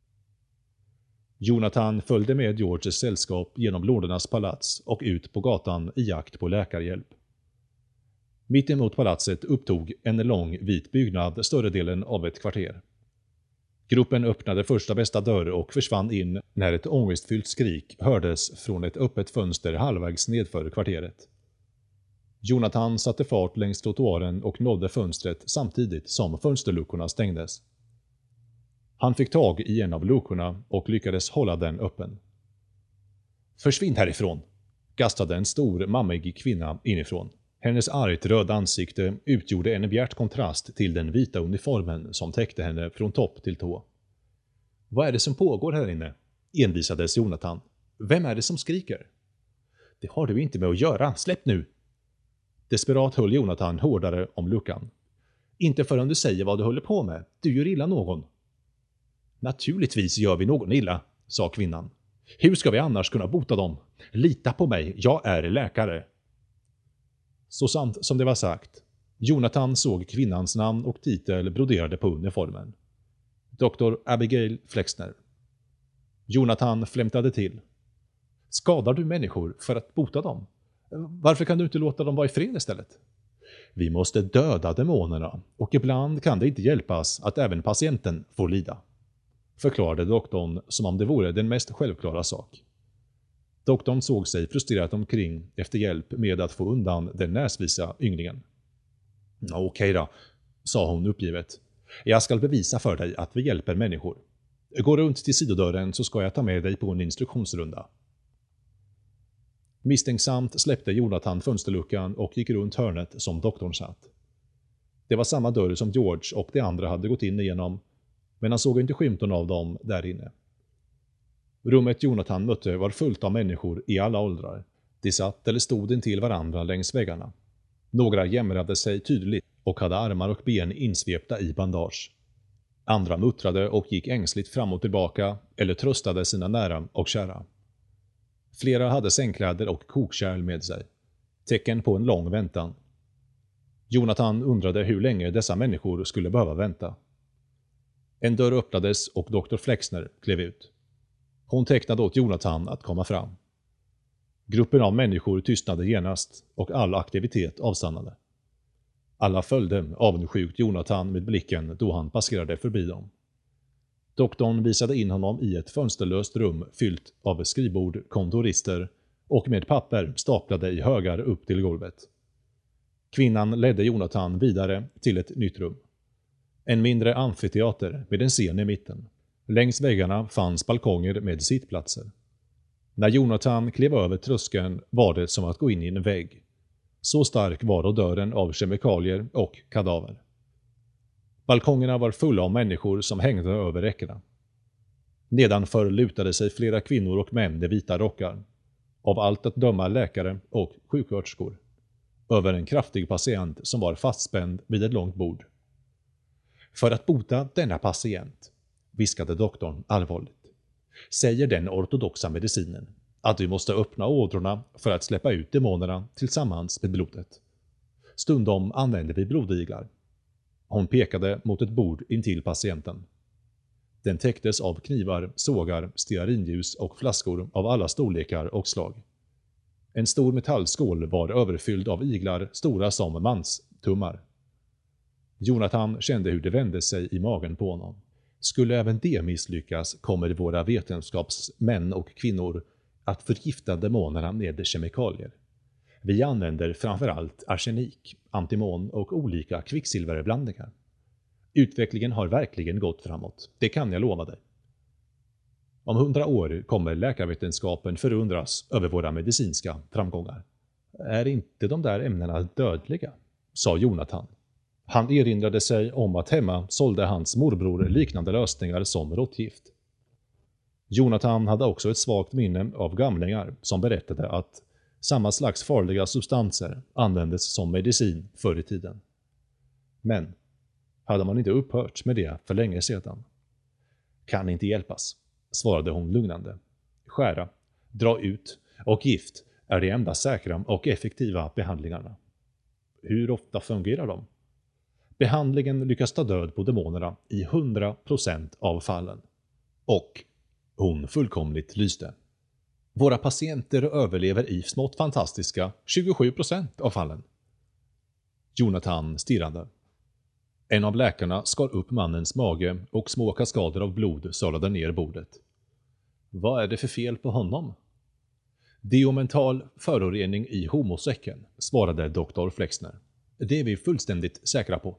Jonathan följde med Georges sällskap genom lordernas palats och ut på gatan i jakt på läkarhjälp. Mitt emot palatset upptog en lång vit byggnad större delen av ett kvarter. Gruppen öppnade första bästa dörr och försvann in när ett ångestfyllt skrik hördes från ett öppet fönster halvvägs nedför kvarteret. Jonathan satte fart längs trottoaren och nådde fönstret samtidigt som fönsterluckorna stängdes. Han fick tag i en av luckorna och lyckades hålla den öppen. Försvinn härifrån, gastade en stor mammig kvinna inifrån. Hennes argt röda ansikte utgjorde en bjärt kontrast till den vita uniformen som täckte henne från topp till tå. Vad är det som pågår här inne? Envisades Jonathan. Vem är det som skriker? Det har du inte med att göra, släpp nu! Desperat höll Jonathan hårdare om luckan. Inte förrän du säger vad du håller på med. Du gör illa någon. Naturligtvis gör vi någon illa, sa kvinnan. Hur ska vi annars kunna bota dem? Lita på mig, jag är läkare. Så sant som det var sagt. Jonathan såg kvinnans namn och titel broderade på uniformen. Dr. Abigail Flexner. Jonathan flämtade till. Skadar du människor för att bota dem? Varför kan du inte låta dem vara i fred istället? Vi måste döda demonerna och ibland kan det inte hjälpas att även patienten får lida, förklarade doktorn som om det vore den mest självklara sak. Doktorn såg sig frustrerat omkring efter hjälp med att få undan den näsvisa ynglingen. Okej då, sa hon uppgivet. Jag ska bevisa för dig att vi hjälper människor. Gå runt till sidodörren så ska jag ta med dig på en instruktionsrunda. Misstänksamt släppte Jonathan fönsterluckan och gick runt hörnet som doktorn satt. Det var samma dörr som George och de andra hade gått in igenom, men han såg inte skymten av dem där inne. Rummet Jonathan mötte var fullt av människor i alla åldrar. De satt eller stod intill varandra längs väggarna. Några jämrade sig tydligt och hade armar och ben insvepta i bandage. Andra muttrade och gick ängsligt fram och tillbaka eller tröstade sina nära och kära. Flera hade sängkläder och kokkärl med sig. Tecken på en lång väntan. Jonathan undrade hur länge dessa människor skulle behöva vänta. En dörr öppnades och Dr. Flexner klev ut. Hon tecknade åt Jonathan att komma fram. Gruppen av människor tystnade genast och all aktivitet avstannade. Alla följde avundsjukt Jonathan med blicken då han passerade förbi dem. Doktorn visade in honom i ett fönsterlöst rum fyllt av skrivbord, kontorister och med papper staplade i högar upp till golvet. Kvinnan ledde Jonathan vidare till ett nytt rum. En mindre amfiteater med en scen i mitten. Längs väggarna fanns balkonger med sittplatser. När Jonathan klev över tröskeln var det som att gå in i en vägg. Så stark var odören av kemikalier och kadaver. Balkongerna var fulla av människor som hängde över räckena. Nedanför lutade sig flera kvinnor och män i vita rockar. Av allt att döma läkare och sjuksköterskor. Över en kraftig patient som var fastspänd vid ett långt bord. För att bota denna patient, viskade doktorn allvarligt, säger den ortodoxa medicinen att vi måste öppna ådrorna för att släppa ut demonerna tillsammans med blodet. Stundom använder vi blodiglar. Hon pekade mot ett bord intill patienten. Den täcktes av knivar, sågar, stearinljus och flaskor av alla storlekar och slag. En stor metallskål var överfylld av iglar stora som manstummar. Jonathan kände hur det vände sig i magen på honom. Skulle även det misslyckas kommer våra vetenskapsmän och kvinnor att förgifta demonerna med kemikalier. Vi använder framförallt arsenik, antimon och olika kvicksilverblandningar. Utvecklingen har verkligen gått framåt, det kan jag lova dig. Om 100 år kommer läkarvetenskapen förundras över våra medicinska framgångar. Är inte de där ämnena dödliga? Sa Jonathan. Han erinrade sig om att hemma sålde hans morbror liknande lösningar som råttgift. Jonathan hade också ett svagt minne av gamlingar som berättade att samma slags farliga substanser användes som medicin förr i tiden. Men hade man inte upphört med det för länge sedan? Kan inte hjälpas, svarade hon lugnande. Skära, dra ut och gift är de enda säkra och effektiva behandlingarna. Hur ofta fungerar de? Behandlingen lyckas ta död på demonerna i 100% av fallen. Och hon fullkomligt lyste. Våra patienter överlever i smått fantastiska 27% av fallen. Jonathan stirrade. En av läkarna skar upp mannens mage och små kaskader av blod sölade ner bordet. Vad är det för fel på honom? Deomental förorening i homosäcken, svarade Dr. Flexner. Det är vi fullständigt säkra på.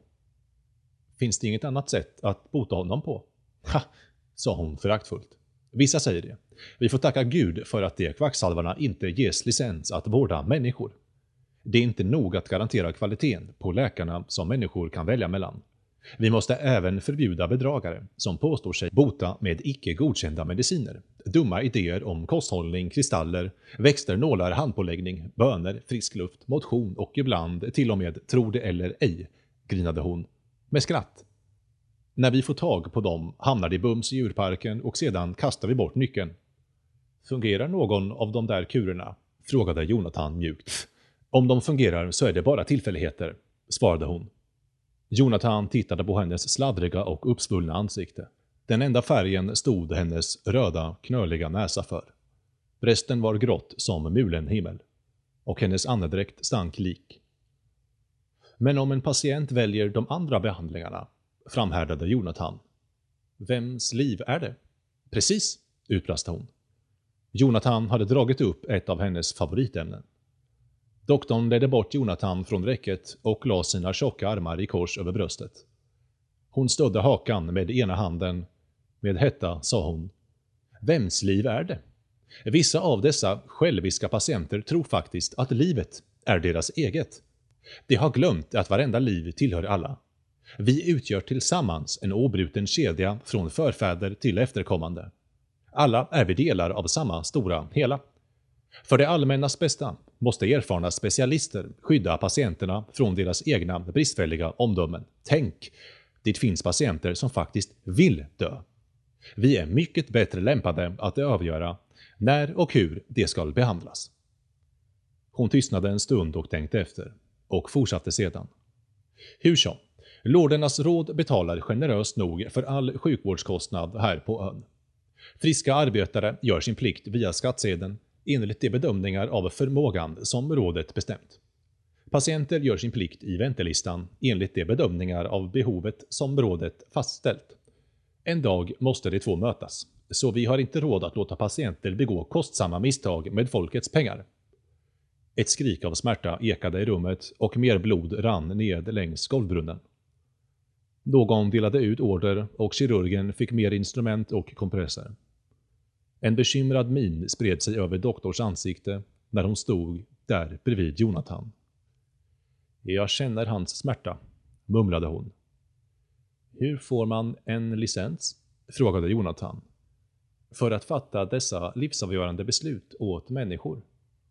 Finns det inget annat sätt att bota honom på? Ha, sa hon föraktfullt. Vissa säger det. Vi får tacka Gud för att de kvacksalvarna inte ges licens att vårda människor. Det är inte nog att garantera kvaliteten på läkarna som människor kan välja mellan. Vi måste även förbjuda bedragare som påstår sig bota med icke godkända mediciner. Dumma idéer om kosthållning, kristaller, växter, nålar, handpåläggning, böner, frisk luft, motion och ibland till och med tror det eller ej, grinade hon med skratt. När vi får tag på dem hamnar de bums i djurparken och sedan kastar vi bort nyckeln. Fungerar någon av de där kurerna? Frågade Jonathan mjukt. Om de fungerar så är det bara tillfälligheter, svarade hon. Jonathan tittade på hennes sladdriga och uppsvullna ansikte. Den enda färgen stod hennes röda, knöliga näsa för. Resten var grått som mulen himmel. Och hennes andedräkt stank lik. Men om en patient väljer de andra behandlingarna, framhärdade Jonathan. Vems liv är det? Precis, utbrast hon. Jonathan hade dragit upp ett av hennes favoritämnen. Doktorn ledde bort Jonathan från räcket och la sina tjocka armar i kors över bröstet. Hon stödde hakan med ena handen. Med hetta sa hon. Vems liv är det? Vissa av dessa själviska patienter tror faktiskt att livet är deras eget. De har glömt att varenda liv tillhör alla. Vi utgör tillsammans en obruten kedja från förfäder till efterkommande. Alla är vi delar av samma stora hela. För det allmännas bästa måste erfarna specialister skydda patienterna från deras egna bristfälliga omdömen. Tänk, det finns patienter som faktiskt vill dö. Vi är mycket bättre lämpade att avgöra när och hur det ska behandlas. Hon tystnade en stund och tänkte efter, och fortsatte sedan. Hur så? Lordernas råd betalar generöst nog för all sjukvårdskostnad här på ön. Friska arbetare gör sin plikt via skattsedeln enligt de bedömningar av förmågan som rådet bestämt. Patienter gör sin plikt i väntelistan enligt de bedömningar av behovet som rådet fastställt. En dag måste de två mötas, så vi har inte råd att låta patienter begå kostsamma misstag med folkets pengar. Ett skrik av smärta ekade i rummet och mer blod rann ned längs golvbrunnen. Någon delade ut order och kirurgen fick mer instrument och kompresser. En bekymrad min spred sig över doktors ansikte när hon stod där bredvid Jonathan. Jag känner hans smärta, mumlade hon. Hur får man en licens? Frågade Jonathan. För att fatta dessa livsavgörande beslut åt människor.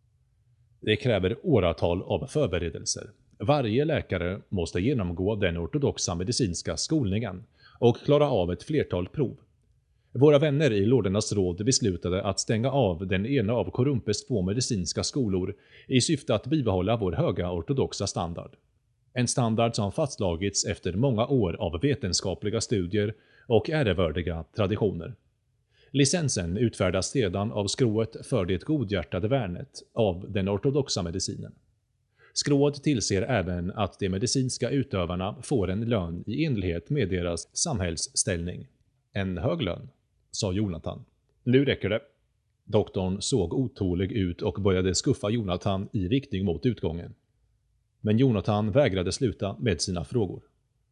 Det kräver åratal av förberedelser. Varje läkare måste genomgå den ortodoxa medicinska skolningen och klara av ett flertal prov. Våra vänner i Lordernas råd beslutade att stänga av den ena av Korumpes 2 medicinska skolor i syfte att bibehålla vår höga ortodoxa standard. En standard som fastslagits efter många år av vetenskapliga studier och ärevördiga traditioner. Licensen utfärdas sedan av skrået för det godhjärtade värnet av den ortodoxa medicinen. Skrået tillser även att de medicinska utövarna får en lön i enlighet med deras samhällsställning. En hög lön, sa Jonathan. Nu räcker det. Doktorn såg otålig ut och började skuffa Jonathan i riktning mot utgången. Men Jonathan vägrade sluta med sina frågor.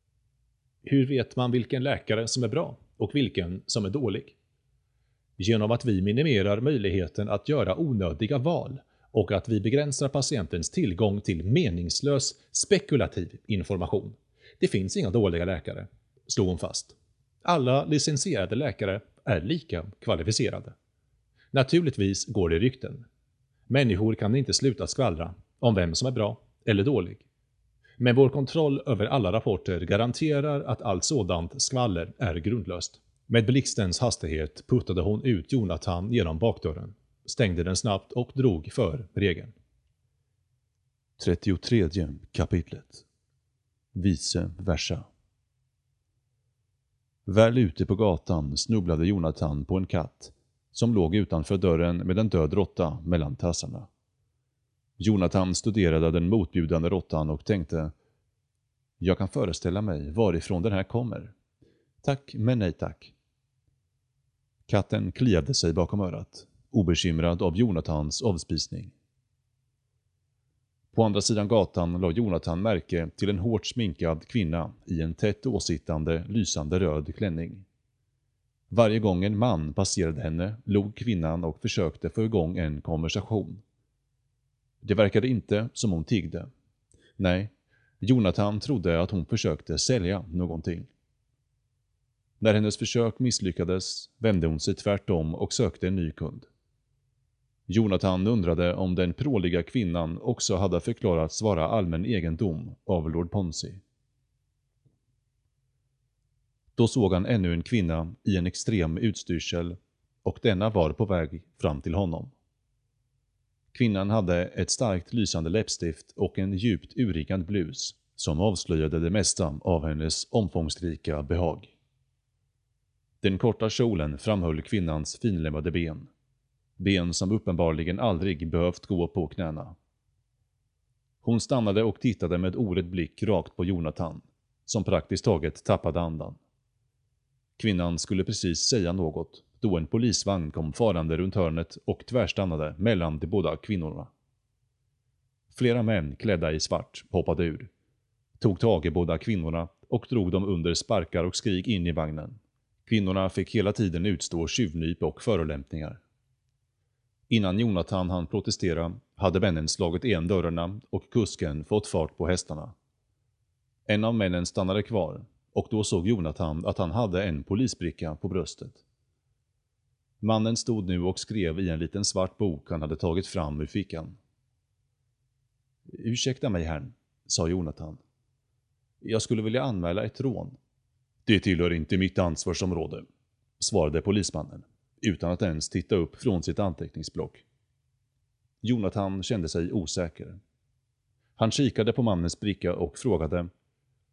Hur vet man vilken läkare som är bra och vilken som är dålig? Genom att vi minimerar möjligheten att göra onödiga val och att vi begränsar patientens tillgång till meningslös, spekulativ information. Det finns inga dåliga läkare, slog hon fast. Alla licensierade läkare är lika kvalificerade. Naturligtvis går det rykten. Människor kan inte sluta skvallra om vem som är bra eller dålig. Men vår kontroll över alla rapporter garanterar att allt sådant skvaller är grundlöst. Med blixtens hastighet puttade hon ut Jonathan genom bakdörren, stängde den snabbt och drog för regeln. 33 kapitlet. Vice versa. Väl ute på gatan snubblade Jonathan på en katt som låg utanför dörren med en död råtta mellan tassarna. Jonathan studerade den motbjudande råttan och tänkte: jag kan föreställa mig varifrån den här kommer. Tack, men nej tack. Katten kliade sig bakom örat, obekymrad av Jonathans avspisning. På andra sidan gatan la Jonathan märke till en hårt sminkad kvinna i en tätt åsittande, lysande röd klänning. Varje gång en man passerade henne log kvinnan och försökte få igång en konversation. Det verkade inte som hon tiggde. Nej, Jonathan trodde att hon försökte sälja någonting. När hennes försök misslyckades vände hon sig tvärtom och sökte en ny kund. Jonathan undrade om den pråliga kvinnan också hade förklarats vara allmän egendom av Lord Ponsi. Då såg han ännu en kvinna i en extrem utstyrsel och denna var på väg fram till honom. Kvinnan hade ett starkt lysande läppstift och en djupt urringad blus som avslöjade det mesta av hennes omfångsrika behag. Den korta kjolen framhöll kvinnans finlemmade ben. Ben som uppenbarligen aldrig behövt gå på knäna. Hon stannade och tittade med orädd blick rakt på Jonathan, som praktiskt taget tappade andan. Kvinnan skulle precis säga något då en polisvagn kom farande runt hörnet och tvärstannade mellan de båda kvinnorna. Flera män klädda i svart hoppade ur, tog tag i båda kvinnorna och drog dem under sparkar och skrik in i vagnen. Kvinnorna fick hela tiden utstå tjuvnyp och förolämpningar. Innan Jonathan hann protestera hade männen slagit igen dörrarna och kusken fått fart på hästarna. En av männen stannade kvar och då såg Jonathan att han hade en polisbricka på bröstet. Mannen stod nu och skrev i en liten svart bok han hade tagit fram ur fickan. Ursäkta mig, herrn, sa Jonathan. Jag skulle vilja anmäla ett rån. Det tillhör inte mitt ansvarsområde, svarade polismannen, utan att ens titta upp från sitt anteckningsblock. Jonathan kände sig osäker. Han kikade på mannens bricka och frågade: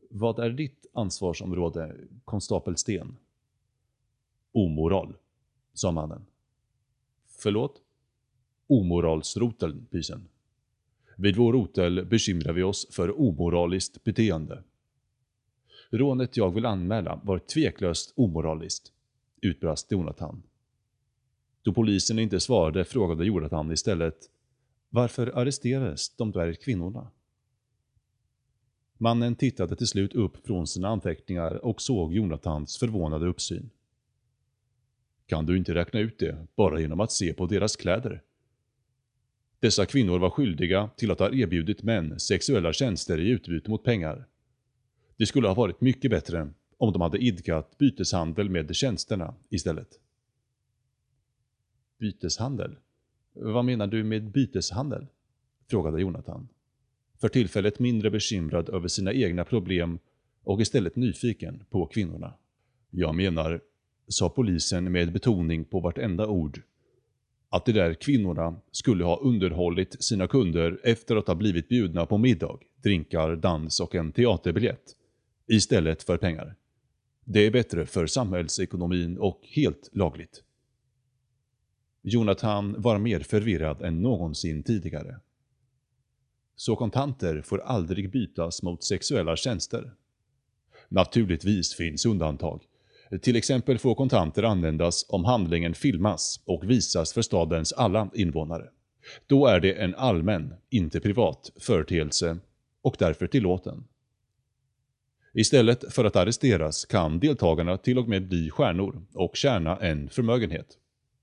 Vad är ditt ansvarsområde, konstapel Sten? Omoral, sa mannen. Förlåt? Omoralsroteln, pysen. Vid vår rotel bekymrar vi oss för omoraliskt beteende. Rånet jag vill anmäla var tveklöst omoraliskt, utbrast Jonathan. Då polisen inte svarade frågade Jonathan istället: varför arresterades de där kvinnorna? Mannen tittade till slut upp från sina anteckningar och såg Jonathans förvånade uppsyn. Kan du inte räkna ut det bara genom att se på deras kläder? Dessa kvinnor var skyldiga till att ha erbjudit män sexuella tjänster i utbyte mot pengar. Det skulle ha varit mycket bättre om de hade idkat byteshandel med tjänsterna istället. Byteshandel? Vad menar du med byteshandel? Frågade Jonathan. För tillfället mindre bekymrad över sina egna problem och istället nyfiken på kvinnorna. Jag menar, sa polisen med betoning på vartenda ord, att de där kvinnorna skulle ha underhållit sina kunder efter att ha blivit bjudna på middag, drinkar, dans och en teaterbiljett, istället för pengar. Det är bättre för samhällsekonomin och helt lagligt. Jonathan var mer förvirrad än någonsin tidigare. Så kontanter får aldrig bytas mot sexuella tjänster. Naturligtvis finns undantag. Till exempel får kontanter användas om handlingen filmas och visas för stadens alla invånare. Då är det en allmän, inte privat, företeelse och därför tillåten. Istället för att arresteras kan deltagarna till och med bli stjärnor och tjäna en förmögenhet.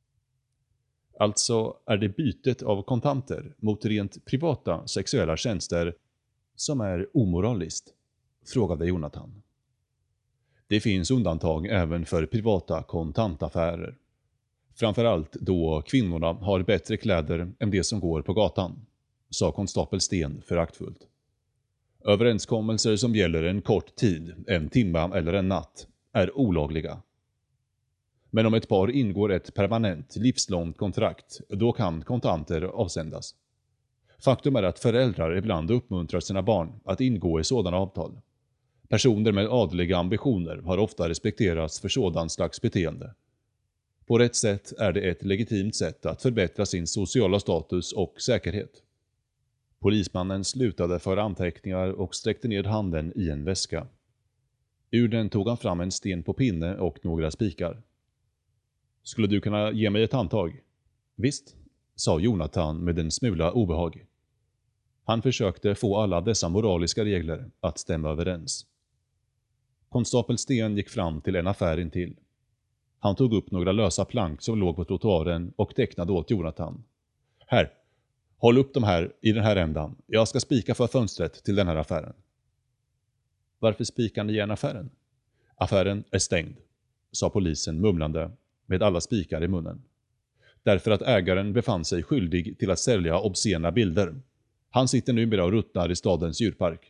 Alltså är det bytet av kontanter mot rent privata sexuella tjänster som är omoraliskt, frågade Jonathan. Det finns undantag även för privata kontantaffärer. Framförallt då kvinnorna har bättre kläder än de som går på gatan, sa konstapel Sten föraktfullt. Överenskommelser som gäller en kort tid, en timma eller en natt, är olagliga. Men om ett par ingår ett permanent, livslångt kontrakt, då kan kontanter avsändas. Faktum är att föräldrar ibland uppmuntrar sina barn att ingå i sådana avtal. Personer med adliga ambitioner har ofta respekterats för sådan slags beteende. På rätt sätt är det ett legitimt sätt att förbättra sin sociala status och säkerhet. Polismannen slutade föra anteckningar och sträckte ned handen i en väska. Ur den tog han fram en sten på pinne och några spikar. Skulle du kunna ge mig ett handtag? Visst, sa Jonathan med en smula obehag. Han försökte få alla dessa moraliska regler att stämma överens. Konstapel Sten gick fram till en affär intill. Han tog upp några lösa plank som låg på trottoaren och tecknade åt Jonathan. Här, håll upp de här i den här ändan. Jag ska spika för fönstret till den här affären. Varför spikar ni igen affären? Affären är stängd, sa polisen mumlande med alla spikar i munnen. Därför att ägaren befann sig skyldig till att sälja obscena bilder. Han sitter numera och ruttnar i stadens djurpark.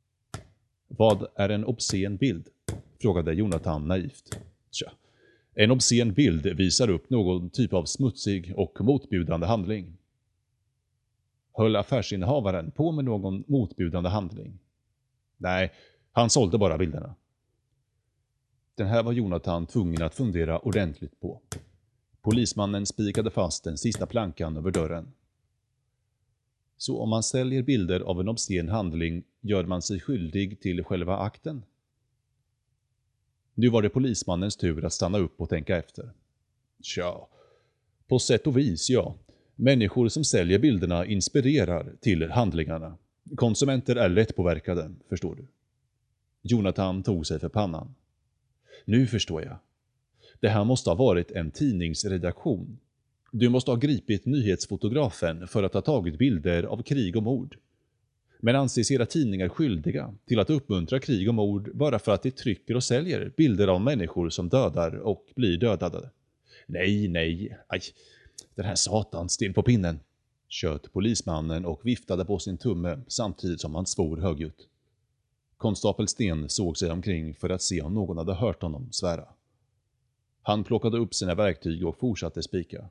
Vad är en obscen bild? Frågade Jonathan naivt. Tja, en obscen bild visar upp någon typ av smutsig och motbjudande handling. Höll affärsinnehavaren på med någon motbjudande handling? Nej, han sålde bara bilderna. Den här var Jonathan tvungen att fundera ordentligt på. Polismannen spikade fast den sista plankan över dörren. Så om man säljer bilder av en obscen handling gör man sig skyldig till själva akten? Nu var det polismannens tur att stanna upp och tänka efter. Tja, på sätt och vis ja. Människor som säljer bilderna inspirerar till handlingarna. Konsumenter är lättpåverkade, förstår du. Jonathan tog sig för pannan. Nu förstår jag. Det här måste ha varit en tidningsredaktion. Du måste ha gripit nyhetsfotografen för att ha tagit bilder av krig och mord. Men anses era tidningar skyldiga till att uppmuntra krig och mord bara för att de trycker och säljer bilder av människor som dödar och blir dödade? Nej, aj, den här satans sten på pinnen, tjöt polismannen och viftade på sin tumme samtidigt som han svor högljutt. Konstapel Sten såg sig omkring för att se om någon hade hört honom svära. Han plockade upp sina verktyg och fortsatte spika.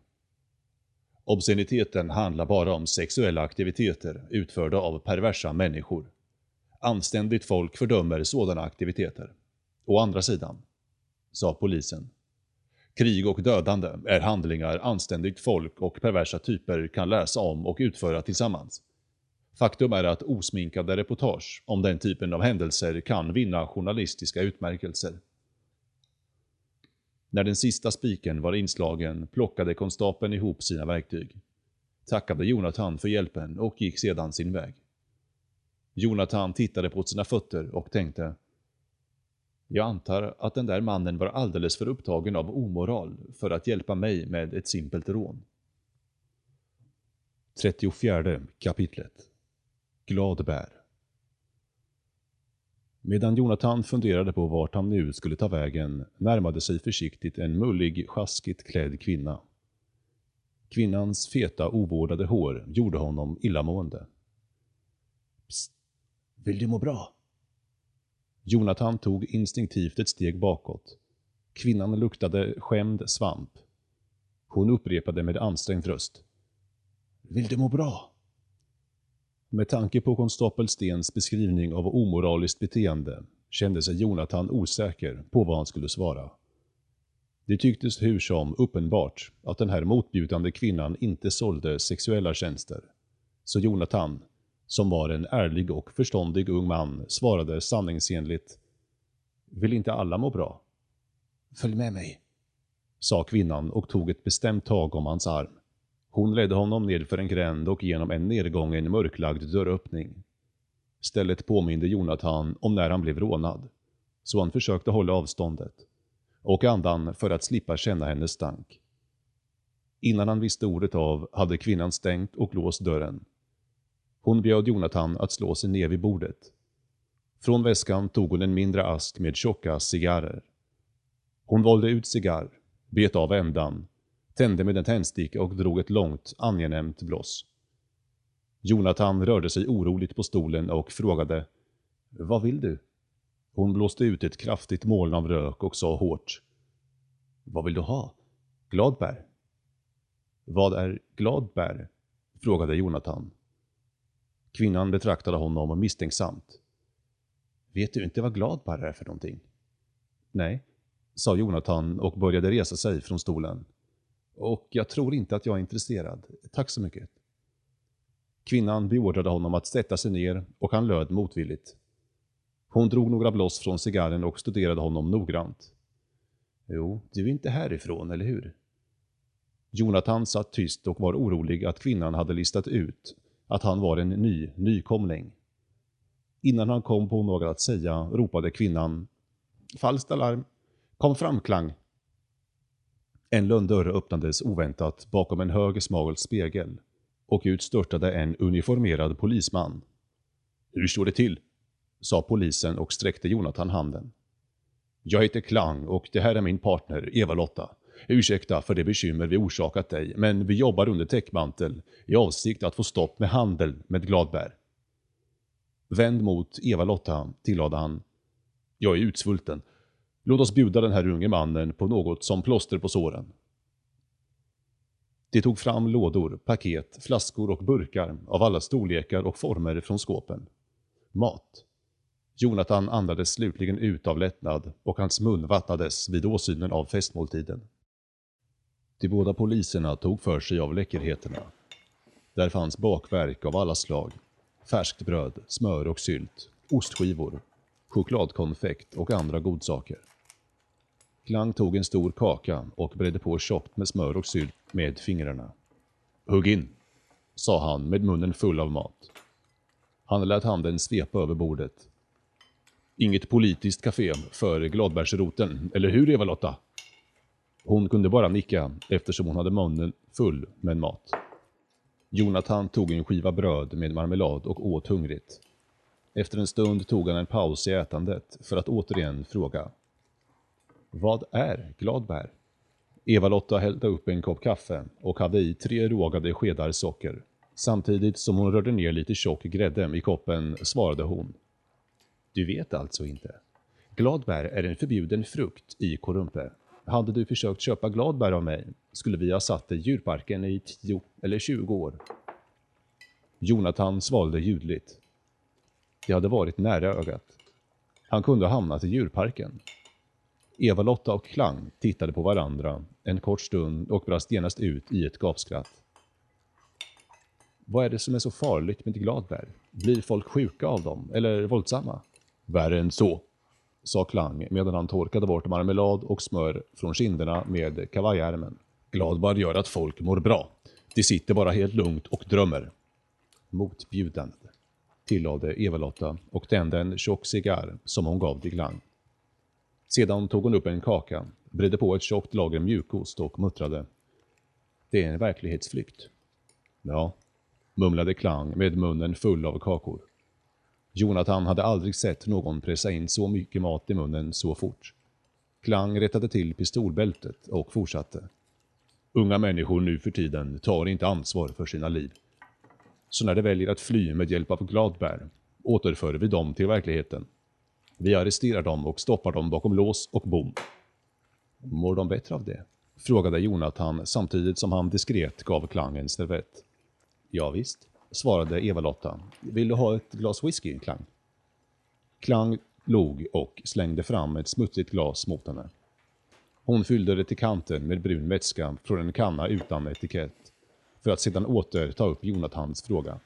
Obsceniteten handlar bara om sexuella aktiviteter utförda av perversa människor. Anständigt folk fördömer sådana aktiviteter. Å andra sidan, sa polisen, krig och dödande är handlingar anständigt folk och perversa typer kan läsa om och utföra tillsammans. Faktum är att osminkade reportage om den typen av händelser kan vinna journalistiska utmärkelser. När den sista spiken var inslagen plockade konstapeln ihop sina verktyg, tackade Jonathan för hjälpen och gick sedan sin väg. Jonathan tittade på sina fötter och tänkte: jag antar att den där mannen var alldeles för upptagen av omoral för att hjälpa mig med ett simpelt rån. 34 kapitlet. Gladbär. Medan Jonathan funderade på vart han nu skulle ta vägen närmade sig försiktigt en mullig, sjaskigt klädd kvinna. Kvinnans feta, ovårdade hår gjorde honom illamående. Psst, vill du må bra? Jonathan tog instinktivt ett steg bakåt. Kvinnan luktade skämd svamp. Hon upprepade med ansträngd röst: vill du må bra? Med tanke på konstapel Stens beskrivning av omoraliskt beteende kände sig Jonathan osäker på vad han skulle svara. Det tycktes hur som uppenbart att den här motbjudande kvinnan inte sålde sexuella tjänster. Så Jonathan, som var en ärlig och förståndig ung man, svarade sanningsenligt: vill inte alla må bra? Följ med mig, sa kvinnan och tog ett bestämt tag om hans arm. Hon ledde honom ned för en gränd och genom en nedgången mörklagd dörröppning. Stället påminde Jonathan om när han blev rånad, så han försökte hålla avståndet och andan för att slippa känna hennes stank. Innan han visste ordet av hade kvinnan stängt och låst dörren. Hon bjöd Jonathan att slå sig ner vid bordet. Från väskan tog hon en mindre ask med tjocka cigarrer. Hon valde ut cigarr, bet av ändan, tände med en tändsticka och drog ett långt, angenämt bloss. Jonathan rörde sig oroligt på stolen och frågade: vad vill du? Hon blåste ut ett kraftigt moln av rök och sa hårt: vad vill du ha? Gladbär? Vad är gladbär? Frågade Jonathan. Kvinnan betraktade honom misstänksamt. Vet du inte vad gladbär är för någonting? Nej, sa Jonathan och började resa sig från stolen. Och jag tror inte att jag är intresserad. Tack så mycket. Kvinnan beordrade honom att sätta sig ner och han löd motvilligt. Hon drog några bloss från cigarren och studerade honom noggrant. Jo, du är inte härifrån, eller hur? Jonathan satt tyst och var orolig att kvinnan hade listat ut att han var en nykomling. Innan han kom på något att säga ropade kvinnan: falskt alarm, kom fram Klang. En lönndörr öppnades oväntat bakom en hög smal spegel och ut störtade en uniformerad polisman. Hur står det till? Sa polisen och sträckte Jonathan handen. Jag heter Klang och det här är min partner Eva-Lotta. Ursäkta för det bekymmer vi orsakat dig, men vi jobbar under täckmantel i avsikt att få stopp med handel med gladbär. Vänd mot Eva-Lotta, tillade han. Jag är utsvulten. Låt oss bjuda den här unge mannen på något som plåster på såren. De tog fram lådor, paket, flaskor och burkar av alla storlekar och former från skåpen. Mat. Jonathan andades slutligen ut av lättnad och hans mun vattnades vid åsynen av festmåltiden. De båda poliserna tog för sig av läckerheterna. Där fanns bakverk av alla slag. Färskt bröd, smör och sylt, ostskivor, chokladkonfekt och andra godsaker. Klang tog en stor kaka och bredde på tjockt med smör och sylt med fingrarna. Hugg in, sa han med munnen full av mat. Han lät handen svepa över bordet. Inget politiskt café för gladbärsroten, eller hur Eva-Lotta? Hon kunde bara nicka eftersom hon hade munnen full med mat. Jonathan tog en skiva bröd med marmelad och åt hungrigt. Efter en stund tog han en paus i ätandet för att återigen fråga. Vad är gladbär? Eva-Lotta hällde upp en kopp kaffe och hade i 3 rågade skedar socker. Samtidigt som hon rörde ner lite tjock grädde i koppen svarade hon. Du vet alltså inte. Gladbär är en förbjuden frukt i Korumpe. Hade du försökt köpa gladbär av mig skulle vi ha satt i djurparken i 10 eller 20 år. Jonathan svalde ljudligt. Det hade varit nära ögat. Han kunde ha hamnat i djurparken. Eva-Lotta och Klang tittade på varandra en kort stund och brast genast ut i ett gapskratt. Vad är det som är så farligt med gladbär? Blir folk sjuka av dem, eller våldsamma? Värre än så, sa Klang medan han torkade bort marmelad och smör från kinderna med kavajärmen. Gladbär gör att folk mår bra. De sitter bara helt lugnt och drömmer. Motbjudande, tillade Eva-Lotta och tände en tjock cigarr som hon gav till Klang. Sedan tog hon upp en kaka, bredde på ett tjockt lager mjukost och muttrade. Det är en verklighetsflykt. Ja, mumlade Klang med munnen full av kakor. Jonathan hade aldrig sett någon pressa in så mycket mat i munnen så fort. Klang rättade till pistolbältet och fortsatte. Unga människor nu för tiden tar inte ansvar för sina liv. Så när de väljer att fly med hjälp av gladbär återför vi dem till verkligheten. Vi arresterar dem och stoppar dem bakom lås och bom. Mår de bättre av det? Frågade Jonathan samtidigt som han diskret gav Klang en servett. Ja visst, svarade Eva-Lotta. Vill du ha ett glas whisky, Klang? Klang log och slängde fram ett smutsigt glas mot henne. Hon fyllde det till kanten med brun vätska från en kanna utan etikett, för att sedan åter ta upp Jonathans fråga.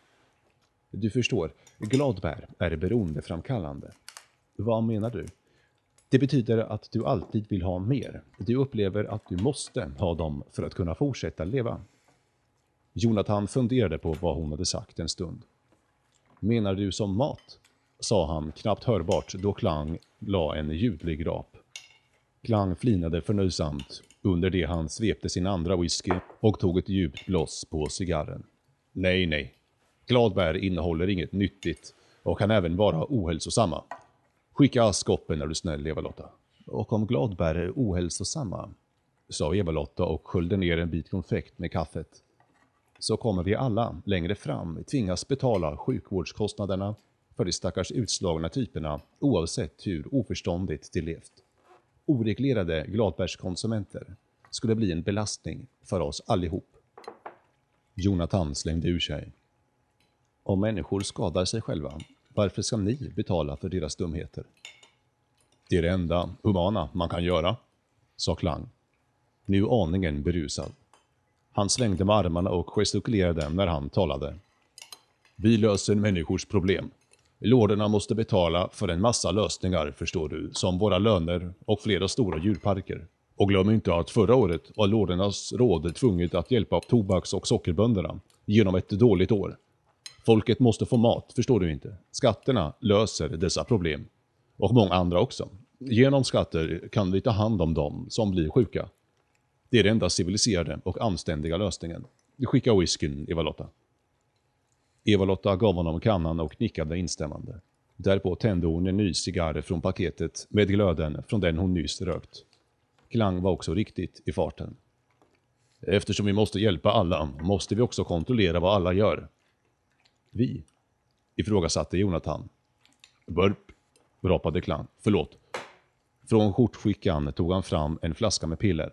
Du förstår, gladbär är beroendeframkallande. Vad menar du? Det betyder att du alltid vill ha mer. Du upplever att du måste ha dem för att kunna fortsätta leva. Jonathan funderade på vad hon hade sagt en stund. Menar du som mat? Sa han knappt hörbart då Klang la en ljudlig rap. Klang flinade förnöjsamt under det han svepte sin andra whisky och tog ett djupt bloss på cigarren. Nej. Gladbär innehåller inget nyttigt och kan även vara ohälsosamma. Skicka askoppen när du snäll, Eva-Lotta. Och om gladbär är ohälsosamma, sa Eva-Lotta och sköljde ner en bit konfekt med kaffet, så kommer vi alla längre fram tvingas betala sjukvårdskostnaderna för de stackars utslagna typerna oavsett hur oförståndigt de levt. Oreglerade gladbärskonsumenter skulle bli en belastning för oss allihop. Jonathan slängde ur sig. Om människor skadar sig själva, varför ska ni betala för deras dumheter? Det är det enda humana man kan göra, sa Klang, nu aningen berusad. Han svängde med armarna och gestikulerade när han talade. Vi löser människors problem. Lorderna måste betala för en massa lösningar, förstår du, som våra löner och flera stora djurparker. Och glöm inte att förra året var lordernas råd tvunget att hjälpa tobaks- och sockerbönderna genom ett dåligt år. Folket måste få mat, förstår du inte. Skatterna löser dessa problem. Och många andra också. Genom skatter kan vi ta hand om dem som blir sjuka. Det är den enda civiliserade och anständiga lösningen. Skicka whiskyn, Eva-Lotta. Eva-Lotta gav honom kannan och nickade instämmande. Därpå tände hon en ny cigarr från paketet med glöden från den hon nyss rökt. Klang var också riktigt i farten. Eftersom vi måste hjälpa alla måste vi också kontrollera vad alla gör. Vi? Ifrågasatte Jonathan. Burp, rapade Klang. Förlåt. Från skjortskickan tog han fram en flaska med piller.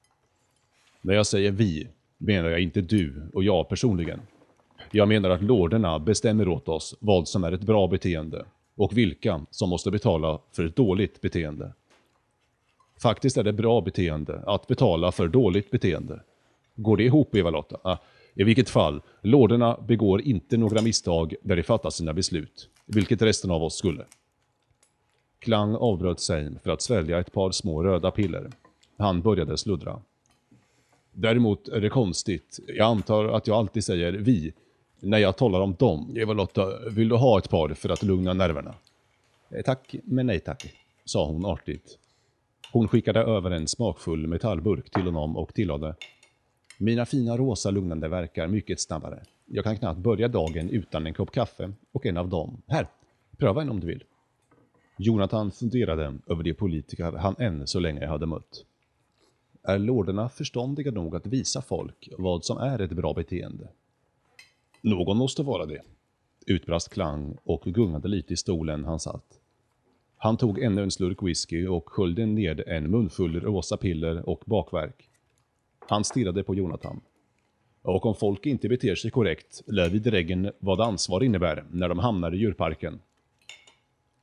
När jag säger vi menar jag inte du och jag personligen. Jag menar att lorderna bestämmer åt oss vad som är ett bra beteende och vilka som måste betala för ett dåligt beteende. Faktiskt är det bra beteende att betala för dåligt beteende. Går det ihop, Eva-Lotta? I vilket fall, lorderna begår inte några misstag där de fattar sina beslut, vilket resten av oss skulle. Klang avbröt sig för att svälja ett par små röda piller. Han började sluddra. Däremot är det konstigt. Jag antar att jag alltid säger vi när jag talar om dem. Eva-Lotta, vill du ha ett par för att lugna nerverna? Tack, men nej tack, sa hon artigt. Hon skickade över en smakfull metallburk till honom och tillade. Mina fina rosa lugnande verkar mycket snabbare. Jag kan knappt börja dagen utan en kopp kaffe och en av dem. Här, pröva en om du vill. Jonathan funderade över de politiker han än så länge hade mött. Är lorderna förståndiga nog att visa folk vad som är ett bra beteende? Någon måste vara det, utbrast Klang och gungade lite i stolen han satt. Han tog ännu en slurk whisky och sköljde ned en munfull rosa piller och bakverk. Han stirrade på Jonathan. Och om folk inte beter sig korrekt lär vi dräggen vad ansvar innebär när de hamnar i djurparken.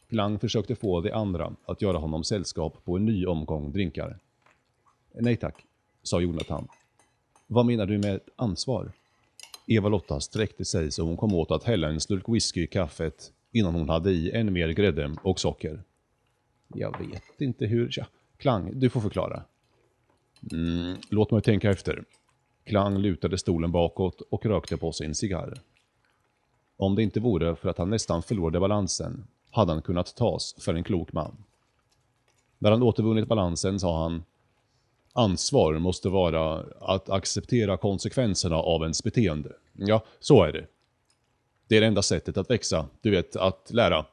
Klang försökte få de andra att göra honom sällskap på en ny omgång drinkar. Nej tack, sa Jonathan. Vad menar du med ansvar? Eva-Lotta sträckte sig så hon kom åt att hälla en slurk whisky i kaffet innan hon hade i ännu mer grädde och socker. Jag vet inte hur... Ja, Klang, du får förklara. Låt mig tänka efter. Klang lutade stolen bakåt och rökte på sin cigarr. Om det inte vore för att han nästan förlorade balansen hade han kunnat tas för en klok man. När han återvunnit balansen sa han: ansvar måste vara att acceptera konsekvenserna av ens beteende. Ja, så är det. Det är det enda sättet att växa, du vet, att lära.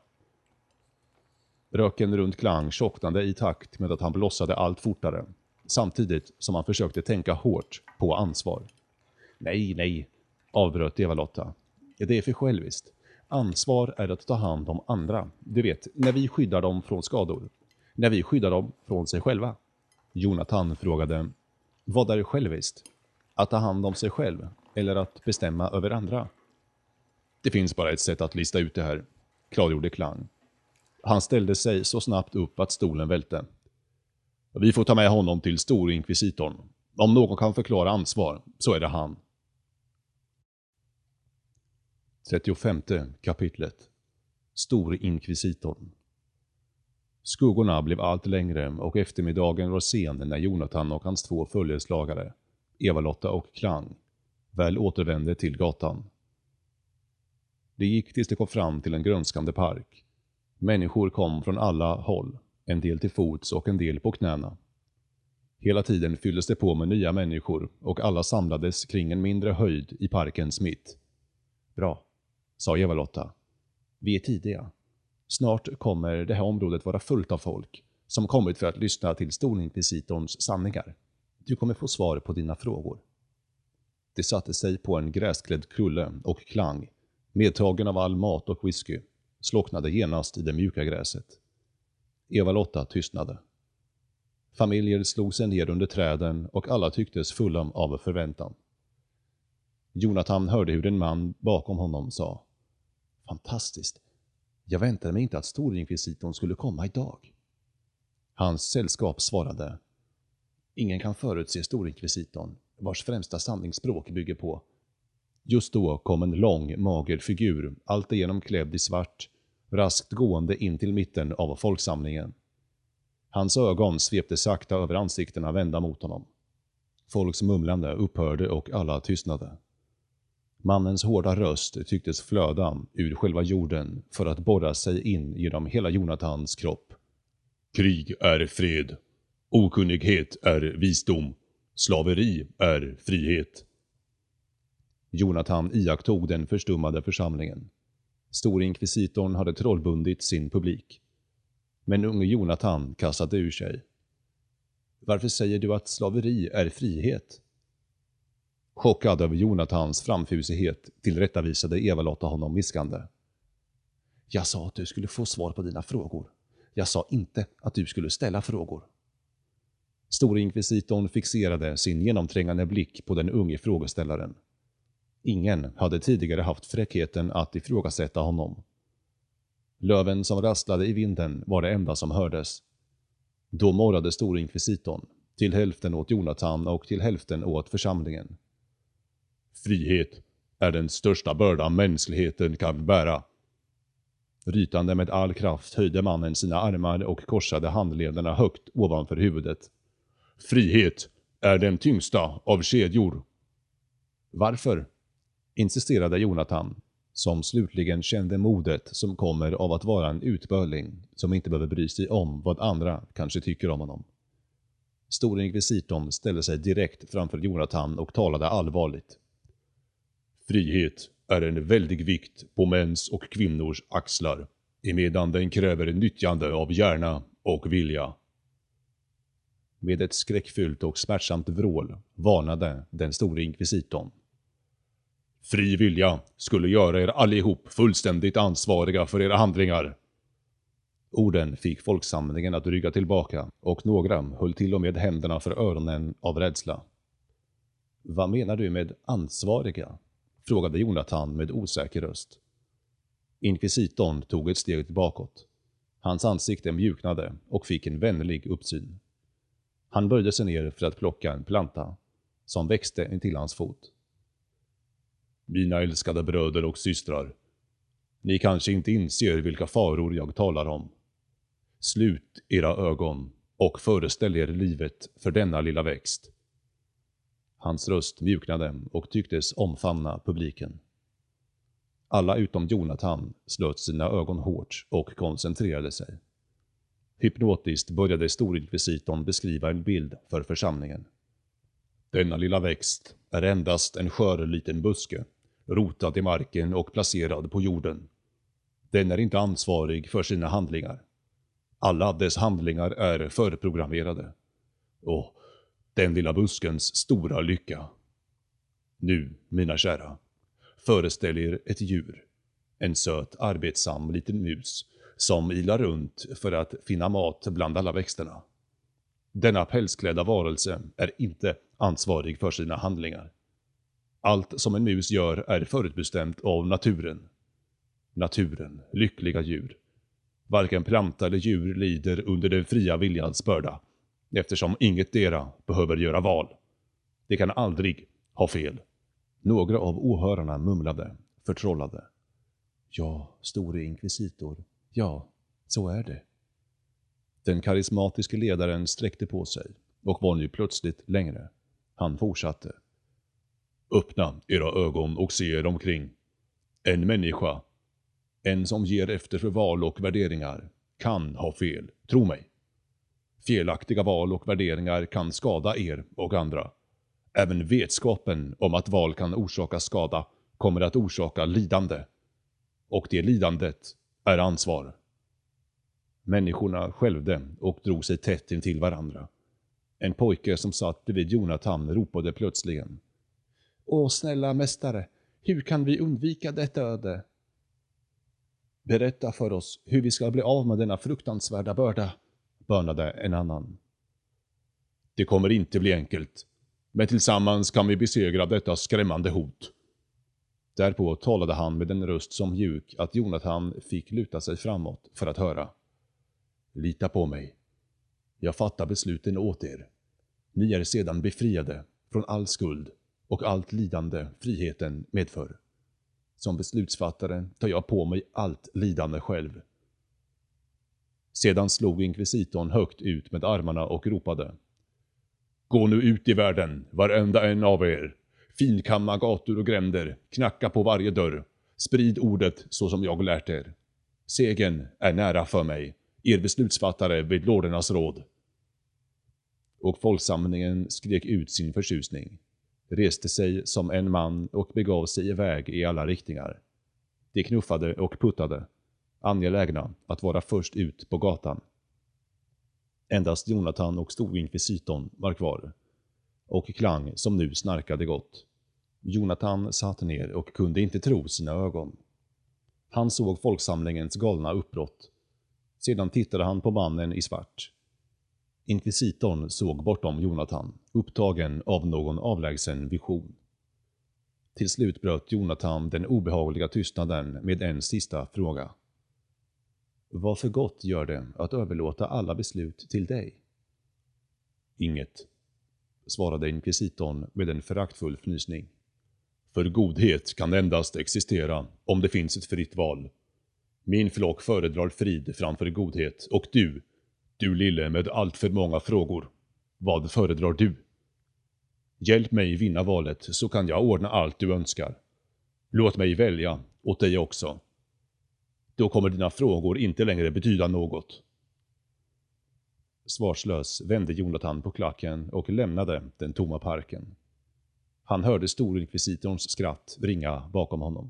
Röken runt Klang tjocknade i takt med att han blossade allt fortare, samtidigt som han försökte tänka hårt på ansvar. Nej, avbröt Eva-Lotta. Det är för själviskt. Ansvar är att ta hand om andra. Du vet, när vi skyddar dem från skador. När vi skyddar dem från sig själva. Jonathan frågade: vad är själviskt? Att ta hand om sig själv eller att bestämma över andra? Det finns bara ett sätt att lista ut det här, klargjorde Klang. Han ställde sig så snabbt upp att stolen välte. Vi får ta med honom till Storinkvisitorn. Om någon kan förklara ansvar, så är det han. 35:e kapitlet. Storinkvisitorn. Skuggorna blev allt längre och eftermiddagen var sen när Jonathan och hans 2 följeslagare, Eva-Lotta och Klang, väl återvände till gatan. Det gick tills det kom fram till en grönskande park. Människor kom från alla håll, en del till fots och en del på knäna. Hela tiden fylldes det på med nya människor och alla samlades kring en mindre höjd i parkens mitt. Bra, sa Eva-Lotta. Vi är tidiga. Snart kommer det här området vara fullt av folk som kommit för att lyssna till Storinkvisitorns sanningar. Du kommer få svar på dina frågor. Det satte sig på en gräsklädd krulle och Klang, medtagen av all mat och whisky, slocknade genast i det mjuka gräset. Eva-Lotta tystnade. Familjer slog sig ner under träden och alla tycktes fulla av förväntan. Jonathan hörde hur en man bakom honom sa: fantastiskt. Jag väntade mig inte att Storinkvisitorn skulle komma idag. Hans sällskap svarade: ingen kan förutse Storinkvisitorn, vars främsta sanningsspråk bygger på. Just då kom en lång, mager figur, alltigenom klädd i svart, raskt gående in till mitten av folksamlingen. Hans ögon svepte sakta över ansiktena vända mot honom. Folks mumlande upphörde och alla tystnade. Mannens hårda röst tycktes flöda ur själva jorden för att borra sig in genom hela Jonathans kropp. Krig är fred. Okunnighet är visdom. Slaveri är frihet. Jonathan iakttog den förstummade församlingen. Storinkvisitorn hade trollbundit sin publik. Men unge Jonathan kastade ur sig: varför säger du att slaveri är frihet? Chockad över Jonathans framfusighet tillrättavisade Eva-Lotta honom viskande: jag sa att du skulle få svar på dina frågor. Jag sa inte att du skulle ställa frågor. Storinkvisitorn fixerade sin genomträngande blick på den unge frågeställaren. Ingen hade tidigare haft fräckheten att ifrågasätta honom. Löven som rasslade i vinden var det enda som hördes. Då morrade Storinkvisitorn, till hälften åt Jonathan och till hälften åt församlingen. Frihet är den största börda mänskligheten kan bära. Rytande med all kraft höjde mannen sina armar och korsade handlederna högt ovanför huvudet. Frihet är den tyngsta av kedjor. Varför? Insisterade Jonathan, som slutligen kände modet som kommer av att vara en utbörling som inte behöver bry sig om vad andra kanske tycker om honom. Storinkvisitorn ställde sig direkt framför Jonathan och talade allvarligt. Frihet är en väldig vikt på mäns och kvinnors axlar, emedan den kräver nyttjande av hjärna och vilja. Med ett skräckfyllt och smärtsamt vrål varnade den store inkvisitorn. Fri vilja skulle göra er allihop fullständigt ansvariga för era handlingar. Orden fick folksamlingen att rygga tillbaka och några höll till och med händerna för öronen av rädsla. Vad menar du med ansvariga? Frågade Jonathan med osäker röst. Inkvisitorn tog ett steg bakåt. Hans ansikte mjuknade och fick en vänlig uppsyn. Han böjde sig ner för att plocka en planta som växte intill hans fot. Mina älskade bröder och systrar, ni kanske inte inser vilka faror jag talar om. Slut era ögon och föreställ er livet för denna lilla växt. Hans röst mjuknade och tycktes omfamna publiken. Alla utom Jonathan slöt sina ögon hårt och koncentrerade sig. Hypnotiskt började storinkvisitorn beskriva en bild för församlingen. Denna lilla växt är endast en skör liten buske, rotad i marken och placerad på jorden. Den är inte ansvarig för sina handlingar. Alla dess handlingar är förprogrammerade. Och den lilla buskens stora lycka. Nu, mina kära, föreställ er ett djur. En söt, arbetsam liten mus som ilar runt för att finna mat bland alla växterna. Denna pälsklädda varelse är inte ansvarig för sina handlingar. Allt som en mus gör är förutbestämt av naturen. Naturen, lyckliga djur. Varken planta eller djur lider under den fria viljans börda, eftersom ingetdera behöver göra val. Det kan aldrig ha fel. Några av åhörarna mumlade, förtrollade. Ja, store inkvisitor. Ja, så är det. Den karismatiske ledaren sträckte på sig och var nu plötsligt längre. Han fortsatte. Öppna era ögon och se er omkring. En människa, en som ger efter för val och värderingar, kan ha fel, tro mig. Felaktiga val och värderingar kan skada er och andra. Även vetskapen om att val kan orsaka skada kommer att orsaka lidande. Och det lidandet är ansvar. Människorna skälvde och drog sig tätt intill varandra. En pojke som satt bredvid Jonathan ropade plötsligen. Åh, snälla mästare, hur kan vi undvika detta öde? Berätta för oss hur vi ska bli av med denna fruktansvärda börda, bönade en annan. Det kommer inte bli enkelt, men tillsammans kan vi besegra detta skrämmande hot. Därpå talade han med en röst så mjuk att Jonathan fick luta sig framåt för att höra. Lita på mig. Jag fattar besluten åt er. Ni är sedan befriade från all skuld och allt lidande friheten medför. Som beslutsfattare tar jag på mig allt lidande själv. Sedan slog inkvisitorn högt ut med armarna och ropade. Gå nu ut i världen, varenda en av er. Finkamma gator och gränder, knacka på varje dörr. Sprid ordet så som jag lärt er. Segern är nära för mig, er beslutsfattare vid lordernas råd. Och folksamlingen skrek ut sin förtjusning, reste sig som en man och begav sig iväg i alla riktningar. De knuffade och puttade, angelägna att vara först ut på gatan. Endast Jonathan och storinkvisitorn var kvar, och Klang som nu snarkade gott. Jonathan satt ner och kunde inte tro sina ögon. Han såg folksamlingens galna uppbrott. Sedan tittade han på mannen i svart. Inkvisitorn såg bortom Jonathan, upptagen av någon avlägsen vision. Till slut bröt Jonathan den obehagliga tystnaden med en sista fråga. Vad för gott gör det att överlåta alla beslut till dig? Inget, svarade inkvisitorn med en föraktfull fnysning. För godhet kan endast existera om det finns ett fritt val. Min flock föredrar frid framför godhet, och du lille med allt för många frågor. Vad föredrar du? Hjälp mig vinna valet så kan jag ordna allt du önskar. Låt mig välja åt dig också. Då kommer dina frågor inte längre betyda något. Svarslös vände Jonathan på klacken och lämnade den tomma parken. Han hörde storinkvisitorns skratt ringa bakom honom.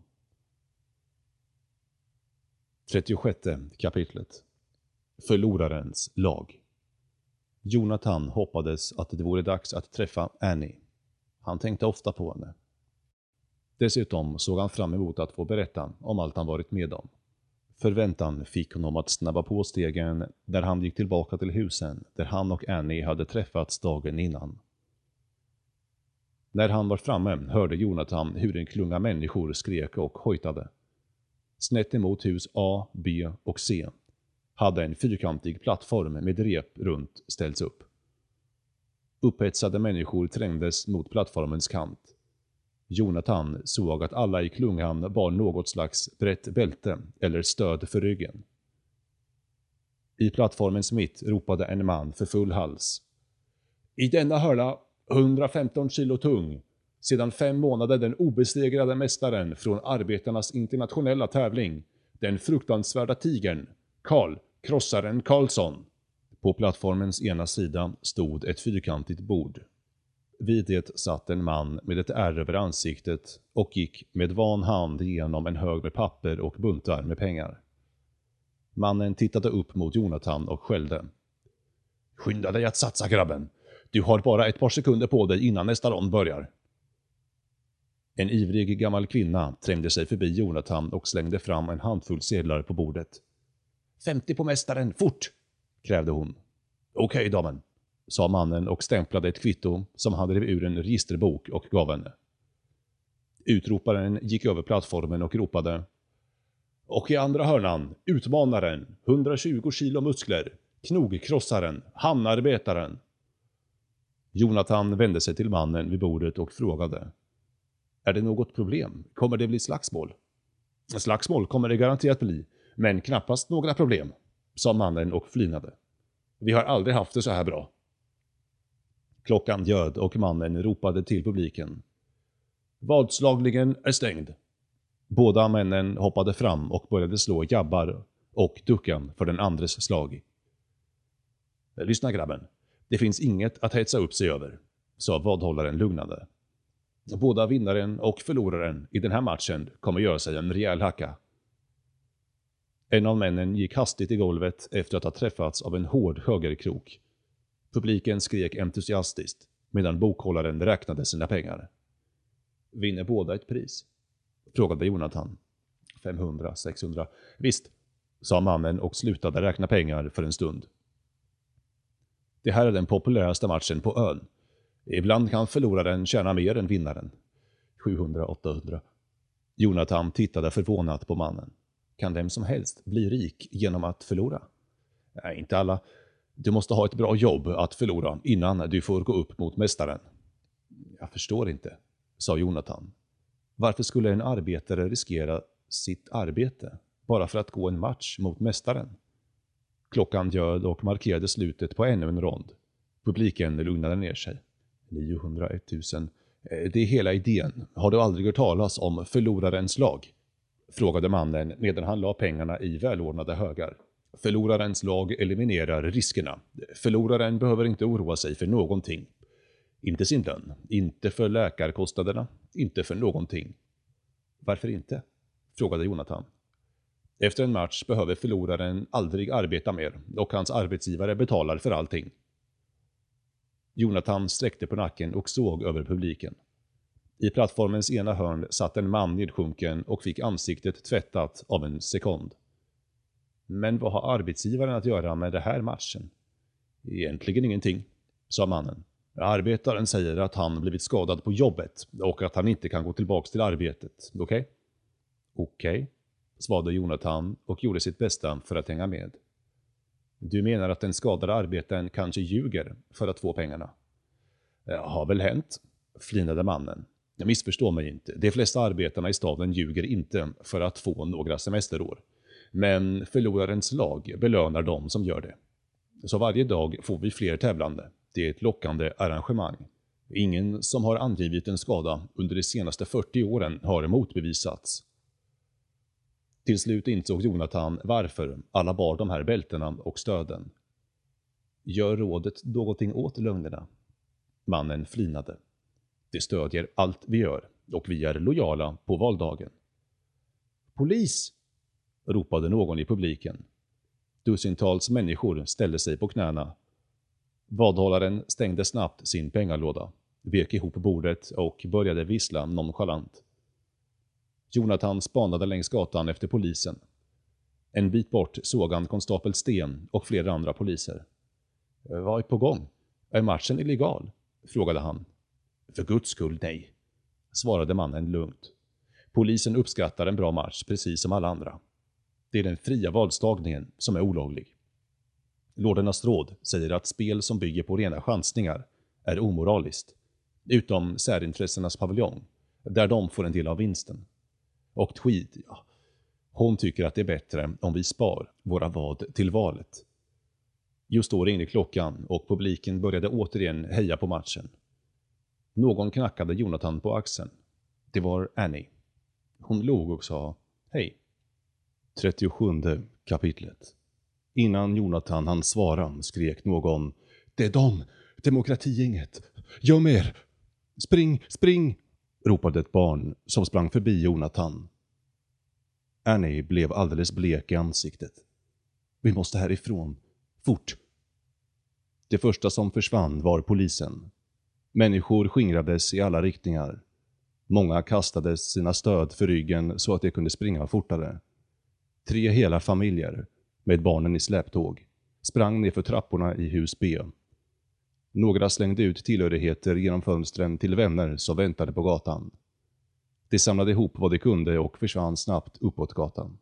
36:e kapitlet. Förlorarens lag. Jonathan hoppades att det vore dags att träffa Annie. Han tänkte ofta på henne. Dessutom såg han fram emot att få berätta om allt han varit med om. Förväntan fick honom att snabba på stegen när han gick tillbaka till husen där han och Annie hade träffats dagen innan. När han var framme hörde Jonathan hur en klunga människor skrek och hojtade. Snett emot hus A, B och C hade en fyrkantig plattform med rep runt ställts upp. Upphetsade människor trängdes mot plattformens kant. Jonathan såg att alla i klungan bar något slags brett bälte eller stöd för ryggen. I plattformens mitt ropade en man för full hals. I denna hörna, 115 kilo tung, sedan 5 månader den obesegrade mästaren från arbetarnas internationella tävling, den fruktansvärda tigern, Karl Krossaren Karlsson. På plattformens ena sida stod ett fyrkantigt bord. Vid det satt en man med ett ärr över ansiktet och gick med van hand igenom en hög med papper och buntar med pengar. Mannen tittade upp mot Jonathan och skällde. Skynda dig att satsa, grabben. Du har bara ett par sekunder på dig innan nästa rond börjar. En ivrig gammal kvinna trängde sig förbi Jonathan och slängde fram en handfull sedlar på bordet. 50 på mästaren, fort! Krävde hon. Okej, damen, sa mannen och stämplade ett kvitto som han drev ur en registerbok och gav henne. Utroparen gick över plattformen och ropade. Och i andra hörnan, utmanaren, 120 kilo muskler, knogkrossaren, hamnarbetaren. Jonathan vände sig till mannen vid bordet och frågade. Är det något problem? Kommer det bli slagsmål? Slagsmål kommer det garanterat bli, men knappast några problem, sa mannen och flinade. Vi har aldrig haft det så här bra. Klockan ljöd och mannen ropade till publiken. Vadslagligen är stängd. Båda männen hoppade fram och började slå jabbar och duckan för den andres slag. Lyssna, grabben. Det finns inget att hetsa upp sig över, sa vadhållaren lugnande. Båda vinnaren och förloraren i den här matchen kommer göra sig en rejäl hacka. En av männen gick hastigt i golvet efter att ha träffats av en hård högerkrok. Publiken skrek entusiastiskt medan bokhållaren räknade sina pengar. Vinner båda ett pris? Frågade Jonathan. 500, 600. Visst, sa mannen och slutade räkna pengar för en stund. Det här är den populäraste matchen på ön. Ibland kan förloraren tjäna mer än vinnaren. 700, 800. Jonathan tittade förvånat på mannen. Kan vem som helst bli rik genom att förlora? Nej, inte alla. Du måste ha ett bra jobb att förlora innan du får gå upp mot mästaren. Jag förstår inte, sa Jonathan. Varför skulle en arbetare riskera sitt arbete bara för att gå en match mot mästaren? Klockan ljöd och markerade slutet på ännu en rond. Publiken lugnade ner sig. 900, 1000. Det är hela idén. Har du aldrig hört talas om förlorarens lag? Frågade mannen medan han la pengarna i välordnade högar. Förlorarens lag eliminerar riskerna. Förloraren behöver inte oroa sig för någonting. Inte sin lön, inte för läkarkostnaderna, inte för någonting. Varför inte? Frågade Jonathan. Efter en match behöver förloraren aldrig arbeta mer och hans arbetsgivare betalar för allting. Jonathan sträckte på nacken och såg över publiken. I plattformens ena hörn satt en man nedsjunken och fick ansiktet tvättat av en sekond. Men vad har arbetsgivaren att göra med det här matchen? Egentligen ingenting, sa mannen. Arbetaren säger att han blivit skadad på jobbet och att han inte kan gå tillbaka till arbetet, okej? Okej, svarade Jonathan och gjorde sitt bästa för att hänga med. Du menar att den skadade arbetaren kanske ljuger för att få pengarna? Har väl hänt, flinade mannen. Jag missförstår mig inte. De flesta arbetarna i staden ljuger inte för att få några semesterår. Men förlorarens lag belönar dem som gör det. Så varje dag får vi fler tävlande. Det är ett lockande arrangemang. Ingen som har angivit en skada under de senaste 40 åren har motbevisats. Till slut insåg Jonathan varför alla bar de här bältena och stöden. Gör rådet någonting åt lögnerna? Mannen flinade. Det stödjer allt vi gör och vi är lojala på valdagen. Polis! Ropade någon i publiken. Dussintals människor ställde sig på knäna. Vadhållaren stängde snabbt sin pengalåda, vek ihop bordet och började vissla nonchalant. Jonathan spanade längs gatan efter polisen. En bit bort såg han konstapel Sten och flera andra poliser. Vad är på gång? Är matchen illegal? Frågade han. För Guds skull nej, svarade mannen lugnt. Polisen uppskattar en bra match precis som alla andra. Det är den fria valstagningen som är olaglig. Lordernas råd säger att spel som bygger på rena chansningar är omoraliskt, utom särintressenas paviljong, där de får en del av vinsten. Och Tweed, ja, hon tycker att det är bättre om vi spar våra vad till valet. Just då ringde klockan och publiken började återigen heja på matchen. Någon knackade Jonathan på axeln. Det var Annie. Hon log och sa hej. 37:e kapitlet. Innan Jonathan hann svara skrek någon: Det är de! Demokratigänget! Göm er! Spring, spring! Ropade ett barn som sprang förbi Jonathan. Annie blev alldeles blek i ansiktet. Vi måste härifrån. Fort! Det första som försvann var polisen. Människor skingrades i alla riktningar. Många kastade sina stöd för ryggen så att de kunde springa fortare. 3 hela familjer, med barnen i släptåg, sprang ner för trapporna i hus B. Några slängde ut tillhörigheter genom fönstren till vänner som väntade på gatan. De samlade ihop vad de kunde och försvann snabbt uppåt gatan.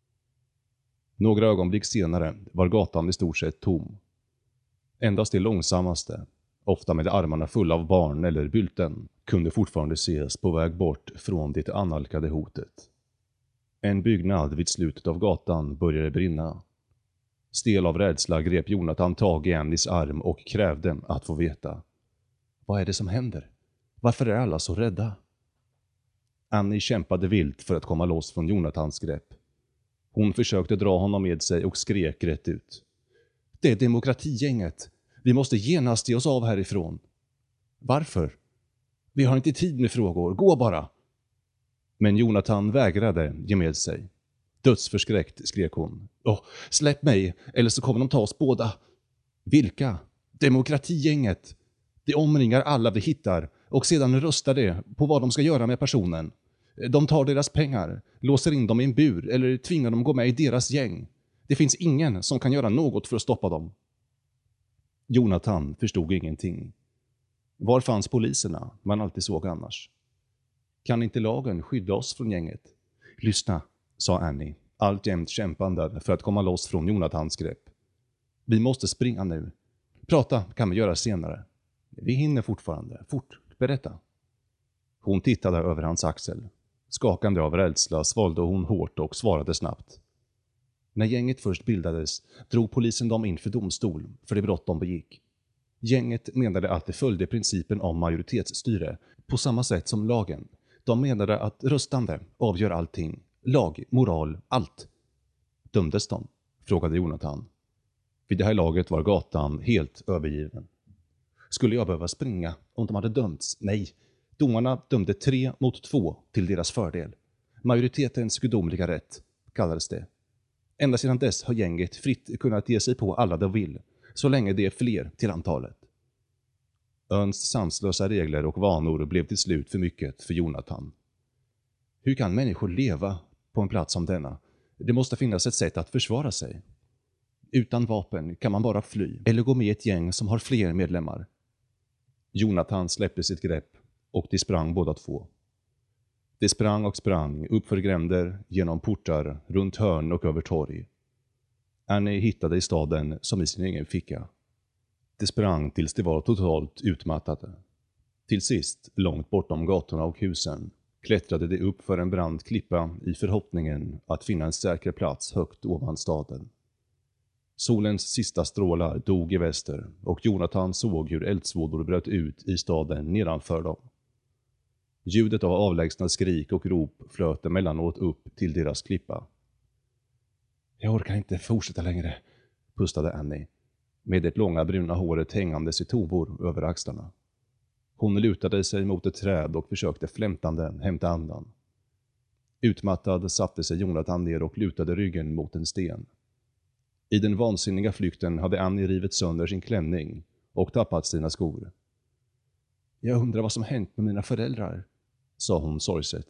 Några ögonblick senare var gatan i stort sett tom. Endast de långsammaste, ofta med armarna fulla av barn eller bylten, kunde fortfarande ses på väg bort från det annalkade hotet. En byggnad vid slutet av gatan började brinna. Stel av rädsla grep Jonathan tag i Annies arm och krävde att få veta. Vad är det som händer? Varför är alla så rädda? Annie kämpade vilt för att komma loss från Jonathans grepp. Hon försökte dra honom med sig och skrek rätt ut. Det är demokratigänget. Vi måste genast ge oss av härifrån. Varför? Vi har inte tid med frågor. Gå bara. Men Jonathan vägrade ge med sig. Dödsförskräckt skrek hon. Släpp mig, eller så kommer de ta oss båda. Vilka? Demokratigänget. De omringar alla vi hittar och sedan röstar de på vad de ska göra med personen. De tar deras pengar, låser in dem i en bur eller tvingar dem gå med i deras gäng. Det finns ingen som kan göra något för att stoppa dem. Jonathan förstod ingenting. Var fanns poliserna man alltid såg annars? Kan inte lagen skydda oss från gänget? Lyssna, sa Annie, alltjämt kämpande för att komma loss från Jonathans grepp. Vi måste springa nu. Prata kan vi göra senare. Vi hinner fortfarande. Fort, berätta. Hon tittade över hans axel. Skakande av rädsla svalde hon hårt och svarade snabbt. När gänget först bildades drog polisen dem inför domstol för det brott de begick. Gänget menade att det följde principen om majoritetsstyre på samma sätt som lagen. De menade att röstande avgör allting. Lag, moral, allt. Dömdes de? Frågade Jonathan. Vid det här laget var gatan helt övergiven. Skulle jag behöva springa om de hade dömts? Nej. Domarna dömde 3-2 till deras fördel. Majoritetens gudomliga rätt kallades det. Ända sedan dess har gänget fritt kunnat ge sig på alla de vill, så länge det är fler till antalet. Öns sanslösa regler och vanor blev till slut för mycket för Jonathan. Hur kan människor leva på en plats som denna? Det måste finnas ett sätt att försvara sig. Utan vapen kan man bara fly eller gå med i ett gäng som har fler medlemmar. Jonathan släppte sitt grepp och de sprang båda två. De sprang och sprang uppför gränder, genom portar, runt hörn och över torg. Annie hittade i staden som i sin egen ficka. De sprang tills de var totalt utmattade. Till sist, långt bortom gatorna och husen, klättrade de upp för en brant klippa i förhoppningen att finna en säker plats högt ovan staden. Solens sista strålar dog i väster och Jonathan såg hur eldsvådor bröt ut i staden nedanför dem. Ljudet av avlägsna skrik och rop flöt emellanåt upp till deras klippa. Jag orkar inte fortsätta längre, pustade Annie, med det långa bruna håret hängandes i tovor över axlarna. Hon lutade sig mot ett träd och försökte flämtande hämta andan. Utmattad satte sig Jonathan ner och lutade ryggen mot en sten. I den vansinniga flykten hade Annie rivit sönder sin klänning och tappat sina skor. Jag undrar vad som hänt med mina föräldrar, sa hon sorgset.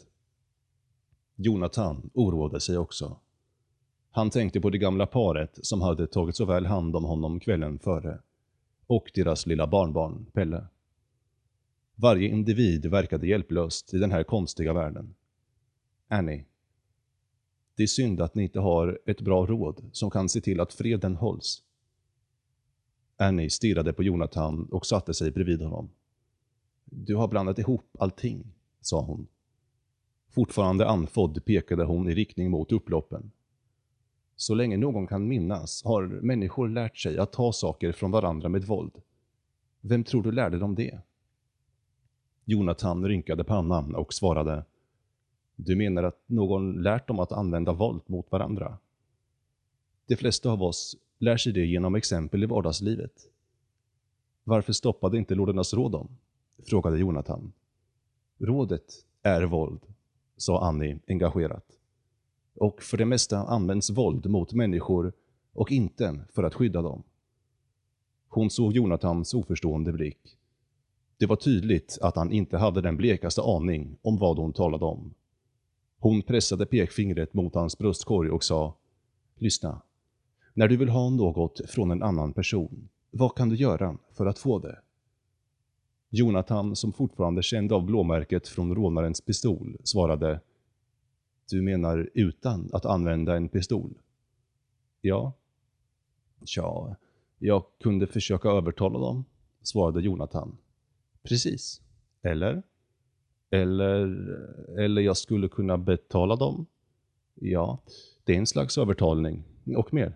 Jonathan oroade sig också. Han tänkte på det gamla paret som hade tagit så väl hand om honom kvällen före, och deras lilla barnbarn, Pelle. Varje individ verkade hjälplöst i den här konstiga världen. Annie. Det är synd att ni inte har ett bra råd som kan se till att freden hålls. Annie stirrade på Jonathan och satte sig bredvid honom. Du har blandat ihop allting, sa hon. Fortfarande andfådd pekade hon i riktning mot upploppen. Så länge någon kan minnas har människor lärt sig att ta saker från varandra med våld. Vem tror du lärde dem det? Jonathan rynkade pannan och svarade. Du menar att någon lärt dem att använda våld mot varandra? De flesta av oss lär sig det genom exempel i vardagslivet. Varför stoppade inte Lordernas råd dem? Frågade Jonathan. Rådet är våld, sa Annie engagerat. Och för det mesta används våld mot människor och inte för att skydda dem. Hon såg Jonathans oförstående blick. Det var tydligt att han inte hade den blekaste aning om vad hon talade om. Hon pressade pekfingret mot hans bröstkorg och sa, lyssna, när du vill ha något från en annan person, vad kan du göra för att få det? Jonathan, som fortfarande kände av blåmärket från rånarens pistol, svarade, du menar utan att använda en pistol? Ja. Tja, jag kunde försöka övertala dem, svarade Jonathan. Precis. Eller jag skulle kunna betala dem? Ja, det är en slags övertalning. Och mer.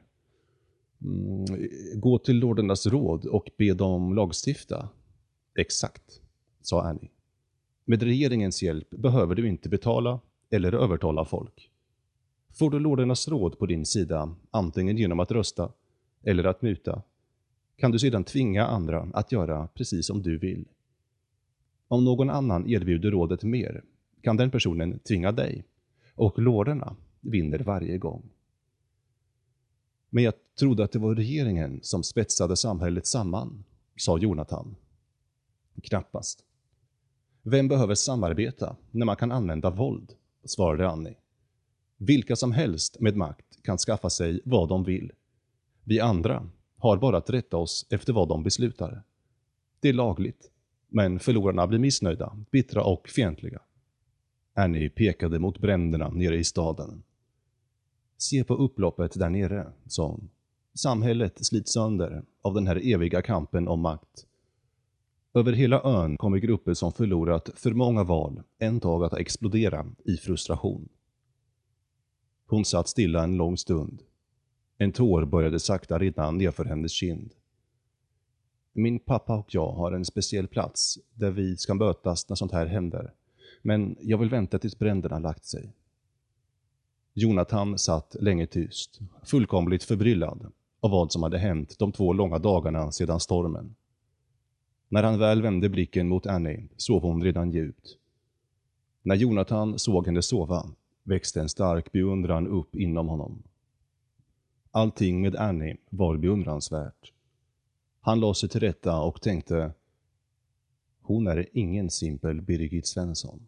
Gå till Lordernas råd och be dem lagstifta. Exakt, sa Annie. Med regeringens hjälp behöver du inte betala eller övertala folk. Får du Lordernas råd på din sida, antingen genom att rösta eller att muta, kan du sedan tvinga andra att göra precis som du vill. Om någon annan erbjuder rådet mer, kan den personen tvinga dig, och lorderna vinner varje gång. Men jag trodde att det var regeringen som spetsade samhället samman, sa Jonathan. Knappast. Vem behöver samarbeta när man kan använda våld, svarade Annie. Vilka som helst med makt kan skaffa sig vad de vill. Vi andra har bara att rätta oss efter vad de beslutar. Det är lagligt, men förlorarna blir missnöjda, bittra och fientliga. Annie pekade mot bränderna nere i staden. Se på upploppet där nere, sa hon. Samhället slits sönder av den här eviga kampen om makt. Över hela ön kommer grupper som förlorat för många val en dag att explodera i frustration. Hon satt stilla en lång stund. En tår började sakta rinna nerför hennes kind. Min pappa och jag har en speciell plats där vi ska mötas när sånt här händer. Men jag vill vänta tills bränderna lagt sig. Jonathan satt länge tyst, fullkomligt förbryllad av vad som hade hänt de 2 långa dagarna sedan stormen. När han väl vände blicken mot Annie sov hon redan djupt. När Jonathan såg henne sova växte en stark beundran upp inom honom. Allting med Annie var beundransvärt. Han la sig till rätta och tänkte, hon är ingen simpel Birgit Svensson.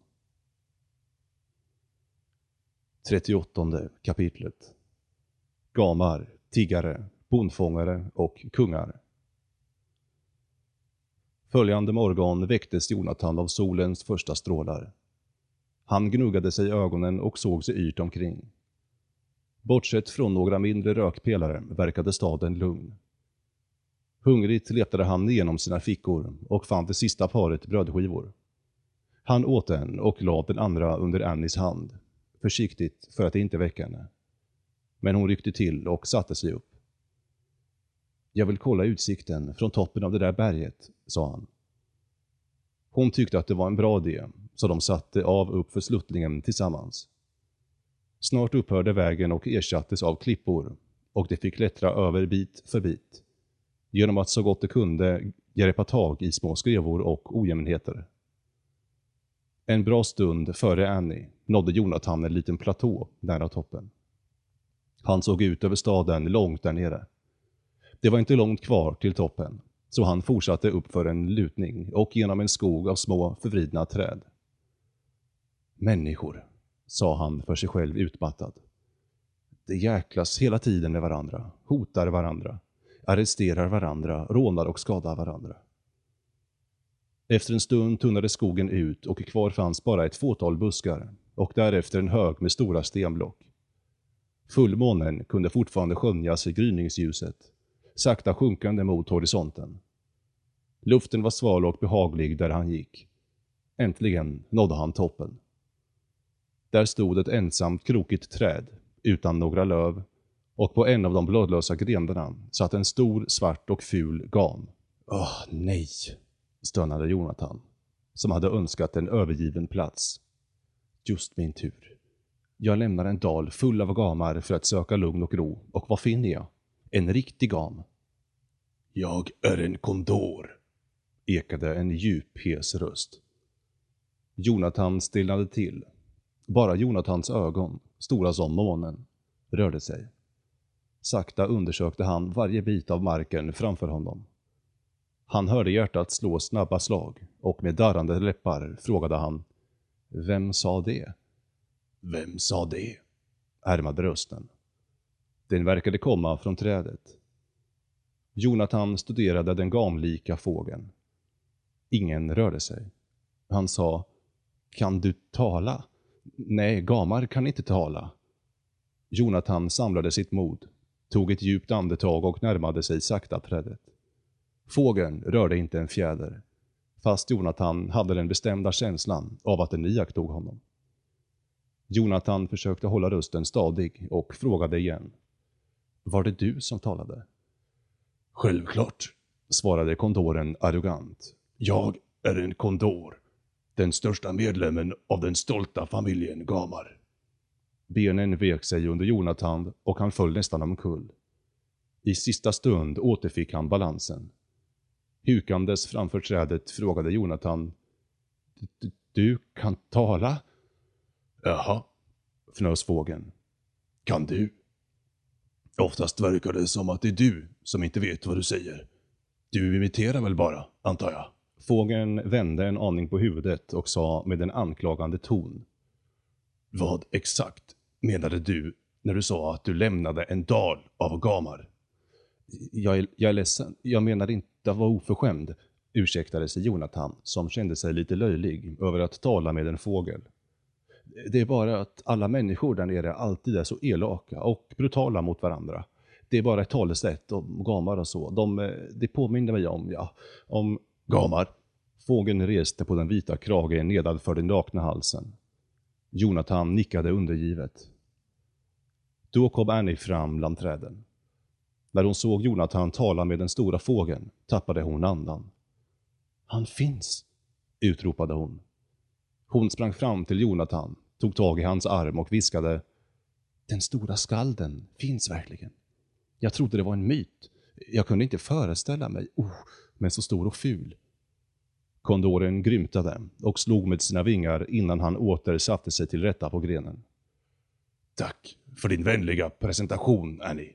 38:e kapitlet. Gamar, tiggare, bondfångare och kungar. Följande morgon väcktes Jonathan av solens första strålar. Han gnuggade sig i ögonen och såg sig yrt omkring. Bortsett från några mindre rökpelare verkade staden lugn. Hungrigt letade han igenom sina fickor och fann det sista paret brödskivor. Han åt en och la den andra under Annies hand, försiktigt för att inte väcka henne. Men hon ryckte till och satte sig upp. Jag vill kolla utsikten från toppen av det där berget, sa han. Hon tyckte att det var en bra idé, så de satte av upp för sluttningen tillsammans. Snart upphörde vägen och ersattes av klippor, och de fick klättra över bit för bit, genom att så gott de kunde greppa tag i små skrevor och ojämnheter. En bra stund före Annie nådde Jonathan en liten platå nära toppen. Han såg ut över staden långt där nere. Det var inte långt kvar till toppen, så han fortsatte upp för en lutning och genom en skog av små förvridna träd. Människor, sa han för sig själv utmattad. De jäklas hela tiden med varandra, hotar varandra, arresterar varandra, rånar och skadar varandra. Efter en stund tunnade skogen ut och kvar fanns bara ett fåtal buskar och därefter en hög med stora stenblock. Fullmånen kunde fortfarande skönjas i gryningsljuset, sakta sjunkande mot horisonten. Luften var sval och behaglig där han gick. Äntligen nådde han toppen. Där stod ett ensamt krokigt träd, utan några löv, och på en av de blödlösa grenarna satt en stor, svart och ful gam. Nej, stönade Jonathan, som hade önskat en övergiven plats. Just min tur. Jag lämnar en dal full av gamar för att söka lugn och ro, och vad finner jag? En riktig gam. Jag är en kondor, ekade en djup, hes röst. Jonathan stillade till. Bara Jonathans ögon, stora som månen, rörde sig. Sakta undersökte han varje bit av marken framför honom. Han hörde hjärtat slå snabba slag, och med darrande läppar frågade han: Vem sa det? Vem sa det? Härmade rösten. Den verkade komma från trädet. Jonathan studerade den gamlika fågeln. Ingen rörde sig. Han sa: Kan du tala? Nej, gamar kan inte tala. Jonathan samlade sitt mod, tog ett djupt andetag och närmade sig sakta trädet. Fågeln rörde inte en fjäder, fast Jonathan hade den bestämda känslan av att den iakttog honom. Jonathan försökte hålla rösten stadig och frågade igen: Var det du som talade? Självklart, svarade kondoren arrogant. Jag är en kondor, den största medlemmen av den stolta familjen Gamar. Benen vek sig under Jonathan och han föll nästan omkull. I sista stund återfick han balansen. Hukandes framför trädet frågade Jonathan: Du kan tala? Jaha, fnös fågeln. Kan du? Oftast verkar det som att det är du som inte vet vad du säger. Du imiterar väl bara, antar jag. Fågeln vände en aning på huvudet och sa med en anklagande ton: Vad exakt menade du när du sa att du lämnade en dal av gamar? Jag är ledsen, jag menade inte att vara oförskämd, ursäktade sig Jonathan, som kände sig lite löjlig över att tala med en fågel. Det är bara att alla människor där nere alltid är så elaka och brutala mot varandra. Det är bara ett talesätt om gamar och så. Det påminner mig om gamar. Fågeln reste på den vita kragen nedanför den nakna halsen. Jonathan nickade undergivet. Då kom Annie fram bland träden. När hon såg Jonathan tala med den stora fågeln tappade hon andan. Han finns, utropade hon. Hon sprang fram till Jonathan, tog tag i hans arm och viskade: Den stora skalden finns verkligen. Jag trodde det var en myt. Jag kunde inte föreställa mig, men så stor och ful. Kondoren grymtade och slog med sina vingar innan han åter satte sig till rätta på grenen. Tack för din vänliga presentation, Annie.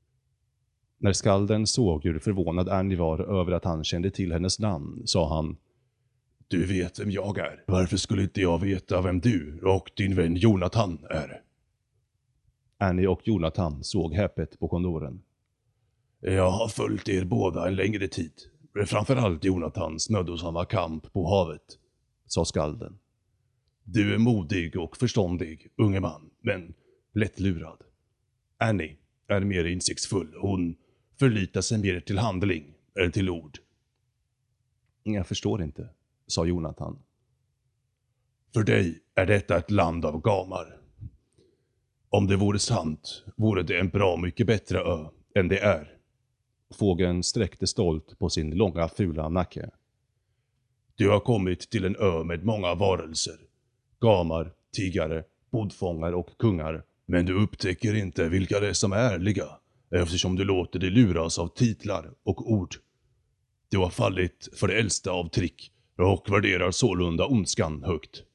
När skalden såg hur förvånad Annie var över att han kände till hennes namn, sa han: Du vet vem jag är. Varför skulle inte jag veta vem du och din vän Jonathan är? Annie och Jonathan såg häpet på kondoren. Jag har följt er båda en längre tid. Framförallt Jonathans mödosamma kamp på havet, sa skalden. Du är modig och förståndig, unge man, men lättlurad. Annie är mer insiktsfull. Hon förlitar sig mer till handling eller till ord. Jag förstår inte, sa Jonathan. För dig är detta ett land av gamar. Om det vore sant vore det en bra mycket bättre ö än det är. Fågeln sträckte stolt på sin långa fula nacke. Du har kommit till en ö med många varelser. Gamar, tigare, bodfångar och kungar. Men du upptäcker inte vilka det är som är ärliga, eftersom du låter dig luras av titlar och ord. Du har fallit för det äldsta av trick och värderar sålunda ondskan högt.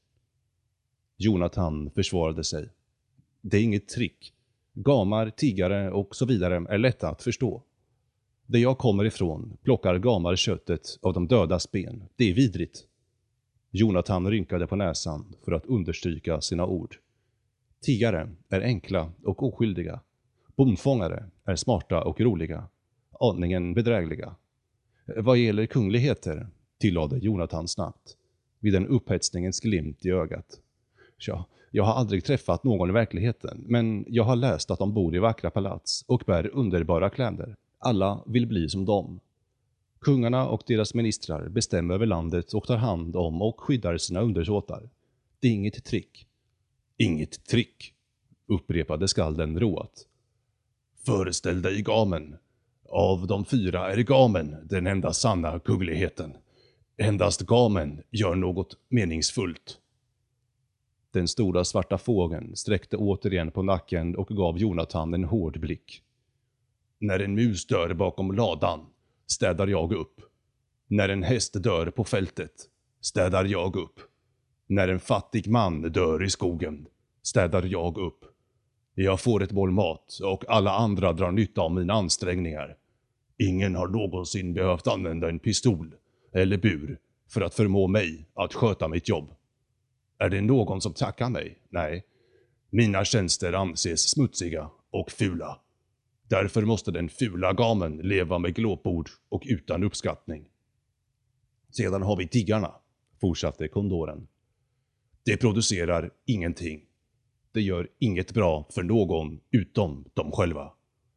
Jonathan försvarade sig. Det är inget trick. Gamar, tigare och så vidare är lätta att förstå. Där jag kommer ifrån plockar gamar köttet av de dödas ben. Det är vidrigt. Jonathan rynkade på näsan för att understryka sina ord. Tigare är enkla och oskyldiga. Bomfångare är smarta och roliga. Aningen bedrägliga. Vad gäller kungligheter, tillade Jonathan snabbt, vid en upphetsningens glimt i ögat. Ja, jag har aldrig träffat någon i verkligheten, men jag har läst att de bor i vackra palats och bär underbara kläder. Alla vill bli som dem. Kungarna och deras ministrar bestämmer över landet och tar hand om och skyddar sina undersåtar. Det är inget trick. Inget trick, upprepade skalden roat. Föreställ dig gamen. Av de 4 är gamen den enda sanna kungligheten. Endast gamen gör något meningsfullt. Den stora svarta fågeln sträckte återigen på nacken och gav Jonathan en hård blick. När en mus dör bakom ladan städar jag upp. När en häst dör på fältet städar jag upp. När en fattig man dör i skogen städar jag upp. Jag får ett mål mat och alla andra drar nytta av mina ansträngningar. Ingen har någonsin behövt använda en pistol eller bur för att förmå mig att sköta mitt jobb. Är det någon som tackar mig? Nej. Mina tjänster anses smutsiga och fula. Därför måste den fula gamen leva med glåpord och utan uppskattning. Sedan har vi tiggarna, fortsatte kondoren. Det producerar ingenting. Det gör inget bra för någon utom dem själva.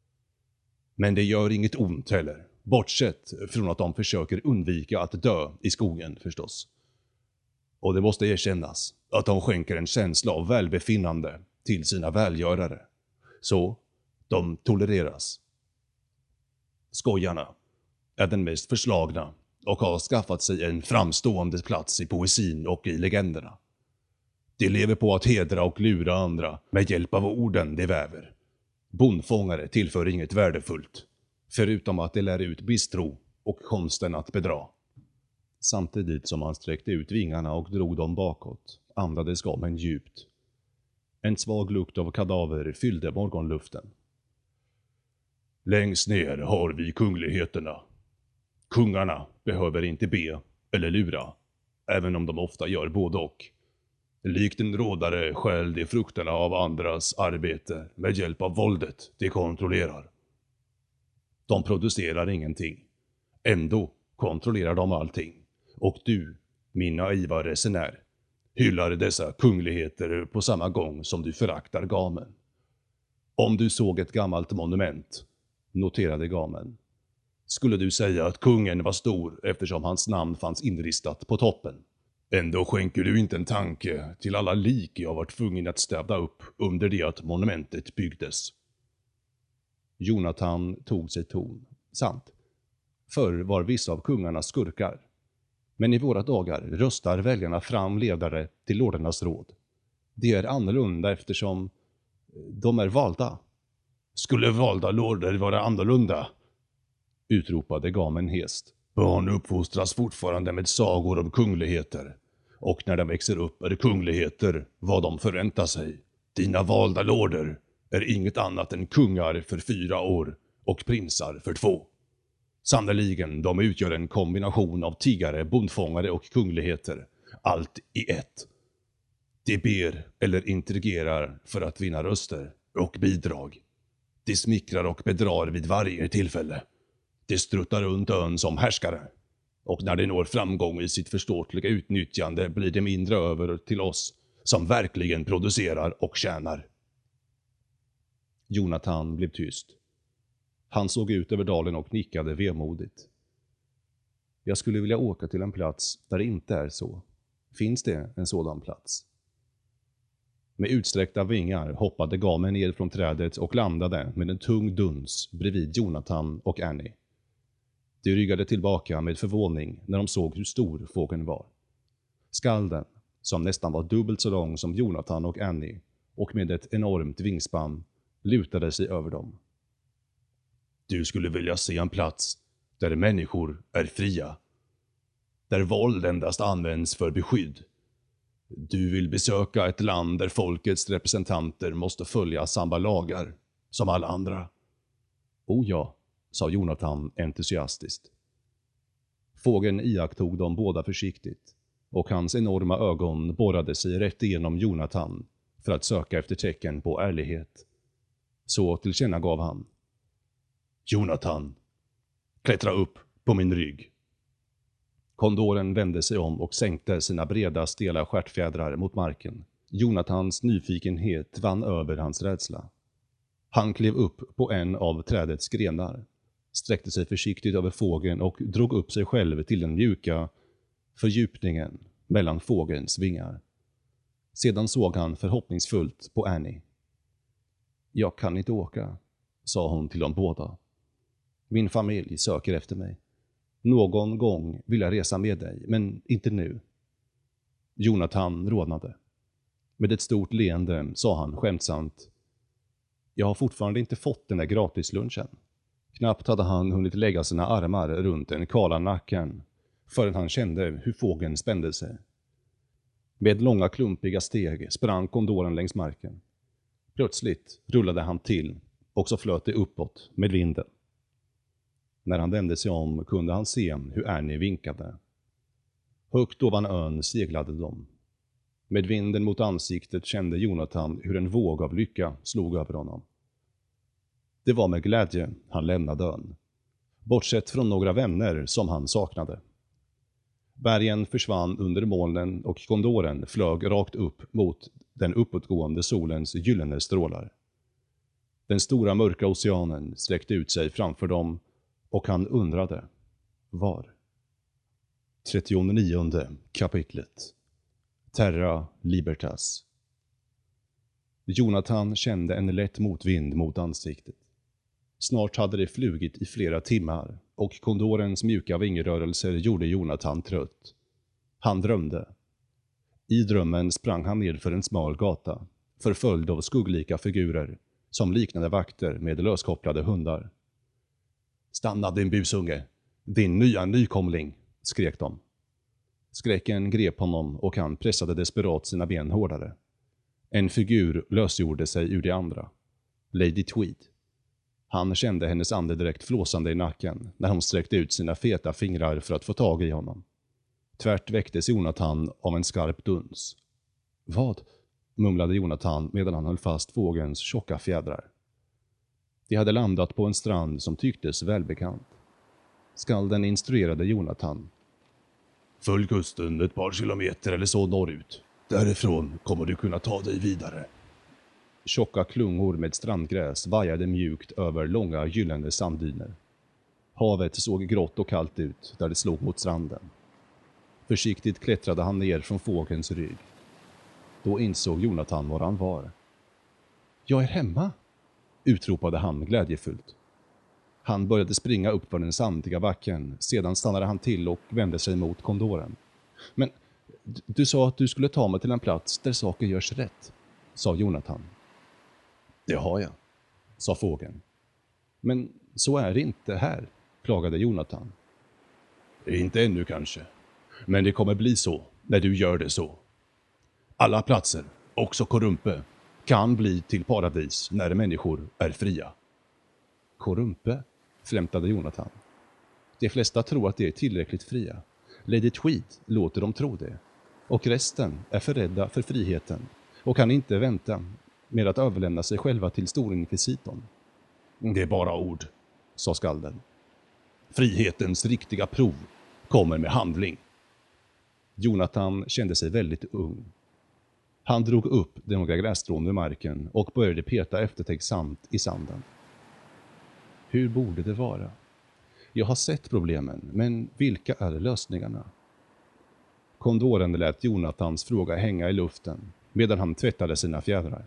Men det gör inget ont heller, bortsett från att de försöker undvika att dö i skogen förstås. Och det måste erkännas att de skänker en känsla av välbefinnande till sina välgörare. Så de tolereras. Skojarna är den mest förslagna och har skaffat sig en framstående plats i poesin och i legenderna. De lever på att hedra och lura andra med hjälp av orden de väver. Bondfångare tillför inget värdefullt, förutom att de lär ut bistro och konsten att bedra. Samtidigt som han sträckte ut vingarna och drog dem bakåt, andades gamen djupt. En svag lukt av kadaver fyllde morgonluften. Längst ner har vi kungligheterna. Kungarna behöver inte be eller lura, även om de ofta gör både och. Likt en rådare stjäl de frukterna av andras arbete med hjälp av våldet de kontrollerar. De producerar ingenting. Ändå kontrollerar de allting. Och du, min naiva resenär, hyllar dessa kungligheter på samma gång som du föraktar gamen. Om du såg ett gammalt monument, noterade gamen, skulle du säga att kungen var stor eftersom hans namn fanns inristat på toppen. Ändå skänker du inte en tanke till alla lik jag var tvungen att städa upp under det att monumentet byggdes. Jonathan tog sig ton. Sant. Förr var vissa av kungarna skurkar. Men i våra dagar röstar väljarna fram ledare till lordernas råd. Det är annorlunda eftersom de är valda. Skulle valda lorder vara annorlunda? Utropade gamen hest. Barn uppfostras fortfarande med sagor om kungligheter. Och när de växer upp är kungligheter vad de förväntar sig. Dina valda lorder är inget annat än kungar för 4 år och prinsar för 2. Sannoliken, de utgör en kombination av tiggare, bondfångare och kungligheter. Allt i ett. De ber eller intrigerar för att vinna röster och bidrag. De smickrar och bedrar vid varje tillfälle. De struttar runt ön som härskare. Och när de når framgång i sitt förståtliga utnyttjande blir det mindre över till oss som verkligen producerar och tjänar. Jonathan blev tyst. Han såg ut över dalen och nickade vemodigt. Jag skulle vilja åka till en plats där det inte är så. Finns det en sådan plats? Med utsträckta vingar hoppade gamen ner från trädet och landade med en tung duns bredvid Jonathan och Annie. De ryggade tillbaka med förvåning när de såg hur stor fågeln var. Skalden, som nästan var dubbelt så lång som Jonathan och Annie och med ett enormt vingspann, lutade sig över dem. Du skulle vilja se en plats där människor är fria. Där våld endast används för beskydd. Du vill besöka ett land där folkets representanter måste följa samma lagar som alla andra. Oh ja, sa Jonathan entusiastiskt. Fågeln iakttog dem båda försiktigt och hans enorma ögon borrade sig rätt igenom Jonathan för att söka efter tecken på ärlighet. Så tillkännagav han. Jonathan, klättra upp på min rygg. Kondoren vände sig om och sänkte sina breda stela stjärtfjädrar mot marken, Jonathans nyfikenhet vann över hans rädsla. Han klev upp på en av trädets grenar, sträckte sig försiktigt över fågeln och drog upp sig själv till den mjuka fördjupningen mellan fågelns vingar. Sedan såg han förhoppningsfullt på Annie. Jag kan inte åka, sa hon till dem båda. Min familj söker efter mig. Någon gång vill jag resa med dig, men inte nu. Jonathan rodnade. Med ett stort leende sa han skämtsamt: jag har fortfarande inte fått den där gratislunchen. Knappt hade han hunnit lägga sina armar runt den kala nacken förrän han kände hur fågeln spände sig. Med långa klumpiga steg sprang kondoren längs marken. Plötsligt rullade han till och så flöt det uppåt med vinden. När han vände sig om kunde han se hur Annie vinkade. Högt ovan ön seglade de. Med vinden mot ansiktet kände Jonathan hur en våg av lycka slog över honom. Det var med glädje han lämnade ön, bortsett från några vänner som han saknade. Bergen försvann under molnen och kondoren flög rakt upp mot den uppåtgående solens gyllene strålar. Den stora mörka oceanen sträckte ut sig framför dem och han undrade: var? 39:e kapitlet. Terra Libertas. Jonathan kände en lätt motvind mot ansiktet. Snart hade det flugit i flera timmar och kondorens mjuka vingrörelser gjorde Jonathan trött. Han drömde. I drömmen sprang han ned för en smal gata, förföljd av skugglika figurer som liknade vakter med löskopplade hundar. Stanna din busunge, din nya nykomling, skrek de. Skräcken grep honom och han pressade desperat sina ben hårdare. En figur lösgjorde sig ur de andra. Lady Tweed. Han kände hennes andedräkt flåsande i nacken när hon sträckte ut sina feta fingrar för att få tag i honom. Tvärt väcktes Jonathan av en skarp duns. Vad? Mumlade Jonathan medan han höll fast fågelns tjocka fjädrar. De hade landat på en strand som tycktes välbekant. Skalden instruerade Jonathan. Följ kusten ett par kilometer eller så norrut. Därifrån kommer du kunna ta dig vidare. Tjocka klungor med strandgräs vajade mjukt över långa gyllene sanddyner. Havet såg grått och kallt ut där det slog mot stranden. Försiktigt klättrade han ner från fågelns rygg. Då insåg Jonathan var han var. Jag är hemma, utropade han glädjefullt. Han började springa upp för den sandiga backen, sedan stannade han till och vände sig mot kondoren. Men du sa att du skulle ta mig till en plats där saker görs rätt, sa Jonathan. Det har jag, sa fågeln. Men så är det inte här, klagade Jonathan. Inte ännu kanske, men det kommer bli så när du gör det så. Alla platser, också Korumpe, kan bli till paradis när människor är fria. Korumpe, flämtade Jonathan. De flesta tror att de är tillräckligt fria. Lady Tweed låter dem tro det. Och resten är förrädda för friheten och kan inte vänta med att överlämna sig själva till storinkvisitorn. Det är bara ord, sa skalden. Frihetens riktiga prov kommer med handling. Jonathan kände sig väldigt ung. Han drog upp några grässtrån ur marken och började peta eftertänksamt i sanden. Hur borde det vara? Jag har sett problemen, men vilka är lösningarna? Kondoren lät Jonathans fråga hänga i luften medan han tvättade sina fjädrar.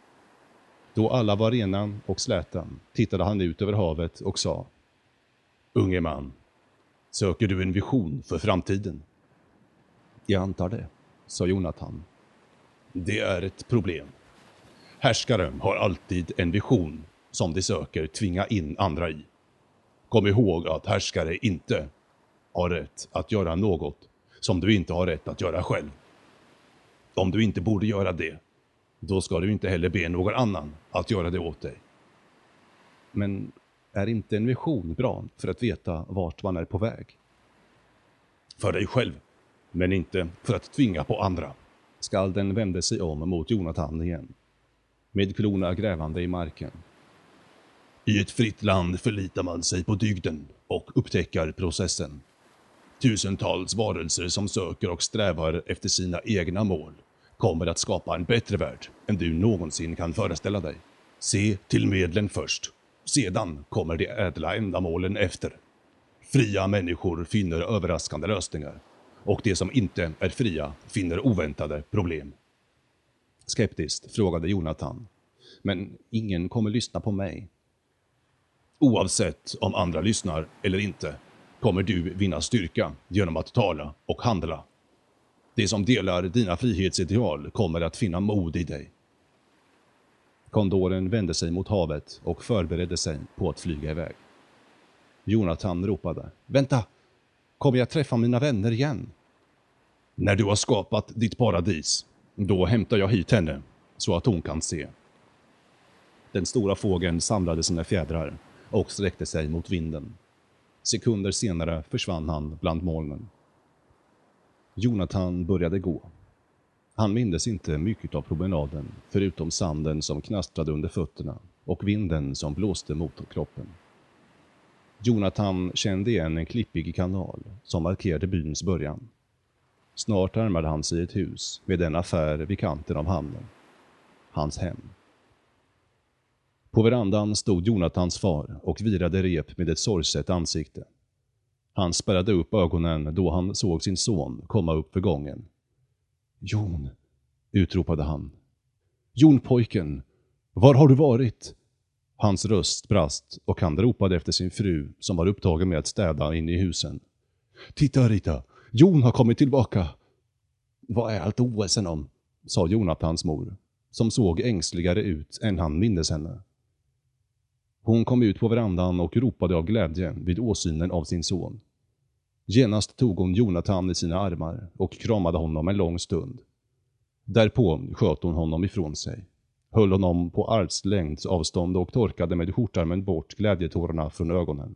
Då alla var rena och släta tittade han ut över havet och sa: Unge man, söker du en vision för framtiden? Jag antar det, sa Jonathan. Det är ett problem. Härskare har alltid en vision som de söker tvinga in andra i. Kom ihåg att härskare inte har rätt att göra något som du inte har rätt att göra själv. Om du inte borde göra det, då ska du inte heller be någon annan att göra det åt dig. Men är inte en vision bra för att veta vart man är på väg? För dig själv, men inte för att tvinga på andra. Skalden vände sig om mot Jonathan igen, med klorna grävande i marken. I ett fritt land förlitar man sig på dygden och upptäcker processen. Tusentals varelser som söker och strävar efter sina egna mål kommer att skapa en bättre värld än du någonsin kan föreställa dig. Se till medlen först. Sedan kommer de ädla ändamålen efter. Fria människor finner överraskande lösningar. Och de som inte är fria finner oväntade problem. Skeptiskt frågade Jonathan. Men ingen kommer lyssna på mig. Oavsett om andra lyssnar eller inte kommer du vinna styrka genom att tala och handla. De som delar dina frihetsideal kommer att finna mod i dig. Kondoren vände sig mot havet och förberedde sig på att flyga iväg. Jonathan ropade. Vänta! Kommer jag träffa mina vänner igen? När du har skapat ditt paradis, då hämtar jag hit henne så att hon kan se. Den stora fågeln samlade sina fjädrar och sträckte sig mot vinden. Sekunder senare försvann han bland molnen. Jonathan började gå. Han mindes inte mycket av promenaden, förutom sanden som knastrade under fötterna och vinden som blåste mot kroppen. Jonathan kände igen en klippig kanal som markerade byns början. Snart närmade han sig ett hus med en affär vid kanten av hamnen. Hans hem. På verandan stod Jonathans far och virade rep med ett sorgset ansikte. Han spärrade upp ögonen då han såg sin son komma upp för gången. Jon, utropade han. Jon pojken, var har du varit? Hans röst brast och han ropade efter sin fru som var upptagen med att städa in i husen. Titta Rita, Jon har kommit tillbaka. Vad är allt oväsen om? Sa Jonathans mor, som såg ängsligare ut än han mindes henne. Hon kom ut på verandan och ropade av glädje vid åsynen av sin son. Genast tog hon Jonathan i sina armar och kramade honom en lång stund. Därpå sköt hon honom ifrån sig, höll honom på armslängds avstånd och torkade med skjortarmen bort glädjetårarna från ögonen.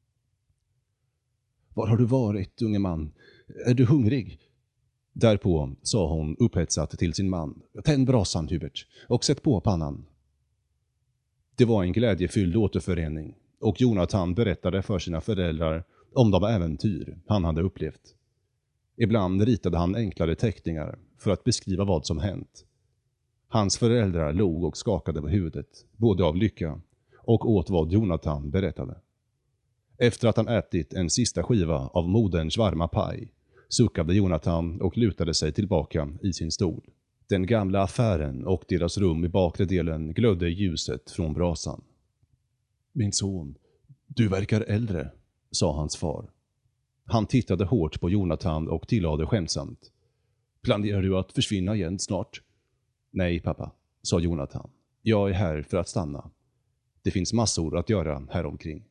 Var har du varit, unge man? Är du hungrig? Därpå sa hon upphetsat till sin man. Tänd brasan, Hubert, och sätt på pannan. Det var en glädjefylld återförening och Jonathan berättade för sina föräldrar om de äventyr han hade upplevt. Ibland ritade han enklare teckningar för att beskriva vad som hänt. Hans föräldrar log och skakade på huvudet, både av lycka och åt vad Jonathan berättade. Efter att han ätit en sista skiva av moderns varma paj suckade Jonathan och lutade sig tillbaka i sin stol. Den gamla affären och deras rum i bakre delen glödde i ljuset från brasan. Min son, du verkar äldre, sa hans far. Han tittade hårt på Jonathan och tillade skämtsamt. Planerar du att försvinna igen snart? Nej, pappa, sa Jonathan. Jag är här för att stanna. Det finns massor att göra här omkring.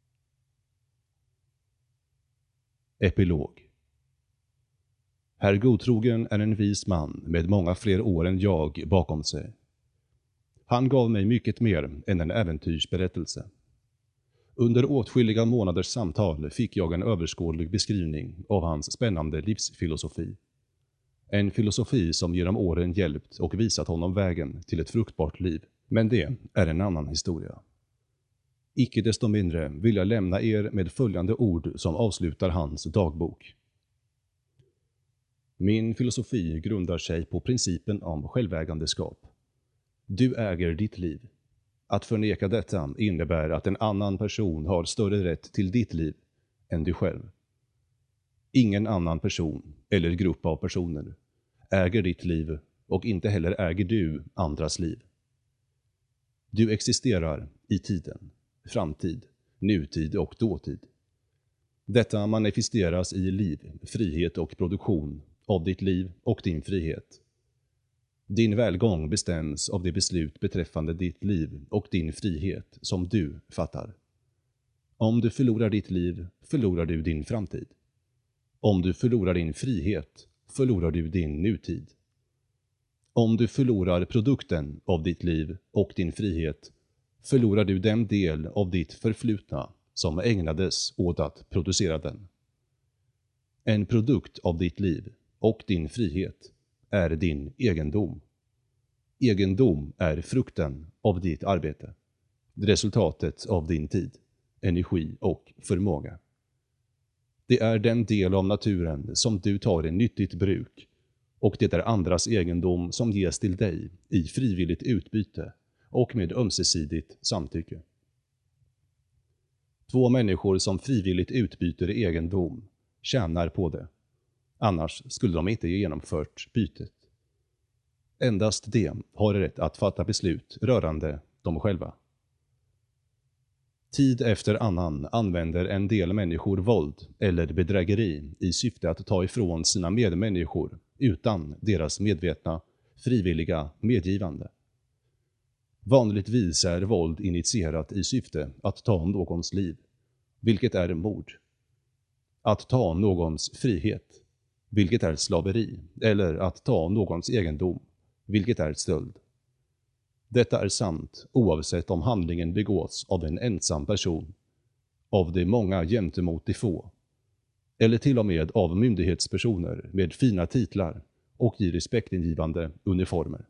Epilog. Herr Godtrogen är en vis man med många fler år än jag bakom sig. Han gav mig mycket mer än en äventyrsberättelse. Under åtskilliga månaders samtal fick jag en överskådlig beskrivning av hans spännande livsfilosofi. En filosofi som genom åren hjälpt och visat honom vägen till ett fruktbart liv. Men det är en annan historia. Icke desto mindre vill jag lämna er med följande ord som avslutar hans dagbok. Min filosofi grundar sig på principen om självägandeskap. Du äger ditt liv. Att förneka detta innebär att en annan person har större rätt till ditt liv än du själv. Ingen annan person eller grupp av personer äger ditt liv och inte heller äger du andras liv. Du existerar i tiden, framtid, nutid och dåtid. Detta manifesteras i liv, frihet och produktion av ditt liv och din frihet. Din välgång bestäms av det beslut beträffande ditt liv och din frihet som du fattar. Om du förlorar ditt liv, förlorar du din framtid. Om du förlorar din frihet, förlorar du din nutid. Om du förlorar produkten av ditt liv och din frihet, förlorar du den del av ditt förflutna som ägnades åt att producera den. En produkt av ditt liv och din frihet är din egendom. Egendom är frukten av ditt arbete, resultatet av din tid, energi och förmåga. Det är den del av naturen som du tar i nyttigt bruk och det är andras egendom som ges till dig i frivilligt utbyte och med ömsesidigt samtycke. Två människor som frivilligt utbyter egendom tjänar på det. Annars skulle de inte genomfört bytet. Endast de har rätt att fatta beslut rörande dem själva. Tid efter annan använder en del människor våld eller bedrägeri i syfte att ta ifrån sina medmänniskor utan deras medvetna, frivilliga medgivande. Vanligtvis är våld initierat i syfte att ta någons liv, vilket är mord. Att ta någons frihet, vilket är slaveri, eller att ta någons egendom, vilket är stöld. Detta är sant oavsett om handlingen begås av en ensam person, av de många gentemot de få, eller till och med av myndighetspersoner med fina titlar och i respektingivande uniformer.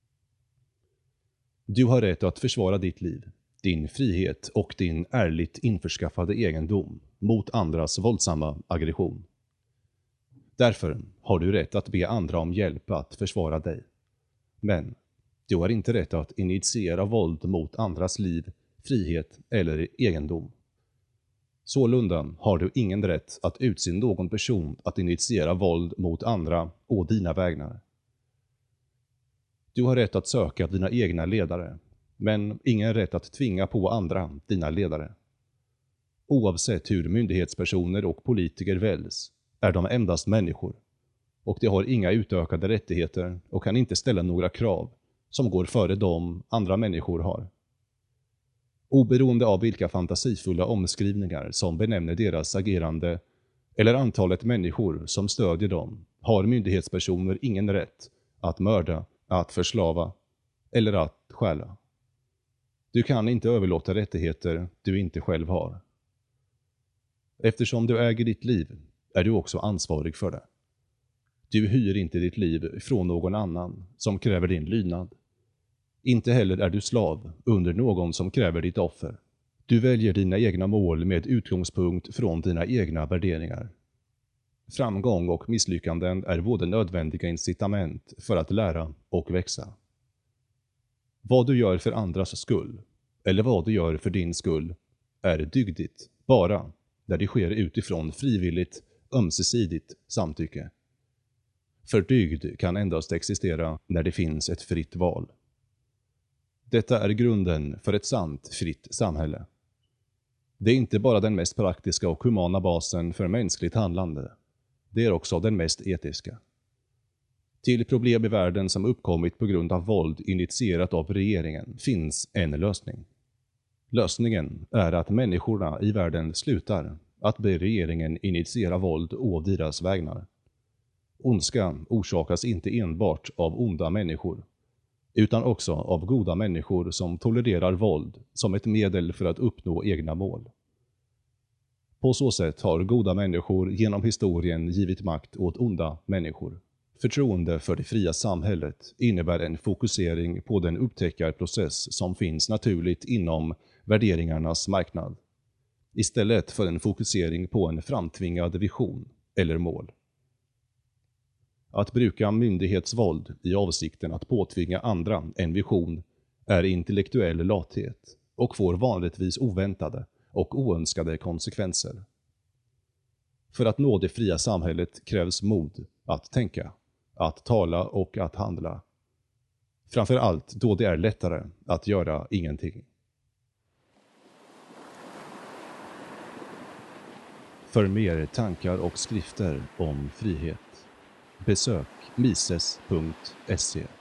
Du har rätt att försvara ditt liv, din frihet och din ärligt införskaffade egendom mot andras våldsamma aggression. Därför har du rätt att be andra om hjälp att försvara dig. Men du har inte rätt att initiera våld mot andras liv, frihet eller egendom. Sålunda har du ingen rätt att utse någon person att initiera våld mot andra och dina vägnar. Du har rätt att söka dina egna ledare, men ingen rätt att tvinga på andra dina ledare. Oavsett hur myndighetspersoner och politiker väljs är de endast människor, och de har inga utökade rättigheter och kan inte ställa några krav som går före de andra människor har. Oberoende av vilka fantasifulla omskrivningar som benämner deras agerande eller antalet människor som stödjer dem, har myndighetspersoner ingen rätt att mörda, att förslava eller att stjäla. Du kan inte överlåta rättigheter du inte själv har. Eftersom du äger ditt liv är du också ansvarig för det. Du hyr inte ditt liv från någon annan som kräver din lydnad. Inte heller är du slav under någon som kräver ditt offer. Du väljer dina egna mål med utgångspunkt från dina egna värderingar. Framgång och misslyckanden är både nödvändiga incitament för att lära och växa. Vad du gör för andras skull, eller vad du gör för din skull, är dygdigt bara när det sker utifrån frivilligt, ömsesidigt samtycke. För dygd kan endast existera när det finns ett fritt val. Detta är grunden för ett sant, fritt samhälle. Det är inte bara den mest praktiska och humana basen för mänskligt handlande. Det är också den mest etiska. Till problem i världen som uppkommit på grund av våld initierat av regeringen finns en lösning. Lösningen är att människorna i världen slutar att be regeringen initiera våld å deras vägnar. Ondska orsakas inte enbart av onda människor, utan också av goda människor som tolererar våld som ett medel för att uppnå egna mål. På så sätt har goda människor genom historien givit makt åt onda människor. Förtroende för det fria samhället innebär en fokusering på den upptäckarprocess som finns naturligt inom värderingarnas marknad, istället för en fokusering på en framtvingad vision eller mål. Att bruka myndighetsvåld i avsikten att påtvinga andra en vision är intellektuell lathet och får vanligtvis oväntade och oönskade konsekvenser. För att nå det fria samhället krävs mod att tänka, att tala och att handla. Framför allt då det är lättare att göra ingenting. För mer tankar och skrifter om frihet, besök mises.se.